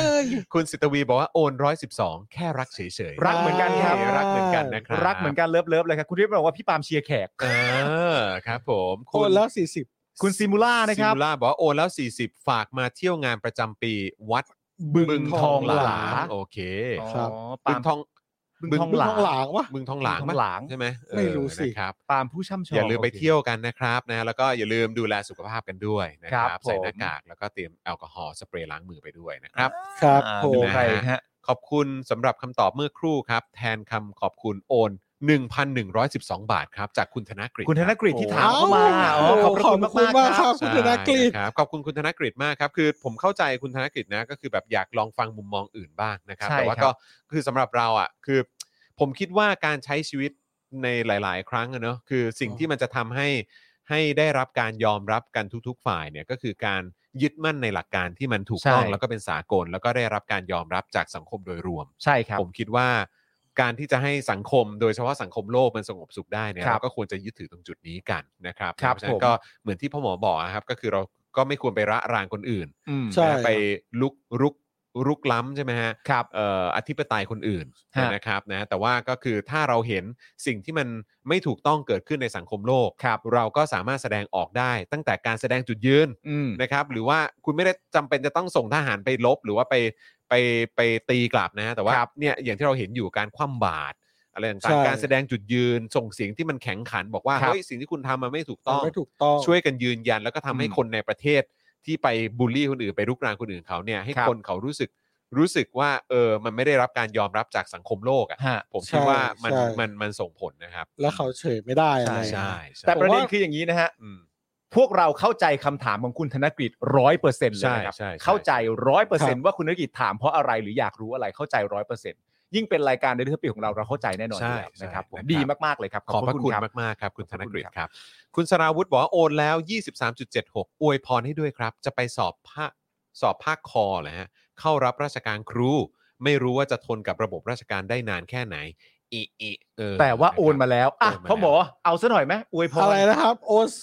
คุณสิตวีบอกว่าโอน112แค่รักเฉยๆรักเหมือนกันครับรักเหมือนกันนะครับรักเหมือนกันเลิฟเลยครับคุณที่บอกว่าพี่ปาล์มเชียร์แขกครับผมโอนแล้ว40 คุณซิมูล่านะครับซิมูล่าบอกว่าโอนแล้ว40ฝากมาเที่ยวงานประจำปีวัดบึงทองหลางโอเคครับบึงทองบึงทองหลางหลางวะบึงทองหลางบึงทองหลางใช่ไหมไม่รู้สินะครับปาล์มผู้ช่ำชองอย่าลืมไปโคเที่ยวกันนะครับนะแล้วก็อย่าลืมดูแลสุขภาพกันด้วยนะคครัรับบผมใส่หน้ากากแล้วก็เตรียมแอลกอฮอล์สเปรย์ล้างมือไปด้วยนะครับครับดูผมใครฮะขอบคุณสำหรับคำตอบเมื่อครู่ครับแทนคำขอบคุณโอน 1,112 บาทครับจากคุณธนกฤษคุณธนกฤษที่ถามเข้ามาขอบพระคุณมากๆครับคุณธนกฤษใช่ครับขอบคุณคุณธนกฤษมากครับคือผมเข้าใจคุณธนกฤษนะก็คือแบบอยากลองฟังมุมมองอื่นบ้างนะครับใช่แต่ว่าครับก็คือสำหรับเราอ่ะคือผมคิดว่าการใช้ชีวิตในหลาย ๆ ครั้งอะเนอะคือสิ่งที่มันจะทำให้ได้รับการยอมรับกันทุกๆฝ่ายเนี่ยก็คือการยึดมั่นในหลักการที่มันถูกต้องใช่แล้วก็เป็นสากลแล้วก็ได้รับการยอมรับจากสังคมโดยรวมใช่ครับผมคิดว่าการที่จะให้สังคมโดยเฉพาะสังคมโลกมันสงบสุขได้เนี่ยครับเราก็ควรจะยึดถือตรงจุดนี้กันนะครับครับเพราะฉะนั้ผนมก็เหมือนที่พ่อหมอบอกครับก็คือเราก็ไม่ควรไประรานคนอื่นใช่นะไปลุกล้ำใช่ไหมฮะครับอธิปไตยคนอื่นฮะนะครับนะแต่ว่าก็คือถ้าเราเห็นสิ่งที่มันไม่ถูกต้องเกิดขึ้นในสังคมโลกครับเราก็สามารถแสดงออกได้ตั้งแต่การแสดงจุดยืน นะครับหรือว่าคุณไม่ได้จำเป็นจะต้องส่งทหารไปลบหรือว่าไปตีกลับนะแต่ว่าครับเนี่ยอย่างที่เราเห็นอยู่การคว่ำบาตรอะไรต่างใช่ๆการแสดงจุดยืนส่งเสียงที่มันแข็งขันบอกว่าครับเฮ้ยสิ่งที่คุณทำมันไม่ถูกต้องไม่ถูกต้องช่วยกันยืนยันแล้วก็ทำให้อืมคนในประเทศที่ไปบูลลี่คนอื่นไปรุกรานคนอื่นเขาเนี่ยให้ครับคนเขารู้สึกว่ามันไม่ได้รับการยอมรับจากสังคมโลกอ่ะฮะผมคิดว่าใช่มันส่งผลนะครับแล้วเขาเฉยไม่ได้อะไรใช่แต่ประเด็นผมว่าคืออย่างนี้นะฮะอืมพวกเราเข้าใจคำถามของคุณธนกฤษ100%เลยนะครับใช่เข้าใจครับ 100%ว่าคุณธนกฤษถามเพราะอะไรหรืออยากรู้อะไรเข้าใจ 100%ยิ่งเป็นรายการในเรื่องปีของเราเข้าใจแน่นอนอยู่แล้วนะครับผมดีมากๆเลยครับขอบพระคุณรับมากๆครับคุณขธอบนคุณกฤษครับครับ คุณสราวุธบอกว่าโอนแล้ว 23.76 อวยพรให้ด้วยครับ จะไปสอบภาคคอเหรอฮะเข้ารับราชการครู ไม่รู้ว่าจะทนกับระบบราชการได้นานแค่ไหนแต่ว่าโอนมาแล้วอ่ะโอนมาแล้วพ่อหมอเอาซะหน่อยไหมอวยพรอะไรนะครับโอน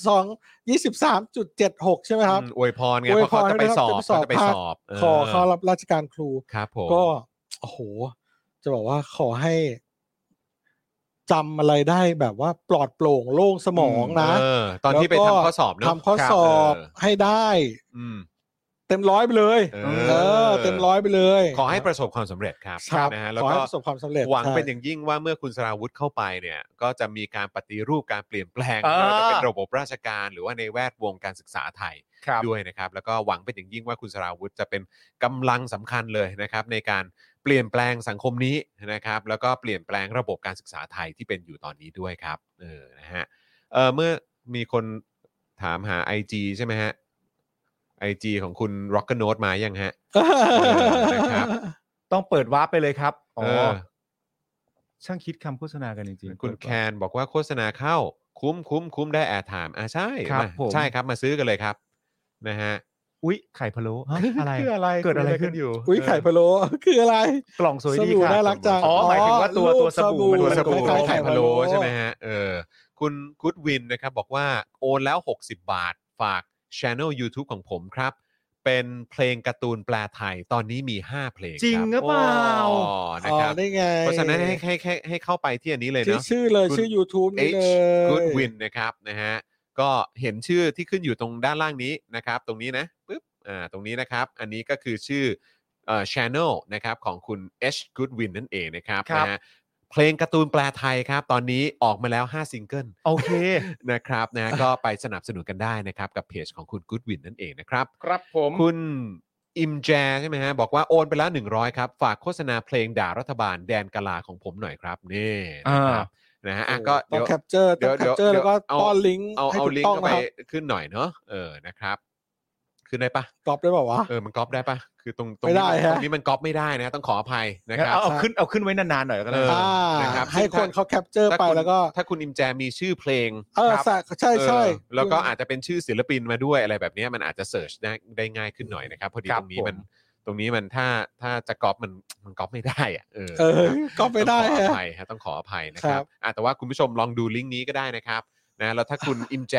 23.76 ใช่ไหมครับอวยพรไงอเพวยราะพรเขาจะไปสอบให้นะครับเขาจะไปสอบขอเข้ารับราชการครูครับผมก็โอ้โห จะบอกว่าขอให้จำอะไรได้แบบว่าปลอดโปร่งโล่งสมองนะตอนที่ไปแล้วก็ทำข้อสอบเนอะทำข้อสอบให้ได้อืมเต็มร้อยไปเลย เต็มร้อยไปเลยขอให้ประสบความสำเร็จครับครับนะฮะแล้วขอก็ให้ประสบความสำเร็จหวังใช่เป็นอย่างยิ่งว่าเมื่อคุณสราวุธเข้าไปเนี่ยก็จะมีการปฏิรูปการเปลี่ยนแปลงอ่าไม่ว่าจะเป็นระบบราชการหรือว่าในแวดวงการศึกษาไทยครับด้วยนะครับแล้วก็หวังเป็นอย่างยิ่งว่าคุณสราวุธจะเป็นกำลังสำคัญเลยนะครับในการเปลี่ยนแปลงสังคมนี้นะครับแล้วก็เปลี่ยนแปลงระบบการศึกษาไทยที่เป็นอยู่ตอนนี้ด้วยครับนะฮะเมื่อมีคนถามหา IG ใช่ไหมฮะ IG ของคุณ Rocker Note มายังฮะ นะครับต้องเปิดวาร์ปไปเลยครับอ๋อเออช่างคิดคำโฆษณากันจริงๆคุณเปิดแคนบอกว่าโฆษณาเข้าคุ้มได้แอร์ไทม์ใช่ครับมาผมใช่ครับมาซื้อกันเลยครับนะฮะอุ๊ยไข่พะโล้ฮะอะไรคืออะไรเกิดอะไรขึ้นอยู่อุ้ยไข่พะโล้คืออะไรกล่องสวยสดีบู่ครับน่ารักจังอ๋อหมายถึงว่าตัวรูปสบู่มันตัวสบู่คล้ายๆไข่พะโล้ไข่พะโล้ใช่ไหมฮะคุณกู๊ดวินนะครับบอกว่าโอนแล้ว60 บาทฝาก Channel YouTube ของผมครับ เป็นเพลงการ์ตูนแปลไทยตอนนี้มี5เพลงจริงคบหรือเปล่าอ๋อนะครับได้ไงเพราะฉะนั้นให้เข้าไปที่อันนี้เลยที่เนาะชื่อเลยคุณชื่อ YouTube นี่เลย Goodwin นะครับนะฮะก็เห็นชื่อที่ขึ้นอยู่ตรงด้านล่างนี้นะครับตรงนี้นะปึ๊บตรงนี้นะครับอันนี้ก็คือชื่อchannel นะครับของคุณ H Goodwin นั่นเองนะครับครับนะฮะเพลงการ์ตูนแปลไทยครับตอนนี้ออกมาแล้ว5ซิงเกิลโอเคนะครับนะก็ไปสนับสนุนกันได้นะครับกับเพจของคุณ Goodwin นั่นเองนะครับครับผมคุณอิมแจใช่ไหมฮะบอกว่าโอนไปแล้ว100ครับฝากโฆษณาเพลงด่ารัฐบาลแดนกะลาของผมหน่อยครับนี่นะครับนะฮะก็ต้เดี๋องยวแคปเจอร์ต้องแคปเจอร์แล้วก็ป้อนลิงก์ให้เอาถูกลิงต้อก์งเข้าไปนะครับขึ้นหน่อยเนาะนะครับขึ้นได้ปะก๊อปได้เปล่าวะมันก๊อปได้ปะคือตรงไม่ได้นี้ฮะตรงนี้มันก๊อปไม่ได้นะต้องขออภัยนะครับเอาขึ้นไว้นานๆหน่อยก็ได้นะครับให้คนเขาแคปเจอร์ไปแล้วก็ถ้าคุณอิมแจมีชื่อเพลงใช่ใช่แล้วก็อาจจะเป็นชื่อศิลปินมาด้วยอะไรแบบนี้มันอาจจะเสิร์ชได้ง่ายขึ้นหน่อยนะครับพอดีตรงนี้มันถ้าจะก๊อปมันก๊อปไม่ได้อะก๊อปไม่ได้ต้องขออภัยนะครับแต่ว่าคุณผู้ชมลองดูลิงก์นี้ก็ได้นะครับนะแล้วถ้าคุณอิมแจ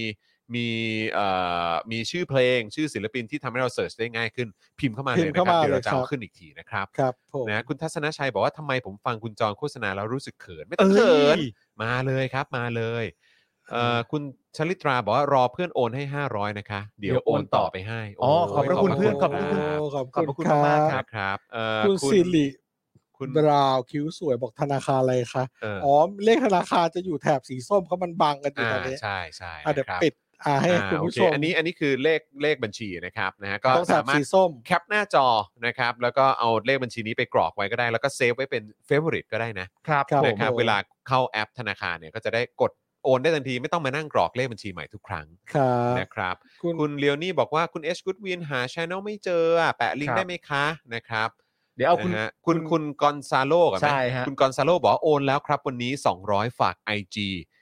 มีชื่อเพลงชื่อศิลปินที่ทำให้เราเสิร์ชได้ง่ายขึ้นพิมพ์เข้ามาเลยนะครับเดี๋ยวเราจะเอาขึ้นอีกทีนะครับนะคุณทัศนชัยบอกว่าทำไมผมฟังคุณจรโฆษณาแล้วรู้สึกเขินไม่ต้องเขินมาเลยครับมาเลยคุณชลิตราบอกว่ารอเพื่อนโอนให้500นะคะเดี๋ยวโอนต่อไปให้ขอบพระคุณเพื่อนขอบพระคุณมากครับคุณสิริคุณบราวคิ้วสวยบอกธนาคารอะไรคะเลขธนาคารจะอยู่แถบสีส้มเขามันบังกันอยู่ตอนนี้ใช่เดี๋ยวปิดให้คุณผู้ชมอันนี้คือเลขบัญชีนะครับนะก็สามารถแคปหน้าจอนะครับแล้วก็เอาเลขบัญชีนี้ไปกรอกไว้ก็ได้แล้วก็เซฟไว้เป็นเฟเวอริตก็ได้นะครับเวลาเข้าแอปธนาคารเนี่ยก็จะได้กดโอนได้ทันทีไม่ต้องมานั่งกรอกเลขบัญชีใหม่ทุกครั้งนะครับคุณเลียวนี่บอกว่าคุณเอชกูดวินหา channel ไม่เจอแปะลิงก์ได้ไหมคะนะครับเดี๋ยวเอาคุณกอนซาโลกันไหมคุณกอนซาโลบอกโอนแล้วครับวันนี้200ฝาก IG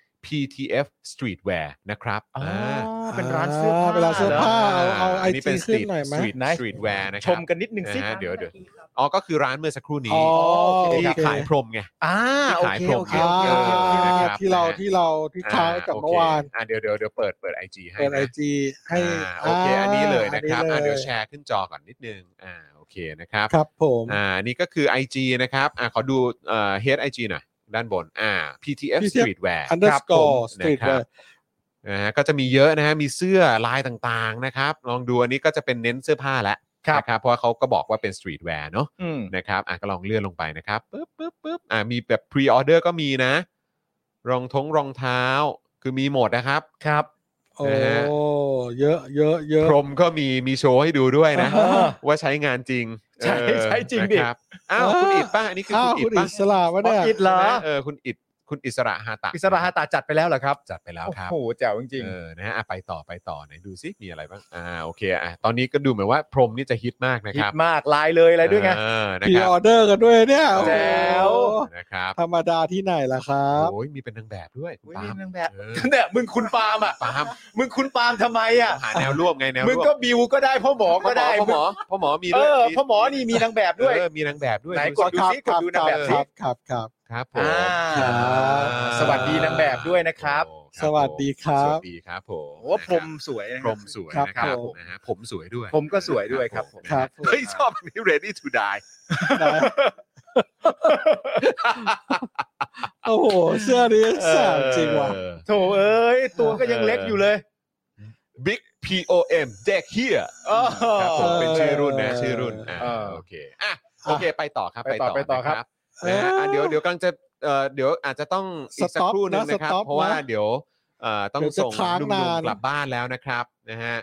PTF Streetwear นะครับเป็นร้านเสื้อผ้าเวลาเสื้อผ้าเอา IG ขึ้นหน่อยไหม Streetwear นะครับชมกันนิดนึงสิเดี๋ยวก็คือร้านเมื่อสักครู่นี้ที่ขายพรมไงที่ขายพรมที่ค้างกับเมื่อวานเดี๋ยวเปิด IG ให้เปิด IG ให้โอเคอันนี้เลยนะครับเดี๋ยวแชร์ขึ้นจอก่อนนิดนึงโอเคนะครับครับผมนี่ก็คือ IG นะครับขอดูHead IG หน่อยด้านบนPTF Streetwear Streetwear ก็จะมีเยอะนะฮะมีเสื้อลายต่างๆนะครับลองดูอันนี้ก็จะเป็นเน้นเสื้อผ้าแล้วนะครับเพราะเขาก็บอกว่าเป็น Streetwear เนาะนะครับก็ลองเลื่อนลงไปนะครับปึ๊บมีแบบ Pre-order ก็มีนะรองเท้าคือมีหมดนะครับครับโอ้เยอะพรมก็มีโชว์ให้ดูด้วยนะว่าใช้งานจริงใช้จริงดิคุณอิดป้าอันนี้คือคุณอิดป้าอิสระวะเนี่ยอิดเหรอคุณอิสระฮาตะจัดไปแล้วเหรอครับจัดไปแล้วครับโอ้โหแจ๋วจริงๆนะฮะไปต่อไหนดูซิมีอะไรบ้างโอเคตอนนี้ก็ดูเหมือนว่าพรมนี่จะฮิตมากนะครับฮิตมากลายเลยอะไรด้วยไงมีออเดอร์กันด้วยเนี่ยแจ๋วนะครับธรรมดาที่ไหนล่ะครับโอ้ยมีเป็นนางแบบด้วยมีนางแบบเนี่ยมึงคุณปาล์มมึงคุณปาล์มทำไมหาแนวร่วมไงแนวร่วมมึงก็บิวก็ได้พ่อหมอก็ได้พ่อหมอมีด้วยพ่อหมอนี่มีนางแบบด้วยมีนางแบบด้วยไหนกดดูซิกดดูนางแบบซิครับผมสวัสดีนางแบบด้วยนะครับสวัสดีครับสวัสดีครับผมว่าพรมสวยพรมสวยนะครับนะฮะผมสวยด้วยผมก็สวยด้วยครับผมเฮ้ยชอบอันนี้ ready to die โอ้โหเสื้อนี้แสบจริงว่ะโถเอ้ยตัวก็ยังเล็กอยู่เลย Big POM เด็กเฮียครับผมเป็นชื่อรุ่นนะชื่อรุ่นโอเคไปต่อครับไปต่อครับเดี๋ยวกำลังจะเดี๋ยวอาจจะต้องอีกสักครู่นึงนะครับเพราะว่าเดี๋ยวต้องส่งหนุ่มๆกลับบ้านแล้วนะครับนะฮะ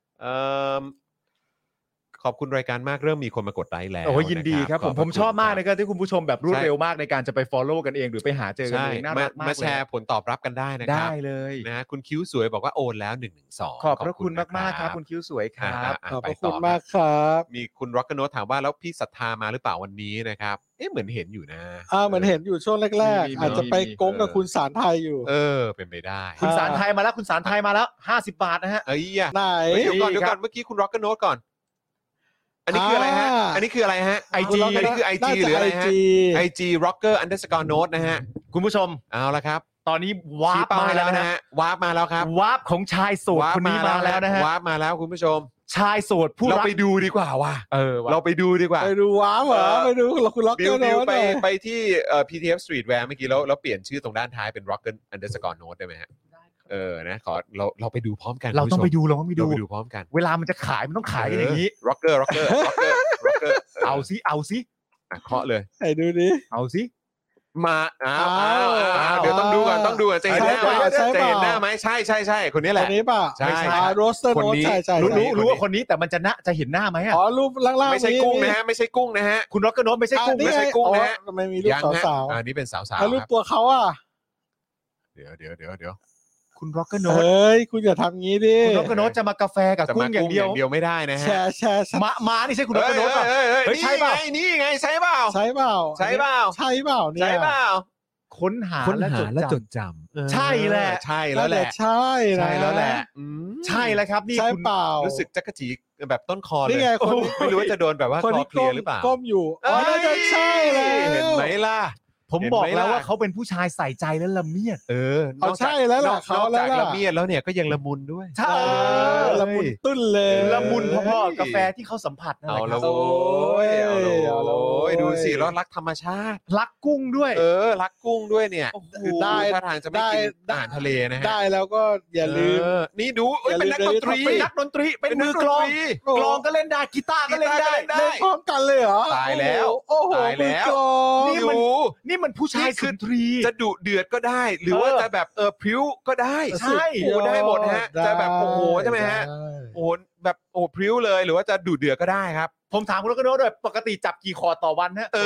ขอบคุณรายการมากเริ่มมีคนมากดไลค์แล้วโอ้ยินดีครับผมชอบมากนะครับที่คุณผู้ชมแบบรวดเร็วมากในการจะไป follow กันเองหรือไปหาเจอกันเองน่ารักมากมาแชร์ผลตอบรับกันได้นะครับได้เลยนะคุณคิ้วสวยบอกว่าโอนแล้ว112 ขอบพระคุณมากๆครับคุณคิ้วสวยครับขอบพระคุณมากครับมีคุณร็อกเกอร์โนตถามว่าแล้วพี่ศรัทธามาหรือเปล่าวันนี้นะครับเหมือนเห็นอยู่นะเหมือนเห็นอยู่ช่วงแรกๆอาจจะไปโกงกับคุณสารไทยอยู่เป็นไปได้คุณสารไทยมาแล้วคุณสารไทยมาแล้ว50 บาทนะฮะไหนเดี๋ยวก่อนเมื่อกี้คุณร็อกเกอร์โนตก่อนอันนี้คืออะไรฮะอันนี้คืออะไรฮะ IG อันนี้คือ IG หรืออะไรฮะ IG rocker_note นะฮะคุณผู้ชมเอาละครับตอนนี้วาร์ปมาแล้วนะฮะวาร์ปมาแล้วครับวาร์ปของชายโสดคนนี้มาแล้วนะฮะวาร์ปมาแล้วคุณผู้ชมชายโสดผู้รักเราไปดูดีกว่าว่ะเราไปดูดีกว่าไปดูว้าวเหรอไปดูคุณล็อกเกอร์โน้ตไปที่PTF Streetwear เมื่อกี้แล้วเปลี่ยนชื่อตรงด้านท้ายเป็น rocker_note ได้ไหมฮะนะขอเราไปดูพร้อมกันเราต้องไปดูพร้อมกันเวลามันจะขายมันต้องขายกันอย่างนี้ rocker เอาซิเคาะเลยให้ดูดิเอาซิมาเดี๋ยวต้องดูก่อนจะเห็นหน้าไหมใช่คนนี้แหละคนนี้ป่ะใช่โรสเตอร์โน้ตใช่รู้ว่าคนนี้แต่มันจะเห็นหน้าไหมรูปล่างๆไม่ใช่กุ้งนะฮะไม่ใช่กุ้งนะฮะคุณร็อกเกอร์โน้ตไม่ใช่กุ้งนะฮะทำไมมีรูปสาวๆนี่เป็นสาวๆรูปตัวเขาเดี๋ยวคุณร็อกเกอร์โน้ตเฮ้ยคุณอย่าทำงี้ดิคุณร็อกเกอร์โน้ตจะมากาแฟกับกุ้งอย่างเดียวไม่ได้นะฮะแชร์มานี่ใช่คุณร็อกเกอร์โน้ตป่ะเฮ้ยใช่เปล่านี่ไงใช่เปล่าใช่เปล่าเนี่ยใช่เปล่าค้นหาและจดจำใช่แหละใช่แล้วแหละใช่แล้วแหละใช่แล้วครับนี่คุณรู้สึกจักรจีแบบต้นคอเลยนี่ไงคนไม่รู้ว่าจะโดนแบบว่าคอเคลียร์หรือเปล่าก้มอยู่น่าจะใช่แล้วเห็นไหมล่ะผมบอกแล้วว่าเขาเป็นผู้ชายใส่ใจและละเมียดเอาใช่แล้วล่ะเขาแล้วละเมียดแล้วเนี่ยก็ยังละมุนด้วยใช่ละมุนตุ้นเลยละมุนพ่อๆกาแฟที่เขาสัมผัสนั่นแหละครับโอ้ยดูสิแล้วรักธรรมชาติรักกุ้งด้วยรักกุ้งด้วยเนี่ยคือได้ท่าทางจะไม่กินอาหารทะเลนะฮะได้แล้วก็อย่าลืมนี่ดูเป็นนักดนตรีเป็นมือกลองก็เล่นได้กีตาร์ก็เล่นได้เล่นพร้อมกันเลยเหรอตายแล้วโอ้โหมือกลองนี่มันผู้ชายสุนทรีจะดุเดือดก็ได้หรือว่าจะแบบพริ้วก็ได้ใช่ได้หมดฮะจะแบบโอ้โหใช่ไหมฮะโอ้แบบโอ้พริ้วเลยหรือว่าจะดุเดือดก็ได้ครับผมถามคุณร็อกเกอร์โน้ตด้วยปกติจับกี่คอต่อวันฮะ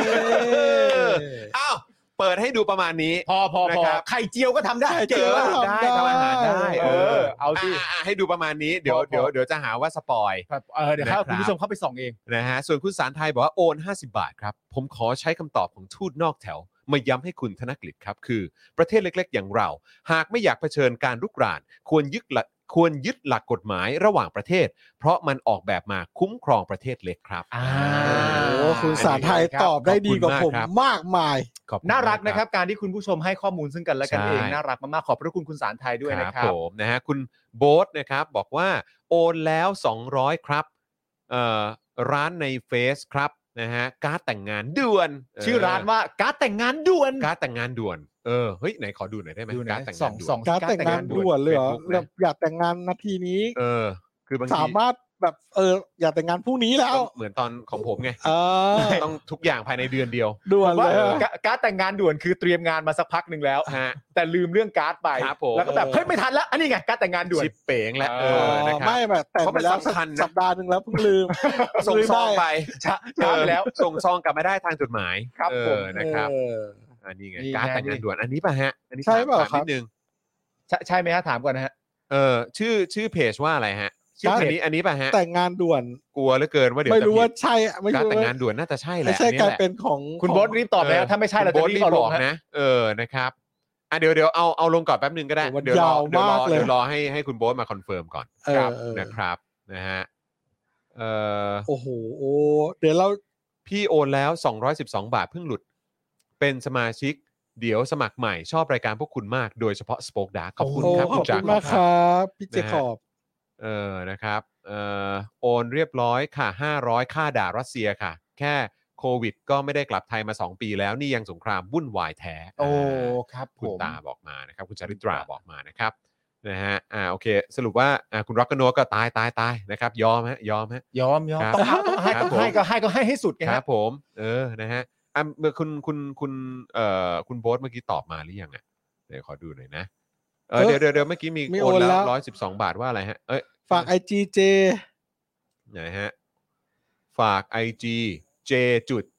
อ้าวเปิดให้ดูประมาณนี้พอไข่เจียวก็ทำได้เจียวทำได้ทำอาหารได้เอาสิให้ดูประมาณนี้เดี๋ยวจะหาว่าสปอยเดี๋ยวคุณผู้ชมเข้าไปส่องเองนะฮะส่วนคุณสารไทยบอกว่าโอน50 บาทครับผมขอใช้คำตอบของทูตนอกแถวมาย้ำให้คุณธนกฤษครับคือประเทศเล็กๆอย่างเราหากไม่อยากเผชิญการรุกรานควรยึดหลักกฎหมายระหว่างประเทศเพราะมันออกแบบมาคุ้มครองประเทศเล็กครับคุณสารไทยตอบได้ดีกว่าผมมากมายน่ารักนะครับการที่คุณผู้ชมให้ข้อมูลซึ่งกันและกันเองน่ารักมากๆขอบพระคุณคุณสารไทยด้วยนะครับผมนะฮะคุณโบ๊ทนะครับบอกว่าโอนแล้ว200ครับร้านในเฟซครับนะฮะการ์ดแต่งงานด่วนชื่อร้านว่าการ์ดแต่งงานด่วนการ์ดแต่งงานด่วนเฮ้ยไหนขอดูหน่อยได้ไหมการ์ดแต่งงานด่วนการ์ดแต่งงานด่วนเลยเหรออยากแต่งงานนาทีนี้คือบางทีสามารถแบบอยากแต่งงานพรุ่งนี้แล้วเหมือนตอนของผมไงต้องทุกอย่างภายในเดือนเดียวด่วนเลยการ์ดแต่งงานด่วนคือเตรียมงานมาสักพักนึงแล้วแต่ลืมเรื่องการ์ดไปแล้วก็แบบเฮ้ยไม่ทันแล้วอันนี้ไงการ์ดแต่งงานด่วนชิปเป๋งแล้วไม่แบบแต่งไปแล้วสัปดาห์นึงแล้วเพิ่งลืมส่งซองไปช้าไปแล้วส่งซองกลับมาได้ทางจดหมายครับผมนะครับอันนี้ไงการ์ดแต่งงานด่วนอันนี้ป่ะฮะอันนี้ใช่ป่ะครับนิดนึงใช่ไหมฮะถามก่อนนะฮะชื่อเพจว่าอะไรฮะอันนี้ป่ะฮะแต่งงานด่วนกลัวเหลือเกินว่าเดี๋ยวไม่รู้ว่าใช่การแต่งงานด่วนน่าจะใช่แหละไม่ใช่กลายเป็นของคุณโบ๊ทรีบตอบแล้วถ้าไม่ใช่เราจะรีบบอกนะนะครับเดี๋ยวเอาลงก่อนแป๊บนึงก็ได้เดี๋ยวรอให้คุณโบ๊ทมาคอนเฟิร์มก่อนนะครับนะฮะโอ้โหเดี๋ยวเราพี่โอนแล้ว212 บาทเพิ่งหลุดเป็นสมาชิกเดี๋ยวสมัครใหม่ชอบรายการพวกคุณมากโดยเฉพาะ Spoke Dark ขอบคุณครับขอบคุณมากครับพี่เจคอบนะครับโอนเรียบร้อยค่ะ500ค่าด่ารัสเซียค่ะแค่โควิดก็ไม่ได้กลับไทยมา2ปีแล้วนี่ยังสงครามวุ่นวายแท้ครับคุณตาบอกมานะครับคุณจาริตราบอกมานะครับนะฮะโอเคสรุปว่าคุณร็อกเกอร์โนก็ตายนะครับยอมต้องให้สุดครับผมนะฮะเมื่อคุณโบ๊ทเมื่อกี้ตอบมาหรือยังเดี๋ยวขอดูหน่อยนะเดี๋ยวเมื่อกี้มีโอนแล้ว112 บาทว่าอะไรฮะฝาก IG J ไหนฮะฝาก IG J จุด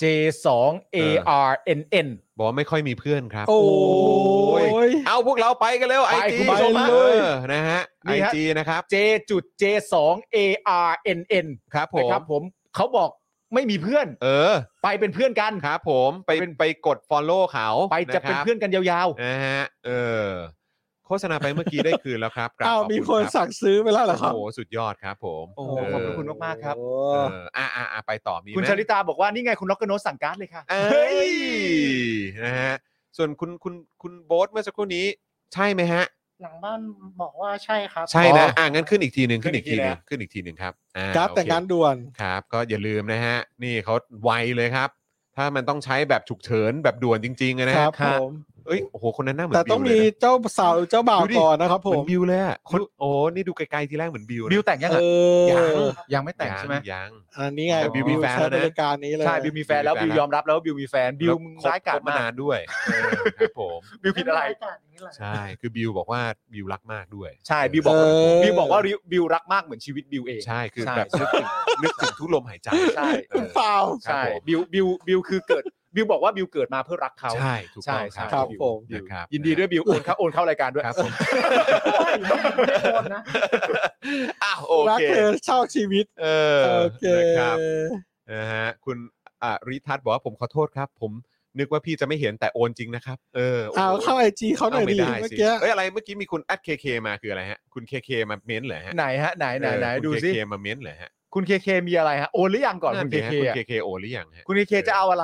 J2ARNN บอกไม่ค่อยมีเพื่อนครับโอ้ยเอาพวกเราไปกันเร็ว IG คุณผู้ชมนะฮะ IG นะครับ J จุด J2ARNN ครับผมเขาบอกไม่มีเพื่อนไปเป็นเพื่อนกันครับผมไปกด follow เขาไปจะเป็นเพื่อนกันยาวๆนะฮะโฆษณาไปเมื่อกี้ได้คืนแล้วครับมีคนสั่งซื้อไปแล้วเหรอครับโอ้สุดยอดครับผมขอบคุณมากๆครับไปต่อมีคุณชลิตาบอกว่านี่ไงคุณล็อกเกอร์โนสั่งการ์ดเลยค่ะเฮ้ยนะฮะส่วนคุณโบ๊ทเมื่อสักครู่นี้ใช่ไหมฮะหลังบ้านบอกว่าใช่ครับใช่นะงั้นขึ้นอีกทีนึงครับการ์ดแต่งงานด่วนครับก็อย่าลืมนะฮะนี่เขาไวเลยครับถ้ามันต้องใช้แบบฉุกเฉินแบบด่วนจริงๆนะครับผมโอ้โหคนนั้นหน้าเหมือนแต่ต้องมีเจ้าสาวเจ้าบ่าวก่อนนะครับผมเหมือนบิวเลยอ่ะนี่ดูไกลๆทีแรกเหมือนบิวแต่งยังไม่แต่งใช่ไหมยังอันนี้ไงบิวมีแฟนแล้วนะรายการนี้เลยใช่บิวมีแฟนแล้วบิวยอมรับแล้วบิวมีแฟนบิวร้ายกาจมานานด้วยครับผมบิวผิดอะไรใช่คือบิวบอกว่าบิวรักมากด้วยใช่บิวบอกว่าบิวรักมากเหมือนชีวิตบิวเองใช่คือแบบนึกถึงทุกลมหายใจใช่เปล่าใช่บิวคือเกิดบิวบอกว่าบิวเกิดมาเพื่อรักเขาใช่ถูกต้องครับผมนะครับยินดีด้วยบิวโอนเข้ารายการด้วยครับผมไม่โอนนะโอรักเคเธอเช่าชีวิตโอเคนะครับนะฮะคุณริทัศน์บอกว่าผมขอโทษครับผมนึกว่าพี่จะไม่เห็นแต่โอนจริงนะครับเข้า IG เขาหน่อยดิเมื่อกี้อะไรเมื่อกี้มีคุณ@kk มาคืออะไรฮะคุณ KK มาเม้นเหรอฮะไหนฮะไหนดูสิ KK มาเม้นเหรอฮะคุณเคเคมีอะไรฮะโอนหรือยังก่อนคุณเคเคคุณ KK โอนหรือยังฮะคุณเคเคจะเอาอะไร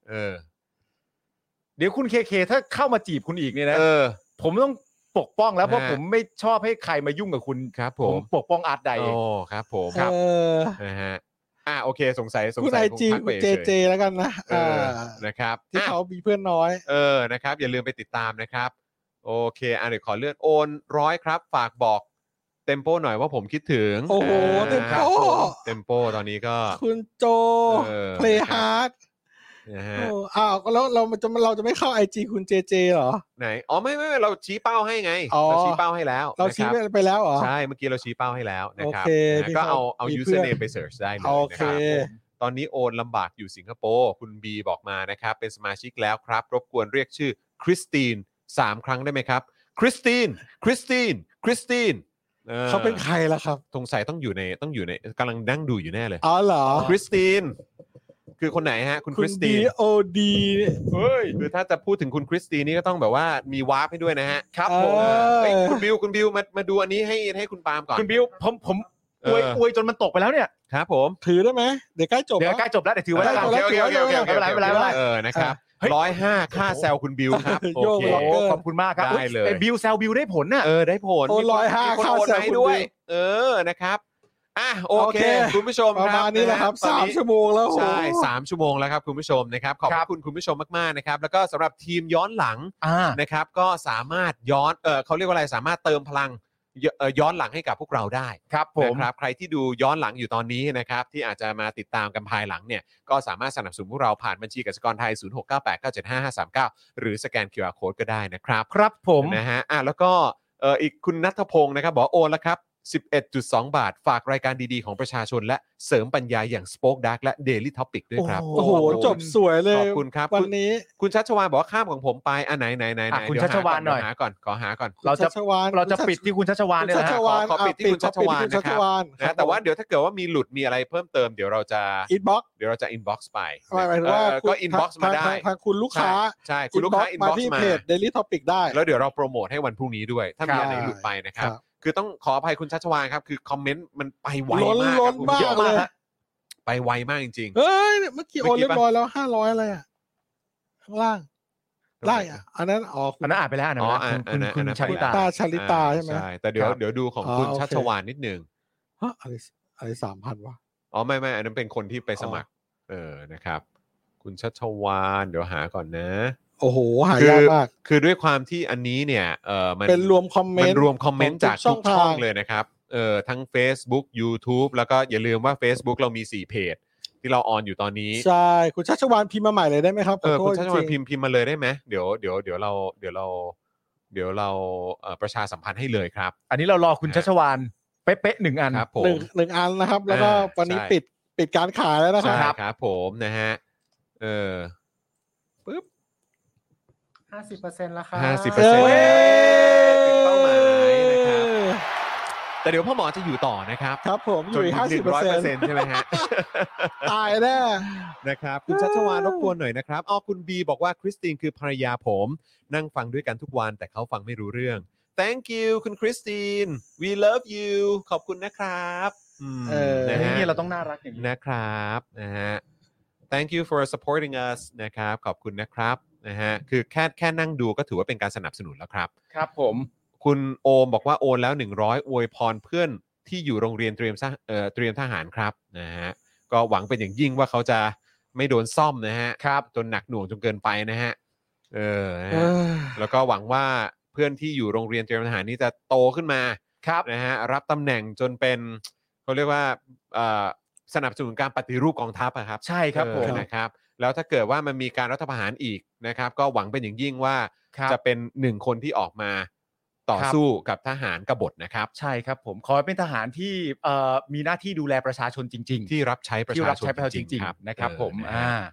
เดี๋ยวคุณเคเคถ้าเข้ามาจีบคุณอีกเนี่ยนะผมต้องปกป้องแล้วเพราะผมไม่ชอบให้ใครมายุ่งกับคุณครับผมปกป้องอาร์ตใดโอ้ครับผมครับนะฮะโอเคสงสัยคุณ IG คุณเจแล้วกันนะนะครับที่เขามีเพื่อนน้อยนะครับอย่าลืมไปติดตามนะครับโอเคเดี๋ยวขอเลื่อนโอน100ครับฝากบอกเต็มโปหน่อยว่าผมคิดถึงโอ้โหเต็มโปตอนนี้ก็คุณโจเพลย์ฮาร์ดนะฮะแล้วเราจะไม่เข้า IG คุณเจเหรอไหนไม่เราชี้เป้าให้ไงเราชี้เป้าให้แล้วเราชี้ไปแล้วเหรอใช่เมื่อกี้เราชี้เป้าให้แล้วนะครับก็เอา username ไป search ได้เลยนะครับตอนนี้โอนลำบากอยู่สิงคโปร์คุณบีบอกมานะครับเป็นสมาชิกแล้วครับรบกวนเรียกชื่อคริสติน3 ครั้งได้ไหมครับคริสตินเขาเป็นใครล่ะครับสงสัยต้องอยู่ในกำลังนั่งดูอยู่แน่เลยเหรอคริสตินคือคนไหนฮะคุณคริสติน DOD เฮ้ยคือถ้าจะพูดถึงคุณคริสตินนี่ก็ต้องแบบว่ามีวาร์ปให้ด้วยนะฮะครับผมคุณบิวมาดูอันนี้ให้คุณปาล์มก่อนคุณบิวผมอวยจนมันตกไปแล้วเนี่ยครับผมถือได้ไหมเดี๋ยวใกล้จบแล้วเดี๋ยวถือไว้แล้วโอเคไม่เป็นไรนะครับ105ค่าแซวคุณบิวครับโอเคขอบคุณมากครับได้เลยบิวแซวบิวได้ผลน่ะได้ผล 105ค่าแซวด้วยนะครับโอเคคุณผู้ชมประมาณนี้แหละครับ3 ชั่วโมงแล้วใช่3 ชั่วโมงแล้วครับคุณผู้ชมนะครับขอบคุณคุณผู้ชมมากๆนะครับแล้วก็สำหรับทีมย้อนหลังนะครับก็สามารถย้อนเขาเรียกว่าอะไรสามารถเติมพลังย้อนหลังให้กับพวกเราได้ครับผมนะครับใครที่ดูย้อนหลังอยู่ตอนนี้นะครับที่อาจจะมาติดตามกันภายหลังเนี่ยก็สามารถสนับสนุนพวกเราผ่านบัญชีกสิกรไทย0698975539หรือสแกน QR Code ก็ได้นะครับครับผมนะฮะแล้วก็อีกคุณณัฐพงศ์นะครับบอกโอนแล้วครับ11.2 บาทฝากรายการดีๆของประชาชนและเสริมปัญญาอย่าง Spoke Dark และ Daily Topic ด้วยครับโอ้โหจบสวยเลยขอบคุณครับวันนี้คุณชัชวาลบอกว่าข้ามของผมไปไหนคุณชัชวาลหน่อยขอหาก่อนเราจะปิดที่คุณชัชวาลเนี่ยนะขอปิดที่คุณชัชวาลนะครับนะแต่ว่าเดี๋ยวถ้าเกิดว่ามีหลุดมีอะไรเพิ่มเติมเดี๋ยวเราจะ inbox ไปหมายถึงว่าก็ inbox มาได้ทางคุณลูกค้าใช่คุณลูกค้า inbox มาที่เพจ Daily Topic ได้แล้วเดี๋ยวเราโปรโมทให้วันพรุ่งนี้ด้วยถ้ามีอะไรหลุดไปนะครับคือต้องขออภัยคุณชัชวาลครับคือคอมเมนต์มันไปไวมากครับเยอะมากไปไวมากจริงๆเฮ้ยเมื่อกี้โอนเรียบร้อยแล้ว500อะไรข้างล่างได้อันนั้นอ่านไปแล้วคุณชลิตาใช่ไหมใช่แต่เดี๋ยวดูของคุณชัชวาลนิดนึงอะไร 3,000 วะไม่อันนั้นเป็นคนที่ไปสมัครนะครับคุณชัชวาลเดี๋ยวหาก่อนนะโอ้โหหายากมากคือด้วยความที่อันนี้เนี่ยมันเป็นรวมคอมเมนต์จากทุกช่องเลยนะครับทั้ง Facebook YouTube แล้วก็อย่าลืมว่า Facebook เรามี4เพจที่เราออนอยู่ตอนนี้ใช่คุณชัชวาลพิมพ์มาใหม่เลยได้ไหมครับคุณชัชวาลพิมพ์มาเลยได้ไหมเดี๋ยวเราประชาสัมพันธ์ให้เลยครับอันนี้เรารอคุณชัชวาลเป๊ะๆ1 อันครับผม 1 อันนะครับแล้วก็วันนี้ปิดการขายแล้วนะครับใช่ครับผมนะฮะปึ๊บ 50%แล้วครับ 50%ถึงเป้าหมายนะครับแต่เดี๋ยวพ่อหมอจะอยู่ต่อนะครับครับผมอยู่ 100% ใช่ไหมฮะตายแน่นะครับคุณชัชวาลรบกวนหน่อยนะครับคุณบีบอกว่าคริสตินคือภรรยาผมนั่งฟังด้วยกันทุกวันแต่เขาฟังไม่รู้เรื่อง Thank you คุณคริสติน We love you ขอบคุณนะครับนี่เราต้องน่ารักอย่างนี้นะครับนะฮะ Thank you for supporting us นะครับขอบคุณนะครับนะฮะคือแค่นั่งดูก็ถือว่าเป็นการสนับสนุนแล้วครับครับผมคุณโอมบอกว่าโอนแล้ว100อวยพรเพื่อนที่อยู่โรงเรียนเตรียมทหารครับนะฮะก็หวังเป็นอย่างยิ่งว่าเขาจะไม่โดนซ่อมนะฮะครับจนหนักหน่วงจนเกินไปนะฮะแล้วก็หวังว่าเพื่อนที่อยู่โรงเรียนเตรียมทหารนี้จะโตขึ้นมาครับนะฮะรับตำแหน่งจนเป็นเขาเรียกว่าสนับสนุนการปฏิรูปกองทัพครับใช่ครับผมนะครับแล้วถ้าเกิดว่ามันมีการรัฐประหารอีกนะครับก็หวังเป็นอย่างยิ่งว่าจะเป็น1 คนที่ออกมาต่อสู้กับทหารกบฏนะครับใช่ครับผมขอให้เป็นทหารที่มีหน้าที่ดูแลประชาชนจริงๆที่รับใช้ประชาชนจริงๆนะครับผม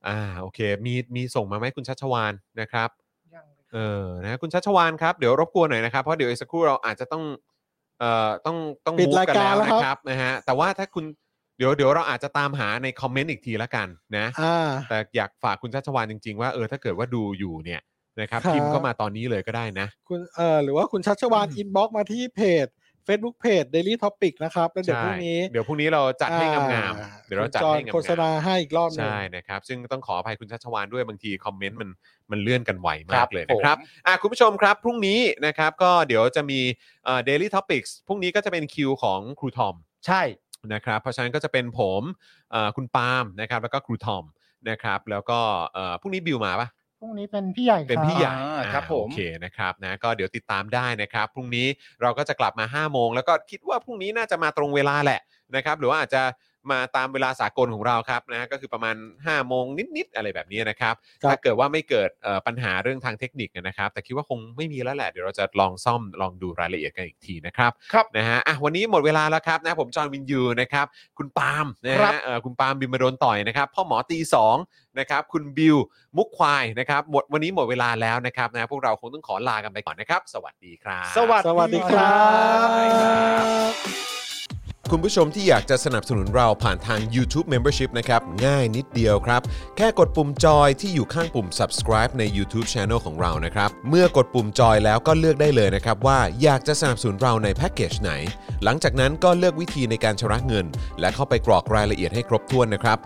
โอเคมีส่งมาไหมคุณชัชวาลนะครับนะคุณชัชวาลครับเดี๋ยวรบกวนหน่อยนะครับเพราะเดี๋ยวอีกสักครู่เราอาจจะต้องปิดมูฟรายกันการแล้วแล้วนะครับนะฮะแต่ว่าถ้าคุณเดี๋ยวเราอาจจะตามหาในคอมเมนต์อีกทีละกันนะแต่อยากฝากคุณชัชวาลจริงๆว่าถ้าเกิดว่าดูอยู่เนี่ยนะครับพิมพ์เข้ามาตอนนี้เลยก็ได้นะคุณหรือว่าคุณชัชวาลอินบ็อกซ์มาที่เพจ Facebook Page Daily Topic นะครับแล้วเดี๋ยวพรุ่งนี้เราจัดให้งามๆเดี๋ยวเราจัดให้งามๆโฆษณาให้อีกรอบนึงใช่นะครับซึ่งต้องขออภัยคุณชัชวาลด้วยบางทีคอมเมนต์มันเลื่อนกันไวมากเลยนะครับคุณผู้ชมครับพรุ่งนี้นะครับก็เดี๋ยวจะมีDaily Topics พรุ่งนี้ก็จะเป็นคิวของครูทอมใช่นะครับเพราะฉะนั้นก็จะเป็นผมคุณปาล์มนะครับแล้วก็ครูทอมนะครับแล้วก็พรุ่งนี้บิวมาปะพรุ่งนี้เป็นพี่ใหญ่เป็นพี่ใหญ่ครับผมโอเคนะครับนะก็เดี๋ยวติดตามได้นะครับพรุ่งนี้เราก็จะกลับมา5โมงแล้วก็คิดว่าพรุ่งนี้น่าจะมาตรงเวลาแหละนะครับหรือว่าอาจจะมาตามเวลาสากลของเราครับนะก็คือประมาณ5โมงนิดๆอะไรแบบนี้นะครับถ้าเกิดว่าไม่เกิดปัญหาเรื่องทางเทคนิคนะครับแต่คิดว่าคงไม่มีแล้วแหละเดี๋ยวเราจะลองซ่อมลองดูรายละเอียดกันอีกทีนะครับนะฮะวันนี้หมดเวลาแล้วครับนะผมจอห์นวินยูนะครับคุณปาล์มนะฮะคุณปาล์มบินมาโดนต่อยนะครับพ่อหมอตี2นะครับคุณบิวมุกควายนะครับวันนี้หมดเวลาแล้วนะครับนะพวกเราคงต้องขอลากันไปก่อนนะครับสวัสดีครับสวัสดีครับคุณผู้ชมที่อยากจะสนับสนุนเราผ่านทาง YouTube Membership นะครับง่ายนิดเดียวครับแค่กดปุ่มจอยที่อยู่ข้างปุ่ม subscribe ใน YouTube Channel ของเรานะครับเมื่อกดปุ่มจอยแล้วก็เลือกได้เลยนะครับว่าอยากจะสนับสนุนเราในแพ็กเกจไหนหลังจากนั้นก็เลือกวิธีในการชำระเงินและเข้าไปกรอกรายละเอียดให้ครบถ้วนนะครับ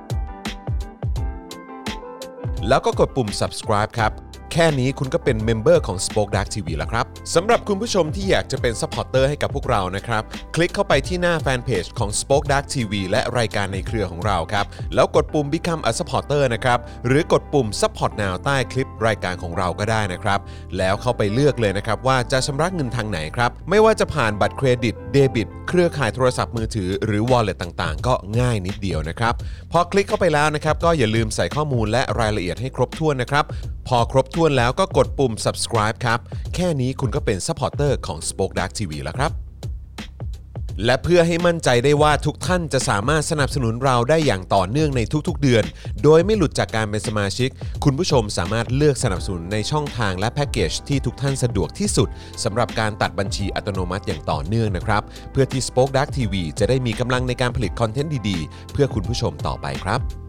แล้วก็กดปุ่ม subscribe ครับแค่นี้คุณก็เป็นเมมเบอร์ของ Spoke Dark TV แล้วครับสำหรับคุณผู้ชมที่อยากจะเป็นซัพพอร์ตเตอร์ให้กับพวกเรานะครับคลิกเข้าไปที่หน้าแฟนเพจของ Spoke Dark TV และรายการในเครือของเราครับแล้วกดปุ่ม Become a supporter นะครับหรือกดปุ่ม Support Now ใต้คลิปรายการของเราก็ได้นะครับแล้วเข้าไปเลือกเลยนะครับว่าจะชำระเงินทางไหนครับไม่ว่าจะผ่านบัตรเครดิตเดบิตเครือข่ายโทรศัพท์มือถือหรือ Wallet ต่างๆก็ง่ายนิดเดียวนะครับพอคลิกเข้าไปแล้วนะครับก็อย่าลืมใส่ข้อมูลและรายละเอียดให้ครบถ้วนนะครับพอครบถ้วนแล้วก็กดปุ่ม subscribe ครับแค่นี้คุณก็เป็นซัพพอร์ตเตอร์ของ Spoke Dark TV แล้วครับและเพื่อให้มั่นใจได้ว่าทุกท่านจะสามารถสนับสนุนเราได้อย่างต่อเนื่องในทุกๆเดือนโดยไม่หลุดจากการเป็นสมาชิกคุณผู้ชมสามารถเลือกสนับสนุนในช่องทางและแพ็กเกจที่ทุกท่านสะดวกที่สุดสำหรับการตัดบัญชีอัตโนมัติอย่างต่อเนื่องนะครับเพื่อที่ Spoke Dark TV จะได้มีกำลังในการผลิตคอนเทนต์ดีๆเพื่อคุณผู้ชมต่อไปครับ